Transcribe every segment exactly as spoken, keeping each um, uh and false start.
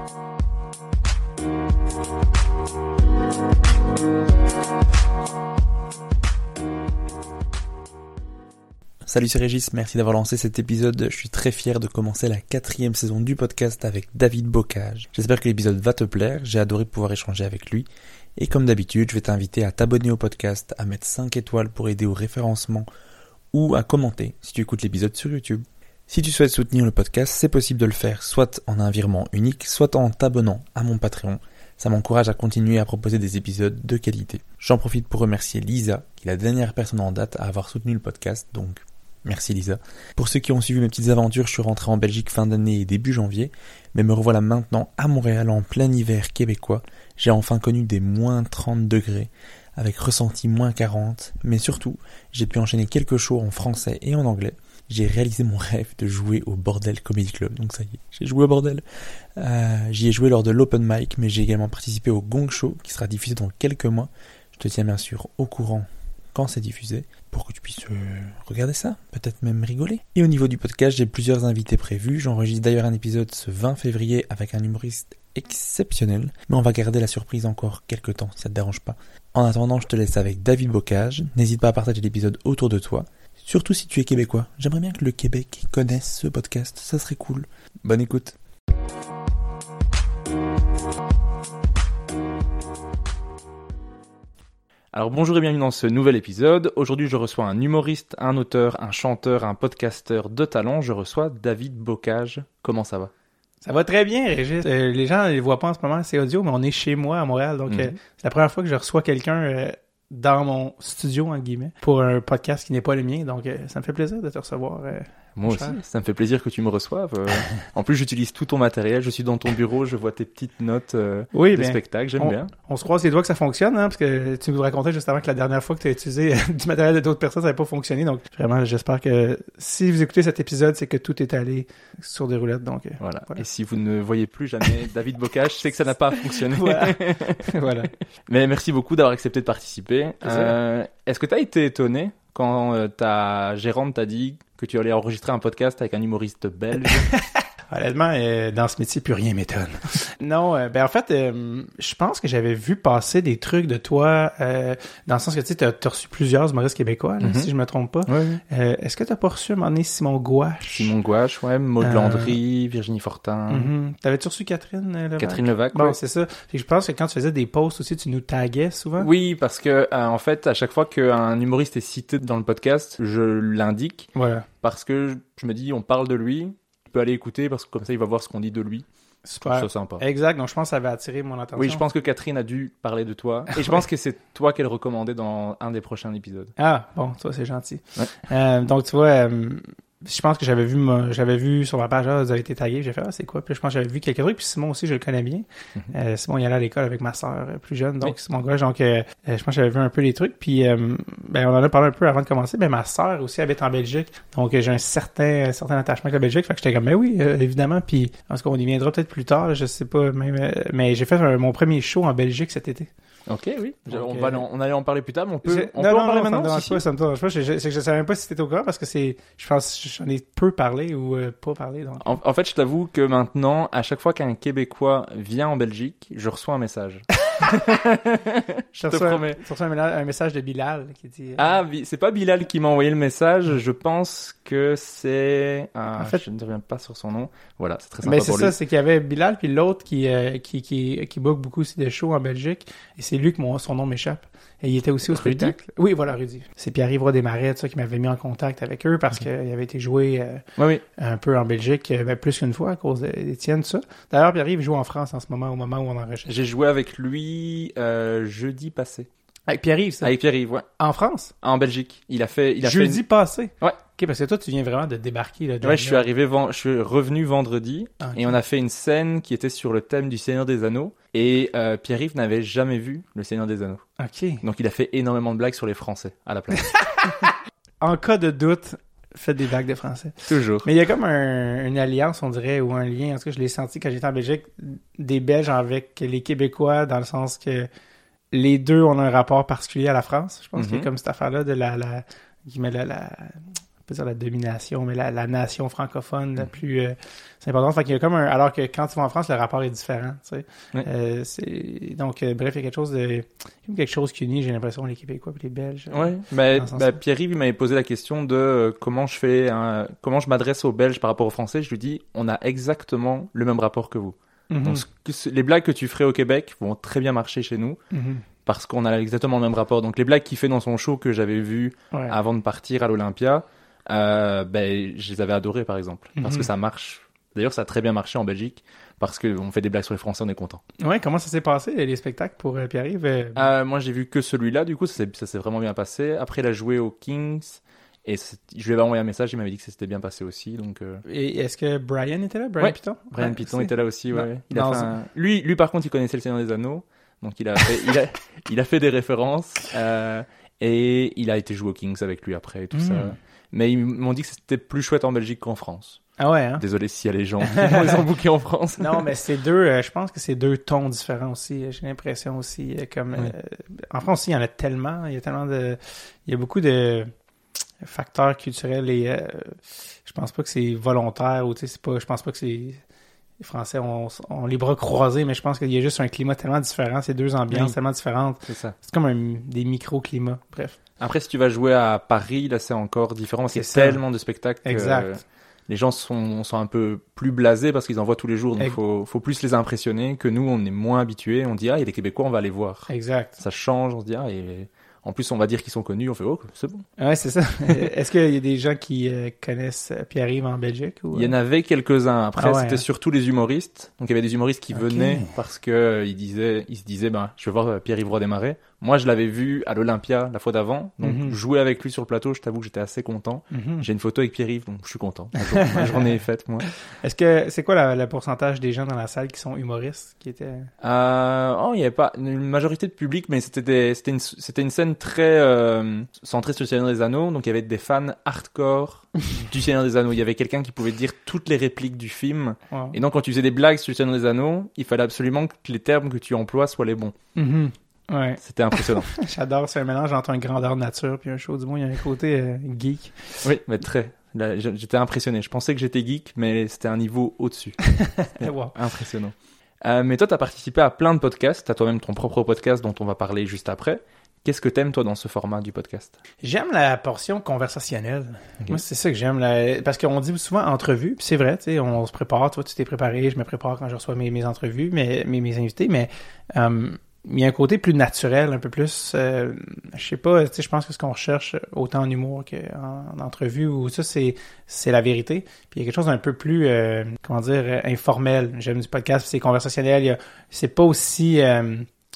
Salut, c'est Régis, merci d'avoir lancé cet épisode. Je suis très fier de commencer la quatrième saison du podcast avec David Bocage. J'espère que l'épisode va te plaire, j'ai adoré pouvoir échanger avec lui. Et comme d'habitude, je vais t'inviter à t'abonner au podcast, à mettre cinq étoiles pour aider au référencement ou à commenter si tu écoutes l'épisode sur YouTube. Si tu souhaites soutenir le podcast, c'est possible de le faire soit en un virement unique, soit en t'abonnant à mon Patreon. Ça m'encourage à continuer à proposer des épisodes de qualité. J'en profite pour remercier Lisa, qui est la dernière personne en date à avoir soutenu le podcast, donc merci Lisa. Pour ceux qui ont suivi mes petites aventures, je suis rentré en Belgique fin d'année et début janvier, mais me revoilà maintenant à Montréal en plein hiver québécois. J'ai enfin connu des moins trente degrés, avec ressenti moins quarante, mais surtout, j'ai pu enchaîner quelques shows en français et en anglais. J'ai réalisé mon rêve de jouer au Bordel Comedy Club, donc ça y est, j'ai joué au Bordel. Euh, j'y ai joué lors de l'Open Mic, mais j'ai également participé au Gong Show, qui sera diffusé dans quelques mois. Je te tiens bien sûr au courant quand c'est diffusé, pour que tu puisses euh, regarder ça, peut-être même rigoler. Et au niveau du podcast, j'ai plusieurs invités prévus. J'enregistre d'ailleurs un épisode ce vingt février avec un humoriste exceptionnel, mais on va garder la surprise encore quelques temps, si ça te dérange pas. En attendant, je te laisse avec David Bocage. N'hésite pas à partager l'épisode autour de toi, surtout si tu es québécois. J'aimerais bien que le Québec connaisse ce podcast, ça serait cool. Bonne écoute. Alors bonjour et bienvenue dans ce nouvel épisode. Aujourd'hui je reçois un humoriste, un auteur, un chanteur, un podcasteur de talent. Je reçois David Bocage. Comment ça va? Ça va très bien, Régis. Euh, les gens ne les voient pas en ce moment, c'est audio, mais on est chez moi à Montréal. Donc, mm-hmm. euh, c'est la première fois que je reçois quelqu'un euh, dans mon studio, entre guillemets, pour un podcast qui n'est pas le mien. Donc, euh, ça me fait plaisir de te recevoir. Euh, Moi aussi, ça me fait plaisir que tu me reçoives. Euh, en plus, j'utilise tout ton matériel. Je suis dans ton bureau, je vois tes petites notes euh, oui, de ben, spectacle. J'aime on, bien. On se croise les doigts que ça fonctionne, hein, parce que tu nous racontais juste avant que la dernière fois que tu as utilisé du matériel de d'autres personnes, ça n'avait pas fonctionné. Donc, vraiment, j'espère que si vous écoutez cet épisode, c'est que tout est allé sur des roulettes. Donc, euh, voilà. voilà. Et si vous ne voyez plus jamais David Bocage, c'est que ça n'a pas fonctionné. Voilà. voilà. Mais merci beaucoup d'avoir accepté de participer. Euh, est-ce que tu as été étonné quand euh, ta gérante t'a dit que tu allais enregistrer un podcast avec un humoriste belge? Honnêtement, euh, dans ce métier, plus rien m'étonne. non, euh, ben en fait, euh, je pense que j'avais vu passer des trucs de toi, euh, dans le sens que tu sais, t'as, t'as reçu plusieurs humoristes québécois, là, mm-hmm. si je me trompe pas. Oui. Euh, est-ce que t'as pas reçu à un moment donné Simon Gouache? Simon Gouache, ouais, Maud euh... Landry, Virginie Fortin. Mm-hmm. T'avais-tu reçu Catherine Levac? Catherine Levac, Bon, ouais. c'est ça. Puis je pense que quand tu faisais des posts aussi, tu nous taguais souvent. Oui, parce que euh, en fait, à chaque fois qu'un humoriste est cité dans le podcast, je l'indique. Voilà. Parce que je me dis, on parle de lui. Peut aller écouter parce que comme ça il va voir ce qu'on dit de lui. Super. C'est sympa. Exact, donc je pense que ça va attirer mon attention. Oui, je pense que Catherine a dû parler de toi et je pense que c'est toi qu'elle recommandait dans un des prochains épisodes. Ah, bon, toi c'est gentil. Ouais. Euh, donc tu vois, euh, je pense que j'avais vu ma, j'avais vu sur ma page, là, vous avez été tagué, j'ai fait ah c'est quoi, puis je pense que j'avais vu quelques trucs, puis Simon aussi je le connais bien. Mm-hmm. Euh, Simon il allait à l'école avec ma sœur euh, plus jeune, donc oui. Simon Gouache, donc euh, je pense que j'avais vu un peu les trucs, puis euh, ben on en a parlé un peu avant de commencer, ben ma sœur aussi habite en Belgique, donc euh, j'ai un certain un certain attachement avec la Belgique, fait que j'étais comme ben oui euh, évidemment, puis en tout cas on y viendra peut-être plus tard, là, je sais pas même, euh, mais j'ai fait un, mon premier show en Belgique cet été. Ok, oui. Donc, on, euh... va, on allait en parler plus tard, mais on peut, on non, peut non, en parler non, maintenant. Ça me si, pas, si. ça me dérange pas. C'est que je savais même pas si c'était au courant parce que c'est, je pense, j'en ai peu parlé ou euh, pas parlé. Donc. En, en fait, je t'avoue que maintenant, à chaque fois qu'un Québécois vient en Belgique, je reçois un message. je te promets. Tu reçois un, un message de Bilal qui dit. Euh... Ah, c'est pas Bilal qui m'a envoyé le message. Je pense que c'est. Ah, en fait, je ne reviens pas sur son nom. Voilà, c'est très sympa mais pour c'est lui. ça, c'est qu'il y avait Bilal puis l'autre qui euh, qui qui qui book beaucoup aussi de shows en Belgique et c'est lui que mon son nom m'échappe. Et il était aussi au Rudy? spectacle. Oui, voilà, Rudy. C'est Pierre-Yves Roy Desmarais, ça, qui m'avait mis en contact avec eux parce okay. qu'il avait été joué euh, oui, oui. un peu en Belgique, ben, plus qu'une fois à cause d'Étienne, tout ça. D'ailleurs, Pierre-Yves joue en France en ce moment, au moment où on enregistre. J'ai joué avec lui euh, jeudi passé. Avec Pierre-Yves, ça? Avec Pierre-Yves, ouais. En France? En Belgique. Il a fait... Il a jeudi fait une... passé? Ouais. Ok, parce que toi, tu viens vraiment de débarquer. Là, de ouais, je suis arrivé, ven... je suis revenu vendredi ah, okay. et on a fait une scène qui était sur le thème du Seigneur des Anneaux et euh, Pierre-Yves n'avait jamais vu le Seigneur des Anneaux. Ok. Donc il a fait énormément de blagues sur les Français à la place. En cas de doute, faites des blagues de français. Toujours. Mais il y a comme un, une alliance, on dirait, ou un lien. En tout cas, je l'ai senti quand j'étais en Belgique, des Belges avec les Québécois, dans le sens que les deux ont un rapport particulier à la France. Je pense mm-hmm. qu'il y a comme cette affaire-là de la... la, la, la pas dire la domination, mais la, la nation francophone la plus euh, c'est important. Fait qu'il y a comme un, alors que quand tu vas en France, le rapport est différent, tu sais. Ouais. Euh, c'est, donc, euh, bref, il y a quelque chose de, quelque chose qui unit, j'ai l'impression, les Québécois et les Belges. Ouais. Mais bah, Pierre-Yves, il m'avait posé la question de euh, comment je fais, un, comment je m'adresse aux Belges par rapport aux Français. Je lui dis, on a exactement le même rapport que vous. Mm-hmm. Donc, ce, les blagues que tu ferais au Québec vont très bien marcher chez nous. Mm-hmm. Parce qu'on a exactement le même rapport. Donc, les blagues qu'il fait dans son show que j'avais vu ouais. avant de partir à l'Olympia, euh, ben, je les avais adorées, par exemple. Mm-hmm. Parce que ça marche. D'ailleurs, ça a très bien marché en Belgique. Parce qu'on fait des blagues sur les Français, on est content. Ouais, comment ça s'est passé, les spectacles pour euh, Pierre-Yves? Euh... Euh, moi, j'ai vu que celui-là, du coup, ça s'est, ça s'est vraiment bien passé. Après, il a joué aux Kings. Et je lui avais envoyé un message, il m'avait dit que ça s'était bien passé aussi. Donc, euh... Et est-ce que Brian était là? Brian ouais. Pitton? Brian ouais, Pitton c'est... était là aussi, ouais. Non. Il a non, fait un... lui, lui, par contre, il connaissait le Seigneur des Anneaux. Donc, il a fait, il a, il a fait des références. Euh, et il a été joué aux Kings avec lui après et tout mmh. ça. Mais ils m'ont dit que c'était plus chouette en Belgique qu'en France. Ah ouais, hein? Désolé s'il y a les gens qui les ont bookés en France. Non, mais c'est deux, euh, je pense que c'est deux tons différents aussi. J'ai l'impression aussi, euh, comme, oui. euh, en France aussi, il y en a tellement, il y a tellement de, il y a beaucoup de facteurs culturels et, euh, je pense pas que c'est volontaire ou, tu sais, c'est pas, je pense pas que c'est, les Français ont, ont les bras croisés, mais je pense qu'il y a juste un climat tellement différent, c'est deux ambiances oui. tellement différentes. C'est ça. C'est comme un, des micro-climats, bref. Après, si tu vas jouer à Paris, là, c'est encore différent parce qu'il y a tellement de spectacles. Exact. Euh, les gens sont, sont un peu plus blasés parce qu'ils en voient tous les jours. Donc, il faut, faut plus les impressionner que nous, on est moins habitués. On dit, ah, il y a des Québécois, on va aller voir. Exact. Ça change, on se dit, ah, et en plus, on va dire qu'ils sont connus. On fait, oh, c'est bon. Ouais, c'est ça. Est-ce qu'il y a des gens qui euh, connaissent Pierre-Yves en Belgique? Ou, euh... Il y en avait quelques-uns. Après, ah ouais, c'était hein. surtout les humoristes. Donc, il y avait des humoristes qui okay. venaient parce que euh, ils disaient, ils se disaient, ben, je vais voir Pierre-Yves Roy des Marais. Moi, je l'avais vu à l'Olympia la fois d'avant. Donc, mm-hmm. jouer avec lui sur le plateau, je t'avoue que j'étais assez content. Mm-hmm. J'ai une photo avec Pierre-Yves, donc je suis content. Ma journée est faite, moi. Est-ce que, c'est quoi la, le pourcentage des gens dans la salle qui sont humoristes, qui étaient... Euh, oh, il y avait pas une majorité de public, mais c'était des, c'était une, c'était une scène très, euh, centrée sur le Seigneur des Anneaux. Donc, il y avait des fans hardcore du Seigneur des Anneaux. Il y avait quelqu'un qui pouvait dire toutes les répliques du film. Wow. Et donc, quand tu faisais des blagues sur le Seigneur des Anneaux, il fallait absolument que les termes que tu emploies soient les bons. Mm-hmm. Ouais. C'était impressionnant. J'adore, c'est un mélange entre un grandeur nature puis un show du monde. Il y a un côté euh, geek. Oui, mais très. Là, j'étais impressionné. Je pensais que j'étais geek, mais c'était un niveau au-dessus. Wow. Impressionnant. Euh, mais toi, tu as participé à plein de podcasts. Tu as toi-même ton propre podcast dont on va parler juste après. Qu'est-ce que t'aimes, toi, dans ce format du podcast? J'aime la portion conversationnelle. Okay. Moi, c'est ça que j'aime. Là. Parce qu'on dit souvent entrevue, puis c'est vrai, tu sais, on se prépare. Toi, tu t'es préparé, je me prépare quand je reçois mes, mes entrevues, mes, mes, mes invités, mais... Euh, il y a un côté plus naturel, un peu plus, euh, je sais pas, tu sais, je pense que ce qu'on recherche autant en humour qu'en en entrevue, ou ça, c'est c'est la vérité. Puis il y a quelque chose d'un peu plus, euh, comment dire, informel. J'aime du podcast, c'est conversationnel. Il y a, c'est pas aussi euh,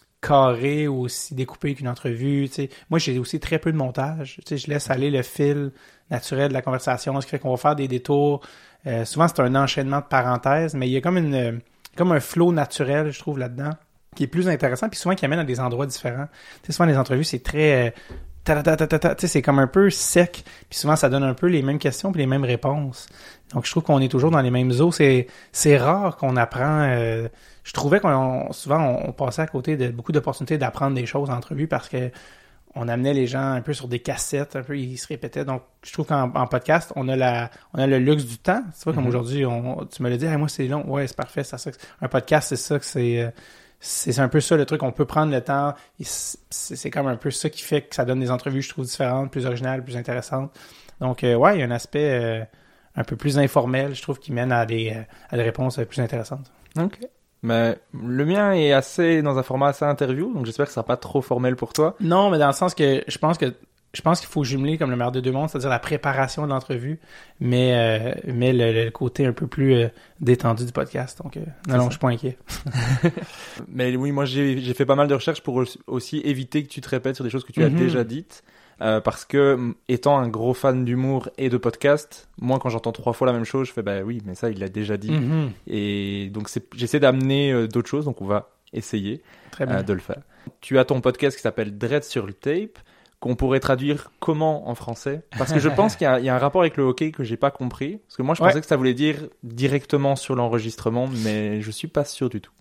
carré ou aussi découpé qu'une entrevue. Tu sais, moi, j'ai aussi très peu de montage. Tu sais, je laisse aller le fil naturel de la conversation, ce qui fait qu'on va faire des détours. Euh, souvent, c'est un enchaînement de parenthèses, mais il y a comme une, comme un flow naturel, je trouve, là-dedans, qui est plus intéressant, puis souvent qui amène à des endroits différents. Tu sais, souvent les entrevues, c'est très... Euh, ta ta ta ta ta, tu sais, c'est comme un peu sec, puis souvent ça donne un peu les mêmes questions puis les mêmes réponses. Donc je trouve qu'on est toujours dans les mêmes eaux. C'est c'est rare qu'on apprend... Euh, je trouvais qu'on souvent on, on passait à côté de beaucoup d'opportunités d'apprendre des choses en entrevue parce que on amenait les gens un peu sur des cassettes, un peu, ils se répétaient. Donc, je trouve qu'en en podcast, on a la, on a le luxe du temps. Tu vois, comme mm-hmm. aujourd'hui, on, tu me l'as dit, hey, moi, c'est long. Ouais, c'est parfait. C'est ça. Un podcast, c'est ça que c'est, c'est un peu ça, le truc. On peut prendre le temps. C'est, c'est comme un peu ça qui fait que ça donne des entrevues, je trouve, différentes, plus originales, plus intéressantes. Donc, euh, ouais, il y a un aspect euh, un peu plus informel, je trouve, qui mène à des, à des réponses plus intéressantes. OK. Mais le mien est assez dans un format assez interview, donc j'espère que ça sera pas trop formel pour toi. Non, mais dans le sens que je pense que je pense qu'il faut jumeler comme le meilleur des deux mondes, c'est-à-dire la préparation de l'entrevue, mais euh, mais le, le côté un peu plus euh, détendu du podcast. Donc euh, non, non, je suis pas inquiet. Mais oui, moi j'ai j'ai fait pas mal de recherches pour aussi éviter que tu te répètes sur des choses que tu mm-hmm. as déjà dites. Euh, parce que étant un gros fan d'humour et de podcast, moi quand j'entends trois fois la même chose, je fais bah oui, mais ça il l'a déjà dit. Mm-hmm. Et donc c'est, j'essaie d'amener euh, d'autres choses, donc on va essayer euh, de le faire. Tu as ton podcast qui s'appelle Dread sur le tape, qu'on pourrait traduire comment en français? Parce que je pense qu'il y a, il y a un rapport avec le hockey que j'ai pas compris. Parce que moi je pensais ouais. que ça voulait dire directement sur l'enregistrement, mais je suis pas sûr du tout.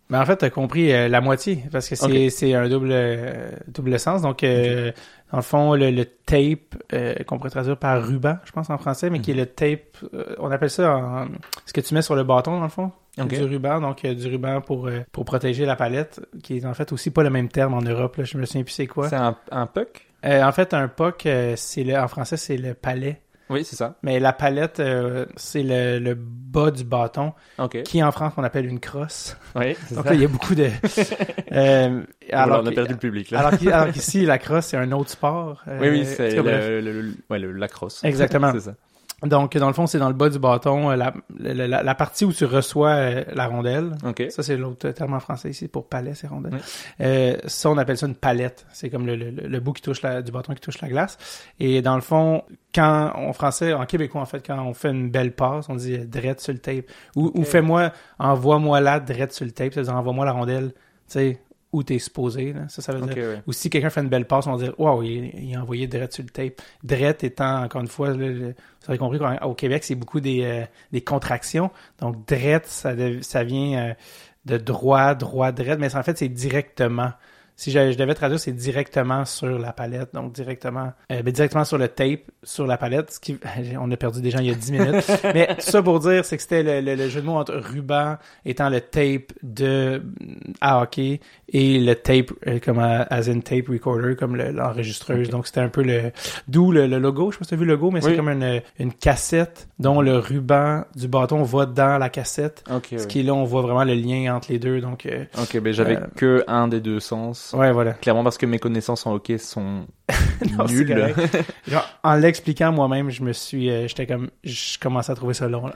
Mais en fait, t'as compris euh, la moitié, parce que c'est, okay. c'est un double euh, double sens. Donc, euh, okay. dans le fond, le, le tape, euh, qu'on pourrait traduire par ruban, je pense en français, mais mm-hmm. qui est le tape, euh, on appelle ça en, ce que tu mets sur le bâton, dans le fond. Okay. Du ruban, donc euh, du ruban pour euh, pour protéger la palette, qui est en fait aussi pas le même terme en Europe, là, je me souviens plus c'est quoi. C'est un, un puck? Euh, en fait, un puck, euh, c'est le, en français, c'est le palais. Oui, c'est ça. Mais la palette, euh, c'est le, le bas du bâton, okay. qui en France, on appelle une crosse. Oui, c'est donc ça. là, il y a beaucoup de... euh, alors, on a perdu le public, là. alors, alors qu'ici, la crosse, c'est un autre sport. Euh, oui, oui, c'est le, le, le, ouais, le, la crosse. Exactement. C'est ça. Donc, dans le fond, c'est dans le bas du bâton, la, la, la, la partie où tu reçois euh, la rondelle. Okay. Ça, c'est l'autre terme en français ici pour palais, c'est rondelle. Oui. Euh, ça, on appelle ça une palette. C'est comme le, le, le bout qui touche la, du bâton qui touche la glace. Et dans le fond, quand, en français, en québécois, en fait, quand on fait une belle passe, on dit « drette sur le tape ». Ou, okay. ou « fais-moi, envoie-moi la drette sur le tape », c'est-à-dire « envoie-moi la rondelle », tu sais, où t'es supposé, là. Ça, ça veut okay, dire... ouais. Ou si quelqu'un fait une belle passe, on va dire « wow, il, il a envoyé drette sur le tape ». Drette étant, encore une fois, là, le, vous avez compris qu'au Québec, c'est beaucoup des, euh, des contractions. Donc, drette, ça, ça vient euh, de droit, droit, drette, mais en fait, c'est directement. Si je, je devais traduire, c'est directement sur la palette, donc directement euh, ben directement sur le tape, sur la palette, ce qui on a perdu des gens il y a dix minutes. Mais tout ça pour dire, c'est que c'était le, le, le jeu de mots entre ruban étant le tape de à hockey et le tape euh, comme à, as in tape recorder, comme le, l'enregistreuse. Okay. Donc c'était un peu le d'où le, le logo, je sais pas si tu as vu le logo, mais oui. C'est comme une, une cassette dont le ruban du bâton va dans la cassette. Okay, ce oui. qui est là, on voit vraiment le lien entre les deux. Donc euh, ok, ben j'avais euh, que un des deux sens. Ouais, voilà. Clairement parce que mes connaissances en hockey sont non, nulles. Genre, en l'expliquant moi-même, je me suis, euh, j'étais comme, je commençais à trouver ça long, là.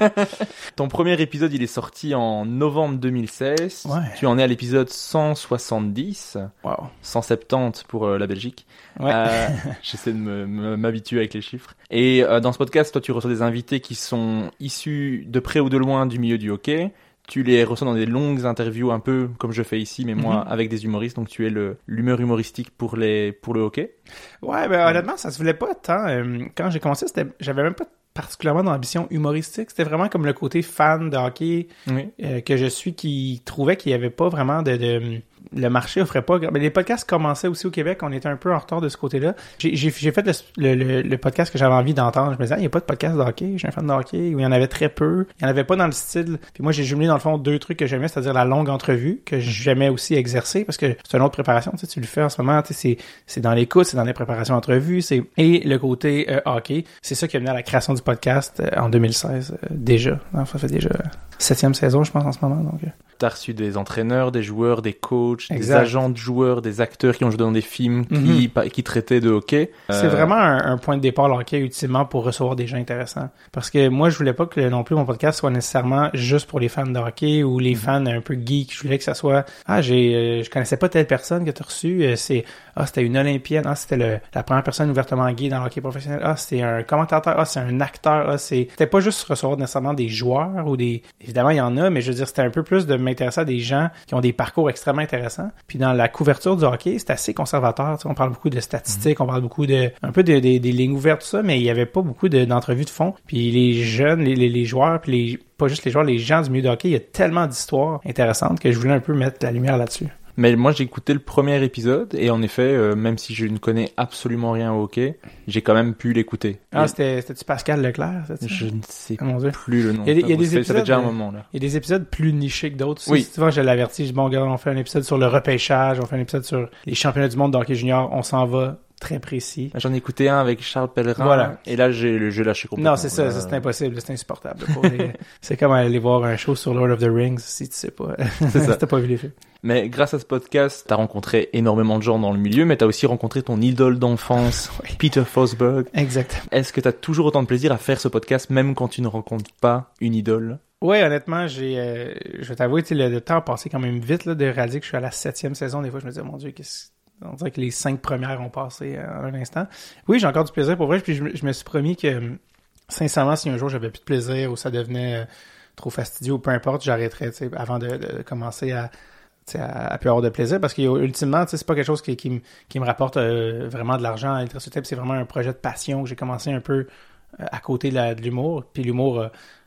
Ton premier épisode, il est sorti en novembre deux mille seize. Ouais. Tu en es à l'épisode cent soixante-dix. Wow. cent soixante-dix pour euh, la Belgique. Ouais. Euh, j'essaie de me, me, m'habituer avec les chiffres. Et euh, dans ce podcast, toi, tu reçois des invités qui sont issus de près ou de loin du milieu du hockey. Tu les reçois dans des longues interviews, un peu comme je fais ici, mais moi, mm-hmm. avec des humoristes. Donc, tu es le, l'humeur humoristique pour, les, pour le hockey. Ouais, ben honnêtement, ça se voulait pas tant. Euh, quand j'ai commencé, c'était, j'avais même pas particulièrement d'ambition humoristique. C'était vraiment comme le côté fan de hockey oui. euh, que je suis, qui trouvait qu'il y avait pas vraiment de... de le marché offrait pas... Mais les podcasts commençaient aussi au Québec. On était un peu en retard de ce côté-là. J'ai, j'ai, j'ai fait le, le, le podcast que j'avais envie d'entendre. Je me disais, ah, il n'y a pas de podcast de hockey. Je suis un fan de hockey. Où il y en avait très peu. Il n'y en avait pas dans le style. Puis moi, j'ai jumelé, dans le fond, deux trucs que j'aimais, c'est-à-dire la longue entrevue, que j'aimais aussi exercer, parce que c'est une autre préparation. Tu sais, tu le fais en ce moment. Tu sais, c'est, c'est dans l'écoute, c'est dans les préparations d'entrevue. C'est... Et le côté euh, hockey, c'est ça qui a mené à la création du podcast euh, en deux mille seize, euh, déjà. Non, ça fait déjà septième saison, je pense, en ce moment. Donc... T'as reçu des entraîneurs, des joueurs, des coachs, exact. Des agents de joueurs, des acteurs qui ont joué dans des films qui, mm-hmm. qui traitaient de hockey. C'est euh... vraiment un, un point de départ, le hockey, ultimement, pour recevoir des gens intéressants. Parce que moi, je voulais pas que non plus mon podcast soit nécessairement juste pour les fans de hockey ou les mm-hmm. fans un peu geeks. Je voulais que ça soit, ah, j'ai, euh, je connaissais pas telle personne que t'as reçu. Euh, c'est, ah, c'était une olympienne. Ah, c'était le, la première personne ouvertement gay dans le hockey professionnel. Ah, c'était un commentateur. Ah, c'est un acteur. Ah, c'est, c'était pas juste recevoir nécessairement des joueurs ou des, évidemment, il y en a, mais je veux dire, c'était un peu plus de m'intéresser à des gens qui ont des parcours extrêmement intéressants. Puis dans la couverture du hockey, c'est assez conservateur. Tu sais, on parle beaucoup de statistiques, mmh. on parle beaucoup de un peu de, de, des lignes ouvertes, tout ça, mais il y avait pas beaucoup de, d'entrevues de fond. Puis les jeunes, les, les, les joueurs, puis les pas juste les joueurs, les gens du milieu du hockey, il y a tellement d'histoires intéressantes que je voulais un peu mettre la lumière là-dessus. Mais moi, j'ai écouté le premier épisode et en effet, euh, même si je ne connais absolument rien au hockey, j'ai quand même pu l'écouter. Ah, et... c'était, c'était-tu Pascal Leclerc? C'est-tu? Je ne sais oh, plus le nom. Il y a, il y a des ça, épisodes, ça fait déjà un moment, là. Il y a des épisodes plus nichés que d'autres. Oui. Si tu vois, je l'avertis, je dis, bon, regarde, on fait un épisode sur le repêchage, on fait un épisode sur les championnats du monde de hockey junior, on s'en va très précis. J'en ai écouté un avec Charles Pellerin. Voilà. Et là, j'ai, j'ai lâché complètement. Non, c'est ça, ça, c'est impossible, c'est insupportable. Pour les... c'est comme aller voir un show sur Lord of the Rings, si tu sais pas. C'est ça. Si t'as pas vu les films. Mais grâce à ce podcast, t'as rencontré énormément de gens dans le milieu, mais t'as aussi rencontré ton idole d'enfance, oui. Peter Forsberg. Exactement. Est-ce que t'as toujours autant de plaisir à faire ce podcast, même quand tu ne rencontres pas une idole? Oui, honnêtement, j'ai, euh, je vais t'avouer, le, le temps a passé quand même vite, là, de réaliser que je suis à la septième saison. Des fois, je me disais, mon Dieu, qu'est-ce on dirait que les cinq premières ont passé en un instant. Oui, j'ai encore du plaisir pour vrai, puis je, je me suis promis que, sincèrement, si un jour j'avais plus de plaisir ou ça devenait euh, trop fastidieux ou peu importe, j'arrêterais, tu sais, avant de, de commencer à, tu sais, à, à plus avoir de plaisir, parce que ultimement, tu sais, c'est pas quelque chose qui, qui, me, qui me rapporte euh, vraiment de l'argent à l'électricité, c'est vraiment un projet de passion que j'ai commencé un peu euh, à côté de, la, de l'humour, puis l'humour... Euh,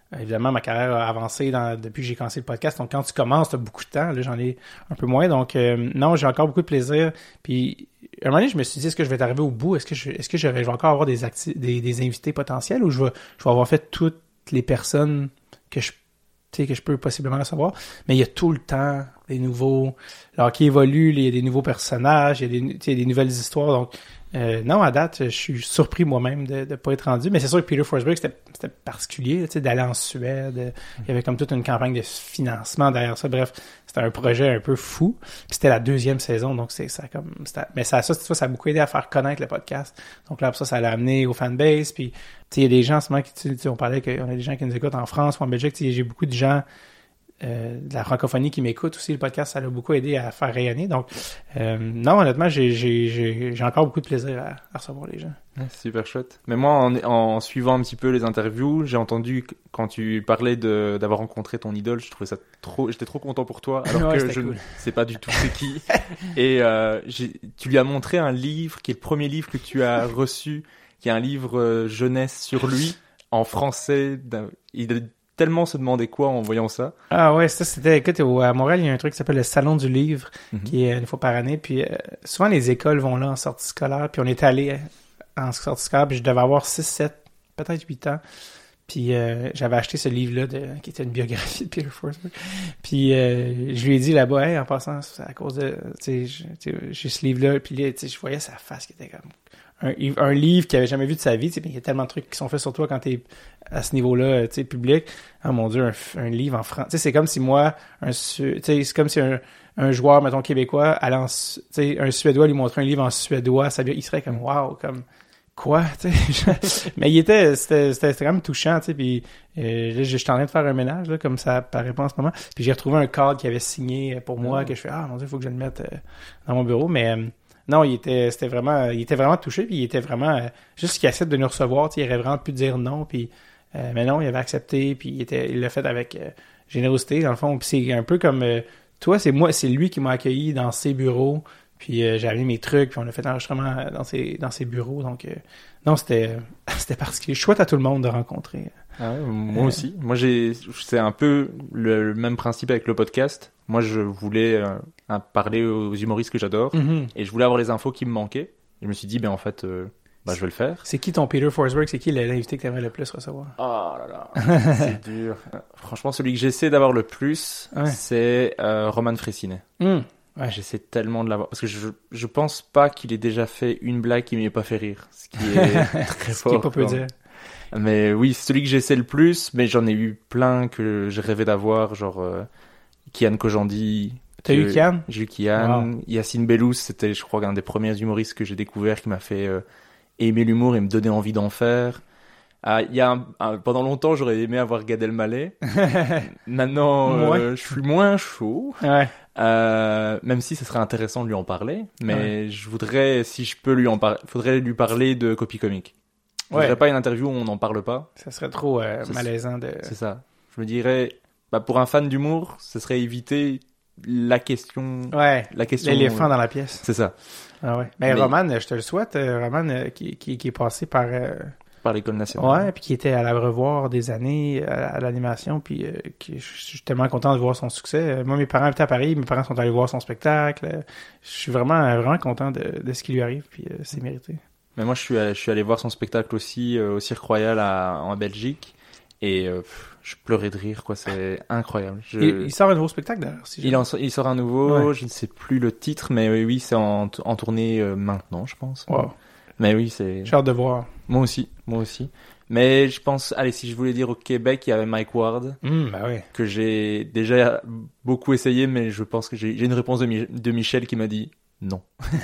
Euh, évidemment, ma carrière a avancé dans, depuis que j'ai commencé le podcast. Donc, quand tu commences, tu as beaucoup de temps. Là, j'en ai un peu moins. Donc, euh, non, j'ai encore beaucoup de plaisir. Puis, à un moment donné, je me suis dit, est-ce que je vais arriver au bout? Est-ce que je, est-ce que je vais, je vais encore avoir des, acti- des, des invités potentiels ou je vais, je vais avoir fait toutes les personnes que je, tu sais, que je peux possiblement recevoir? Mais il y a tout le temps des nouveaux, alors qui évoluent, il y a des nouveaux personnages, il y a des, tu sais, des nouvelles histoires. Donc, Euh, non, à date, je suis surpris moi-même de ne pas être rendu, mais c'est sûr que Peter Forsberg, c'était, c'était particulier, tu sais, d'aller en Suède. Il y avait comme toute une campagne de financement derrière ça. Bref, c'était un projet un peu fou. Puis c'était la deuxième saison, donc c'est ça comme... C'était, mais ça, ça, ça, ça a beaucoup aidé à faire connaître le podcast. Donc là, pour ça, ça l'a amené au fanbase. Puis, tu sais, il y a des gens, en ce moment, qui, tu sais, on parlait qu'on a des gens qui nous écoutent en France ou en Belgique. Tu sais, j'ai beaucoup de gens... Euh, de la francophonie qui m'écoute aussi, le podcast, ça l'a beaucoup aidé à faire rayonner. Donc, euh, non, honnêtement, j'ai, j'ai, j'ai, j'ai encore beaucoup de plaisir à, à recevoir les gens. Ouais, super chouette. Mais moi, en, en suivant un petit peu les interviews, j'ai entendu que quand tu parlais de, d'avoir rencontré ton idole, je trouvais ça trop, j'étais trop content pour toi, alors ouais, que je cool. ne sais pas du tout c'est qui. Et euh, j'ai, tu lui as montré un livre qui est le premier livre que tu as reçu, qui est un livre euh, jeunesse sur lui, en français. Il tellement se demander quoi en voyant ça. Ah ouais, ça c'était, écoute, au, à Montréal, il y a un truc qui s'appelle le Salon du Livre, mm-hmm. qui est une fois par année, puis euh, souvent les écoles vont là en sortie scolaire, puis on était allé en sortie scolaire, puis je devais avoir six, sept, peut-être huit ans, puis euh, j'avais acheté ce livre-là, de, qui était une biographie de Peter Forsberg, puis euh, je lui ai dit là-bas, hey, en passant, c'est à cause de, tu sais, j'ai ce livre-là, puis là, tu sais, je voyais sa face qui était comme... Un, un livre qu'il avait jamais vu de sa vie, tu sais, il y a tellement de trucs qui sont faits sur toi quand t'es à ce niveau-là, tu sais, public. Ah, mon Dieu, un, un livre en français. Tu sais, c'est comme si moi, un, tu sais, c'est comme si un, un joueur, mettons, québécois, allait en, tu sais, un Suédois lui montrait un livre en suédois, ça, il serait comme, wow, comme, quoi, tu sais. Mais il était, c'était, c'était, c'était quand même touchant, tu sais, puis euh, là, j'étais en train de faire un ménage, là, comme ça paraît pas en ce moment. Puis j'ai retrouvé un cadre qu'il avait signé pour moi, que je fais, ah, mon Dieu, il faut que je le mette euh, dans mon bureau, mais, euh, non, il était, c'était vraiment, il était vraiment touché, puis il était vraiment, euh, juste qu'il accepte de nous recevoir, tu sais, il aurait vraiment pu dire non, puis, euh, mais non, il avait accepté, puis il était, il l'a fait avec euh, générosité, dans le fond, puis c'est un peu comme, euh, toi, c'est moi, c'est lui qui m'a accueilli dans ses bureaux, puis euh, j'ai amené mes trucs, puis on a fait l'enregistrement dans ses, dans ses bureaux, donc, euh, non, c'était, c'était particulier. Chouette à tout le monde de rencontrer. Ah ouais, moi euh, aussi. Moi, j'ai, c'est un peu le, le même principe avec le podcast. Moi, je voulais euh, parler aux humoristes que j'adore, mm-hmm. et je voulais avoir les infos qui me manquaient. Et je me suis dit, ben en fait, euh, bah, je vais le faire. C'est qui ton Peter Forsberg? C'est qui l'invité que tu aimerais le plus recevoir? Oh là là, c'est dur. Franchement, celui que j'essaie d'avoir le plus, ouais. c'est euh, Roman Fressinet. Mm. Ouais. J'essaie tellement de l'avoir parce que je je pense pas qu'il ait déjà fait une blague qui m'ait pas fait rire, ce qui est très fort. Ce qui est pas peu dire. Mais oui, c'est celui que j'essaie le plus, mais j'en ai eu plein que je rêvais d'avoir, genre euh, Kian Kojandi. T'as eu Kian? J'ai eu Kian. Wow. Yacine Bellous, c'était, je crois, un des premiers humoristes que j'ai découvert qui m'a fait euh, aimer l'humour et me donner envie d'en faire. Ah, il y a un, un, pendant longtemps, j'aurais aimé avoir Gad Elmaleh. Maintenant, euh, je suis moins chaud. Ouais. Euh, même si ce serait intéressant de lui en parler, mais ouais. je voudrais, si je peux lui en parler, faudrait lui parler de Copy Comic. Je ouais. voudrais pas une interview où on n'en parle pas. Ça serait trop euh, malaisant de... C'est ça. Je me dirais, bah, pour un fan d'humour, ce serait éviter la question... Ouais, la question, l'éléphant euh... dans la pièce. C'est ça. Ah ouais. Mais, mais... Roman, je te le souhaite, Roman, euh, qui, qui, qui est passé par... Euh... par l'École nationale. Ouais, puis qui était à la revoir des années à, à l'animation, puis euh, qui, je suis tellement content de voir son succès. Moi, mes parents étaient à Paris, mes parents sont allés voir son spectacle. Je suis vraiment, vraiment content de, de ce qui lui arrive, puis euh, c'est mérité. Mais moi, je suis allé, je suis allé voir son spectacle aussi euh, au Cirque Royal à, en Belgique, et euh, pff, je pleurais de rire, quoi. C'est incroyable. Je... Il, il sort un nouveau spectacle d'ailleurs. Si il, en, il sort un nouveau, ouais. Je ne sais plus le titre, mais oui, oui c'est en, en tournée euh, maintenant, je pense. Wow. Mais oui, c'est... J'ai hâte de voir. Moi aussi, moi aussi. Mais je pense, allez, si je voulais dire au Québec, il y avait Mike Ward. Mmh, bah oui. Que j'ai déjà beaucoup essayé, mais je pense que j'ai, j'ai une réponse de, Mi- de Michel qui m'a dit non.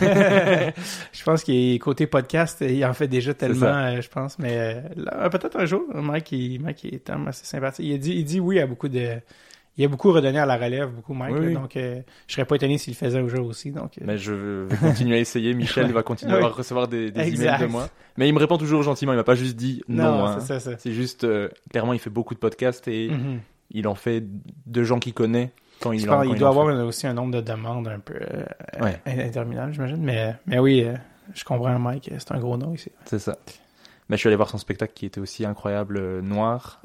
Je pense qu'il est côté podcast, il en fait déjà tellement, euh, je pense. Mais euh, là, peut-être un jour, Mike, il, Mike il est assez sympathique. Il dit, il dit oui à beaucoup de... Il a beaucoup redonné à la relève, beaucoup Mike, oui, là, donc euh, je serais pas étonné s'il le faisait un jour aussi. Donc, euh... Mais je vais continuer à essayer. Michel va continuer oui. à recevoir des, des emails de moi. Mais il me répond toujours gentiment. Il m'a pas juste dit non. non hein. c'est, ça, ça. c'est juste euh, clairement il fait beaucoup de podcasts et mm-hmm. il en fait de gens qu'il connaît quand il. En, quand il il doit avoir fait. aussi un nombre de demandes un peu euh, ouais. interminable, j'imagine. Mais mais oui, euh, je comprends Mike. C'est un gros nom ici. C'est ça. Mais je suis allé voir son spectacle qui était aussi incroyable, euh, Noir. Ouais.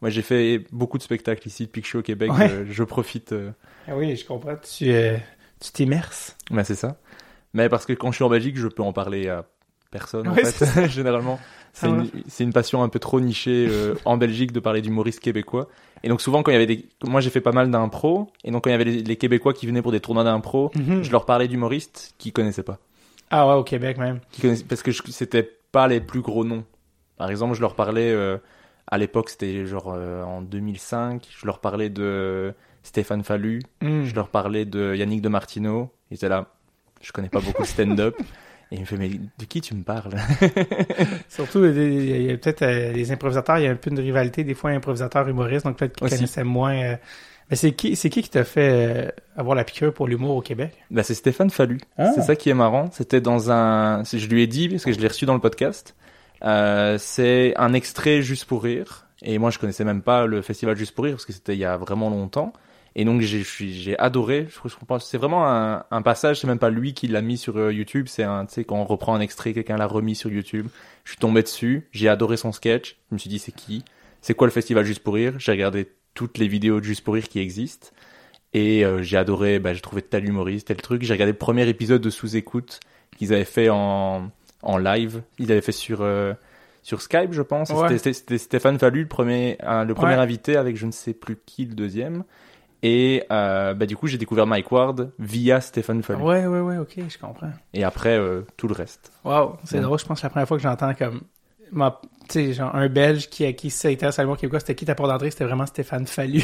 Moi, j'ai fait beaucoup de spectacles ici depuis que je suis au Québec. Ouais. Je, je profite. Euh... Ah oui, je comprends. Tu euh, tu t'immerses. Ben, c'est ça. Mais parce que quand je suis en Belgique, je peux en parler à personne, en Ouais, fait. Généralement, c'est une, c'est une passion un peu trop nichée euh, en Belgique de parler d'humoristes québécois. Et donc souvent, quand il y avait des... Moi, j'ai fait pas mal d'impro. Et donc, quand il y avait les, les Québécois qui venaient pour des tournois d'impro, Mm-hmm. je leur parlais d'humoristes qu'ils connaissaient pas. Ah ouais, au Québec même. Qui connaissaient... Parce que je... c'était pas les plus gros noms. Par exemple, je leur parlais... Euh... À l'époque, c'était genre euh, en deux mille cinq. Je leur parlais de Stéphane Fallu. Mm. Je leur parlais de Yannick de Martino. Ils étaient là... Je connais pas beaucoup le stand-up. Et il me fait, mais de qui tu me parles? Surtout, il y a peut-être euh, les improvisateurs, il y a un peu de rivalité, des fois improvisateurs humoristes, donc peut-être qu'ils Aussi. connaissaient moins. Euh... Mais c'est qui, c'est qui qui t'a fait euh, avoir la piqûre pour l'humour au Québec? Bah, c'est Stéphane Fallu. Ah. C'est ça qui est marrant. C'était dans un... Je lui ai dit, parce que je l'ai reçu dans le podcast. Euh, c'est un extrait Juste pour rire. Et moi, je connaissais même pas le festival Juste pour rire, parce que c'était il y a vraiment longtemps. Et donc j'ai j'ai adoré. Je, je pense c'est vraiment un, un passage. C'est même pas lui qui l'a mis sur euh, YouTube. C'est un tu sais quand on reprend un extrait, quelqu'un l'a remis sur YouTube. Je suis tombé dessus. J'ai adoré son sketch. Je me suis dit c'est qui? C'est quoi le festival Juste pour rire? J'ai regardé toutes les vidéos de Juste pour rire qui existent et euh, j'ai adoré. Bah j'ai trouvé tel humoriste, tel truc. J'ai regardé le premier épisode de Sous Écoute qu'ils avaient fait en en live. Ils avaient fait sur euh, sur Skype je pense. Ouais. C'était, c'était Stéphane Fallu le premier euh, le premier Ouais. invité avec je ne sais plus qui le deuxième. Et euh, bah du coup j'ai découvert Mike Ward via Stéphane Fallu. Ouais, ouais, ouais, ok, je comprends. Et après euh, tout le reste. Wow, c'est Ouais. drôle, je pense que la première fois que j'entends comme, ma, tu sais, genre un Belge qui a qui s'intéresse à l'humour québécois, c'était qui ta porte d'entrée? C'était vraiment Stéphane Fallu.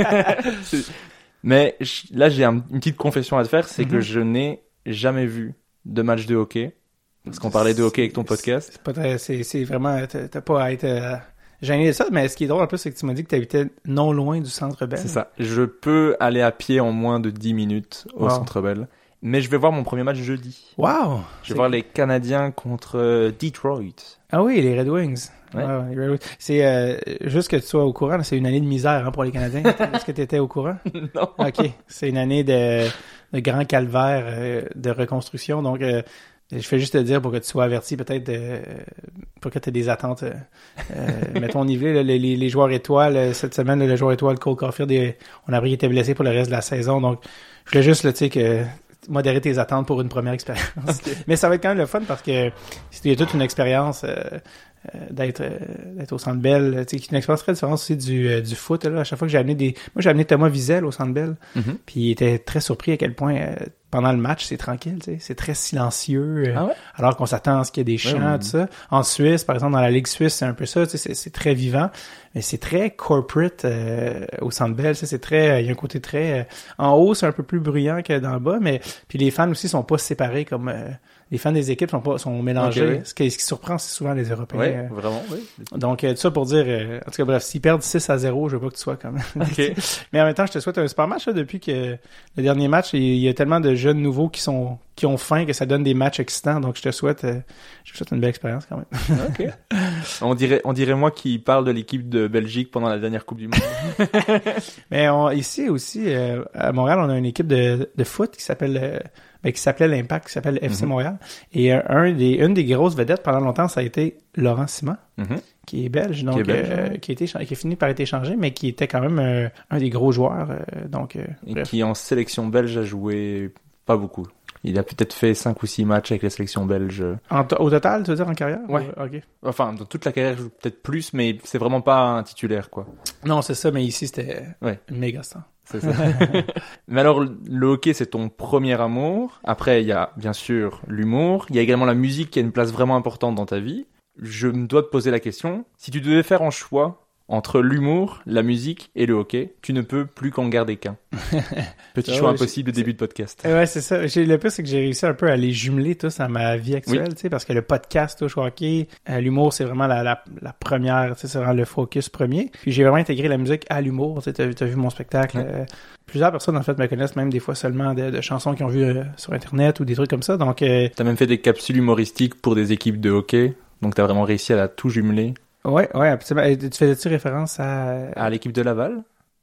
Mais je- là j'ai un- une petite confession à te faire, c'est Mhm. que je n'ai jamais vu de match de hockey. Parce qu'on parlait de hockey avec ton podcast. C'est pas très- c'est, c'est vraiment, t'as, t'as pas à être euh, gêné de ça, mais ce qui est drôle un peu, c'est que tu m'as dit que t'habitais non loin du Centre Bell. C'est ça. Je peux aller à pied en moins de dix minutes au Wow. Centre Bell. Mais je vais voir mon premier match jeudi. Wow! Je vais voir les Canadiens contre euh, Detroit. Ah oui, les Red Wings. Ouais. Ouais, ouais, les Red Wings. C'est euh, juste que tu sois au courant, c'est une année de misère hein, pour les Canadiens. Est-ce que tu étais au courant? Non. OK. C'est une année de, de grand calvaire euh, de reconstruction. Donc, euh, je fais juste te dire pour que tu sois averti, peut-être, de, pour que tu aies des attentes. Euh, euh, mettons nivelé, là, les, les, les joueurs étoiles, euh, cette semaine, là, le joueur étoile Cole Caulfield, il- on a appris qu'il était blessé pour le reste de la saison. Donc, je voulais juste, là, tu sais, que modérer tes attentes pour une première expérience. Okay. Mais ça va être quand même le fun parce que il y a toute une expérience euh, euh, d'être euh, d'être au Centre Bell, tu sais, une expérience très différente aussi du euh, du foot là. À chaque fois que j'ai amené des, moi j'ai amené Thomas Wiesel au Centre Bell, Mm-hmm. puis il était très surpris à quel point euh, pendant le match c'est tranquille, tu sais, c'est très silencieux, euh, Ah ouais? alors qu'on s'attend à ce qu'il y ait des chants, Ouais, ouais. tout ça. En Suisse, par exemple, dans la Ligue suisse, c'est un peu ça, tu sais, c'est, c'est très vivant, mais c'est très corporate euh, au Centre Bell, tu sais, c'est très, euh, il y a un côté très, euh, en haut c'est un peu plus bruyant que dans le bas, mais puis les fans aussi sont pas séparés comme euh, les fans des équipes sont pas sont mélangés. Ok, oui. ce, qui, ce qui surprend c'est souvent les Européens. Ouais, euh. vraiment, oui. Donc euh, tout ça pour dire, euh, en tout cas bref, s'ils perdent six à zéro, je veux pas que tu sois comme. Ok. Mais en même temps, je te souhaite un super match là, depuis que le dernier match, il y a tellement de jeunes nouveaux qui sont qui ont faim que ça donne des matchs excitants. Donc je te souhaite, euh, je te souhaite une belle expérience quand même. Ok. On dirait, on dirait moi qui parle de l'équipe de Belgique pendant la dernière Coupe du Monde. Mais on, ici aussi, euh, à Montréal, on a une équipe de, de foot qui s'appelle euh, ben, qui s'appelait l'Impact, qui s'appelle F C Mhm. Montréal. Et euh, un des, une des grosses vedettes pendant longtemps, ça a été Laurent Simon, Mhm. qui est belge, donc Qui est belge, euh, ouais. qui, a été, qui a fini par être échangé, mais qui était quand même euh, un des gros joueurs. euh, donc, euh, Et bref. qui en sélection belge a joué pas beaucoup. Il a peut-être fait cinq ou six matchs avec la sélection belge. En to- au total, tu veux dire en carrière? Ouais. Ou- ok. Enfin, dans toute la carrière, peut-être plus, mais c'est vraiment pas un titulaire, quoi. Non, c'est ça, mais ici, c'était Ouais. une méga star. C'est ça. Mais alors, le hockey, c'est ton premier amour. Après, il y a bien sûr l'humour. Il y a également la musique qui a une place vraiment importante dans ta vie. Je me dois te poser la question. Si tu devais faire un choix entre l'humour, la musique et le hockey, tu ne peux plus qu'en garder qu'un. Petit Ah choix ouais, impossible de début de podcast. Ouais, c'est ça. J'ai, le plus, c'est que j'ai réussi un peu à les jumeler tous à ma vie actuelle, Oui. tu sais, parce que le podcast touche au hockey, euh, l'humour, c'est vraiment la, la, la première, tu sais, c'est vraiment le focus premier. Puis j'ai vraiment intégré la musique à l'humour, tu sais, t'as, t'as vu mon spectacle. Ouais. euh, plusieurs personnes, en fait, me connaissent même des fois seulement de, de chansons qu'ils ont vues euh, sur Internet ou des trucs comme ça. Donc, euh, T'as même fait des capsules humoristiques pour des équipes de hockey. Donc t'as vraiment réussi à la tout jumeler. ouais, ouais, absolument. Et tu faisais-tu référence à... À l'équipe de Laval?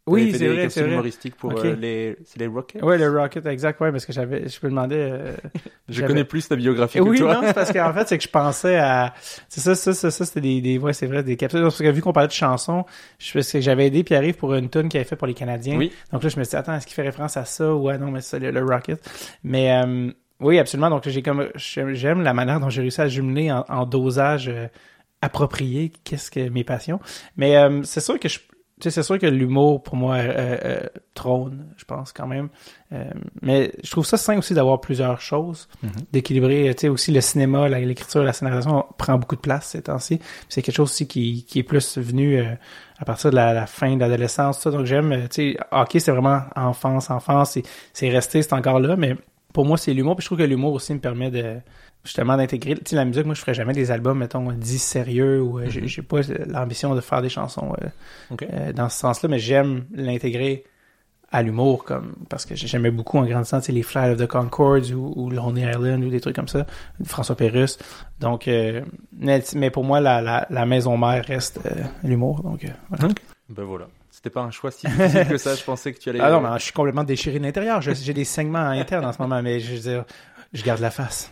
Oui, fait c'est des vrai, capsules c'est vrai. humoristiques pour okay. euh, les, c'est les Rockets. Ouais, le Rocket, exact, ouais, parce que j'avais, je peux demander. Euh, je connais plus ta biographie oui, que toi. Oui, non, c'est parce qu'en fait, c'est que je pensais à, c'est ça, ça, ça, ça, c'était des, des, ouais, c'est vrai, des capsules. Parce que vu qu'on parlait de chansons, je pense que j'avais aidé Pierre-Yves pour une tune qu'il avait fait pour les Canadiens. Oui. Donc là, je me suis dit, attends, est-ce qu'il fait référence à ça? Ouais, non, mais c'est le, le Rocket. Mais, euh, oui, absolument. Donc, j'ai comme, j'aime la manière dont j'ai réussi à jumeler en, en dosage euh, approprié. Qu'est-ce que mes passions? Mais, euh, c'est sûr que je, tu sais, c'est sûr que l'humour, pour moi, euh, euh, trône, je pense, quand même. Euh, mais je trouve ça sain aussi d'avoir plusieurs choses, mm-hmm. d'équilibrer. Tu sais, aussi, le cinéma, la, l'écriture, la scénarisation prend beaucoup de place ces temps-ci. C'est quelque chose aussi qui, qui est plus venu euh, à partir de la, la fin de l'adolescence. Tout ça. Donc, j'aime, tu sais, hockey, c'est vraiment enfance, enfance. C'est, c'est resté, c'est encore là. Mais pour moi, c'est l'humour. Puis je trouve que l'humour aussi me permet de... justement d'intégrer, tu sais, la musique, moi je ferais jamais des albums, mettons, dits sérieux, ou euh, mm-hmm. j'ai, j'ai pas l'ambition de faire des chansons euh, okay. euh, dans ce sens-là, mais j'aime l'intégrer à l'humour, comme, parce que j'aimais beaucoup en grandissant, tu sais, les Flight of the Conchords, ou, ou Lonely Island, ou des trucs comme ça, François Pérusse, donc, euh, mais, mais pour moi, la, la, la maison mère reste euh, l'humour, donc, euh, voilà. Okay. Ben voilà. C'était pas un choix si difficile que ça, je pensais que tu allais... Ah non, mais je suis complètement déchiré de l'intérieur, je, j'ai des saignements internes en ce moment, mais je veux dire... Je garde la face.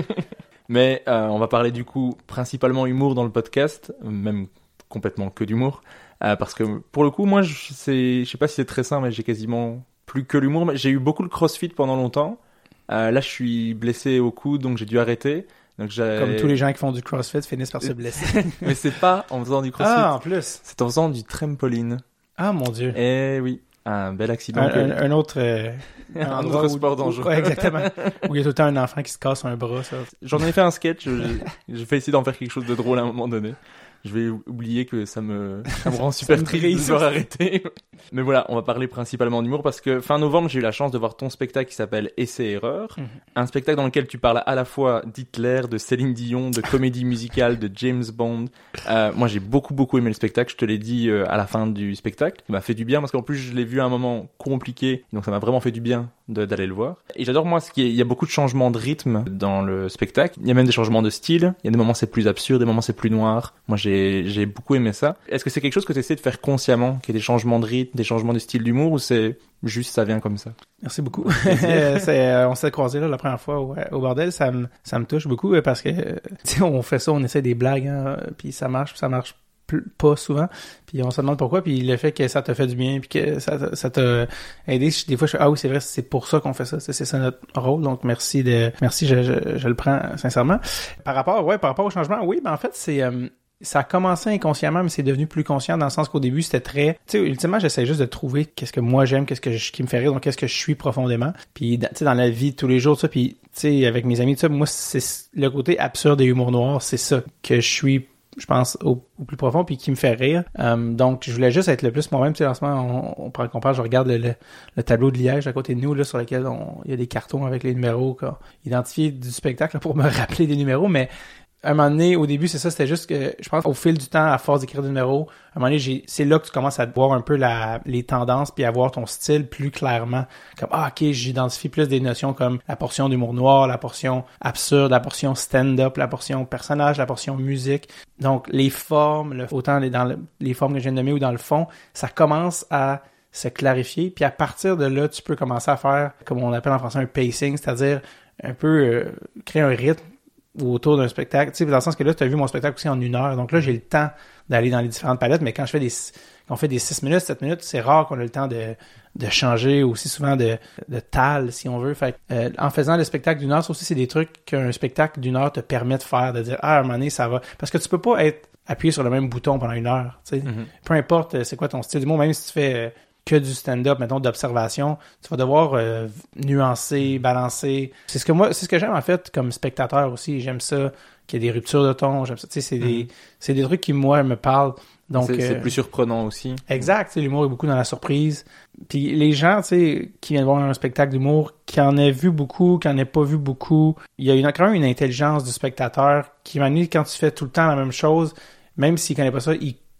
Mais euh, on va parler du coup principalement humour dans le podcast, même complètement que d'humour, euh, parce que pour le coup, moi, je, c'est, je sais pas si c'est très sain, mais j'ai quasiment plus que l'humour. Mais j'ai eu beaucoup de CrossFit pendant longtemps. Euh, là, je suis blessé au coude, donc j'ai dû arrêter. Donc j'ai... Comme tous les gens qui font du CrossFit finissent par se blesser. Mais c'est pas en faisant du CrossFit. Ah, en plus. C'est en faisant du trampoline. Ah, mon Dieu. Eh oui. Un bel accident. Un, un, un autre... Euh, un, un autre où, sport dangereux. Ouais, exactement. Où il y a tout le temps un enfant qui se casse un bras, ça. J'en ai fait un sketch. J'ai, j'ai fait essayer d'en faire quelque chose de drôle à un moment donné. Je vais oublier que ça me, ça me rend super triste de devoir arrêter. Mais voilà, on va parler principalement d'humour parce que fin novembre, j'ai eu la chance de voir ton spectacle qui s'appelle Essai-Erreur. Mm-hmm. Un spectacle dans lequel tu parles à la fois d'Hitler, de Céline Dion, de comédie musicale, de James Bond. Euh, moi, j'ai beaucoup, beaucoup aimé le spectacle. Je te l'ai dit euh, à la fin du spectacle. Ça m'a fait du bien parce qu'en plus, je l'ai vu à un moment compliqué. Donc, ça m'a vraiment fait du bien de, d'aller le voir. Et j'adore, moi, ce qui est, il y a beaucoup de changements de rythme dans le spectacle. Il y a même des changements de style. Il y a des moments, c'est plus absurde, des moments, c'est plus noir. Moi, j'ai J'ai, j'ai beaucoup aimé ça. Est-ce que c'est quelque chose que tu essaies de faire consciemment, qu'il y ait des changements de rythme, des changements de style d'humour, ou c'est juste ça vient comme ça? Merci beaucoup. c'est, euh, on s'est croisés là la première fois au, au bordel, ça me ça me touche beaucoup parce que tu sais, on fait ça, on essaie des blagues, hein, puis ça marche, puis ça marche pas souvent, puis on se demande pourquoi, puis le fait que ça t'a fait du bien, puis que ça, ça t'a aidé, des fois je fais ah oui c'est vrai, c'est pour ça qu'on fait ça, c'est, c'est ça notre rôle, donc merci de merci, je, je, je le prends sincèrement. Par rapport ouais par rapport au changement, oui, ben en fait c'est euh, ça a commencé inconsciemment, mais c'est devenu plus conscient dans le sens qu'au début, c'était très... Tu sais, ultimement, j'essaie juste de trouver qu'est-ce que moi j'aime, qu'est-ce que je, qui me fait rire, donc qu'est-ce que je suis profondément. Puis, tu sais, dans la vie de tous les jours, ça, puis, tu sais, avec mes amis, tout ça, moi, c'est le côté absurde et humour noir, c'est ça que je suis, je pense, au, au plus profond, puis qui me fait rire. Um, donc, je voulais juste être le plus moi-même. Tu sais, en ce moment, on, on prend qu'on parle, je regarde le, le, le tableau de Liège à côté de nous, là, sur lequel il y a des cartons avec les numéros, quoi, identifiés du spectacle, là, pour me rappeler des numéros, mais... À un moment donné, au début, c'est ça, c'était juste que, je pense, au fil du temps, à force d'écrire des numéros, à un moment donné, j'ai, c'est là que tu commences à voir un peu la, les tendances puis à voir ton style plus clairement. Comme, ah, ok, j'identifie plus des notions comme la portion d'humour noir, la portion absurde, la portion stand-up, la portion personnage, la portion musique. Donc, les formes, le, autant les, dans le, les formes que je viens de nommer ou dans le fond, ça commence à se clarifier. Puis à partir de là, tu peux commencer à faire, comme on appelle en français, un pacing, c'est-à-dire un peu euh, créer un rythme autour d'un spectacle, tu sais, dans le sens que là, tu as vu mon spectacle aussi en une heure, donc là, j'ai le temps d'aller dans les différentes palettes, mais quand je fais des, quand on fait des six minutes, sept minutes, c'est rare qu'on ait le temps de, de changer aussi souvent de, de tal, si on veut. Fait euh, en faisant le spectacle d'une heure, ça aussi, c'est des trucs qu'un spectacle d'une heure te permet de faire, de dire, ah, à un moment donné, ça va. Parce que tu peux pas être appuyé sur le même bouton pendant une heure, tu sais. Mm-hmm. Peu importe c'est quoi ton style du mot, même si tu fais euh, que du stand-up, mettons, d'observation, tu vas devoir euh, nuancer, balancer. C'est ce que moi, c'est ce que j'aime en fait comme spectateur aussi. J'aime ça, qu'il y ait des ruptures de ton. J'aime ça. Tu sais, c'est mm. des, c'est des trucs qui moi me parlent. Donc c'est, euh, c'est plus surprenant aussi. Exact. Tu sais, l'humour est beaucoup dans la surprise. Puis les gens, tu sais, qui viennent voir un spectacle d'humour, qui en aient vu beaucoup, qui en aient pas vu beaucoup, il y a une, quand même une intelligence du spectateur qui, quand tu fais tout le temps la même chose, même s'il connaît pas ça, il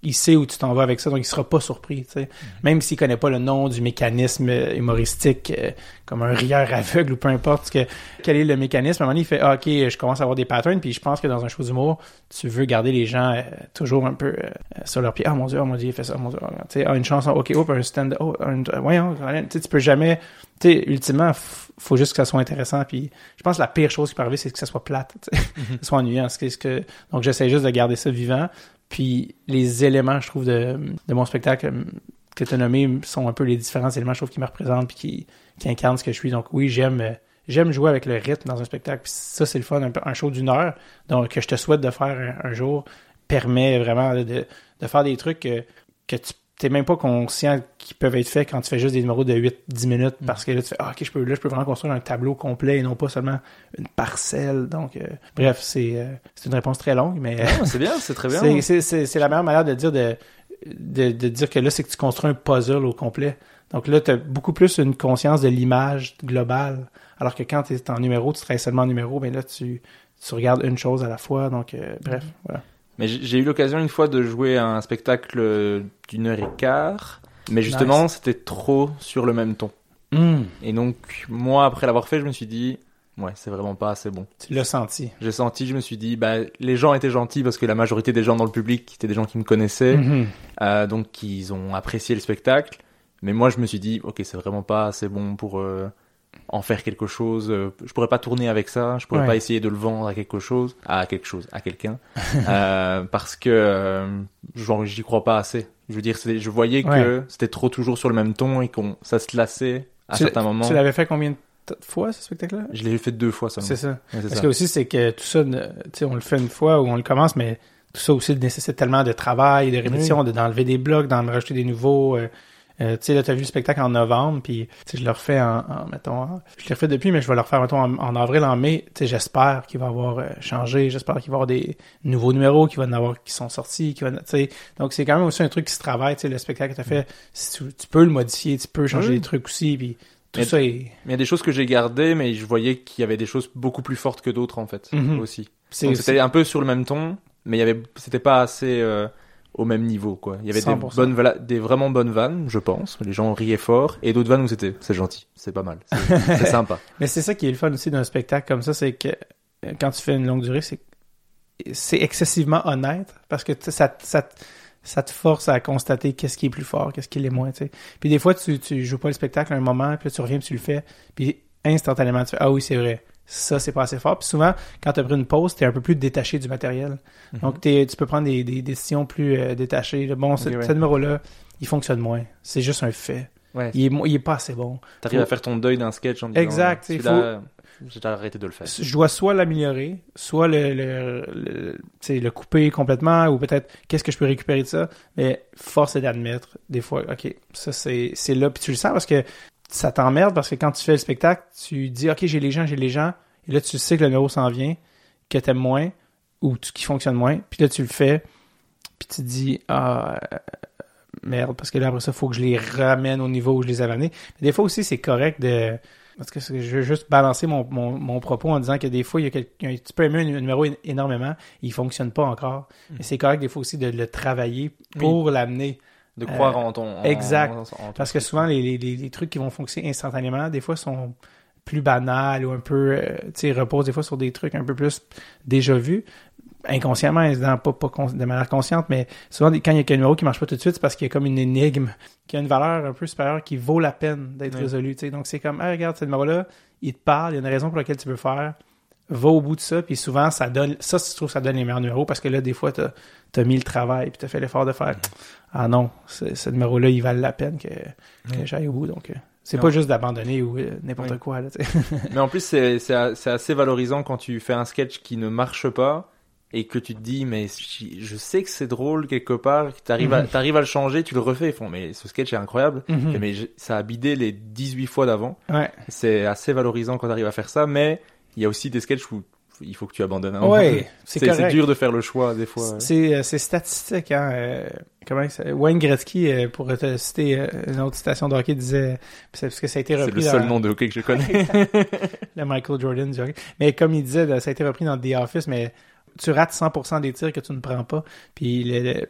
il sait où tu t'en vas avec ça, donc il sera pas surpris, tu sais. Mm-hmm. Même s'il connaît pas le nom du mécanisme humoristique, euh, comme un rieur aveugle ou peu importe que, quel est le mécanisme, à un moment donné, il fait ah, « Ok, je commence à avoir des patterns », puis je pense que dans un show d'humour, tu veux garder les gens euh, toujours un peu euh, sur leurs pieds. « Ah, mon Dieu, oh mon Dieu, il fait ça, oh, mon Dieu. Oh, » Tu sais, ah, une chanson, « Ok, hop, un stand oh, un, voyons, tu sais, tu peux jamais... » Tu sais, ultimement, f- faut juste que ça soit intéressant, puis je pense que la pire chose qui peut arriver, c'est que ça soit plate, tu sais, mm-hmm. que ça soit ennuyant. C'est ce que... Donc, j'essaie juste de garder ça vivant. Puis les éléments, je trouve, de, de mon spectacle que tu as nommé sont un peu les différents éléments, je trouve, qui me représentent puis qui, qui incarnent ce que je suis. Donc oui, j'aime j'aime jouer avec le rythme dans un spectacle. Puis ça, c'est le fun. Un, un show d'une heure, donc que je te souhaite de faire un, un jour, permet vraiment de, de faire des trucs que, que tu t'es même pas conscient qu'ils peuvent être faits quand tu fais juste des numéros de huit dix minutes, parce que là, tu fais ah, « Ok, je peux, là, je peux vraiment construire un tableau complet et non pas seulement une parcelle. » Donc, euh, bref, c'est, euh, c'est une réponse très longue, mais... Non, c'est bien, c'est très bien. c'est, c'est, c'est, c'est la meilleure manière de dire de, de, de dire que là, c'est que tu construis un puzzle au complet. Donc là, tu as beaucoup plus une conscience de l'image globale, alors que quand tu es en numéro, tu travailles seulement en numéro, mais là, tu, tu regardes une chose à la fois. Donc, euh, bref, voilà. Mais j'ai eu l'occasion une fois de jouer à un spectacle d'une heure et quart, mais justement, nice. C'était trop sur le même ton. Mm. Et donc, moi, après l'avoir fait, je me suis dit, ouais, c'est vraiment pas assez bon. Tu l'as senti. J'ai senti, je me suis dit, bah, les gens étaient gentils parce que la majorité des gens dans le public étaient des gens qui me connaissaient, mm-hmm. euh, donc ils ont apprécié le spectacle. Mais moi, je me suis dit, ok, c'est vraiment pas assez bon pour... Euh, en faire quelque chose, je pourrais pas tourner avec ça, je pourrais ouais. pas essayer de le vendre à quelque chose, à quelque chose, à quelqu'un, euh, parce que euh, genre j'y crois pas assez. Je veux dire, c'est, je voyais que ouais. c'était trop toujours sur le même ton et qu'on ça se lassait à tu, certains moments. Tu l'avais fait combien de fois ce spectacle-là? Je l'ai fait deux fois seulement. C'est ça. Ouais, c'est parce ça. que aussi c'est que tout ça, tu sais, on le fait une fois ou on le commence, mais tout ça aussi nécessite tellement de travail, de répétition, oui. de d'enlever des blocs, d'en rajouter des nouveaux. Euh, Euh, tu sais, là, t'as vu le spectacle en novembre, puis tu sais, je le refais en, en mettons, en, je l'ai refait depuis, mais je vais le refaire, mettons, en, en avril, en mai. Tu sais, j'espère qu'il va avoir euh, changé, j'espère qu'il va y avoir des nouveaux numéros, qu'il va y en avoir qui sont sortis, qui va, tu sais, donc c'est quand même aussi un truc qui se travaille, tu sais, le spectacle que t'as fait, si tu, tu peux le modifier, tu peux changer oui. des trucs aussi, puis tout mais, ça est... Mais il y a des choses que j'ai gardées, mais je voyais qu'il y avait des choses beaucoup plus fortes que d'autres, en fait, mm-hmm. aussi. C'est, donc c'était c'est... un peu sur le même ton, mais il y avait, c'était pas assez... Euh... au même niveau, quoi. Il y avait des bonnes, vala- des vraiment bonnes vannes, je pense. Les gens riaient fort. Et d'autres vannes où c'était, c'est gentil, c'est pas mal, c'est, c'est sympa. Mais c'est ça qui est le fun aussi d'un spectacle comme ça, c'est que quand tu fais une longue durée, c'est, c'est excessivement honnête, parce que ça, ça, ça te force à constater qu'est-ce qui est plus fort, qu'est-ce qui l'est moins, tu sais. Puis des fois, tu, tu joues pas le spectacle à un moment, puis là, tu reviens, puis tu le fais, puis instantanément, tu fais, ah oui, c'est vrai. Ça, c'est pas assez fort. Puis souvent, quand tu as pris une pause, tu es un peu plus détaché du matériel. Mm-hmm. Donc, tu peux prendre des, des décisions plus euh, détachées. Bon, okay, ce, ouais. ce numéro-là, il fonctionne moins. C'est juste un fait. Ouais. Il, est, il est pas assez bon. Tu arrives faut... à faire ton deuil d'un sketch en disant... Exact. Il faut... J'ai arrêté de le faire. Je dois soit l'améliorer, soit le, le, le, le couper complètement, ou peut-être qu'est-ce que je peux récupérer de ça. Mais force est d'admettre, des fois, OK, ça, c'est, c'est là. Puis tu le sens parce que ça t'emmerde, parce que quand tu fais le spectacle, tu dis, OK, j'ai les gens, j'ai les gens. Et là, tu sais que le numéro s'en vient, que t'aimes moins, ou qui fonctionne moins. Puis là, tu le fais, puis tu te dis, ah, euh, merde, parce que là, après ça, il faut que je les ramène au niveau où je les avais amenés. Mais des fois aussi, c'est correct de... Parce que je veux juste balancer mon, mon, mon propos en disant que des fois, il y a, quelqu'un, tu peux aimer un numéro énormément, il fonctionne pas encore. Mm. Mais c'est correct des fois aussi de le travailler pour oui. l'amener. De croire euh, en ton... En, exact. En, en ton parce que souvent, les, les, les trucs qui vont fonctionner instantanément, des fois, sont plus banals ou un peu, euh, tu sais, reposent des fois sur des trucs un peu plus déjà vus. Inconsciemment, pas, pas de manière consciente, mais souvent, quand il y a un numéro qui marche pas tout de suite, c'est parce qu'il y a comme une énigme qui a une valeur un peu supérieure qui vaut la peine d'être oui. résolue. T'sais. Donc, c'est comme, ah, regarde, ce numéro-là, il te parle, il y a une raison pour laquelle tu veux le faire, va au bout de ça, puis souvent, ça donne, ça, je trouve, ça donne les meilleurs numéros, parce que là, des fois, t'as, t'as mis le travail, puis t'as fait l'effort de faire, ah non, ce, ce numéro-là, il valent la peine que, oui. que j'aille au bout, donc... C'est non. pas juste d'abandonner ou euh, n'importe oui. quoi. Là, mais en plus, c'est, c'est, c'est assez valorisant quand tu fais un sketch qui ne marche pas et que tu te dis, mais je sais que c'est drôle quelque part, tu arrives mm-hmm. à, à le changer, tu le refais. Ils font, mais ce sketch est incroyable. Mm-hmm. Mais je, ça a bidé les dix-huit fois d'avant. Ouais. C'est assez valorisant quand tu arrives à faire ça, mais il y a aussi des sketchs où il faut que tu abandonnes. Hein. Ouais, c'est, c'est, c'est dur de faire le choix des fois. C'est, ouais. c'est statistique, hein. Euh, comment ça... Wayne Gretzky, euh, pour te citer euh, une autre citation de hockey, disait, parce que ça a été repris. C'est le seul dans... nom de hockey que je connais. Le Michael Jordan du hockey. Mais comme il disait, ça a été repris dans The Office, mais tu rates cent pour cent des tirs que tu ne prends pas. Puis le, le,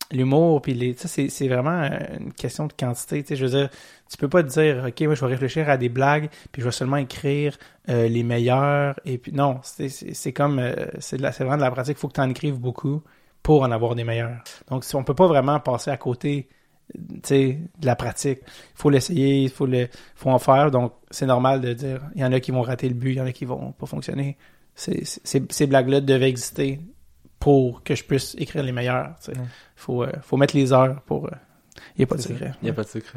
l'humour, puis les, ça, c'est, c'est vraiment une question de quantité. Tu sais, je veux dire, tu peux pas te dire, OK, moi, je vais réfléchir à des blagues, puis je vais seulement écrire euh, les meilleurs. Et puis, non, c'est, c'est, c'est comme, euh, c'est, de la, c'est vraiment de la pratique. Il faut que tu en écrives beaucoup pour en avoir des meilleurs. Donc, si on peut pas vraiment passer à côté, tu sais, de la pratique. Il faut l'essayer, il faut le, faut en faire. Donc, c'est normal de dire, il y en a qui vont rater le but, il y en a qui vont pas fonctionner. C'est, c'est, ces blagues-là devaient exister pour que je puisse écrire les meilleurs. Il ouais. faut, euh, faut mettre les heures pour... Il euh, n'y a pas de secret. Il n'y a pas de secret.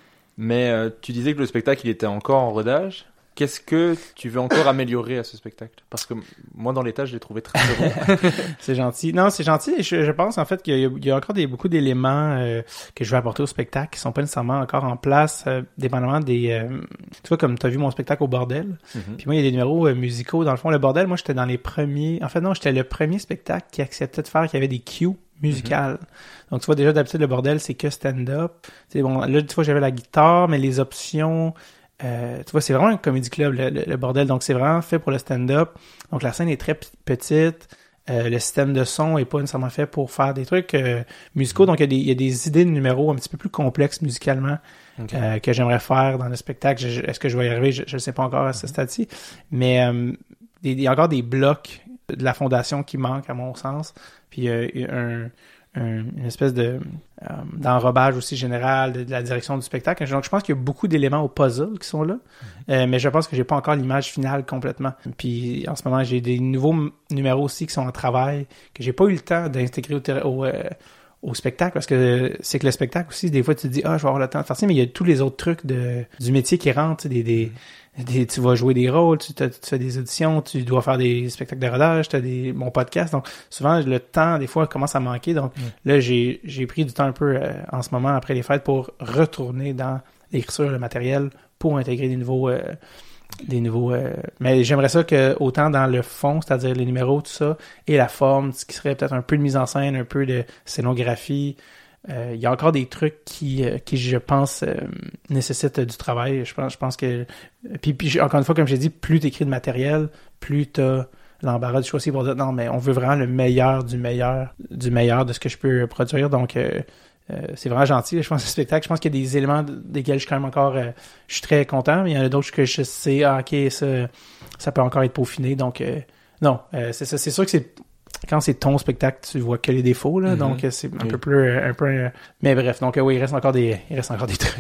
Mais euh, tu disais que le spectacle, il était encore en rodage. Qu'est-ce que tu veux encore améliorer à ce spectacle? Parce que moi, dans l'état, je l'ai trouvé très bon. C'est gentil. Non, c'est gentil. Je, je pense, en fait, qu'il y a, il y a encore des, beaucoup d'éléments euh, que je veux apporter au spectacle qui sont pas nécessairement encore en place, euh, dépendamment des... Euh, tu vois, comme tu as vu mon spectacle au bordel. Mm-hmm. Puis moi, il y a des numéros euh, musicaux. Dans le fond, le bordel, moi, j'étais dans les premiers... En fait, non, j'étais le premier spectacle qui acceptait de faire, qui avait des cues musicales. Mm-hmm. Donc, tu vois, déjà, d'habitude, le bordel, c'est que stand-up. C'est bon, là, tu vois, j'avais la guitare, mais les options... Euh, tu vois, c'est vraiment un comedy club, le, le, le bordel. Donc, c'est vraiment fait pour le stand-up. Donc, la scène est très p- petite. Euh, le système de son est pas nécessairement fait pour faire des trucs euh, musicaux. Donc, il y a des, il y a des idées de numéros un petit peu plus complexes musicalement okay. euh, que j'aimerais faire dans le spectacle. Je, est-ce que je vais y arriver? Je ne sais pas encore à ce stade-ci. Mais euh, des, il y a encore des blocs de la fondation qui manquent, à mon sens. Puis, euh, un... une espèce de euh, d'enrobage aussi général de, de la direction du spectacle. Donc, je pense qu'il y a beaucoup d'éléments au puzzle qui sont là, mm-hmm. euh, mais je pense que j'ai pas encore l'image finale complètement. Puis, en ce moment, j'ai des nouveaux m- numéros aussi qui sont en travail, que j'ai pas eu le temps d'intégrer au, ter- au, euh, au spectacle, parce que c'est que le spectacle aussi, des fois, tu te dis « Ah, je vais avoir le temps de faire ça », mais il y a tous les autres trucs de du métier qui rentrent, des... des Des, tu vas jouer des rôles, tu, tu fais des auditions, tu dois faire des spectacles de rodage, tu as des mon podcast. Donc, souvent, le temps, des fois, commence à manquer. Donc, mm. là, j'ai j'ai pris du temps un peu euh, en ce moment, après les fêtes, pour retourner dans l'écriture, le matériel, pour intégrer des nouveaux... Euh, des nouveaux euh... mais j'aimerais ça que, autant dans le fond, c'est-à-dire les numéros, tout ça, et la forme, ce qui serait peut-être un peu de mise en scène, un peu de scénographie... Il euh, y a encore des trucs qui, euh, qui je pense, euh, nécessitent du travail. Je pense, je pense que... Puis, puis encore une fois, comme j'ai dit, plus tu écris de matériel, plus tu as l'embarras du choix aussi pour dire non, mais on veut vraiment le meilleur du meilleur, du meilleur de ce que je peux produire. Donc, euh, euh, c'est vraiment gentil, je pense, ce spectacle. Je pense qu'il y a des éléments desquels je suis quand même encore... Euh, je suis très content, mais il y en a d'autres que je sais, ah, OK, ça, ça peut encore être peaufiné. Donc, euh, non, euh, c'est ça. C'est sûr que c'est... Quand c'est ton spectacle, tu vois que les défauts, là, mm-hmm. donc c'est un oui. peu plus, un peu, mais bref, donc oui, il reste encore des, il reste encore des trucs.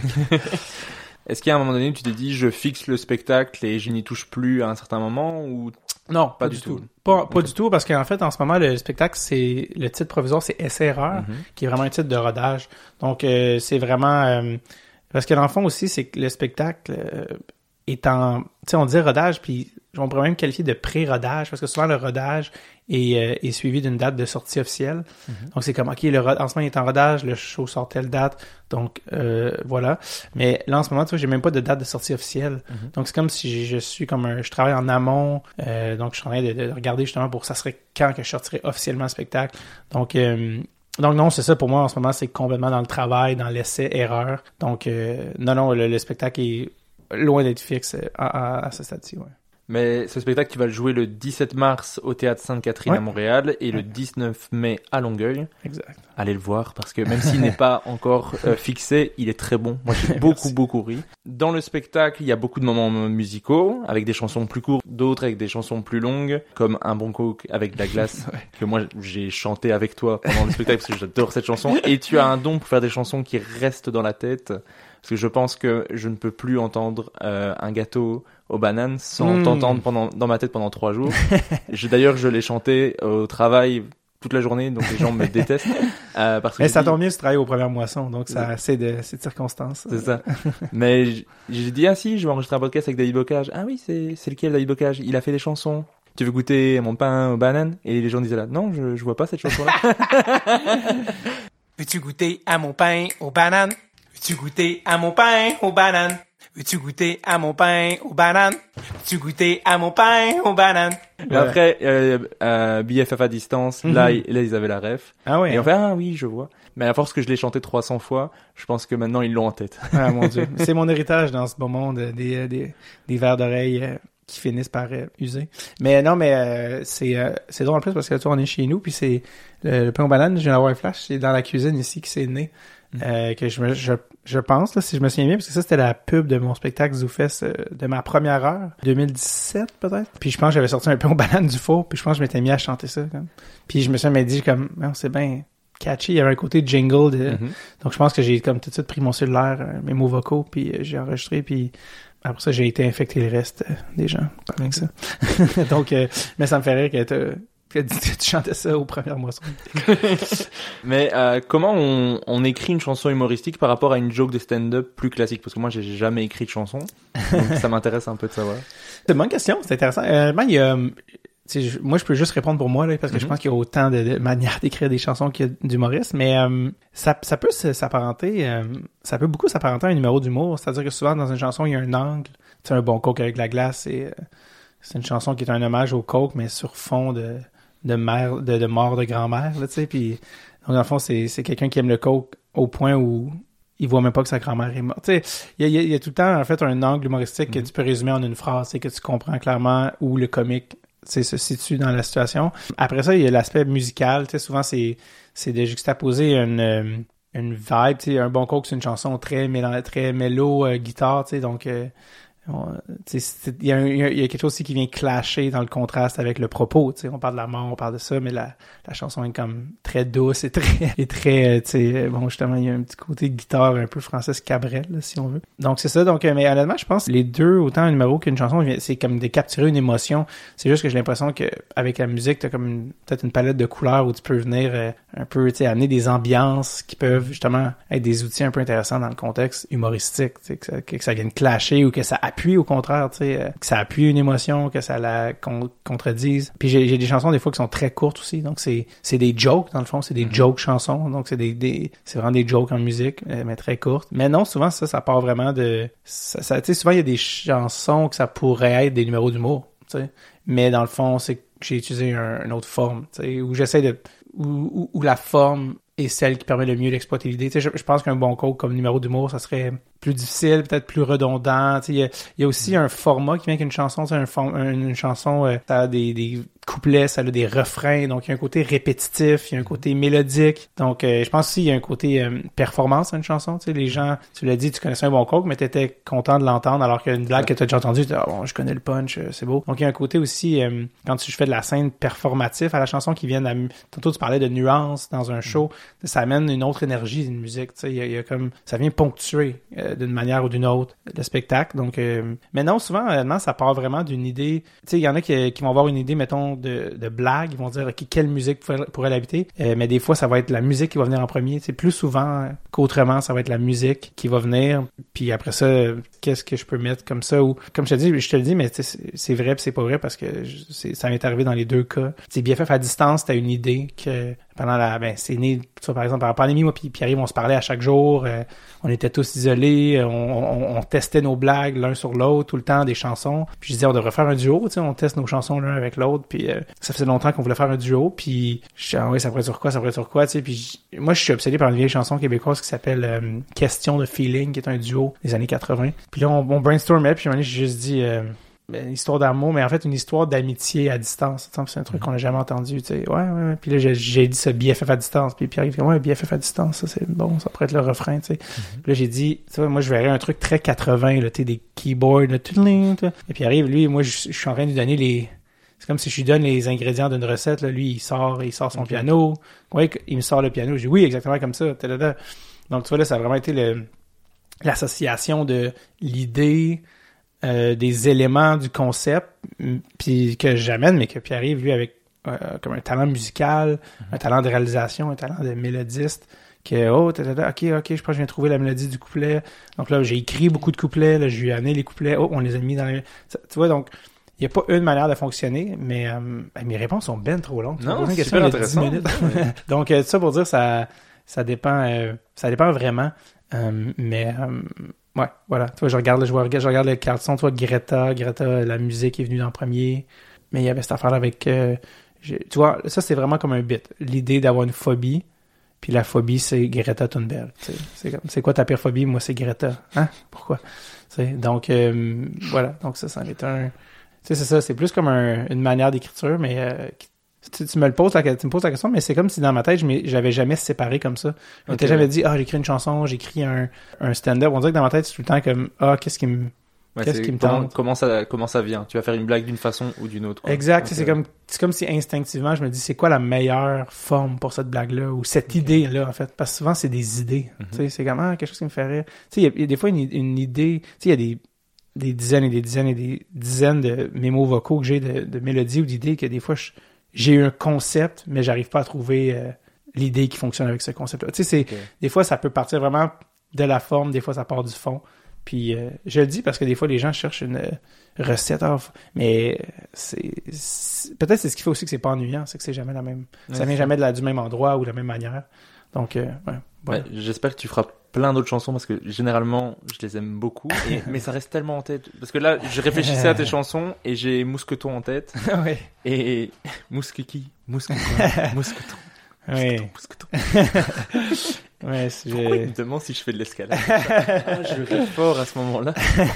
Est-ce qu'il y a un moment donné où tu t'es dit, je fixe le spectacle et je n'y touche plus à un certain moment, ou non, pas, pas du tout, tout. pas, pas okay. du tout, parce qu'en fait, en ce moment, le spectacle, c'est le titre provisoire, c'est Essai-erreur, mm-hmm. qui est vraiment un titre de rodage. Donc euh, c'est vraiment, euh, parce que dans le fond aussi, c'est que le spectacle euh, est en, tu sais, on dit rodage, puis on pourrait même qualifier de pré-rodage, parce que souvent le rodage est, euh, est suivi d'une date de sortie officielle. Mm-hmm. Donc c'est comme, OK, le ro- en ce moment il est en rodage, le show sort telle date, donc euh, voilà. Mais là en ce moment, tu vois, j'ai même pas de date de sortie officielle. Mm-hmm. Donc c'est comme si je suis comme un, je travaille en amont, euh, donc je suis en train de, de regarder justement pour ça serait quand que je sortirais officiellement le spectacle. Donc euh, donc non, c'est ça pour moi en ce moment, c'est complètement dans le travail, dans l'essai-erreur. Donc euh, non, non, le, le spectacle est loin d'être fixe à, à, à ce stade-ci, ouais. Mais ce spectacle, tu vas le jouer le dix-sept mars au Théâtre Sainte-Catherine ouais. à Montréal et ouais. le dix-neuf mai à Longueuil. Exact. Allez le voir parce que même s'il n'est pas encore euh, fixé, il est très bon. Moi, j'ai beaucoup, beaucoup ri. Dans le spectacle, il y a beaucoup de moments musicaux avec des chansons plus courtes, d'autres avec des chansons plus longues, comme Un bon coke avec de la glace ouais. que moi, j'ai chanté avec toi pendant le spectacle parce que j'adore cette chanson. Et tu as un don pour faire des chansons qui restent dans la tête. Parce que je pense que je ne peux plus entendre euh, Un gâteau aux bananes sans mmh. t'entendre pendant, dans ma tête pendant trois jours. je, d'ailleurs, je l'ai chanté au travail toute la journée, donc les gens me détestent. Euh, parce que mais ça dit... tombe mieux si tu travailles aux premières moissons, donc ça a assez de, assez de circonstances. C'est ça. Mais j'ai dit, ah si, je vais enregistrer un podcast avec David Bocage. Ah oui, c'est, c'est lequel David Bocage? Il a fait des chansons. Tu veux goûter mon pain aux bananes? Et les gens disaient là, non, je, je vois pas cette chanson-là. Veux-tu goûter à mon pain aux bananes? Veux-tu goûter à mon pain aux bananes? Veux-tu goûter à mon pain aux bananes? Veux-tu goûter à mon pain aux bananes? Mais ouais. Après, euh, euh, B F F à distance, mm-hmm. là, là, ils avaient la ref. Ah ouais. Et on fait, ah oui, je vois. Mais à force que je l'ai chanté trois cents fois, je pense que maintenant, ils l'ont en tête. Ah mon Dieu. C'est mon héritage dans ce beau monde des, des, des verres d'oreille qui finissent par euh, user. Mais non, mais euh, c'est euh, c'est drôle en plus parce que là, tu vois, on est chez nous, puis c'est le, le pain aux bananes, je viens d'avoir un flash, c'est dans la cuisine ici que c'est né. Mm. Euh, que je, me, je je pense, là, si je me souviens bien, parce que ça, c'était la pub de mon spectacle ZooFest euh, de ma première heure, deux mille dix-sept peut-être. Puis je pense que j'avais sorti un pain aux bananes du four, puis je pense que je m'étais mis à chanter ça. Comme. Puis je me suis dit comme, non, c'est bien catchy, il y avait un côté jingle. De... Mm-hmm. Donc je pense que j'ai comme tout de suite pris mon cellulaire, euh, mes mots vocaux, puis euh, j'ai enregistré, puis après ça, j'ai été infecter le reste euh, des gens avec ça. Donc, euh, mais ça me fait rire que t'as... que tu chantais ça aux premières moissons. Mais euh, comment on, on écrit une chanson humoristique par rapport à une joke de stand-up plus classique? Parce que moi, j'ai jamais écrit de chanson. Donc ça m'intéresse un peu de savoir. C'est une bonne question, c'est intéressant. Euh, il y a... Je, moi, je peux juste répondre pour moi, là, parce que mm-hmm. je pense qu'il y a autant de, de manières d'écrire des chansons qu'il y a d'humoristes, mais euh, ça, ça peut s'apparenter, euh, ça peut beaucoup s'apparenter à un numéro d'humour, c'est-à-dire que souvent, dans une chanson, il y a un angle, tu sais, un bon coke avec la glace, c'est, euh, c'est une chanson qui est un hommage au coke, mais sur fond de, de, mère, de, de mort de grand-mère, là, tu sais, puis donc, dans le fond, c'est, c'est quelqu'un qui aime le coke au point où il voit même pas que sa grand-mère est morte. Tu sais, il y a, il y a tout le temps, en fait, un angle humoristique mm-hmm. que tu peux résumer en une phrase, c'est que tu comprends clairement où le comique se situe dans la situation. Après ça, il y a l'aspect musical. Tu sais, souvent, c'est, c'est de juxtaposer une, une vibe. Tu sais, un bon coke, c'est une chanson très mélan- très mélo, euh, guitare. Tu sais, donc, euh, il y, y a quelque chose aussi qui vient clasher dans le contraste avec le propos. Tu sais, on parle de la mort, on parle de ça, mais la, la chanson est comme très douce et très, et très, tu sais, bon, justement, il y a un petit côté de guitare un peu Francis Cabrel, là, si on veut. Donc, c'est ça. Donc, mais honnêtement, je pense que les deux, autant un numéro qu'une chanson, c'est comme de capturer une émotion. C'est juste que j'ai l'impression que avec la musique, t'as comme une, peut-être une palette de couleurs où tu peux venir euh, un peu, tu sais, amener des ambiances qui peuvent justement être des outils un peu intéressants dans le contexte humoristique, tu sais, que ça, que ça vienne clasher ou que ça appuie au contraire, tu sais, euh, que ça appuie une émotion, que ça la con- contredise. Puis j'ai, j'ai des chansons des fois qui sont très courtes aussi, donc c'est c'est des jokes dans le fond, c'est des mm-hmm. jokes chansons, donc c'est des, des c'est vraiment des jokes en musique, euh, mais très courtes. Mais non, souvent ça, ça part vraiment de, ça, ça tu sais, souvent il y a des chansons que ça pourrait être des numéros d'humour, tu sais, mais dans le fond c'est que j'ai utilisé un, une autre forme, tu sais, où j'essaie de, où, où, où la forme est celle qui permet le mieux d'exploiter l'idée. Tu sais, je, je pense qu'un bon coke comme numéro d'humour, ça serait plus difficile, peut-être plus redondant. Tu sais, il y a, il y a aussi un format qui vient qu'une chanson, tu sais, un form, une, une chanson, euh, ça a des, des couplets, ça a des refrains, donc il y a un côté répétitif, il y a un côté mélodique. Donc, euh, je pense aussi il y a un côté euh, performance à une chanson. Tu sais, les gens, tu l'as dit, tu connaissais un bon coke, mais t'étais content de l'entendre, alors qu'une blague que t'as déjà entendue, tu dis, ah bon, je connais le punch, euh, c'est beau. Donc, il y a un côté aussi, euh, quand tu fais de la scène performative à la chanson qui vient, tantôt tu parlais de nuances dans un show, ça amène une autre énergie d'une musique. Tu sais, il y a, il y a comme, ça vient ponctuer euh, d'une manière ou d'une autre le spectacle. Donc, euh, mais non, souvent, honnêtement, ça part vraiment d'une idée. Tu sais, il y en a qui, qui vont avoir une idée, mettons, de, de blague. Ils vont dire, OK, quelle musique pourrait, pourrait l'habiter? Euh, mais des fois, ça va être la musique qui va venir en premier. Tu sais, plus souvent qu'autrement, ça va être la musique qui va venir. Puis après ça, qu'est-ce que je peux mettre comme ça? Ou, comme je te dis, je te le dis, mais c'est, c'est vrai pis c'est pas vrai parce que c'est, ça m'est arrivé dans les deux cas. Tu sais, B F F à distance, t'as une idée que pendant la, ben, c'est né, tu vois, par exemple, par la pandémie, moi puis Pierre-Yves, on se parlait à chaque jour, euh, on était tous isolés, on, on, on testait nos blagues l'un sur l'autre, tout le temps, des chansons, puis je disais, on devrait faire un duo, tu sais, on teste nos chansons l'un avec l'autre, puis euh, ça faisait longtemps qu'on voulait faire un duo, puis je disais, ah oui, ça pourrait être sur quoi, ça pourrait être sur quoi, tu sais, puis j... moi, je suis obsédé par une vieille chanson québécoise qui s'appelle euh, Question de feeling, qui est un duo des années quatre-vingts, puis là, on, on brainstormait, puis à un moment donné, j'ai juste dit... Euh, une histoire d'amour, mais en fait une histoire d'amitié à distance. C'est un truc qu'on n'a jamais entendu, tu sais. Ouais, ouais, ouais. Puis là, j'ai, j'ai dit ça, B F F à distance. Puis Pierre, il dit, ouais, B F F à distance, ça, c'est bon, ça pourrait être le refrain, tu sais. Mm-hmm. Puis là, j'ai dit, tu vois, moi, je verrais un truc très quatre-vingts, là, tu sais, des keyboards, là, tout, et puis arrive, lui, moi, je, je suis en train de lui donner les... C'est comme si je lui donne les ingrédients d'une recette, là. Lui, il sort, il sort son okay. piano. Ouais, il me sort le piano. Je dis, oui, exactement comme ça. Tadada. Donc, tu vois, là, ça a vraiment été le, l'association de l'idée, Euh, des éléments du concept puis que j'amène mais que Pierre-Yves lui avec euh, comme un talent musical, mm-hmm. un talent de réalisation, un talent de mélodiste que oh tata, ok ok je pense que je viens trouver la mélodie du couplet, donc là j'ai écrit beaucoup de couplets, là je lui ai amené les couplets, oh on les a mis dans les... tu vois, donc il n'y a pas une manière de fonctionner, mais euh, mes réponses sont ben trop longues. Non, c'est super intéressant. Donc euh, tout ça pour dire ça ça dépend euh, ça dépend vraiment euh, mais euh, ouais, voilà. Tu vois, je regarde, je regarde, je regarde le carton, tu vois, Greta, Greta, la musique est venue en premier. Mais il y avait cette affaire avec... Euh, tu vois, ça, c'est vraiment comme un bit. L'idée d'avoir une phobie, puis la phobie, c'est Greta Thunberg. C'est, comme, c'est quoi ta pire phobie? Moi, c'est Greta. Hein? Pourquoi? T'sais, donc, euh, voilà. Donc ça, ça en est un... sais, c'est ça, c'est plus comme un, une manière d'écriture, mais euh, tu, tu me le poses, la, tu me poses la question, mais c'est comme si dans ma tête, je j'avais jamais séparé comme ça. Je m'étais okay, jamais ouais. dit, ah, j'écris une chanson, j'écris un, un stand-up. On dirait que dans ma tête, c'est tout le temps comme, ah, qu'est-ce qui me... Ouais, Qu'est-ce qui me comment, tente? Comment ça, comment ça vient? Tu vas faire une blague d'une façon ou d'une autre, quoi. Exact. Okay. C'est comme, c'est comme si instinctivement, je me dis, c'est quoi la meilleure forme pour cette blague-là ou cette okay. idée-là, en fait? Parce que souvent, c'est des idées. Mm-hmm. Tu sais, c'est comme, ah, quelque chose qui me fait rire. Tu sais, il y, y a des fois une, une idée, tu sais, il y a des, des dizaines et des dizaines et des dizaines de mémos vocaux que j'ai de, de mélodies ou d'idées que des fois, je, j'ai eu un concept, mais j'arrive pas à trouver euh, l'idée qui fonctionne avec ce concept-là. Tu sais, c'est, okay. des fois, ça peut partir vraiment de la forme, des fois, ça part du fond. Puis euh, je le dis parce que des fois les gens cherchent une euh, recette off, mais c'est, c'est peut-être c'est ce qui fait aussi que c'est pas ennuyant, c'est que c'est jamais la même, ouais, ça vient jamais de la, du même endroit ou de la même manière. Donc euh, ouais, voilà. Ouais, j'espère que tu feras plein d'autres chansons parce que généralement je les aime beaucoup, et, mais ça reste tellement en tête. Parce que là je réfléchissais à tes chansons et j'ai Mousqueton en tête. Ouais. Et Mousquequi, Mousqueton, Mousqueton. Oui. Mousqueton. Ouais, c'est... Pourquoi il me demande si je fais de l'escalade? Ah, je ris fort à ce moment-là.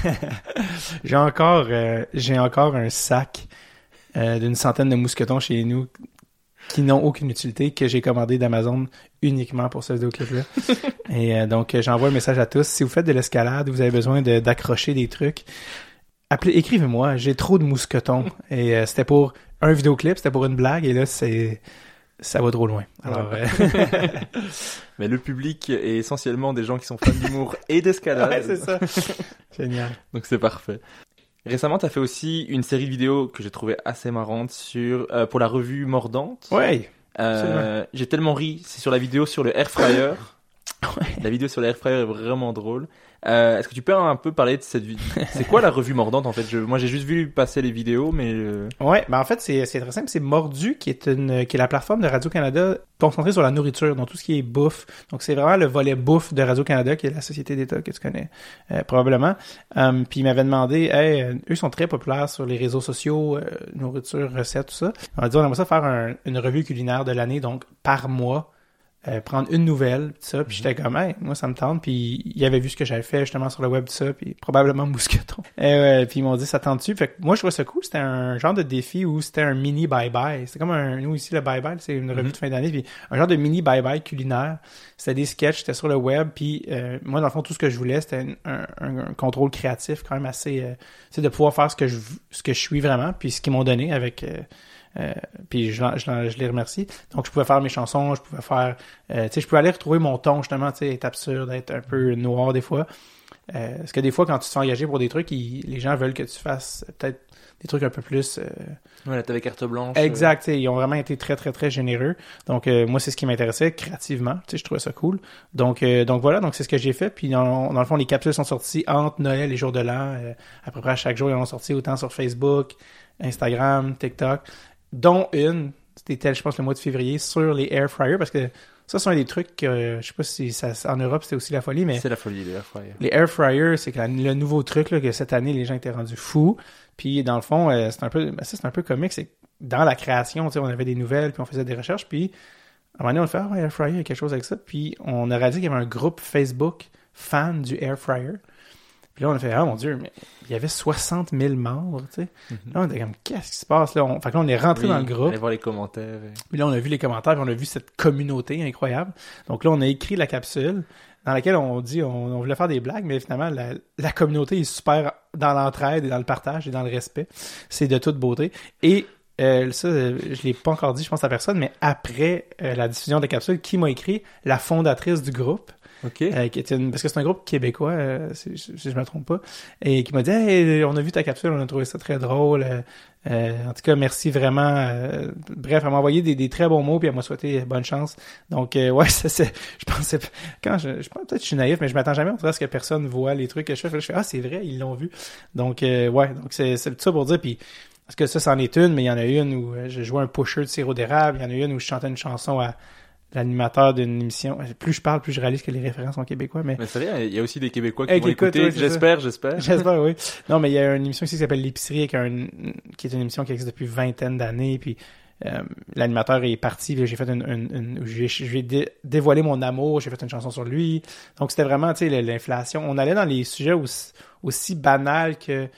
j'ai encore, euh, j'ai encore un sac euh, d'une centaine de mousquetons chez nous qui n'ont aucune utilité, que j'ai commandé d'Amazon uniquement pour ce vidéoclip-là. Et euh, donc, j'envoie un message à tous. Si vous faites de l'escalade, vous avez besoin de, d'accrocher des trucs, appelez, écrivez-moi. J'ai trop de mousquetons. Et euh, c'était pour un vidéoclip, c'était pour une blague. Et là, c'est... ça va trop loin. Alors, ouais. euh... Mais le public est essentiellement des gens qui sont fans d'humour et d'escalade. Ouais, c'est ça. Génial. Donc c'est parfait. Récemment, tu as fait aussi une série de vidéos que j'ai trouvé assez marrante sur euh, pour la revue Mordante. Ouais. Euh, j'ai tellement ri. C'est sur la vidéo sur le air fryer. Ouais. La vidéo sur l'air fryer est vraiment drôle. Euh, est-ce que tu peux un peu parler de cette vidéo? C'est quoi la revue Mordante en fait? Je, moi j'ai juste vu passer les vidéos, mais euh... ouais, ben en fait c'est c'est très simple, c'est Mordu qui est une qui est la plateforme de Radio-Canada concentrée sur la nourriture, donc tout ce qui est bouffe. Donc c'est vraiment le volet bouffe de Radio-Canada qui est la société d'État que tu connais euh, probablement. Um, puis il m'avait demandé, hey, euh, eux sont très populaires sur les réseaux sociaux, euh, nourriture, recettes, tout ça. On a dit on aimerait ça faire un, une revue culinaire de l'année, donc par mois. Euh, prendre une nouvelle, pis ça, puis j'étais comme, hey, moi ça me tente, puis il avait vu ce que j'avais fait justement sur le web, tout ça, puis probablement Mousqueton. Et euh, puis ils m'ont dit, ça tente-tu? Fait que moi je trouvais ça cool, c'était un genre de défi où c'était un mini bye-bye. C'est comme un, nous ici le bye-bye, c'est une revue mm-hmm. de fin d'année, puis un genre de mini bye-bye culinaire. C'était des sketchs, c'était sur le web, puis euh, moi dans le fond tout ce que je voulais, c'était un, un, un contrôle créatif quand même assez, euh, c'est de pouvoir faire ce que je ce que je suis vraiment, puis ce qu'ils m'ont donné avec... Euh, Euh, puis je, je, je les remercie. Donc je pouvais faire mes chansons, je pouvais faire euh, tu sais, je pouvais aller retrouver mon ton justement, tu sais, être absurde, être un peu noir des fois. Euh, parce que des fois quand tu te fais engager pour des trucs, ils, les gens veulent que tu fasses peut-être des trucs un peu plus euh... ouais, là t'avais carte blanche. Exact, euh... ils ont vraiment été très très très généreux. Donc euh, moi c'est ce qui m'intéressait créativement, tu sais, je trouvais ça cool. Donc euh, donc voilà, donc c'est ce que j'ai fait. Puis dans, dans le fond les capsules sont sorties entre Noël et jour de l'an, euh, à peu près à chaque jour ils en ont sorti autant sur Facebook, Instagram, TikTok. Dont une, c'était je pense le mois de février, sur les air fryers, parce que ça, c'est un des trucs que, euh, je sais pas si ça, en Europe, c'était aussi la folie, mais... C'est la folie, les air fryers. Les air fryers, c'est que la, le nouveau truc, là, que cette année, les gens étaient rendus fous. Puis, dans le fond, euh, c'est un peu, ça, c'est un peu comique, c'est que dans la création, tu sais, on avait des nouvelles, puis on faisait des recherches, puis à un moment donné, on fait, ah, ouais, air fryer, il y a quelque chose avec ça. Puis, on a réalisé qu'il y avait un groupe Facebook fan du air fryer. Puis là, on a fait, ah mon Dieu, mais il y avait soixante mille membres, tu sais. Mm-hmm. Là, on était comme, qu'est-ce qui se passe là? On... Fait que là, on est rentré oui, dans le groupe. On allait voir les commentaires. Et... Puis là, on a vu les commentaires, puis on a vu cette communauté incroyable. Donc là, on a écrit la capsule dans laquelle on dit, on, on voulait faire des blagues, mais finalement, la, la communauté est super dans l'entraide et dans le partage et dans le respect. C'est de toute beauté. Et euh, ça, je l'ai pas encore dit, je pense à personne, mais après euh, la diffusion de la capsule, qui m'a écrit? La fondatrice du groupe. Okay. Euh, qui est une, parce que c'est un groupe québécois, euh, si, si je me trompe pas, et qui m'a dit hey, on a vu ta capsule, on a trouvé ça très drôle. Euh, euh, en tout cas, merci vraiment. Euh, bref, elle m'a envoyé des, des très bons mots, puis elle m'a souhaité bonne chance. Donc, euh, ouais, ça c'est. Je pensais quand je, je pense peut-être que je suis naïf, mais je m'attends jamais à ce que personne voit les trucs que je fais. Je fais ah c'est vrai, ils l'ont vu. Donc, euh, ouais, donc c'est c'est tout ça pour dire. Puis parce que ça, c'en est une, mais il y en a une où euh, je jouais un pusher de sirop d'érable. Il y en a une où je chantais une chanson à l'animateur d'une émission. Plus je parle, plus je réalise que les références sont québécois, mais... Mais c'est vrai, il y a aussi des Québécois qui hey, vont écouter. Ouais, j'espère, ça. j'espère. J'espère, oui. Non, mais il y a une émission ici qui s'appelle L'Épicerie, qui, un, qui est une émission qui existe depuis vingtaine d'années, puis euh, l'animateur est parti, j'ai fait une... une, une j'ai, j'ai dé, dévoilé mon amour, j'ai fait une chanson sur lui. Donc, c'était vraiment, tu sais, l'inflation. On allait dans les sujets aussi, aussi banals que...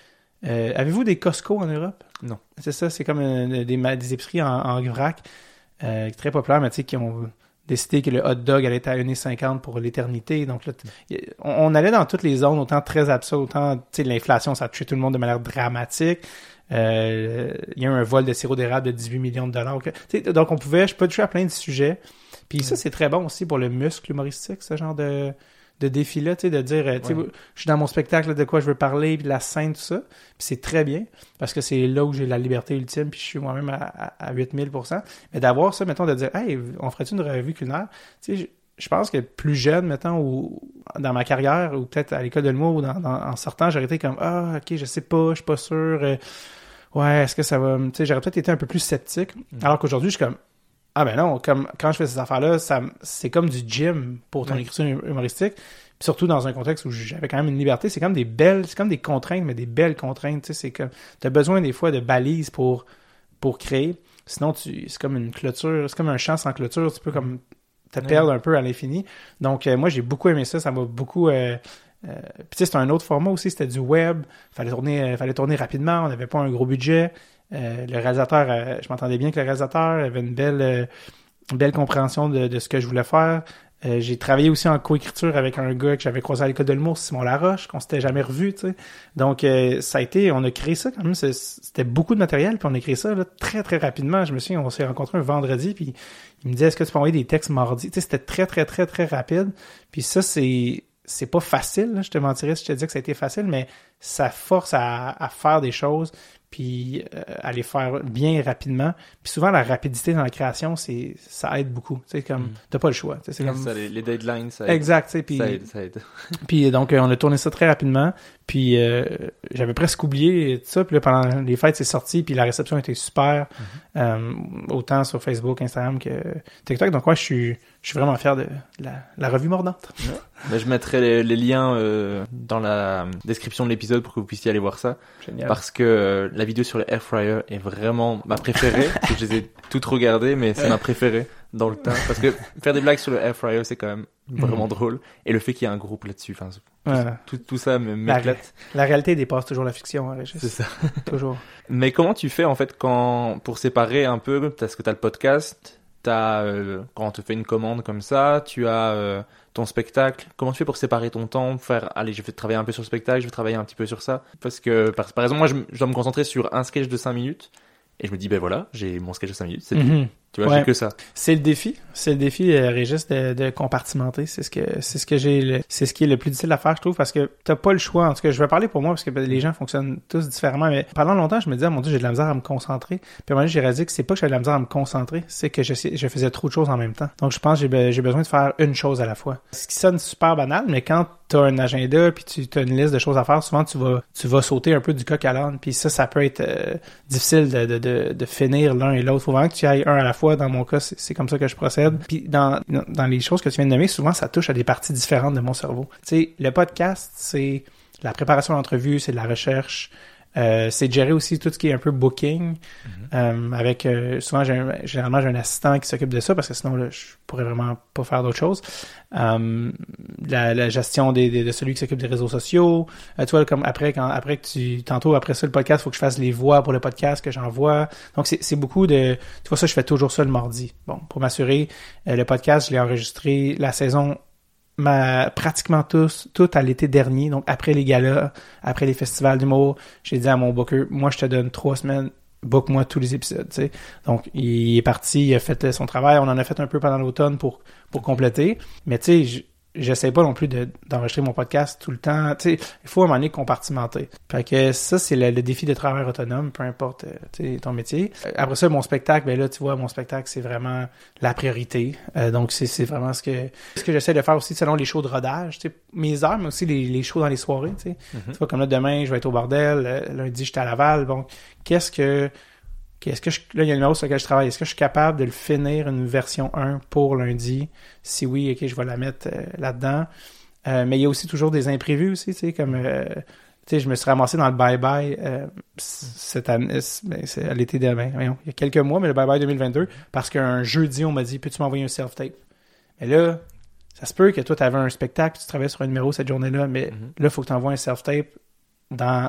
Euh, avez-vous des Costco en Europe? Non. C'est ça, c'est comme euh, des, des épiceries en, en vrac, euh, très populaires, mais tu sais, qui ont décidé que le hot dog allait être à un euro cinquante pour l'éternité. Donc là, on, on allait dans toutes les zones, autant très absurde, autant, tu sais, l'inflation, ça a touché tout le monde de manière dramatique. Euh, il y a eu un vol de sirop d'érable de dix-huit millions de dollars. Okay. Donc, on pouvait, je peux toucher à plein de sujets. Puis ça, c'est très bon aussi pour le muscle humoristique, ce genre de, de défi-là, tu sais, de dire, tu sais, ouais. je suis dans mon spectacle, de quoi je veux parler, puis de la scène, tout ça. Puis c'est très bien, parce que c'est là où j'ai la liberté ultime, puis je suis moi-même à, à, à huit mille pour cent. Mais d'avoir ça, mettons, de dire, hey, on ferait-tu une revue culinaire? Tu sais, je, je pense que plus jeune, mettons, ou dans ma carrière, ou peut-être à l'école de l'humour, ou dans, dans, en sortant, j'aurais été comme, ah, ok, je sais pas, je suis pas sûr, euh, ouais, est-ce que ça va, tu sais, j'aurais peut-être été un peu plus sceptique. Mm. Alors qu'aujourd'hui, je suis comme, ah ben non, comme quand je fais ces affaires-là, ça, c'est comme du gym pour ton ouais. écriture humoristique. Puis surtout dans un contexte où j'avais quand même une liberté, c'est comme des belles, c'est comme des contraintes, mais des belles contraintes. Tu sais, c'est comme, t'as besoin des fois de balises pour pour créer. Sinon, tu, c'est comme une clôture, c'est comme un champ sans clôture. Tu peux comme te ouais. perdre un peu à l'infini. Donc euh, moi, j'ai beaucoup aimé ça. Ça m'a beaucoup. Euh, euh, puis tu sais, c'était un autre format aussi. C'était du web. Fallait tourner, euh, fallait tourner rapidement. On n'avait pas un gros budget. Euh, le réalisateur, euh, je m'entendais bien avec le réalisateur, il avait une belle, euh, une belle compréhension de, de ce que je voulais faire. Euh, j'ai travaillé aussi en coécriture avec un gars que j'avais croisé à l'école de l'humour, Simon Laroche, qu'on s'était jamais revu, tu sais. Donc, euh, ça a été, on a créé ça quand même, c'était beaucoup de matériel, puis on a créé ça là, très, très rapidement. Je me souviens, on s'est rencontrés un vendredi, puis il me disait, est-ce que tu peux envoyer des textes mardi? Tu sais, c'était très, très, très, très rapide. Puis ça, c'est... c'est pas facile, là, je te mentirais si je te disais que ça a été facile, mais ça force à, à faire des choses, puis euh, à les faire bien rapidement. Puis souvent, la rapidité dans la création, c'est ça aide beaucoup. Tu sais, comme, mm. t'as pas le choix. Tu sais, c'est comme... ça, les, les deadlines, ça aide. Exact, tu sais, puis... Ça aide, ça aide. Puis donc, on a tourné ça très rapidement, puis euh, j'avais presque oublié tout ça, puis là, pendant les fêtes, c'est sorti, puis la réception était super, mm-hmm. euh, autant sur Facebook, Instagram que TikTok. Donc, ouais, je suis... Je suis vraiment fier de la, la revue mordante. Ouais. Ben, je mettrai les, les liens euh, dans la description de l'épisode pour que vous puissiez aller voir ça. Génial. Parce que euh, la vidéo sur le air fryer est vraiment ma préférée. Parce que je les ai toutes regardées, mais c'est ma préférée dans le temps. Parce que faire des blagues sur le air fryer, c'est quand même vraiment mmh. drôle. Et le fait qu'il y ait un groupe là-dessus, enfin, ouais. tout, tout ça m'éclate. La, la réalité dépasse toujours la fiction, hein, Régis. C'est ça. Toujours. Mais comment tu fais en fait quand pour séparer un peu, parce que t'as le podcast, t'as euh, quand on te fait une commande comme ça, tu as euh, ton spectacle. Comment tu fais pour séparer ton temps, faire allez, je vais travailler un peu sur le spectacle, je vais travailler un petit peu sur ça, parce que par, par exemple moi je, je dois me concentrer sur un sketch de cinq minutes et je me dis ben voilà, j'ai mon sketch de cinq minutes, c'est mm-hmm. tout. Tu vois, ouais. j'ai que ça. C'est le défi, c'est le défi, euh, Régis, de, de compartimenter. C'est ce que, c'est ce que j'ai, le, c'est ce qui est le plus difficile à faire, je trouve, parce que t'as pas le choix. En tout cas, je vais parler pour moi, parce que les gens fonctionnent tous différemment. Mais pendant longtemps, je me disais, mon Dieu, j'ai de la misère à me concentrer. Puis à un moment donné, j'ai réalisé que c'est pas que j'avais de la misère à me concentrer, c'est que je, je faisais trop de choses en même temps. Donc, je pense que j'ai, j'ai besoin de faire une chose à la fois. Ce qui sonne super banal, mais quand t'as un agenda puis tu as une liste de choses à faire, souvent tu vas, tu vas sauter un peu du coq à l'âne. Puis ça, ça peut être euh, difficile de, de, de, de finir l'un et l'autre. Faut vraiment que tu ailles un à la fois. Dans mon cas, c'est c'est comme ça que je procède. Puis dans, dans les choses que tu viens de nommer, souvent, ça touche à des parties différentes de mon cerveau. Tu sais, le podcast, c'est la préparation de l'entrevue, c'est de la recherche, euh, c'est de gérer aussi tout ce qui est un peu booking. Mm-hmm. Euh, avec, euh, souvent, j'ai un, généralement, j'ai un assistant qui s'occupe de ça parce que sinon, là, je pourrais vraiment pas faire d'autres choses. Euh, la, la gestion des, des, de celui qui s'occupe des réseaux sociaux. Euh, tu vois, comme après, quand, après que tu, tantôt, après ça, le podcast, il faut que je fasse les voix pour le podcast que j'envoie. Donc, c'est, c'est beaucoup de, tu vois, ça, je fais toujours ça le mardi. Bon, pour m'assurer, euh, le podcast, je l'ai enregistré la saison Ma, pratiquement tous, tout à l'été dernier, donc après les galas, après les festivals d'humour, j'ai dit à mon booker, moi je te donne trois semaines, book-moi tous les épisodes, tu sais. Donc il est parti, il a fait son travail, on en a fait un peu pendant l'automne pour pour compléter, mais tu sais, j'essaie pas non plus de, d'enregistrer mon podcast tout le temps. Tu sais, il faut à un moment donné compartimenter. Fait que ça, c'est le, le défi de travail autonome, peu importe euh, tu sais, ton métier. Après ça, mon spectacle, ben là, tu vois, mon spectacle, c'est vraiment la priorité. Euh, donc, c'est, c'est vraiment ce que ce que j'essaie de faire aussi selon les shows de rodage. Tu sais, mes heures, mais aussi les, les shows dans les soirées. Tu sais, mm-hmm. tu vois, comme là, demain, je vais être au bordel. Euh, lundi, j'étais à Laval. Bon, qu'est-ce que... Est-ce que je, là, il y a un numéro sur lequel je travaille. Est-ce que je suis capable de le finir une version un pour lundi? Si oui, ok, je vais la mettre euh, là-dedans. Euh, mais il y a aussi toujours des imprévus aussi, tu sais, comme, euh, tu sais, je me suis ramassé dans le bye-bye euh, cette année, c'est, c'est à l'été de, ben, voyons, il y a quelques mois, mais le bye-bye deux mille vingt-deux, parce qu'un jeudi, on m'a dit, peux-tu m'envoyer un self-tape? Mais là, ça se peut que toi, tu avais un spectacle, tu travaillais sur un numéro cette journée-là, mais mm-hmm. là, il faut que tu envoies un self-tape dans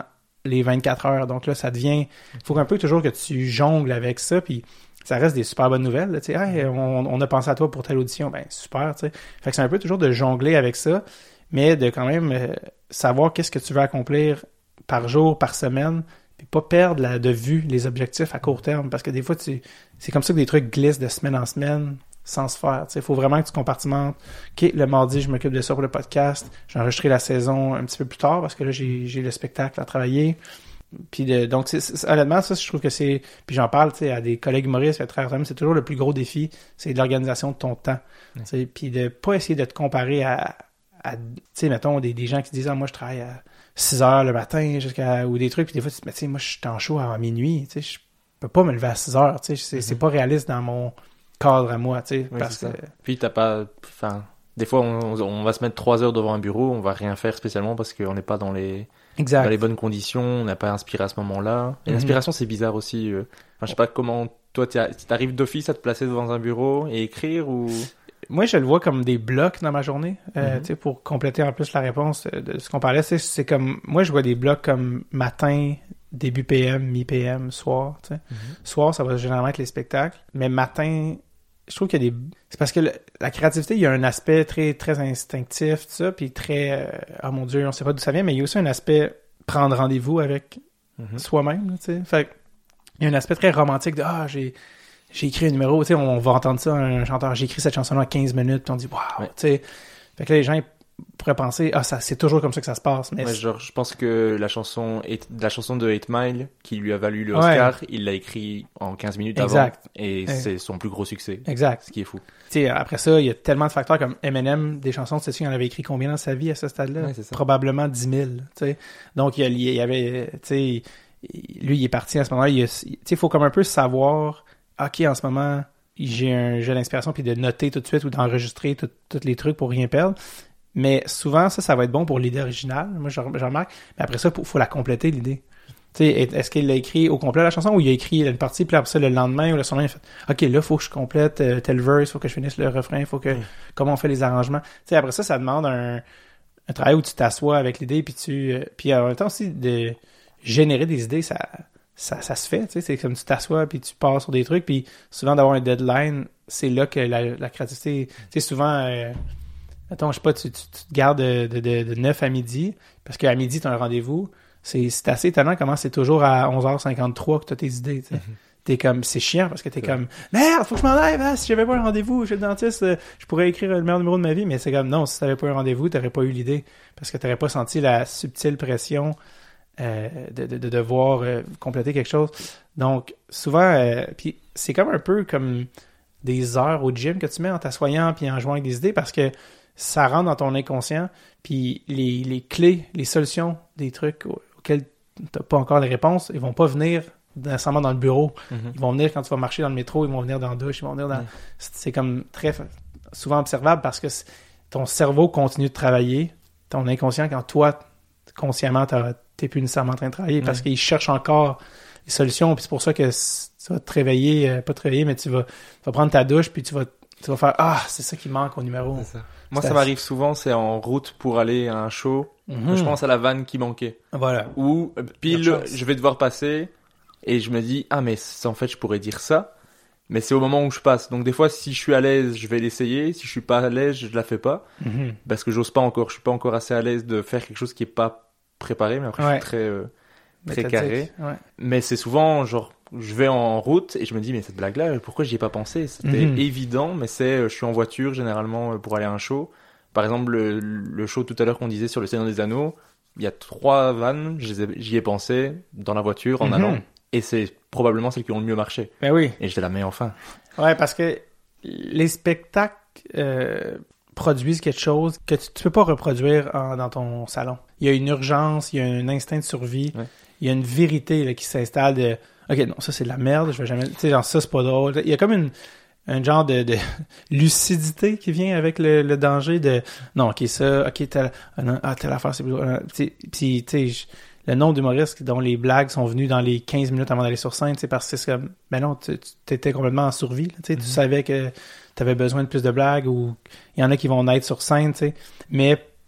les vingt-quatre heures. Donc là, ça devient... Il faut un peu toujours que tu jongles avec ça, puis ça reste des super bonnes nouvelles. Tu sais, hey, on, on a pensé à toi pour telle audition. Ben, super, tu sais. Fait que c'est un peu toujours de jongler avec ça, mais de quand même euh, savoir qu'est-ce que tu veux accomplir par jour, par semaine, puis pas perdre la, de vue les objectifs à court terme, parce que des fois, tu, c'est comme ça que des trucs glissent de semaine en semaine sans se faire. Il faut vraiment que tu compartimentes. OK, le mardi, je m'occupe de ça pour le podcast. J'ai enregistré la saison un petit peu plus tard parce que là, j'ai, j'ai le spectacle à travailler. Puis de, donc, c'est, c'est, honnêtement, ça, je trouve que c'est... Puis j'en parle à des collègues humoristes, à travers c'est toujours le plus gros défi, c'est de l'organisation de ton temps. Ouais. Puis de pas essayer de te comparer à... à tu sais, mettons, des, des gens qui disent « Ah, moi, je travaille à six heures le matin jusqu'à... » ou des trucs. Puis des fois, tu te dis « Mais tu sais, moi, je suis en show à minuit. Tu sais, je peux pas me lever à six heures. Tu sais, c'est, mm-hmm. c'est pas réaliste dans mon... cadre à moi, tu sais, oui, parce que... Puis t'as pas... Enfin, des fois, on, on va se mettre trois heures devant un bureau, on va rien faire spécialement parce qu'on n'est pas dans les... Exact. Dans les bonnes conditions, on n'a pas inspiré à ce moment-là. Et mm-hmm. l'inspiration, c'est bizarre aussi. Euh... Enfin, je sais pas comment... Toi, t'arrives d'office à te placer devant un bureau et écrire ou... Moi, je le vois comme des blocs dans ma journée, euh, mm-hmm. tu sais, pour compléter en plus la réponse de ce qu'on parlait. C'est, c'est comme... Moi, je vois des blocs comme matin... début P M, mi-P M, soir, tu sais. Mm-hmm. Soir, ça va généralement être les spectacles. Mais matin, je trouve qu'il y a des... C'est parce que le, la créativité, il y a un aspect très très instinctif, tout ça, puis très... Euh, oh mon Dieu, on sait pas d'où ça vient, mais il y a aussi un aspect prendre rendez-vous avec mm-hmm. soi-même, tu sais. Fait il y a un aspect très romantique de « Ah, j'ai, j'ai écrit un numéro, tu sais, on va entendre ça, un chanteur, j'ai écrit cette chanson-là en quinze minutes, puis on dit « Wow! Ouais. » Tu sais. Fait que là, les gens... pourrait penser ah ça c'est toujours comme ça que ça se passe mais ouais, genre je pense que la chanson la chanson de eight Mile qui lui a valu le Oscar ouais. il l'a écrit en quinze minutes exact. Avant et ouais. c'est son plus gros succès exact ce qui est fou. Tu sais après ça il y a tellement de facteurs comme Eminem des chansons tu sais qu'il en avait écrit combien dans sa vie à ce stade-là ouais, probablement dix mille tu sais donc il y, a, il y avait tu sais lui il est parti à ce moment-là tu sais il faut comme un peu savoir ok en ce moment j'ai un jeu d'inspiration puis de noter tout de suite ou d'enregistrer tous les trucs pour rien perdre. Mais souvent, ça, ça va être bon pour l'idée originale. Moi, je, je remarque. Mais après ça, il faut la compléter, l'idée. Tu sais, est-ce qu'il l'a écrit au complet, la chanson, ou il a écrit une partie, puis après ça, le lendemain, ou le surlendemain, il a fait « OK, là, il faut que je complète euh, tel verse, il faut que je finisse le refrain, il faut que... Mm. » Comment on fait les arrangements. Tu sais, après ça, ça demande un, un travail où tu t'assois avec l'idée, puis tu... Euh, puis en même temps aussi, de générer des idées, ça, ça, ça se fait. Tu sais, c'est comme tu t'assois, puis tu pars sur des trucs, puis souvent, d'avoir un deadline, c'est là que la, la créativité... Tu sais, souvent... Euh, Attends, je sais pas, tu, tu, tu te gardes de, de, de, de neuf à midi, parce qu'à midi, tu as un rendez-vous. C'est, c'est assez étonnant comment c'est toujours à onze heures cinquante-trois que tu as tes idées. Tu sais. Mm-hmm. T'es comme, c'est chiant parce que t'es ouais. comme, merde, faut que je m'en aille, hein, si j'avais pas un rendez-vous chez le dentiste, euh, je pourrais écrire le meilleur numéro de ma vie, mais c'est comme, non, si t'avais pas un rendez-vous, t'aurais pas eu l'idée, parce que t'aurais pas senti la subtile pression euh, de, de, de devoir euh, compléter quelque chose. Donc, souvent, euh, puis c'est comme un peu comme des heures au gym que tu mets en t'assoyant puis en jouant avec des idées, parce que ça rentre dans ton inconscient, puis les, les clés, les solutions des trucs auxquels t'as pas encore les réponses, ils vont pas venir nécessairement dans le bureau. Mm-hmm. Ils vont venir quand tu vas marcher dans le métro, ils vont venir dans la douche, ils vont venir dans... Mm. C'est comme très souvent observable parce que ton cerveau continue de travailler, ton inconscient, quand toi, consciemment, t'es plus nécessairement en train de travailler mm. parce qu'il cherche encore les solutions, puis c'est pour ça que tu vas te réveiller, euh, pas te réveiller, mais tu vas, tu vas prendre ta douche, puis tu vas, tu vas faire « Ah, c'est ça qui manque au numéro. » C'est ça. Moi, ça m'arrive souvent, c'est en route pour aller à un show. Mm-hmm. Je pense à la vanne qui manquait. Voilà. Ou pile, je vais devoir passer et je me dis, ah, mais en fait, je pourrais dire ça. Mais c'est au moment où je passe. Donc, des fois, si je suis à l'aise, je vais l'essayer. Si je suis pas à l'aise, je la fais pas. Mm-hmm. Parce que j'ose pas encore. Je suis pas encore assez à l'aise de faire quelque chose qui est pas préparé. Mais après, ouais. je suis très, euh, très carré. Ouais. Mais c'est souvent, genre, je vais en route et je me dis mais cette blague là pourquoi j'y ai pas pensé, c'était mm-hmm. évident, mais c'est je suis en voiture généralement pour aller à un show, par exemple le, le show tout à l'heure qu'on disait sur le Seigneur des Anneaux, il y a trois vannes, j'y ai pensé dans la voiture en mm-hmm. allant et c'est probablement celles qui ont le mieux marché. Ben oui. Et je la mets enfin. Ouais, parce que les spectacles euh, produisent quelque chose que tu, tu peux pas reproduire en, dans ton salon. Il y a une urgence, il y a un instinct de survie, ouais. il y a une vérité là, qui s'installe de OK, non, ça c'est de la merde, je vais jamais... Tu sais, genre ça c'est pas drôle. Il y a comme une un genre de, de lucidité qui vient avec le, le danger de... Non, OK, ça, OK, telle, ah, telle affaire, c'est plus drôle. Puis, tu sais, le nombre d'humoristes dont les blagues sont venues dans les quinze minutes avant d'aller sur scène, c'est parce que c'est comme... Ben non, tu étais complètement en survie, tu sais, mm-hmm. tu savais que tu avais besoin de plus de blagues ou il y en a qui vont naître sur scène, tu sais. Mais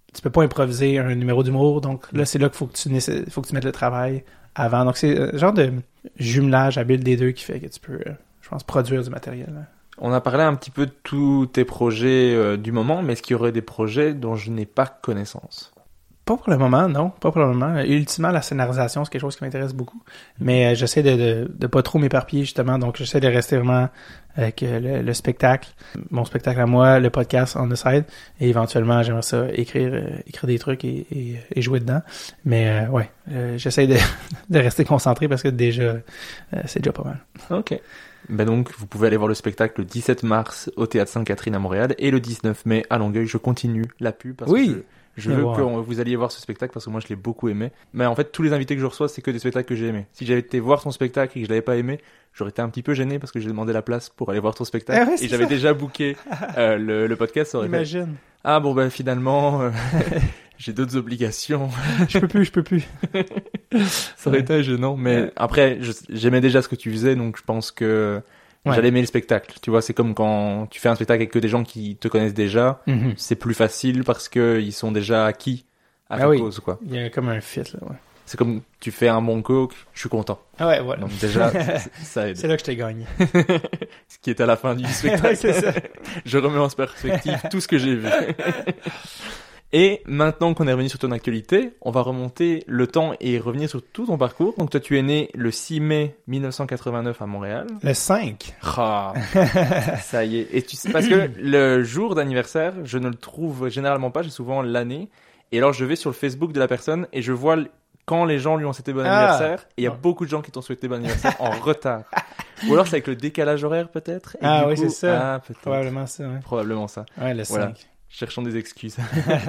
tu peux pas improviser un numéro d'humour, donc là, c'est là qu'il faut que tu nécess- faut que tu mettes le travail avant. Donc, c'est un genre de jumelage habile des deux qui fait que tu peux, euh, je pense, produire du matériel. Hein. On a parlé un petit peu de tous tes projets euh, du moment, mais est-ce qu'il y aurait des projets dont je n'ai pas connaissance? Pas pour le moment, non. Pas pour le moment. Ultimement, la scénarisation, c'est quelque chose qui m'intéresse beaucoup. Mais euh, j'essaie de, de de pas trop m'éparpiller, justement. Donc, j'essaie de rester vraiment avec euh, le, le spectacle, mon spectacle à moi, le podcast on the side. Et éventuellement, j'aimerais ça écrire euh, écrire des trucs et, et, et jouer dedans. Mais euh, ouais, euh, j'essaie de, de rester concentré parce que déjà, euh, c'est déjà pas mal. Ok. Ben donc, vous pouvez aller voir le spectacle le dix-sept mars au Théâtre Sainte-Catherine à Montréal et le dix-neuf mai à Longueuil. Je continue la pub parce oui. que... Je... Je veux que vous alliez voir ce spectacle parce que moi je l'ai beaucoup aimé. Mais en fait, tous les invités que je reçois, c'est que des spectacles que j'ai aimés. Si j'avais été voir ton spectacle et que je l'avais pas aimé, j'aurais été un petit peu gêné parce que j'ai demandé la place pour aller voir ton spectacle. Ah ouais, et j'avais ça. déjà booké euh, le, le podcast. Ça aurait Imagine. fait... Ah bon, ben finalement, euh, j'ai d'autres obligations. Je peux plus, je peux plus. Ça aurait été gênant. Mais ouais. Après, je, j'aimais déjà ce que tu faisais, donc je pense que... Ouais. J'allais aimer le spectacle. Tu vois, c'est comme quand tu fais un spectacle avec que des gens qui te connaissent déjà. Mm-hmm. C'est plus facile parce que ils sont déjà acquis à ta ah oui. cause, quoi. Il y a comme un fit, là, ouais. C'est comme tu fais un bon coke, je suis content. Ah ouais, voilà. Donc déjà, ça aide. C'est là que je t'ai gagné. Ce qui est à la fin du spectacle. Ouais, c'est ça. Je remets en perspective tout ce que j'ai vu. Et maintenant qu'on est revenu sur ton actualité, on va remonter le temps et revenir sur tout ton parcours. Donc toi, tu es né le six mai mille neuf cent quatre-vingt-neuf à Montréal. Le cinq. Ah, ça y est. Et tu sais, parce que le jour d'anniversaire, je ne le trouve généralement pas, j'ai souvent l'année. Et alors, je vais sur le Facebook de la personne et je vois quand les gens lui ont souhaité bon ah, anniversaire. Et il y a non. beaucoup de gens qui t'ont souhaité bon anniversaire en retard. Ou alors c'est avec le décalage horaire peut-être. Et ah du oui, coup, c'est ça. Ah, peut-être. Probablement ça, ouais. Probablement ça. Ouais, le voilà. cinq. Cherchons des excuses.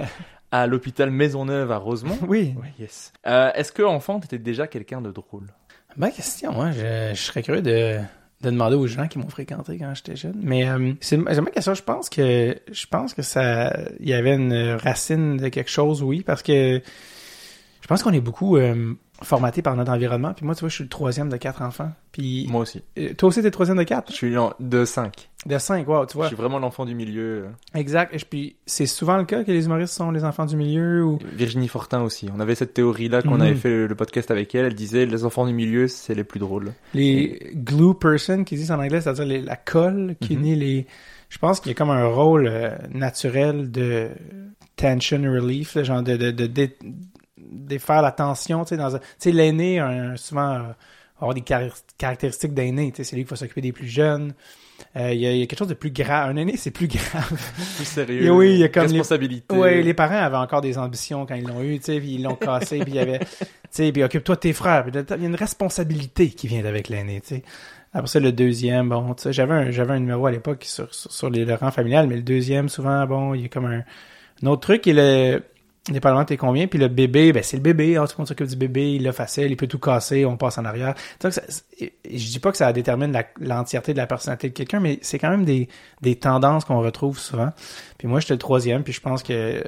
À l'hôpital Maisonneuve à Rosemont. Oui. Oui, yes. Euh, est-ce que enfant, t'étais déjà quelqu'un de drôle? Bonne question, hein. Je, je serais curieux de, de demander aux gens qui m'ont fréquenté quand j'étais jeune. Mais euh, c'est, c'est ma question. Je pense que je pense que ça, il y avait une racine de quelque chose, oui, parce que je pense qu'on est beaucoup euh, formaté par notre environnement. Puis moi, tu vois, je suis le troisième de quatre enfants. Puis moi aussi. Euh, toi aussi, t'es le troisième de quatre? Je suis de cinq. De cinq, wow, tu vois. Je suis vraiment l'enfant du milieu. Exact. Et puis c'est souvent le cas que les humoristes sont les enfants du milieu ou... Virginie Fortin aussi. On avait cette théorie-là qu'on mm-hmm. avait fait le, le podcast avec elle. Elle disait les enfants du milieu, c'est les plus drôles. Les glue person qui disent en anglais, c'est-à-dire les, la colle qui mm-hmm. unit les... Je pense qu'il y a comme un rôle euh, naturel de tension relief, là, genre de... de, de, de défaire la tension, tu sais, dans un... Tu sais, l'aîné, un, souvent, euh, avoir des car- caractéristiques d'aîné, tu sais, c'est lui qui va s'occuper des plus jeunes. Il euh, y, y a quelque chose de plus grave. Un aîné, c'est plus grave. Plus sérieux. Et oui, il y a comme responsabilité. Les... Oui, les parents avaient encore des ambitions quand ils l'ont eu, tu sais, puis ils l'ont cassé, puis il y avait... Tu sais, puis occupe-toi de tes frères. Puis il y a une responsabilité qui vient avec l'aîné, tu sais. Après ça, le deuxième, bon, tu sais, j'avais un, j'avais un numéro à l'époque sur, sur, sur les, le rang familial, mais le deuxième, souvent, bon, il y a comme un, un autre truc, et le... Dépendamment t'es combien, puis le bébé, ben c'est le bébé, hein, tout le monde s'occupe du bébé, il l'a facile, il peut tout casser, on passe en arrière. Donc, ça, je dis pas que ça détermine la, l'entièreté de la personnalité de quelqu'un, mais c'est quand même des, des tendances qu'on retrouve souvent. Puis moi, j'étais le troisième, puis je pense que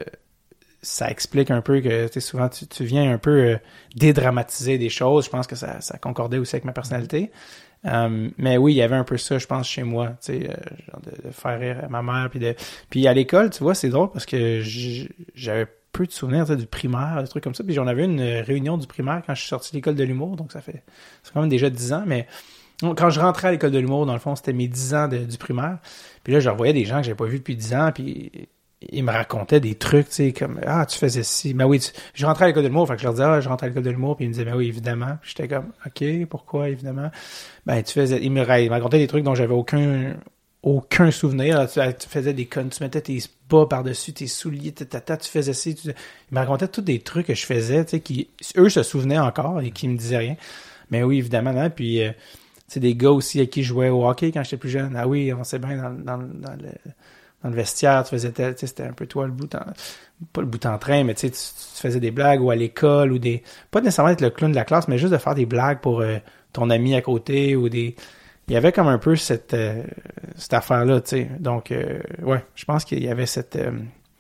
ça explique un peu que tu sais, souvent tu, tu viens un peu euh, dédramatiser des choses. Je pense que ça, ça concordait aussi avec ma personnalité. Um, mais oui, il y avait un peu ça, je pense, chez moi, tu sais, euh, genre de, de faire rire à ma mère, puis de, puis à l'école, tu vois, c'est drôle parce que j'avais peu de souvenirs, tu sais, du primaire, des trucs comme ça, puis j'en avais une réunion du primaire quand je suis sorti de l'école de l'humour, donc ça fait, c'est quand même déjà dix ans, mais quand je rentrais à l'école de l'humour, dans le fond, c'était mes dix ans de, du primaire, puis là, je revoyais des gens que j'avais pas vus depuis dix ans, puis ils me racontaient des trucs, tu sais, comme, ah, tu faisais ci. Ben oui, tu... je rentrais à l'école de l'humour, fait que je leur disais, ah, je rentrais à l'école de l'humour, puis ils me disaient, ben oui, évidemment. Puis j'étais comme, ok, pourquoi, évidemment? Ben, tu faisais, ils me, ils me racontaient des trucs dont j'avais aucun, aucun souvenir. Tu, tu faisais des connes, tu mettais tes bas par-dessus, tes souliers, tata, tu faisais ci. Tu... Ils me racontaient tous des trucs que je faisais, tu sais, qui, eux se souvenaient encore et qui me disaient rien. Mais oui, évidemment, hein, puis, euh, c'est des gars aussi avec qui je jouais au hockey quand j'étais plus jeune. Ah oui, on sait bien dans, dans, dans le, dans le vestiaire, tu faisais, tu sais, c'était un peu toi le bout en, pas le bout en train, mais tu sais, tu, tu faisais des blagues ou à l'école ou des, pas nécessairement être le clown de la classe, mais juste de faire des blagues pour euh, ton ami à côté ou des, il y avait comme un peu cette, euh, cette affaire-là, tu sais. Donc, euh, ouais, je pense qu'il y avait cette, euh,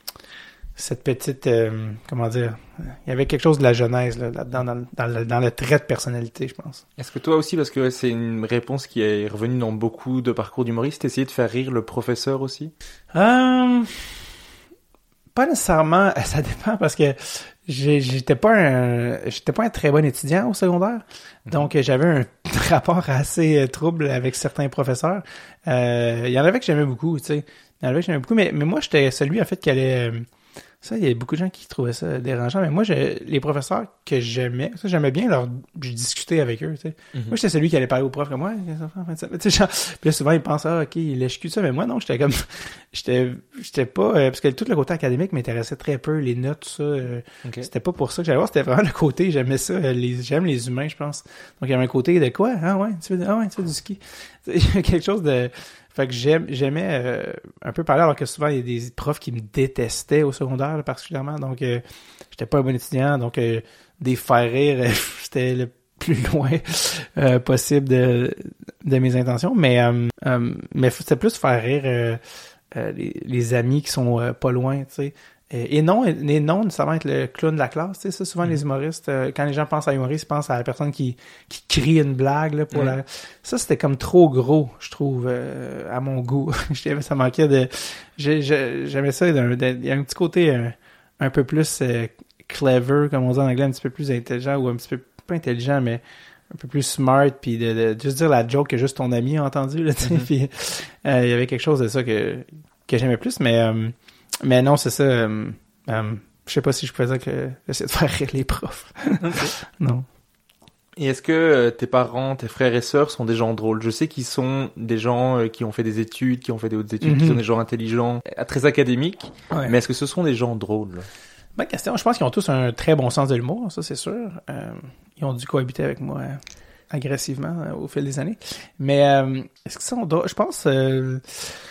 cette petite, euh, comment dire, il y avait quelque chose de la genèse là, là-dedans, dans, dans, le, dans le trait de personnalité, je pense. Est-ce que toi aussi, parce que c'est une réponse qui est revenue dans beaucoup de parcours d'humoristes, essayer de faire rire le professeur aussi? Euh... Pas nécessairement, ça dépend parce que j'ai, j'étais pas un, j'étais pas un très bon étudiant au secondaire. Donc, j'avais un rapport assez trouble avec certains professeurs. Euh, il y en avait que j'aimais beaucoup, tu sais. Il y en avait que j'aimais beaucoup, mais, mais moi, j'étais celui, en fait, qui allait... Ça, il y a beaucoup de gens qui trouvaient ça dérangeant, mais moi, j'ai, les professeurs que j'aimais, ça, j'aimais bien leur, je discutais avec eux, tu sais. Mm-hmm. Moi, j'étais celui qui allait parler aux profs comme moi, tu sais, genre, puis là, souvent, ils pensent, ah, ok, il lèche cul ça, mais moi, non, j'étais comme, j'étais, j'étais pas, euh, parce que tout le côté académique m'intéressait très peu, les notes, tout ça, euh, okay. C'était pas pour ça que j'allais voir, c'était vraiment le côté, j'aimais ça, euh, les, j'aime les humains, je pense. Donc, il y avait un côté de quoi? Ah ouais, tu fais, ah ouais, tu fais du ski. Il y a quelque chose de, fait que j'aime, j'aimais euh, un peu parler, alors que souvent, il y a des profs qui me détestaient au secondaire, là, particulièrement. Donc, euh, j'étais pas un bon étudiant. Donc, euh, des faire rire, euh, c'était le plus loin euh, possible de, de mes intentions. Mais, euh, euh, mais c'était plus faire rire euh, euh, les, les amis qui sont euh, pas loin, tu sais. Et non, et non nécessairement être le clown de la classe, tu sais, ça, souvent, mmh. les humoristes, euh, quand les gens pensent à humoriste, ils pensent à la personne qui, qui crie une blague, là, pour mmh. la... Ça, c'était comme trop gros, je trouve, euh, à mon goût. Ça manquait de... J'ai, j'aimais ça, il y a un petit côté un, un peu plus euh, clever, comme on dit en anglais, un petit peu plus intelligent, ou un petit peu, pas intelligent, mais un peu plus smart, puis de, de juste dire la joke que juste ton ami a entendu, là, tu sais, mmh. puis euh, il y avait quelque chose de ça que, que j'aimais plus, mais... Euh, Mais non, c'est ça. Euh, euh, je sais pas si je pouvais dire que j'essaie de faire rire les profs. Okay. Non. Et est-ce que euh, tes parents, tes frères et sœurs sont des gens drôles? Je sais qu'ils sont des gens euh, qui ont fait des études, qui ont fait des hautes études, mm-hmm. qui sont des gens intelligents, euh, très académiques. Ouais. Mais est-ce que ce sont des gens drôles? Bonne question. Je pense qu'ils ont tous un très bon sens de l'humour, ça c'est sûr. Euh, ils ont dû cohabiter avec moi euh, agressivement euh, au fil des années. Mais euh, est-ce qu'ils sont drôles? Je pense... Euh,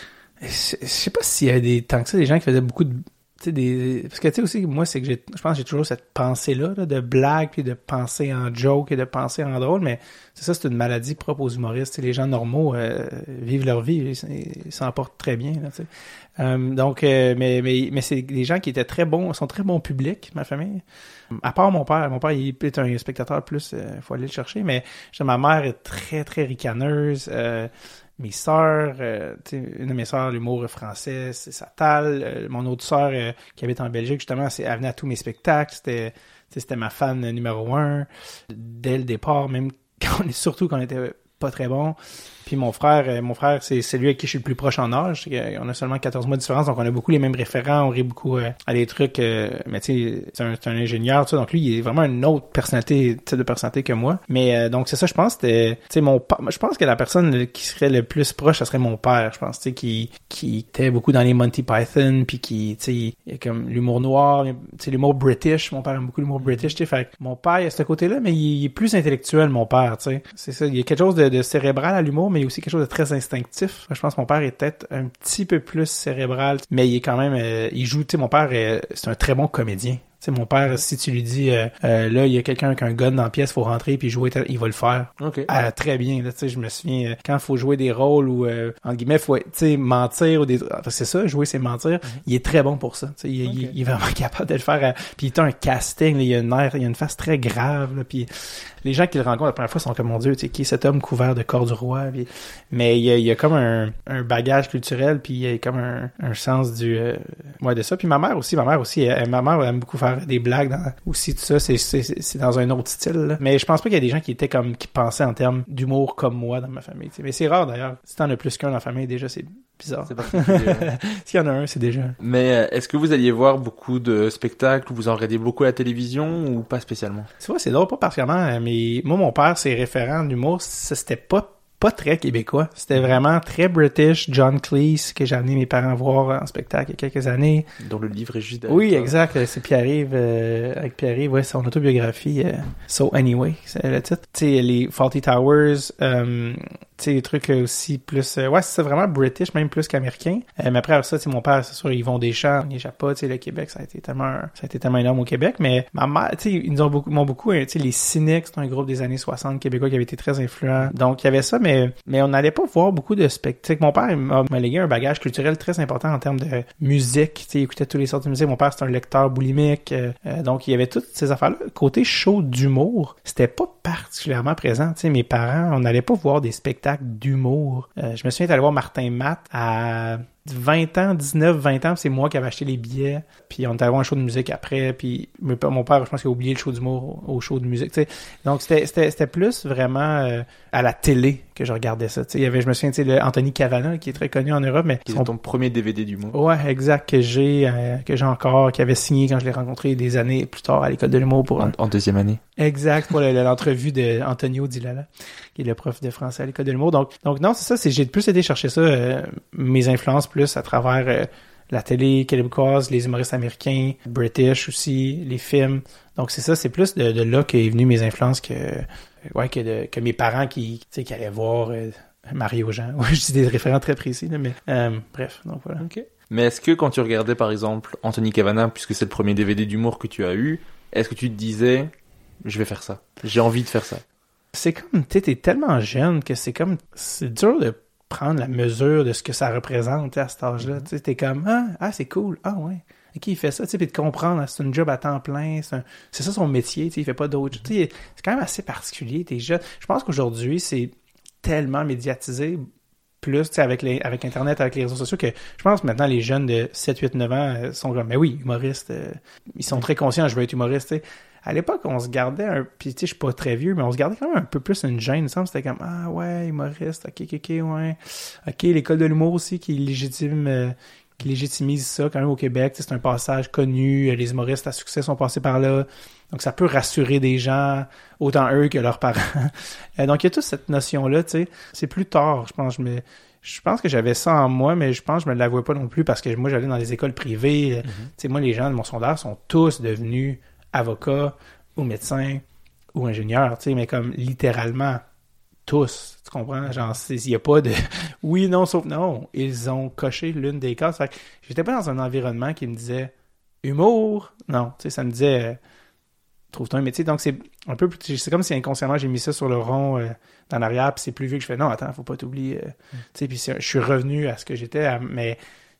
Je, je sais pas s'il y a des tant que ça des gens qui faisaient beaucoup de tu sais des parce que tu sais aussi moi c'est que j'ai je pense que j'ai toujours cette pensée là, là de blague puis de penser en joke et de penser en drôle, mais c'est ça, c'est une maladie propre aux humoristes. T'sais, les gens normaux euh, vivent leur vie, ils, ils s'en portent très bien là, tu sais. Euh, donc euh, mais mais mais c'est des gens qui étaient très bons, sont très bons publics, ma famille. À part mon père, mon père il est un spectateur plus, il euh, faut aller le chercher, mais ma mère est très très ricaneuse. Euh, Mes sœurs, euh, tu sais, une de mes sœurs, l'humour français, c'est Satal. Euh, mon autre sœur euh, qui habite en Belgique, justement, c'est, elle venait à tous mes spectacles. C'était, c'était ma fan numéro un. Dès le départ, même quand on est, surtout quand on était pas très bon. Puis mon frère, euh, mon frère, c'est celui avec qui je suis le plus proche en âge. On a seulement quatorze mois de différence, donc on a beaucoup les mêmes référents. On rit beaucoup euh, à des trucs. Euh, mais tu sais, c'est un, c'est un ingénieur, tu sais, donc lui, il est vraiment une autre personnalité, type de personnalité que moi. Mais euh, donc c'est ça, je pense. C'était, tu sais, mon, je pense que la personne qui serait le plus proche, ça serait mon père. Je pense, tu sais, qui qui était beaucoup dans les Monty Python, puis qui, tu sais, il y a comme l'humour noir, tu sais, l'humour British. Mon père aime beaucoup l'humour British, tu sais. Fait que mon père, il a ce côté-là, mais il, il est plus intellectuel, mon père, tu sais. C'est ça. Il y a quelque chose de, de cérébral à l'humour, mais il y a aussi quelque chose de très instinctif. Je pense que mon père est peut-être un petit peu plus cérébral, mais il est quand même, euh, il joue, tu sais, mon père, euh, c'est un très bon comédien. Tu sais, mon père, si tu lui dis, euh, euh, là, il y a quelqu'un avec un gun dans la pièce, faut rentrer puis jouer, il va le faire. Okay. Euh, très bien, là, tu sais, je me souviens, euh, quand il faut jouer des rôles ou, euh, en guillemets, faut, tu sais, mentir ou des, c'est ça, jouer, c'est mentir. Mm-hmm. Il est très bon pour ça. Tu sais, il, okay. il, il est vraiment capable de le faire. À, puis il a un casting, là, il a une air, il a une face très grave, là, puis les gens qui le rencontrent la première fois sont comme, mon Dieu, tu sais, qui est cet homme couvert de corps du roi, puis, mais il y a, il y a comme un, un bagage culturel, puis il y a comme un, un sens du, euh, ouais, de ça. Puis ma mère aussi, ma mère aussi, elle, ma mère aime beaucoup faire des blagues dans, aussi tout ça, c'est, c'est, c'est dans un autre style, là. Mais je pense pas qu'il y a des gens qui étaient comme, qui pensaient en termes d'humour comme moi dans ma famille, t'sais. Mais c'est rare d'ailleurs. Si t'en as plus qu'un dans la famille, déjà, c'est bizarre. C'est particulier. S'il y en a un, c'est déjà. Mais est-ce que vous alliez voir beaucoup de spectacles, ou vous en regardiez beaucoup à la télévision, ou pas spécialement? Tu vois, c'est drôle, pas particulièrement, mais moi, mon père, ses référents d'humour, ça, c'était pas pas très québécois. C'était vraiment très British. John Cleese, que j'ai amené mes parents voir en spectacle il y a quelques années. Dont le livre est juste derrière. Oui, exact. C'est Pierre-Yves, euh, avec Pierre-Yves, ouais, son autobiographie, euh, So Anyway, c'est le titre. Tu sais, les Fawlty Towers, euh, tu sais, des trucs aussi plus, euh, ouais, c'est vraiment British, même plus qu'américain. Euh, mais après ça, tu sais, mon père, c'est sûr, ils vont des champs, ils échappent pas, tu sais, le Québec, ça a été tellement, ça a été tellement énorme au Québec. Mais ma mère, tu sais, ils nous ont beaucoup, m'ont beaucoup, tu sais, les Cynics, c'est un groupe des années soixante québécois qui avait été très influent. Donc, il y avait ça, mais, mais on n'allait pas voir beaucoup de spectacles. Mon père m'a, m'a légué un bagage culturel très important en termes de musique. Tu sais, il écoutait toutes les sortes de musique. Mon père, c'est un lecteur boulimique. Euh, donc, il y avait toutes ces affaires-là. Côté show d'humour, c'était pas particulièrement présent. Tu sais, mes parents, on n'allait pas voir des spectacles d'humour. Euh, je me souviens d'aller voir Martin Matt à vingt ans, dix-neuf, vingt ans, c'est moi qui avais acheté les billets, puis on était allé voir un show de musique après, puis mon père, je pense qu'il a oublié le show d'humour au show de musique, tu sais. Donc, c'était, c'était, c'était plus vraiment euh, à la télé que je regardais ça, tu sais. Il y avait, je me souviens, tu sais, le Anthony Cavana, qui est très connu en Europe, mais... Qui est ton premier D V D d'humour. Ouais, exact, que j'ai, euh, que j'ai encore, qui avait signé quand je l'ai rencontré des années plus tard à l'école de l'humour pour... En, en deuxième année. Exact, pour le, l'entrevue de Antonio Dilala, qui est le prof de français à l'école de l'humour. Donc, donc non, c'est ça, c'est j'ai plus été chercher ça, euh, mes influences plus à travers euh, la télé québécoise, les humoristes américains, British aussi, les films. Donc c'est ça, c'est plus de, de là qu'est venu mes influences que ouais que de, que mes parents qui tu sais qui allaient voir euh, Mario Jean. Ouais, je dis des référents très précis là, mais euh, bref, donc voilà. Ok. Mais est-ce que quand tu regardais par exemple Anthony Cavana, puisque c'est le premier D V D d'humour que tu as eu, est-ce que tu te disais je vais faire ça, j'ai envie de faire ça? C'est comme tu sais t'es tellement jeune que c'est comme c'est dur de prendre la mesure de ce que ça représente à cet âge-là. Mm-hmm. Tu sais, t'es comme ah, ah c'est cool, ah ouais. Ok, il fait ça, tu sais, puis de comprendre, c'est un job à temps plein, c'est, un, c'est ça son métier, tu sais, il fait pas d'autre. Tu sais, c'est quand même assez particulier, t'es jeune. Je pense qu'aujourd'hui, c'est tellement médiatisé, plus, tu sais, avec les, avec Internet, avec les réseaux sociaux, que je pense que maintenant, les jeunes de sept, huit, neuf ans euh, sont comme, mais oui, humoristes, euh, ils sont très conscients, je veux être humoriste, tu sais. À l'époque, on se gardait un, puis tu sais, je suis pas très vieux, mais on se gardait quand même un peu plus une gêne, il me semble, c'était comme, ah ouais, humoriste, ok, ok, ok, ouais. Ok, l'école de l'humour aussi, qui légitime, euh, qui légitimise ça quand même au Québec. C'est un passage connu. Les humoristes à succès sont passés par là. Donc, ça peut rassurer des gens, autant eux que leurs parents. Donc, il y a toute cette notion-là, tu sais. C'est plus tard, je pense. Je me, je pense que j'avais ça en moi, mais je pense que je me l'avouais pas non plus parce que moi, j'allais dans les écoles privées. Mm-hmm. Tu sais, moi, les gens de mon secondaire sont tous devenus avocats ou médecins ou ingénieurs, tu sais, mais comme littéralement tous. Tu comprends? Genre, il n'y a pas de oui, non, sauf non. Ils ont coché l'une des cases. Fait que j'étais pas dans un environnement qui me disait humour. Non, tu sais, ça me disait euh, trouve-toi un métier. Donc, c'est un peu plus. C'est comme si inconsciemment j'ai mis ça sur le rond euh, dans l'arrière, puis c'est plus vieux que je fais non, attends, faut pas t'oublier. Euh, mm. Tu sais, puis je suis revenu à ce que j'étais, à, mais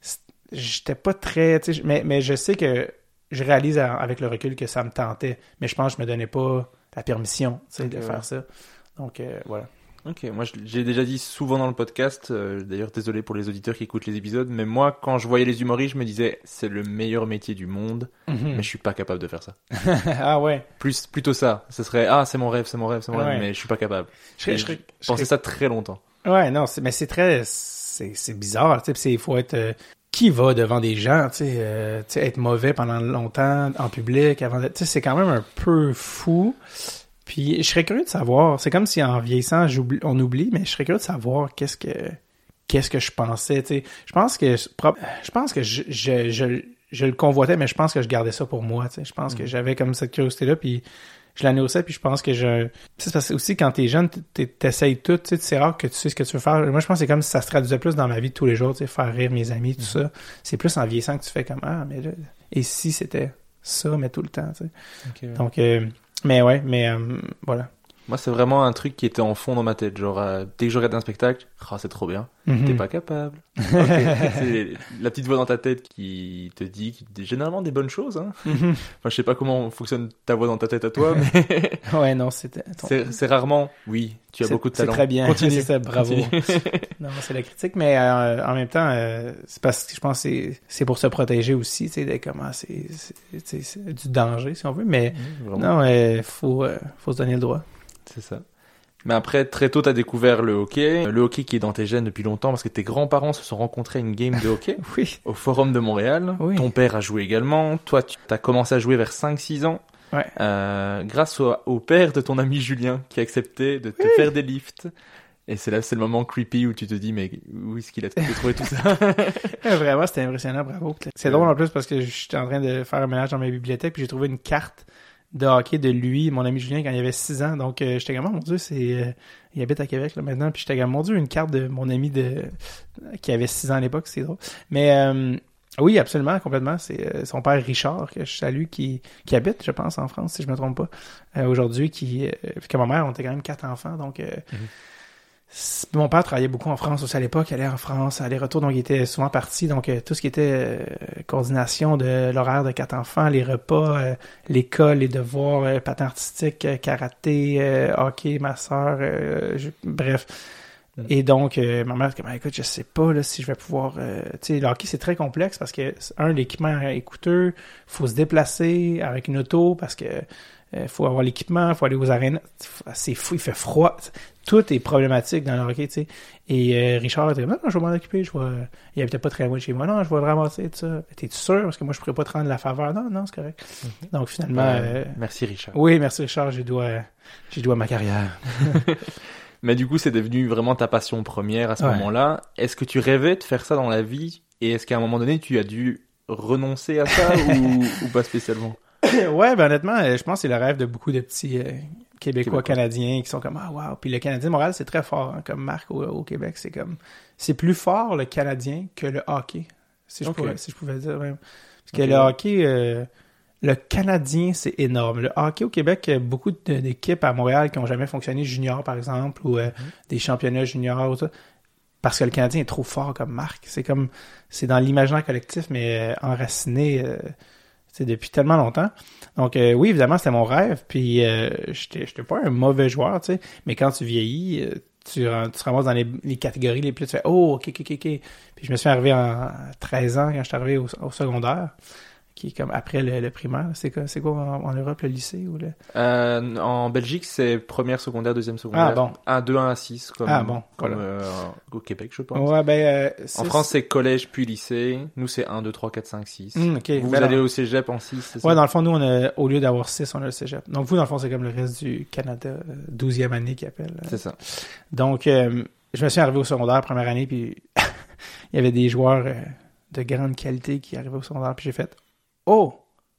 j'étais pas très. Tu sais, mais, mais je sais que je réalise à, avec le recul que ça me tentait, mais je pense que je me donnais pas la permission, tu sais, okay, de ouais. faire ça. Donc, euh, voilà. Ok, moi je, j'ai déjà dit souvent dans le podcast, euh, d'ailleurs désolé pour les auditeurs qui écoutent les épisodes, mais moi quand je voyais les humoristes, je me disais c'est le meilleur métier du monde, mm-hmm. mais je suis pas capable de faire ça. Ah ouais. Plus plutôt ça, ce serait ah c'est mon rêve, c'est mon rêve, c'est mon ouais. rêve, mais je suis pas capable. Je, je, je, je pensais ça très longtemps. Ouais, non, c'est, mais c'est très, c'est, c'est bizarre, tu sais, il faut être euh, qui va devant des gens, tu sais, euh, tu sais, être mauvais pendant longtemps en public, avant, tu sais, c'est quand même un peu fou. Puis je serais curieux de savoir, c'est comme si en vieillissant j'oublie, on oublie, mais je serais curieux de savoir qu'est-ce que qu'est-ce que je pensais, tu sais. Je pense que je pense que je, je je je le convoitais, mais je pense que je gardais ça pour moi, tu sais. Je pense mmh. que j'avais comme cette curiosité là, puis je la nourrissais, puis je pense que je c'est parce que aussi quand t'es jeune, t'essayes tout, tu sais, c'est rare que tu sais ce que tu veux faire. Moi je pense que c'est comme si ça se traduisait plus dans ma vie de tous les jours, tu sais, faire rire mes amis, tout mmh. ça. C'est plus en vieillissant que tu fais comme ah mais là, et si c'était ça mais tout le temps, tu sais. Okay, ouais. Donc euh, mais ouais, mais euh, voilà. Moi, c'est vraiment un truc qui était en fond dans ma tête. Genre, euh, dès que je regarde un spectacle, oh, c'est trop bien. Mm-hmm. T'es pas capable. Okay. C'est la petite voix dans ta tête qui te dit, qui te dit généralement des bonnes choses. Hein. Mm-hmm. Enfin, je sais pas comment fonctionne ta voix dans ta tête à toi, mais... ouais, non, c'était... Ton... C'est, c'est rarement, oui, tu as c'est, beaucoup de talent. C'est très bien. Continue. C'est ça, bravo. Non, c'est la critique, mais euh, en même temps, euh, c'est parce que je pense que c'est, c'est pour se protéger aussi, tu sais, de comment c'est, c'est, c'est, c'est du danger, si on veut, mais mmh, non, il euh, faut, euh, faut se donner le droit. C'est ça. Mais après, très tôt, t'as découvert le hockey. Le hockey qui est dans tes gènes depuis longtemps parce que tes grands-parents se sont rencontrés à une game de hockey. Oui. Au Forum de Montréal. Oui. Ton père a joué également. Toi, tu as commencé à jouer vers cinq six ans. Ouais. Euh, grâce au, au père de ton ami Julien qui a accepté de te oui. faire des lifts. Et c'est là, c'est le moment creepy où tu te dis, mais où est-ce qu'il a trouvé tout ça? Vraiment, c'était impressionnant, bravo. C'est drôle en plus parce que j'étais en train de faire un ménage dans ma bibliothèque puis j'ai trouvé une carte de hockey de lui, mon ami Julien, quand il avait six ans. Donc, euh, j'étais comme, oh, mon Dieu, c'est... Euh, il habite à Québec, là, maintenant. Puis j'étais comme, mon Dieu, une carte de mon ami de qui avait six ans à l'époque, c'est drôle. Mais euh, oui, absolument, complètement. C'est euh, son père Richard, que je salue, qui, qui habite, je pense, en France, si je me trompe pas, euh, aujourd'hui, qui... Euh, puis que ma mère, on était quand même quatre enfants, donc... Euh, mm-hmm. Mon père travaillait beaucoup en France aussi à l'époque, il allait en France, aller-retour, donc il était souvent parti, donc euh, tout ce qui était euh, coordination de l'horaire de quatre enfants, les repas, euh, l'école, les devoirs, euh, patin artistique, euh, karaté, euh, hockey, ma sœur, euh, je, bref, Mm. Et donc, euh, ma mère, comme, écoute, je sais pas là, si je vais pouvoir... Euh, tu sais, le hockey, c'est très complexe parce que, un, l'équipement est coûteux, faut se déplacer avec une auto parce que euh, faut avoir l'équipement, faut aller aux arénas. C'est fou, il fait froid. Tout est problématique dans le hockey, tu sais. Et euh, Richard était comme, non, non, je vais m'en occuper, je vais... Il habitait pas très loin de chez moi. Non, je vais le ramasser, tout ça. T'es-tu sûr? Parce que moi, je pourrais pas te rendre la faveur. Non, non, c'est correct. Mm-hmm. Donc, finalement... Euh, euh, merci, Richard. Oui, merci, Richard. J'y dois, j'y dois ma carrière. Mais du coup, c'est devenu vraiment ta passion première à ce ouais. moment-là. Est-ce que tu rêvais de faire ça dans la vie? Et est-ce qu'à un moment donné, tu as dû renoncer à ça ou, ou pas spécialement? Ouais, ben honnêtement, je pense que c'est le rêve de beaucoup de petits... Euh, Québécois, Québécois, Canadiens qui sont comme ah wow. Puis le Canadien de Montréal, c'est très fort hein, comme marque au, au Québec. C'est comme c'est plus fort le Canadien que le hockey, si je, okay. pouvais, si je pouvais dire même. Parce que okay. le hockey, euh, le Canadien, c'est énorme. Le hockey au Québec, il y a beaucoup de, d'équipes à Montréal qui n'ont jamais fonctionné junior, par exemple, ou euh, mm-hmm. des championnats juniors ou ça. Parce que le Canadien est trop fort comme marque. C'est comme c'est dans l'imaginaire collectif, mais euh, enraciné. Euh, C'est depuis tellement longtemps. Donc, euh, oui, évidemment, c'était mon rêve. Puis, euh, j'étais, j'étais pas un mauvais joueur, tu sais. Mais quand tu vieillis, euh, tu, tu te ramasses dans les, les catégories les plus... Tu fais « Oh, OK, OK, OK. » Puis, je me suis arrivé en treize ans quand je suis arrivé au, au secondaire, qui est comme après le, le primaire. C'est quoi, c'est quoi en, en Europe, le lycée ou le... Euh, en Belgique, c'est première, secondaire, deuxième, secondaire. Ah bon. un, deux, un à six, comme, ah, bon, comme voilà. euh, au Québec, je pense. Ouais, ben... Euh, en France, c'est collège puis lycée. Nous, c'est un, deux, trois, quatre, cinq, six. Mm, okay. Vous, ben vous allez alors... au cégep en six, c'est ça? Ouais, dans le fond, nous, on a, au lieu d'avoir six, on a le cégep. Donc, vous, dans le fond, c'est comme le reste du Canada, douzième année qu'ils appellent. C'est ça. Donc, euh, je me suis arrivé au secondaire, première année, puis il y avait des joueurs euh, de grande qualité qui arrivaient au secondaire, puis j'ai fait « Oh!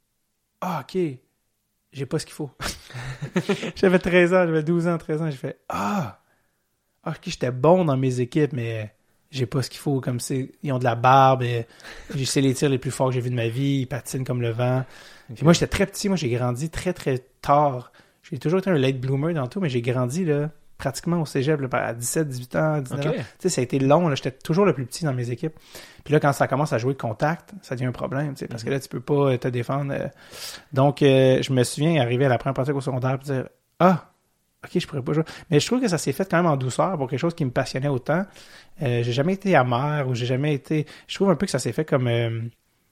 Ah, OK! J'ai pas ce qu'il faut. » J'avais treize ans, j'avais douze ans, treize ans, j'ai fait « Ah! Ah, OK, j'étais bon dans mes équipes, mais j'ai pas ce qu'il faut. Comme c'est, ils ont de la barbe, et je sais les tirs les plus forts que j'ai vus de ma vie, ils patinent comme le vent. Okay. Moi, j'étais très petit, moi, j'ai grandi très, très tard. J'ai toujours été un late bloomer dans tout, mais j'ai grandi, là, pratiquement au cégep, là, à dix-sept, dix-huit ans, dix-neuf okay. ans. Tu sais, ça a été long, là, j'étais toujours le plus petit dans mes équipes. Puis là, quand ça commence à jouer de contact, ça devient un problème, tu sais, parce mm-hmm. que là, tu peux pas te défendre. Euh... Donc, euh, je me souviens arriver à la première pratique au secondaire et dire « Ah! OK, je pourrais pas jouer. » Mais je trouve que ça s'est fait quand même en douceur pour quelque chose qui me passionnait autant. Euh, j'ai jamais été amer ou j'ai jamais été... Je trouve un peu que ça s'est fait comme euh,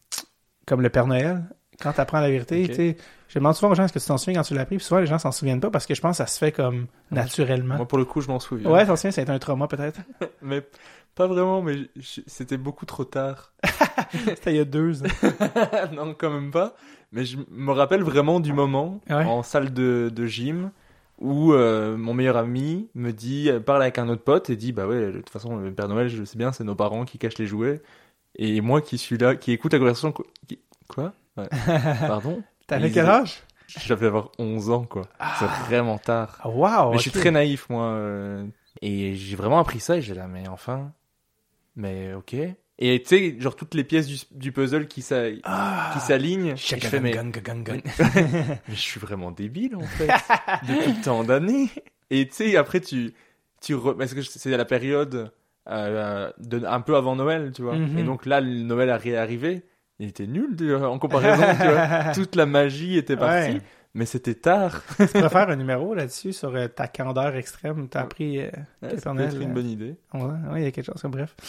comme le Père Noël. Quand tu apprends la vérité, okay. tu sais, je demande souvent aux gens est-ce que tu t'en souviens quand tu l'as appris, puis souvent les gens s'en souviennent pas parce que je pense que ça se fait comme naturellement. Moi, pour le coup, je m'en souviens. Ouais, t'en souviens, ça a été un trauma peut-être. Mais pas vraiment, mais je... c'était beaucoup trop tard. C'était il y a deux ans. Non, quand même pas. Mais je me rappelle vraiment du moment ouais. en salle de, de gym où euh, mon meilleur ami me dit, parle avec un autre pote et dit bah ouais, de toute façon le Père Noël, je sais bien, c'est nos parents qui cachent les jouets, et moi qui suis là, qui écoute la conversation, qui... quoi ouais. Pardon. T'avais quel âge? J'avais avoir onze ans quoi. Ah. C'est vraiment tard. Ah, wow. Mais okay. je suis très naïf moi, euh... et j'ai vraiment appris ça et j'ai là mais enfin, mais ok. Et tu sais, genre toutes les pièces du, du puzzle qui, s'a, ah, qui s'alignent. Je fais, mais... Gang, gang, gang. Mais je suis vraiment débile, en fait. Depuis tant d'années. Et tu sais, après, tu, tu re... parce que c'est la période, euh, de, un peu avant Noël, tu vois. Mm-hmm. Et donc là, le Noël est arrivé. Il était nul, tu vois, en comparaison, tu vois. Toute la magie était partie. Ouais. Mais c'était tard. Tu pourrais faire un numéro là-dessus sur euh, ta candeur extrême. T'as appris euh, ouais, ça peut être une bonne idée. Ouais, ouais, il y a quelque chose comme bref.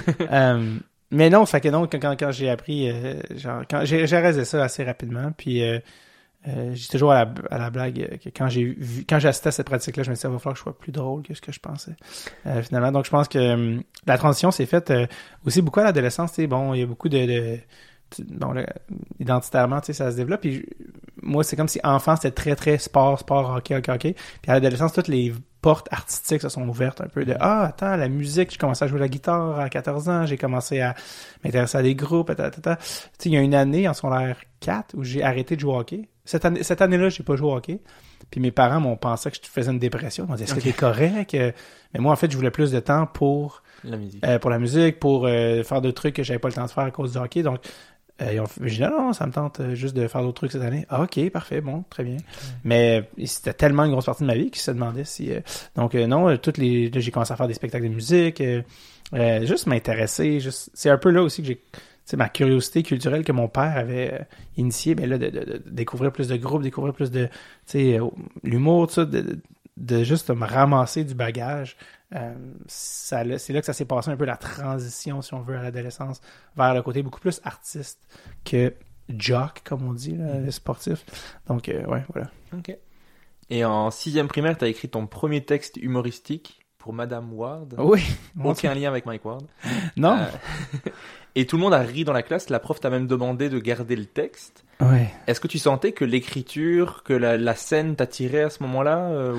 euh, mais non, fait que non, quand, quand j'ai appris, euh, genre, quand j'ai, j'ai arrêté ça assez rapidement. Puis euh, euh, j'ai toujours à la, à la blague que quand j'ai vu, quand j'ai assisté à cette pratique-là, je me disais, il va falloir que je sois plus drôle que ce que je pensais. Euh, finalement, donc je pense que euh, la transition s'est faite euh, aussi beaucoup à l'adolescence. Tu sais, bon, il y a beaucoup de, de bon, là, identitairement, tu sais, ça se développe. Puis moi, c'est comme si enfant, c'était très, très sport, sport, hockey, hockey, hockey. Puis à l'adolescence, toutes les portes artistiques se sont ouvertes un peu de « Ah, attends, la musique, j'ai commencé à jouer la guitare à quatorze ans, j'ai commencé à m'intéresser à des groupes, ta, ta, ta. » Tu sais, il y a une année en secondaire quatre où j'ai arrêté de jouer au hockey. Cette, année, cette année-là, j'ai pas joué au hockey. Puis mes parents m'ont pensé que je faisais une dépression. Ils m'ont dit « Est-ce okay. que t'es correct? » Mais moi, en fait, je voulais plus de temps pour la musique, euh, pour la musique, pour euh, faire d'autres trucs que j'avais pas le temps de faire à cause du hockey. Donc, Euh, ils ont fait, j'ai dit, non, non, ça me tente juste de faire d'autres trucs cette année. Ah, ok, parfait, bon, très bien. Mm. Mais c'était tellement une grosse partie de ma vie qu'ils se demandaient si... Euh, donc, euh, non, toutes les, là, j'ai commencé à faire des spectacles de musique, euh, euh, juste m'intéresser. Juste, c'est un peu là aussi que j'ai... C'est ma curiosité culturelle que mon père avait euh, initiée, ben là, de, de, de découvrir plus de groupes, découvrir plus de... Tu sais, euh, l'humour, tout ça, de, de, de juste me ramasser du bagage. Euh, ça, c'est là que ça s'est passé un peu la transition, si on veut, à l'adolescence, vers le côté beaucoup plus artiste que jock, comme on dit, là, sportif. Donc, euh, ouais, voilà. Ok. Et en sixième primaire, tu as écrit ton premier texte humoristique pour Madame Ward. Oui. Aucun lien avec Mike Ward. Non. Euh, et tout le monde a ri dans la classe. La prof t'a même demandé de garder le texte. Ouais. Est-ce que tu sentais que l'écriture, que la, la scène t'attirait à ce moment-là euh, ou...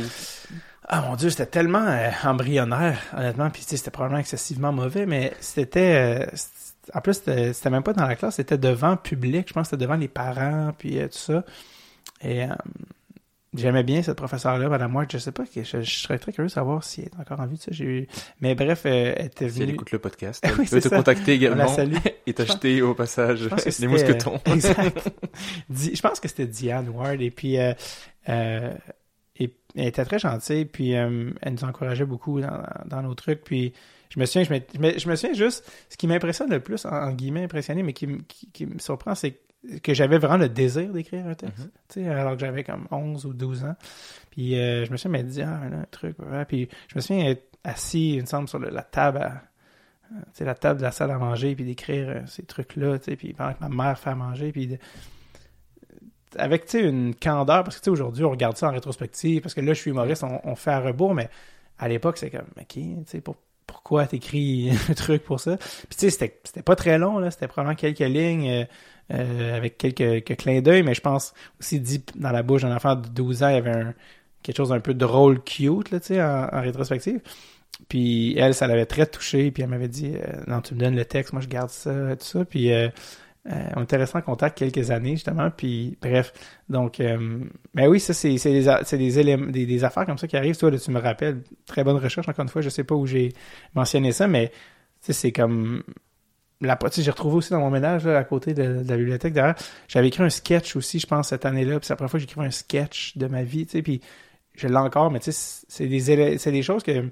Ah mon Dieu, c'était tellement euh, embryonnaire, honnêtement. Puis tu sais, c'était probablement excessivement mauvais, mais c'était... Euh, c'était en plus, c'était, c'était même pas dans la classe, c'était devant public. Je pense que c'était devant les parents, puis euh, tout ça. Et... Euh, J'aimais bien cette professeure-là, Madame Ward. Je sais pas, je, je, je serais très curieux de savoir si elle est encore en vie de ça. J'ai eu... Mais bref, euh, elle était venue... Si elle écoute le podcast, elle oui, peut te ça. contacter également la et t'acheter au passage les mousquetons. Exact. Je pense que c'était Diane Ward. Et puis, euh, euh, et, elle était très gentille. Puis, euh, elle nous encourageait beaucoup dans, dans nos trucs. Puis, je me souviens, je me, je me souviens juste, ce qui m'impressionne le plus, en, en guillemets impressionné, mais qui, qui, qui me surprend, c'est que j'avais vraiment le désir d'écrire un texte, mm-hmm. tu sais, alors que j'avais comme onze ou douze ans. Puis euh, je me souviens, elle m'a dit, ah, là, un truc, ouais. Puis je me souviens être assis, il me semble, sur le, la table, à, tu sais, la table de la salle à manger, puis d'écrire euh, ces trucs-là, tu sais, puis pendant que ma mère fait à manger, puis de... avec, tu sais, une candeur, parce que, tu sais, aujourd'hui, on regarde ça en rétrospective, parce que là, je suis humoriste, on, on fait à rebours, mais à l'époque, c'est comme, OK, tu sais, pour pourquoi t'écris un truc pour ça? Puis tu sais, c'était, c'était pas très long, là, c'était probablement quelques lignes euh, euh, avec quelques, quelques clins d'œil, mais je pense aussi dit dans la bouche d'un enfant de douze ans, il y avait un, quelque chose d'un peu drôle, cute, là, tu sais, en, en rétrospective. Puis elle, ça l'avait très touchée, puis elle m'avait dit euh, non, tu me donnes le texte, moi je garde ça, tout ça. Puis euh, euh, on était restés en contact quelques années, justement, puis bref. Donc, euh, ben oui, ça, c'est, c'est, des, c'est des, éléments, des, des affaires comme ça qui arrivent. Toi, là, tu me rappelles, très bonne recherche, encore une fois, je sais pas où j'ai mentionné ça, mais tu sais, c'est comme... La, tu sais, j'ai retrouvé aussi dans mon ménage, là, à côté de, de la bibliothèque derrière, j'avais écrit un sketch aussi, je pense, cette année-là, puis c'est la première fois que j'écrivais un sketch de ma vie, tu sais, puis je l'ai encore, mais tu sais, c'est des, c'est des choses que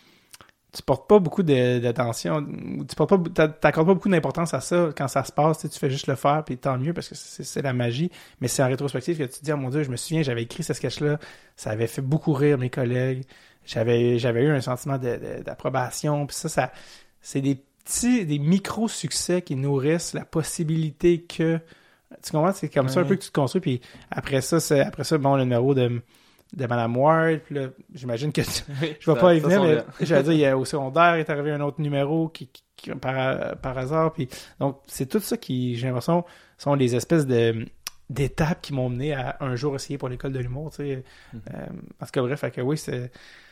tu portes pas beaucoup de, d'attention, tu portes pas, t'accordes pas beaucoup d'importance à ça quand ça se passe, tu sais, tu fais juste le faire, puis tant mieux, parce que c'est, c'est la magie, mais c'est en rétrospective que tu te dis, oh mon Dieu, je me souviens, j'avais écrit ce sketch-là, ça avait fait beaucoup rire mes collègues, j'avais, j'avais eu un sentiment de, de, d'approbation, puis ça, ça, c'est des petits, des micro-succès qui nourrissent la possibilité que, tu comprends, c'est comme ouais. ça un peu que tu te construis, puis après ça, c'est, après ça, bon, le numéro de... de Madame Ward, puis là, j'imagine que tu... oui, je vais pas y venir, mais j'allais dire, il y a, au secondaire, il est arrivé un autre numéro qui, qui, qui par, par hasard, puis donc c'est tout ça qui, j'ai l'impression, sont les espèces de d'étapes qui m'ont mené à un jour essayer pour l'école de l'humour, tu sais. Mm-hmm. Euh, en tout cas, bref, fait que oui, c'est,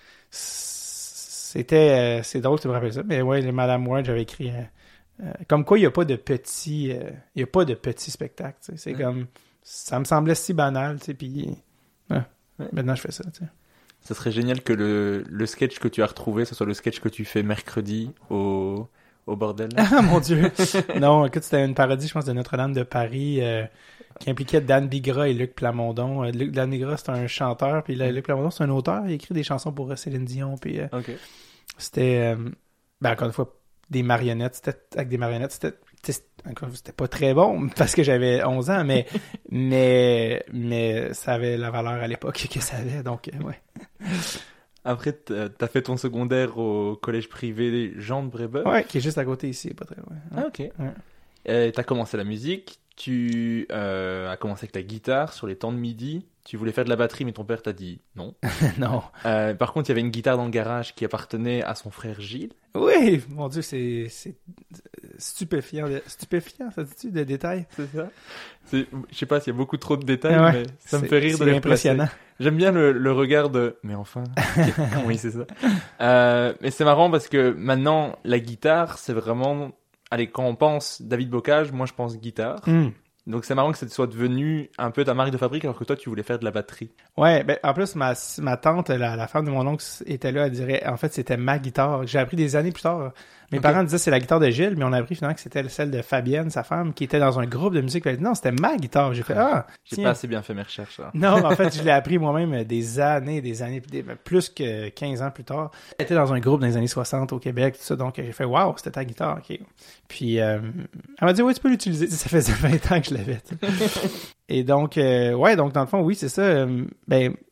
c'était, euh, c'est drôle que tu me rappelles ça, mais ouais, les Madame Ward, j'avais écrit, euh, euh, comme quoi il n'y a pas de petits, euh, il y a pas de petits spectacles, tu sais, c'est mm. comme, ça me semblait si banal, tu sais, puis... Ouais. Maintenant, je fais ça, tu sais. Ça serait génial que le, le sketch que tu as retrouvé, ce soit le sketch que tu fais mercredi au, au bordel. Ah, mon Dieu! Non, écoute, c'était une parodie, je pense, de Notre-Dame de Paris, euh, qui impliquait Dan Bigra et Luc Plamondon. Euh, Luc, Dan Bigra, c'est un chanteur, puis Luc Plamondon, c'est un auteur. Il écrit des chansons pour Céline Dion, puis euh, okay. c'était, euh, ben, encore une fois, des marionnettes. C'était avec des marionnettes, c'était... C'était pas très bon parce que j'avais onze ans, mais mais mais ça avait la valeur à l'époque que ça avait, donc euh, ouais. Après, t'as fait ton secondaire au collège privé Jean de Brébeuf. Ouais, qui est juste à côté ici, pas très loin. Ouais. Ah, ok. Ouais. Euh, t'as commencé la musique, tu euh, as commencé avec la guitare sur les temps de midi. Tu voulais faire de la batterie, mais ton père t'a dit non. Non. Euh, par contre, il y avait une guitare dans le garage qui appartenait à son frère Gilles. Oui, mon Dieu, c'est, c'est stupéfiant. De... Stupéfiant, ça dit-tu, de détails? C'est ça. C'est... Je sais pas s'il y a beaucoup trop de détails, ouais, mais ça me fait rire de les impressionnant. J'aime bien le, le regard de « mais enfin ». Oui, c'est ça. Euh, mais c'est marrant parce que maintenant, la guitare, c'est vraiment... Allez, quand on pense David Bocage, moi je pense guitare. Mm. Donc c'est marrant que ça soit devenu un peu ta marque de fabrique alors que toi tu voulais faire de la batterie. Ouais, ben en plus ma ma tante, la, la femme de mon oncle était là, elle dirait en fait c'était ma guitare. J'ai appris des années plus tard. Mes okay. parents disaient c'est la guitare de Gilles, mais on a appris finalement que c'était celle de Fabienne, sa femme, qui était dans un groupe de musique. Elle dit non, c'était ma guitare. J'ai fait ah. J'ai tiens. pas assez bien fait mes recherches. Là. Non, en fait je l'ai appris moi-même des années, des années, des, plus que quinze ans plus tard. Elle était dans un groupe dans les années soixante au Québec, tout ça. Donc j'ai fait waouh, c'était ta guitare. Ok. Puis euh, elle m'a dit oui, tu peux l'utiliser. Ça faisait vingt ans que je l'avais. Et donc, euh, ouais, donc dans le fond, oui, c'est ça. Euh, ben,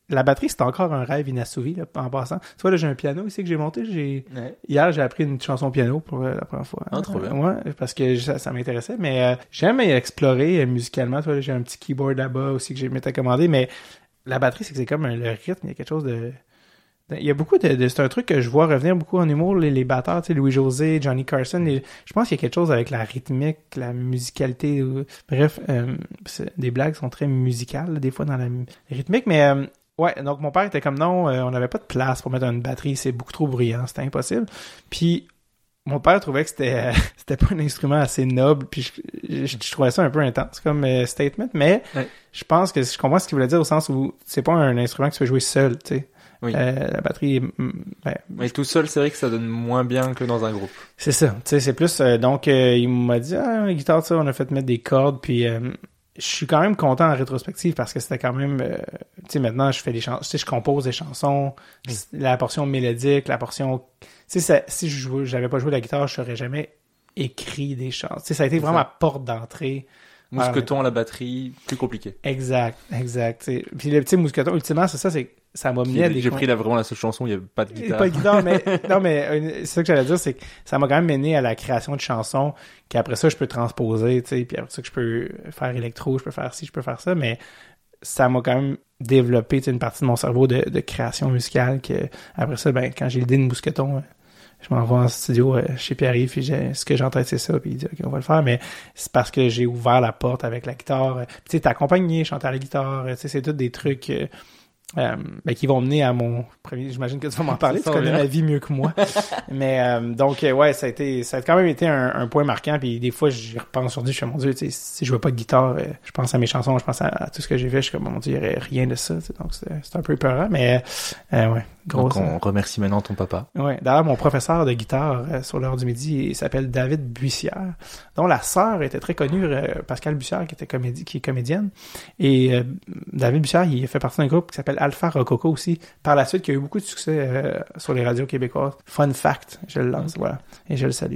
la batterie, c'est encore un rêve inassouvi, là, en passant. Tu vois, là, j'ai un piano ici que j'ai monté. J'ai... Ouais. Hier, j'ai appris une chanson piano pour euh, la première fois. Ah, trop bien. Ouais, parce que ça, ça m'intéressait. Mais euh, j'aime explorer euh, musicalement. Tu vois, là, j'ai un petit keyboard là-bas aussi que j'ai m'étais commandé. Mais la batterie, c'est que c'est comme un, le rythme. Il y a quelque chose de... Il y a beaucoup de, de... C'est un truc que je vois revenir beaucoup en humour, les, les batteurs, tu sais, Louis-José, Johnny Carson. Les... Je pense qu'il y a quelque chose avec la rythmique, la musicalité. Euh... Bref, euh, des blagues sont très musicales, là, des fois, dans la rythmique. Mais... Euh... Ouais, donc mon père était comme non, euh, on n'avait pas de place pour mettre une batterie, c'est beaucoup trop bruyant, c'était impossible. Puis mon père trouvait que c'était euh, c'était pas un instrument assez noble, puis je, je, je trouvais ça un peu intense comme euh, statement, mais ouais. Je pense que je comprends ce qu'il voulait dire au sens où c'est pas un instrument que tu peux jouer seul, tu sais. Oui. Euh, la batterie, ben, mais tout seul, c'est vrai que ça donne moins bien que dans un groupe. C'est ça, tu sais, c'est plus euh, donc euh, il m'a dit ah la guitare, ça, on a fait mettre des cordes, puis euh, je suis quand même content en rétrospective parce que c'était quand même, euh, tu sais, maintenant je fais des chansons, tu sais, je compose des chansons, oui. La portion mélodique, la portion, tu sais, si je jouais, j'avais pas joué la guitare, je n'aurais jamais écrit des chansons. Tu sais, ça a été vraiment ma porte d'entrée. Mousqueton à la batterie, plus compliqué. Exact, exact. T'sais. Puis le petit Mousqueton, ultimement, c'est ça, c'est ça m'a mené à des J'ai pris là vraiment la seule chanson où il n'y avait pas de guitare. Pas de guitare, mais non, mais c'est ça que j'allais dire, c'est que ça m'a quand même mené à la création de chansons qu'après ça je peux transposer, tu sais, puis après ça que je peux faire électro, je peux faire ci, je peux faire ça, mais ça m'a quand même développé une partie de mon cerveau de, de création musicale que après ça, ben quand j'ai l'idée de Mousqueton, je m'en vais en studio euh, chez Pierre-Yves, puis j'ai, ce que j'ai en tête, c'est ça, puis il dit ok, on va le faire, mais c'est parce que j'ai ouvert la porte avec la guitare. Tu sais, t'es accompagné, chanter à la guitare, tu sais, c'est tout des trucs euh, euh, ben, qui vont mener à mon premier. J'imagine que tu vas m'en parler, tu connais ma vie mieux que moi. mais euh, donc euh, ouais, ça a été, ça a quand même été un, un point marquant, puis des fois j'y repense aujourd'hui, je fais mon Dieu, tu sais, si je jouais pas de guitare, euh, je pense à mes chansons, je pense à, à tout ce que j'ai fait, je suis comme mon Dieu, il y aurait rien de ça, donc c'est, c'est un peu peurant, mais euh, ouais. Grosse, donc on remercie maintenant ton papa. Oui, d'ailleurs, mon professeur de guitare euh, sur l'heure du midi, il s'appelle David Bussière, dont la sœur était très connue, euh, Pascal Bussière, qui était comédie, qui est comédienne. Et euh, David Bussière, il fait partie d'un groupe qui s'appelle Alpha Rococo aussi, par la suite, qui a eu beaucoup de succès euh, sur les radios québécoises. Fun fact, je le lance, okay. Voilà. Et je le salue.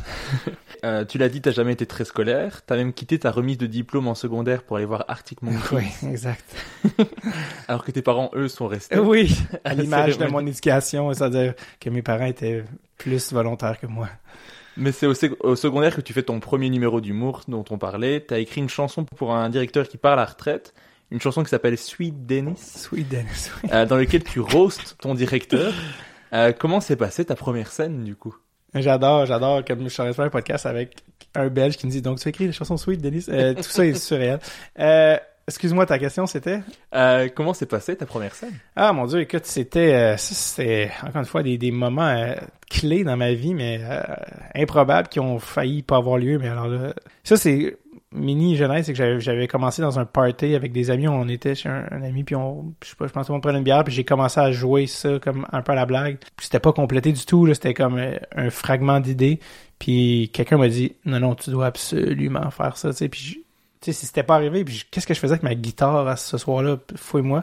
euh, tu l'as dit, t'as jamais été très scolaire. T'as même quitté ta remise de diplôme en secondaire pour aller voir Arctic Monkeys. Oui, exact. Alors que tes parents, eux, sont restés. Oui, à l'image de mon éducation, c'est-à-dire que mes parents étaient plus volontaires que moi. Mais c'est au, sec- au secondaire que tu fais ton premier numéro d'humour dont on parlait. T'as écrit une chanson pour un directeur qui part à la retraite, une chanson qui s'appelle Sweet Dennis. Sweet Dennis, oui. Euh, dans lequel tu roastes ton directeur. Euh, comment s'est passée ta première scène, du coup? J'adore, j'adore, comme je suis en train de faire un podcast avec un Belge qui me dit « Donc, tu écris la chanson Sweet Dennis? Euh, » Tout ça est surréel. Euh... Excuse-moi, ta question, c'était? Euh, comment s'est passée ta première scène? Ah, mon Dieu, écoute, c'était, euh, ça, c'était, encore une fois, des, des moments euh, clés dans ma vie, mais euh, improbables, qui ont failli pas avoir lieu, mais alors là, ça, c'est mini-jeunesse, c'est que j'avais, j'avais commencé dans un party avec des amis, on était chez un, un ami, puis on, je sais pas, je pense qu'on prenait une bière, puis j'ai commencé à jouer ça comme un peu à la blague, puis c'était pas complété du tout, là, c'était comme euh, un fragment d'idée, puis quelqu'un m'a dit, non, non, tu dois absolument faire ça, tu sais, puis je, tu sais, si c'était pas arrivé, puis qu'est-ce que je faisais avec ma guitare à ce soir-là, fouille-moi.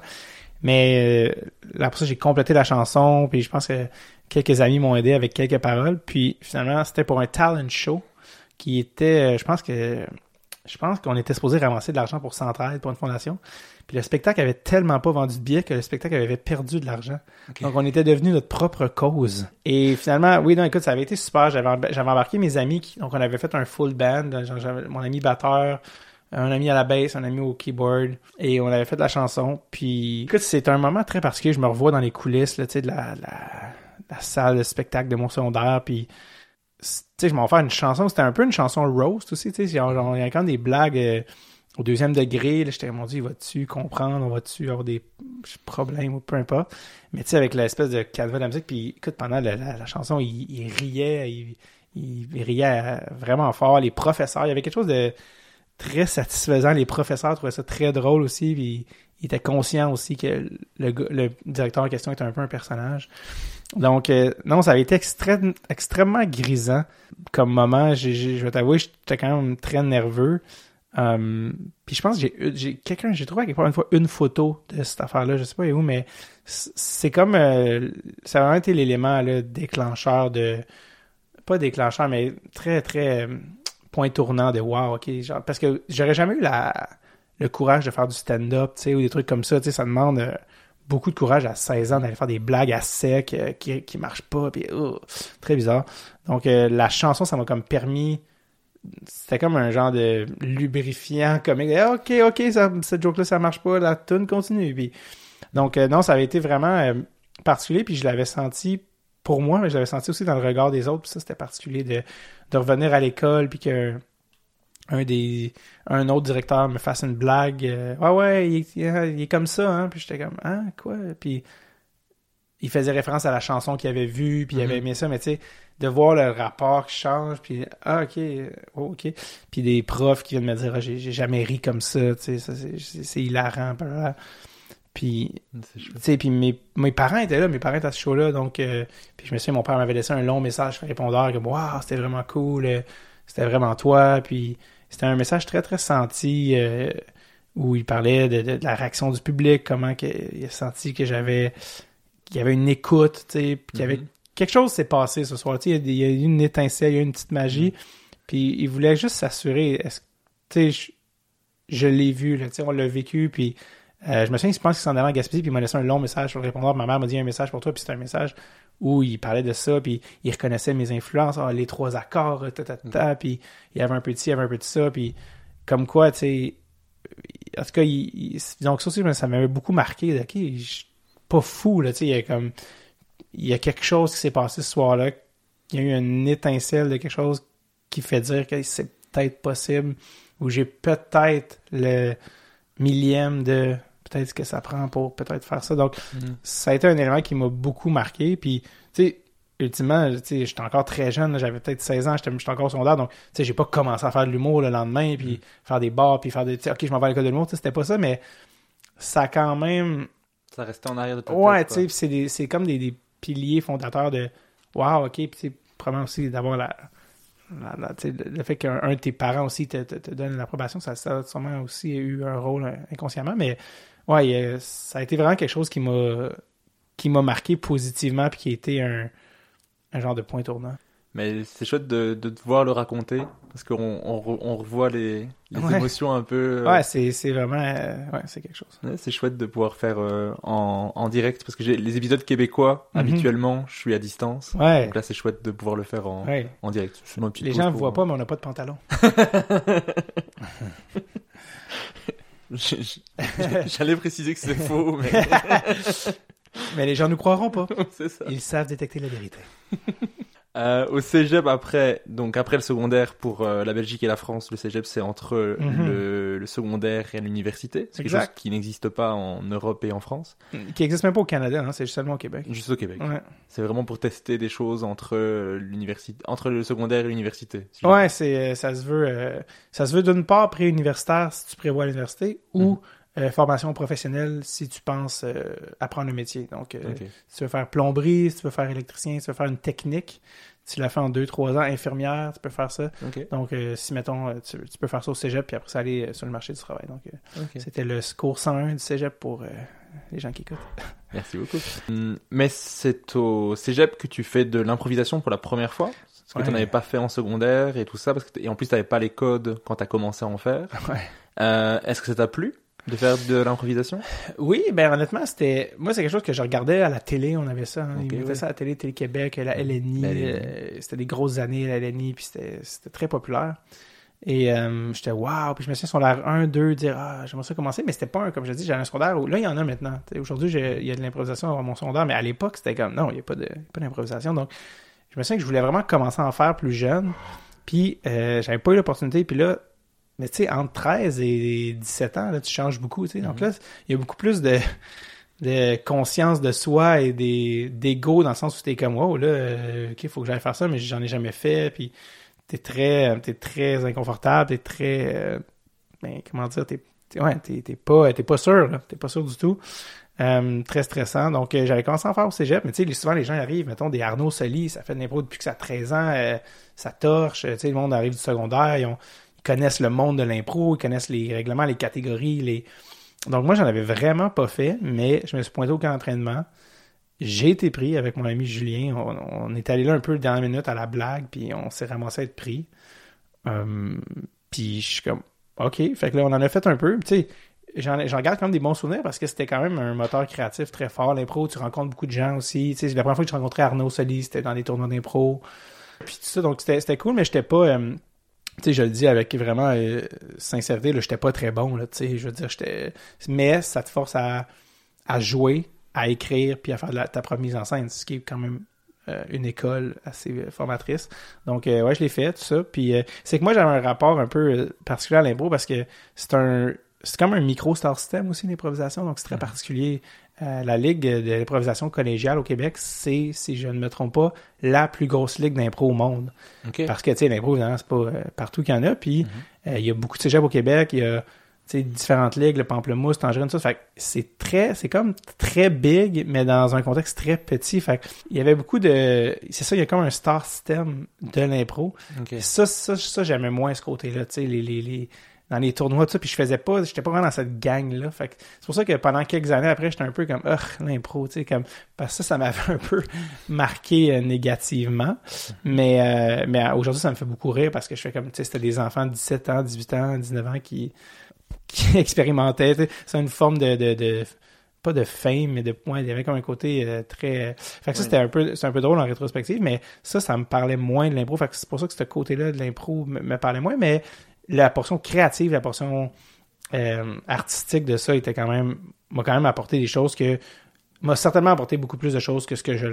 Mais euh, là, pour ça, j'ai complété la chanson, puis je pense que quelques amis m'ont aidé avec quelques paroles. Puis finalement, c'était pour un talent show qui était, je pense que, je pense qu'on était supposé ramasser de l'argent pour Centraide, pour une fondation. Puis le spectacle avait tellement pas vendu de billets que le spectacle avait perdu de l'argent. Okay. Donc on était devenu notre propre cause. Et finalement, oui, non, écoute, ça avait été super. J'avais, j'avais embarqué mes amis, qui, donc on avait fait un full band. Genre, j'avais mon ami batteur, un ami à la bass, un ami au keyboard, et on avait fait de la chanson. Puis, écoute, c'est un moment très particulier. Je me revois dans les coulisses, là, tu sais, de la, la, la salle de spectacle de mon secondaire. Puis, tu sais, je m'en vais faire une chanson. C'était un peu une chanson roast aussi, tu sais. Il y a quand même des blagues euh, au deuxième degré. Là, j'étais, mon Dieu, il va-tu comprendre? On va-tu avoir des problèmes ou peu importe? Mais tu sais, avec l'espèce de calva de la musique. Puis, écoute, pendant la, la, la chanson, il, il riait. Il, il riait vraiment fort. Les professeurs, il y avait quelque chose de très satisfaisant. Les professeurs trouvaient ça très drôle aussi, puis ils étaient conscients aussi que le, le directeur en question était un peu un personnage. Donc, euh, non, ça avait été extrême, extrêmement grisant comme moment. J'ai, j'ai, je vais t'avouer, j'étais quand même très nerveux. Um, puis je pense que j'ai, j'ai quelqu'un, j'ai trouvé à quelque part une fois une photo de cette affaire-là, je sais pas où, mais c'est comme, euh, ça a vraiment été l'élément là, déclencheur de, pas déclencheur, mais très, très... Euh, point tournant de wow, ok, genre, parce que j'aurais jamais eu la, le courage de faire du stand-up, tu sais, ou des trucs comme ça, tu sais, ça demande euh, beaucoup de courage à seize ans d'aller faire des blagues à sec euh, qui, qui marchent pas, puis oh, très bizarre. Donc, euh, la chanson, ça m'a comme permis... C'était comme un genre de lubrifiant comique. Eh, OK, OK, ça, cette joke-là, ça marche pas, la tune continue. Puis, donc, euh, non, ça avait été vraiment euh, particulier, puis je l'avais senti pour moi, mais je l'avais senti aussi dans le regard des autres, puis ça, c'était particulier de, de revenir à l'école, puis que un des un autre directeur me fasse une blague. Euh, ouais, ouais, il est, il est comme ça, hein. Puis j'étais comme, ah, quoi? Puis il faisait référence à la chanson qu'il avait vue, puis il avait aimé ça, mais tu sais, de voir le rapport qui change, puis ah, ok, oh, ok. Puis des profs qui viennent me dire, ah, j'ai, j'ai jamais ri comme ça, tu sais, ça, c'est, c'est, c'est hilarant, blablabla. Puis, tu sais, puis mes, mes parents étaient là, mes parents étaient à ce show-là, donc, euh, puis je me souviens, mon père m'avait laissé un long message sur répondeur, comme, waouh, c'était vraiment cool, euh, c'était vraiment toi, puis c'était un message très, très senti, euh, où il parlait de, de, de la réaction du public, comment que, il a senti que j'avais, qu'il y avait une écoute, tu sais, puis qu'il y avait, mm-hmm. quelque chose s'est passé ce soir, tu sais, il y a eu une étincelle, il y a eu une petite magie, mm-hmm. puis il voulait juste s'assurer, est-ce, tu sais, je, je l'ai vu, là, tu sais, on l'a vécu, puis Euh, je me souviens, je pense qu'il s'en allait en Gaspésie, puis il m'a laissé un long message sur le répondeur. Ma mère m'a dit un message pour toi, puis c'était un message où il parlait de ça, puis il reconnaissait mes influences, ah, les trois accords, ta, ta, ta, puis il y avait un peu de ci, il y avait un peu de ça, puis comme quoi, tu sais, en tout cas, il, il, donc ça aussi, ça m'avait beaucoup marqué. Ok, je suis pas fou, là, tu sais, il y a comme, il y a quelque chose qui s'est passé ce soir-là, il y a eu une étincelle de quelque chose qui fait dire que c'est peut-être possible, ou j'ai peut-être le millième de peut-être ce que ça prend pour peut-être faire ça. Donc, mm. ça a été un élément qui m'a beaucoup marqué. Puis, tu sais, ultimement, tu sais, j'étais encore très jeune, là, j'avais peut-être seize ans, j'étais, j'étais encore au secondaire, donc, tu sais, j'ai pas commencé à faire de l'humour le lendemain, puis mm. faire des bars, puis faire des, tu sais, OK, je m'en vais à l'école de l'humour, tu sais, c'était pas ça, mais ça a quand même... Ça restait en arrière de ta ouais, tête. Ouais, tu sais, c'est, des, c'est comme des, des piliers fondateurs de « Wow, OK », puis tu sais, probablement aussi d'avoir la... la, la tu sais, le, le fait qu'un un de tes parents aussi te, te, te donne l'approbation, ça, ça a sûrement aussi eu un rôle inconsciemment, mais... Ouais, ça a été vraiment quelque chose qui m'a qui m'a marqué positivement puis qui a été un, un genre de point tournant. Mais c'est chouette de, de te voir le raconter parce qu'on on, on revoit les, les ouais. émotions un peu... Euh... Ouais, c'est, c'est vraiment... Euh, ouais, c'est quelque chose. Ouais, c'est chouette de pouvoir faire euh, en, en direct parce que j'ai les épisodes québécois, mm-hmm. habituellement, je suis à distance. Ouais. Donc là, c'est chouette de pouvoir le faire en, ouais. en direct. Les gens ne voient pas, mais on n'a pas de pantalon. J'allais préciser que c'est faux, mais... mais les gens ne nous croiront pas. C'est ça. Ils savent détecter la vérité. Euh, au cégep, après, donc après le secondaire, pour euh, la Belgique et la France, le cégep, c'est entre mm-hmm. le, le secondaire et l'université. C'est exact. Quelque chose qui n'existe pas en Europe et en France. Qui n'existe même pas au Canada, hein, c'est juste seulement au Québec. Juste au Québec. Ouais. C'est vraiment pour tester des choses entre l'université, entre le secondaire et l'université. Si ouais, c'est, ça se veut, euh, ça se veut d'une part pré-universitaire si tu prévois l'université, ou mm. Euh, formation professionnelle si tu penses euh, apprendre un métier. Donc, euh, okay. si tu veux faire plomberie, si tu veux faire électricien, si tu veux faire une technique, tu l'as fait en deux trois ans, infirmière, tu peux faire ça. Okay. Donc, euh, si, mettons, tu, tu peux faire ça au cégep, puis après ça, aller euh, sur le marché du travail. Donc, euh, okay. c'était le cours cent un du cégep pour euh, les gens qui écoutent. Merci beaucoup. Mais c'est au cégep que tu fais de l'improvisation pour la première fois? Parce que ouais. tu n'en avais pas fait en secondaire et tout ça, parce que et en plus, tu n'avais pas les codes quand tu as commencé à en faire. Ouais. Euh, est-ce que ça t'a plu? De faire de l'improvisation? Oui, ben honnêtement, c'était... Moi, c'est quelque chose que je regardais à la télé, on avait ça. Hein. Okay, Ils mettaient oui. ça à la télé, Télé-Québec, la L N I. Ben, euh, c'était des grosses années, la L N I, puis c'était, c'était très populaire. Et euh, j'étais « wow », puis je me suis dit, sur l'air un, deux, dire « ah, j'aimerais ça commencer », mais c'était pas un, comme je dis, j'avais un secondaire où... Là, il y en a maintenant. T'sais, aujourd'hui, j'ai... il y a de l'improvisation à mon secondaire, mais à l'époque, c'était comme « non, il n'y a pas, de... pas d'improvisation ». Donc, je me suis dit que je voulais vraiment commencer à en faire plus jeune, puis euh, j'avais pas eu l'opportunité, puis là, mais tu sais, entre treize et dix-sept ans, là, tu changes beaucoup, tu sais. Mm-hmm. Donc là, il y a beaucoup plus de, de conscience de soi et des, d'ego dans le sens où t'es comme, wow, là, euh, OK, il faut que j'aille faire ça, mais j'en ai jamais fait, puis t'es très, t'es très inconfortable, t'es très, euh, ben, comment dire, t'es, t'es, ouais, t'es, t'es pas, t'es pas sûr, là, t'es pas sûr du tout. Euh, très stressant. Donc, euh, j'avais commencé à en faire au cégep, mais tu sais, souvent, les gens arrivent, mettons, des Arnaud Soli, ça fait de l'impro depuis que ça a treize ans, euh, ça torche, tu sais, le monde arrive du secondaire, ils ont connaissent le monde de l'impro, ils connaissent les règlements, les catégories, les... Donc moi, j'en avais vraiment pas fait, mais je me suis pointé au camp d'entraînement. J'ai été pris avec mon ami Julien. On, on est allé là un peu dernière minute à la blague, puis on s'est ramassé à être pris. Euh, puis je suis comme, OK. Fait que là, on en a fait un peu. Tu sais, j'en, j'en garde quand même des bons souvenirs parce que c'était quand même un moteur créatif très fort, l'impro. Tu rencontres beaucoup de gens aussi. Tu sais, la première fois que je rencontrais Arnaud Solis, c'était dans des tournois d'impro. Puis tout ça, donc c'était, c'était cool, mais j'étais pas... Euh, tu sais, je le dis avec vraiment euh, sincérité, là, j'étais pas très bon, là, tu sais, je veux dire, j'étais... Mais ça te force à, à jouer, à écrire, puis à faire de la, ta propre mise en scène, ce qui est quand même euh, une école assez formatrice. Donc, euh, ouais, je l'ai fait, tout ça. Puis euh, c'est que moi, j'avais un rapport un peu euh, particulier à l'impro parce que c'est un... C'est comme un micro-star system aussi, l'improvisation, donc c'est très particulier. Euh, la Ligue de l'improvisation collégiale au Québec, c'est, si je ne me trompe pas, la plus grosse ligue d'impro au monde. Okay. Parce que, tu sais, l'impro, évidemment, c'est pas euh, partout qu'il y en a. Puis, il mm-hmm. euh, y a beaucoup de cégeps au Québec. Il y a, tu sais, différentes ligues, le Pamplemousse, Tangerine, tout ça. Fait que c'est très, c'est comme très big, mais dans un contexte très petit. Fait que il y avait beaucoup de... C'est ça, il y a comme un star system de l'impro. Okay. Ça, ça, ça, j'aimais moins ce côté-là, tu sais, les... les, les dans les tournois, tout ça, puis je faisais pas, j'étais pas vraiment dans cette gang-là, fait que c'est pour ça que pendant quelques années après, j'étais un peu comme, ugh, l'impro, tu sais, comme, parce que ça, ça m'avait un peu marqué euh, négativement, mais euh, mais aujourd'hui, ça me fait beaucoup rire, parce que je fais comme, tu sais, c'était des enfants de dix-sept ans, dix-huit ans, dix-neuf ans qui, qui expérimentaient, tu sais, c'est une forme de, de, de pas de fame, mais de ouais, il y avait comme un côté euh, très... Fait que ça, oui. c'était un peu c'est un peu drôle en rétrospective, mais ça, ça me parlait moins de l'impro, fait que c'est pour ça que ce côté-là de l'impro me, me parlait moins, mais la portion créative, la portion euh, artistique de ça était quand même m'a quand même apporté des choses que m'a certainement apporté beaucoup plus de choses que ce que je,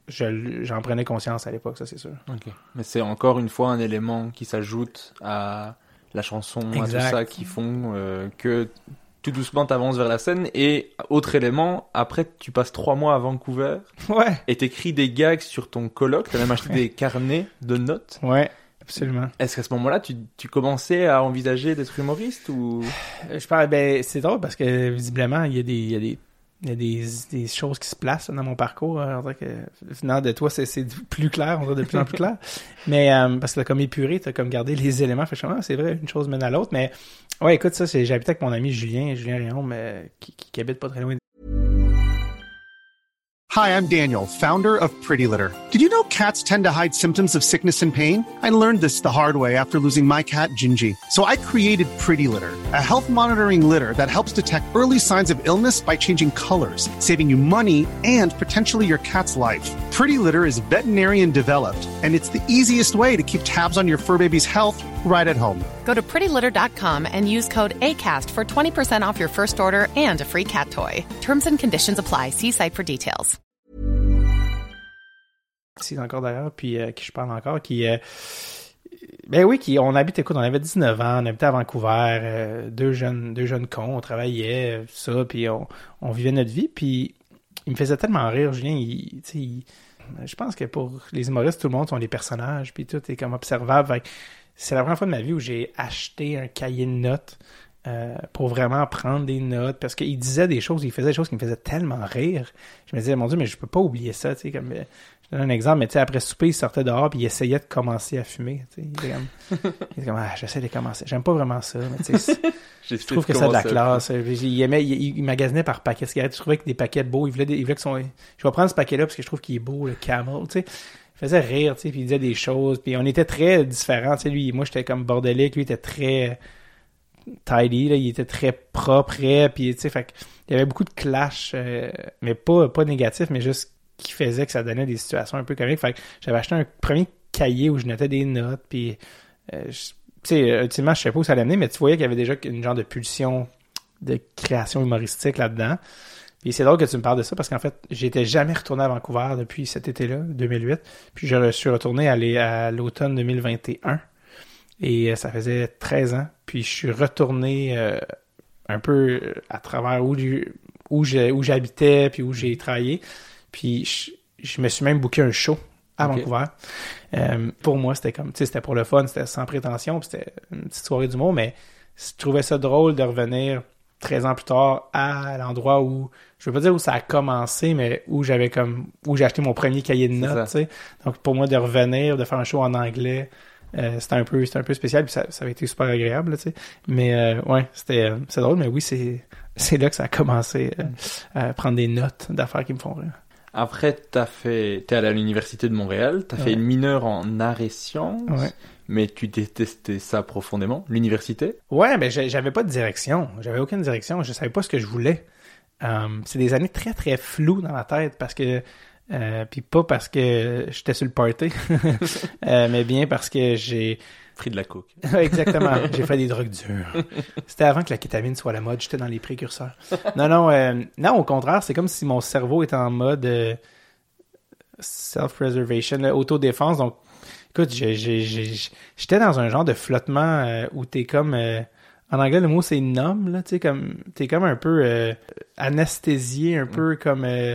je j'en prenais conscience à l'époque, ça c'est sûr. Ok. Mais c'est encore une fois un élément qui s'ajoute à la chanson, exact. À tout ça qui font euh, que tout doucement t'avances vers la scène. Et autre élément, après tu passes trois mois à Vancouver. Ouais. Et t'écris des gags sur ton colloque. T'as même acheté des carnets de notes. Ouais. Absolument. Est-ce qu'à ce moment-là, tu, tu commençais à envisager d'être humoriste ou... Je parle, ben, c'est drôle parce que visiblement, il y a des, il y a des, il y a des, des choses qui se placent dans mon parcours. On dirait que, venant de toi, c'est, c'est plus clair, on dirait de plus en plus clair. Mais, euh, parce que t'as comme épuré, t'as comme gardé les éléments. Fait que, ah, c'est vrai, une chose mène à l'autre. Mais, ouais, écoute, ça, c'est, j'habitais avec mon ami Julien, Julien Réon, mais, qui, qui, qui habite pas très loin de... Hi, I'm Daniel, founder of Pretty Litter. Did you know cats tend to hide symptoms of sickness and pain? I learned this the hard way after losing my cat, Gingy. So I created Pretty Litter, a health monitoring litter that helps detect early signs of illness by changing colors, saving you money and potentially your cat's life. Pretty Litter is veterinarian developed, and it's the easiest way to keep tabs on your fur baby's health right at home. Go to pretty litter dot com and use code ACAST for twenty percent off your first order and a free cat toy. Terms and conditions apply. See site for details. C'est encore d'ailleurs, puis euh, qui je parle encore, qui... Euh, ben oui, qui, on habite, écoute, on avait dix-neuf ans, on habitait à Vancouver, euh, deux jeunes deux jeunes cons, on travaillait, tout ça, puis on, on vivait notre vie, puis il me faisait tellement rire, Julien, il, tu sais, il, je pense que pour les humoristes, tout le monde sont des personnages, puis tout est comme observable. Fait que c'est la première fois de ma vie où j'ai acheté un cahier de notes euh, pour vraiment prendre des notes, parce qu'il disait des choses, il faisait des choses qui me faisaient tellement rire. Je me disais, mon Dieu, mais je peux pas oublier ça, tu sais, comme... Je donne un exemple, mais tu sais, après souper, il sortait dehors puis il essayait de commencer à fumer. Tu sais, il était comme, il était comme ah, j'essaie de commencer. J'aime pas vraiment ça, mais tu sais, je trouve que c'est de la classe. Il aimait, il, il magasinait par paquet de cigarettes. Je trouvais que des paquets de beaux, il voulait, des, il voulait que son, je vais prendre ce paquet-là parce que je trouve qu'il est beau, le Camel, tu sais. Il faisait rire, tu sais, puis il disait des choses, puis on était très différents, tu sais, lui, moi, j'étais comme bordélique, lui, il était très tidy, là, il était très propre, puis tu sais, fait il y avait beaucoup de clash, euh, mais pas, pas négatif, mais juste qui faisait que ça donnait des situations un peu comiques. Fait que j'avais acheté un premier cahier où je notais des notes, puis euh, tu sais, ultimement, je sais pas où ça allait mener, mais tu voyais qu'il y avait déjà une genre de pulsion de création humoristique là-dedans. Puis c'est drôle que tu me parles de ça, parce qu'en fait, j'étais jamais retourné à Vancouver depuis cet été-là, deux mille huit, puis je suis retourné à, à l'automne deux mille vingt et un, et ça faisait treize ans, puis je suis retourné euh, un peu à travers où, où, je, où j'habitais, puis où j'ai travaillé. Puis je, je me suis même booké un show à okay. Vancouver. Euh, pour moi, c'était comme, tu sais, c'était pour le fun, c'était sans prétention, puis c'était une petite soirée d'humour, mais je trouvais ça drôle de revenir treize ans plus tard à l'endroit où, je veux pas dire où ça a commencé, mais où j'avais comme, où j'ai acheté mon premier cahier de notes, tu sais. Donc pour moi, de revenir, de faire un show en anglais, euh, c'était un peu, c'était un peu spécial, puis ça, ça avait été super agréable, tu sais. Mais euh, ouais, c'était, c'est drôle, mais oui, c'est, c'est là que ça a commencé euh, à prendre des notes d'affaires qui me font rire. Après, t'as fait, t'es allé à l'université de Montréal, t'as ouais. fait une mineure en arts et sciences, ouais. mais tu détestais ça profondément, l'université? Ouais, mais j'avais pas de direction. J'avais aucune direction. Je savais pas ce que je voulais. Um, c'est des années très, très floues dans ma tête parce que... Euh, puis pas parce que j'étais sur le party, euh, mais bien parce que j'ai... Pris de la coke. Exactement. J'ai fait des drogues dures. C'était avant que la kétamine soit à la mode. J'étais dans les précurseurs. Non, non, euh, non, au contraire, c'est comme si mon cerveau était en mode euh, self-preservation, là, autodéfense. Donc, écoute, j'ai, j'ai, j'ai, j'étais dans un genre de flottement euh, où t'es comme... Euh, en anglais, le mot, c'est numb, là, tu sais, comme... T'es comme un peu euh, anesthésié, un mm. peu comme... Euh,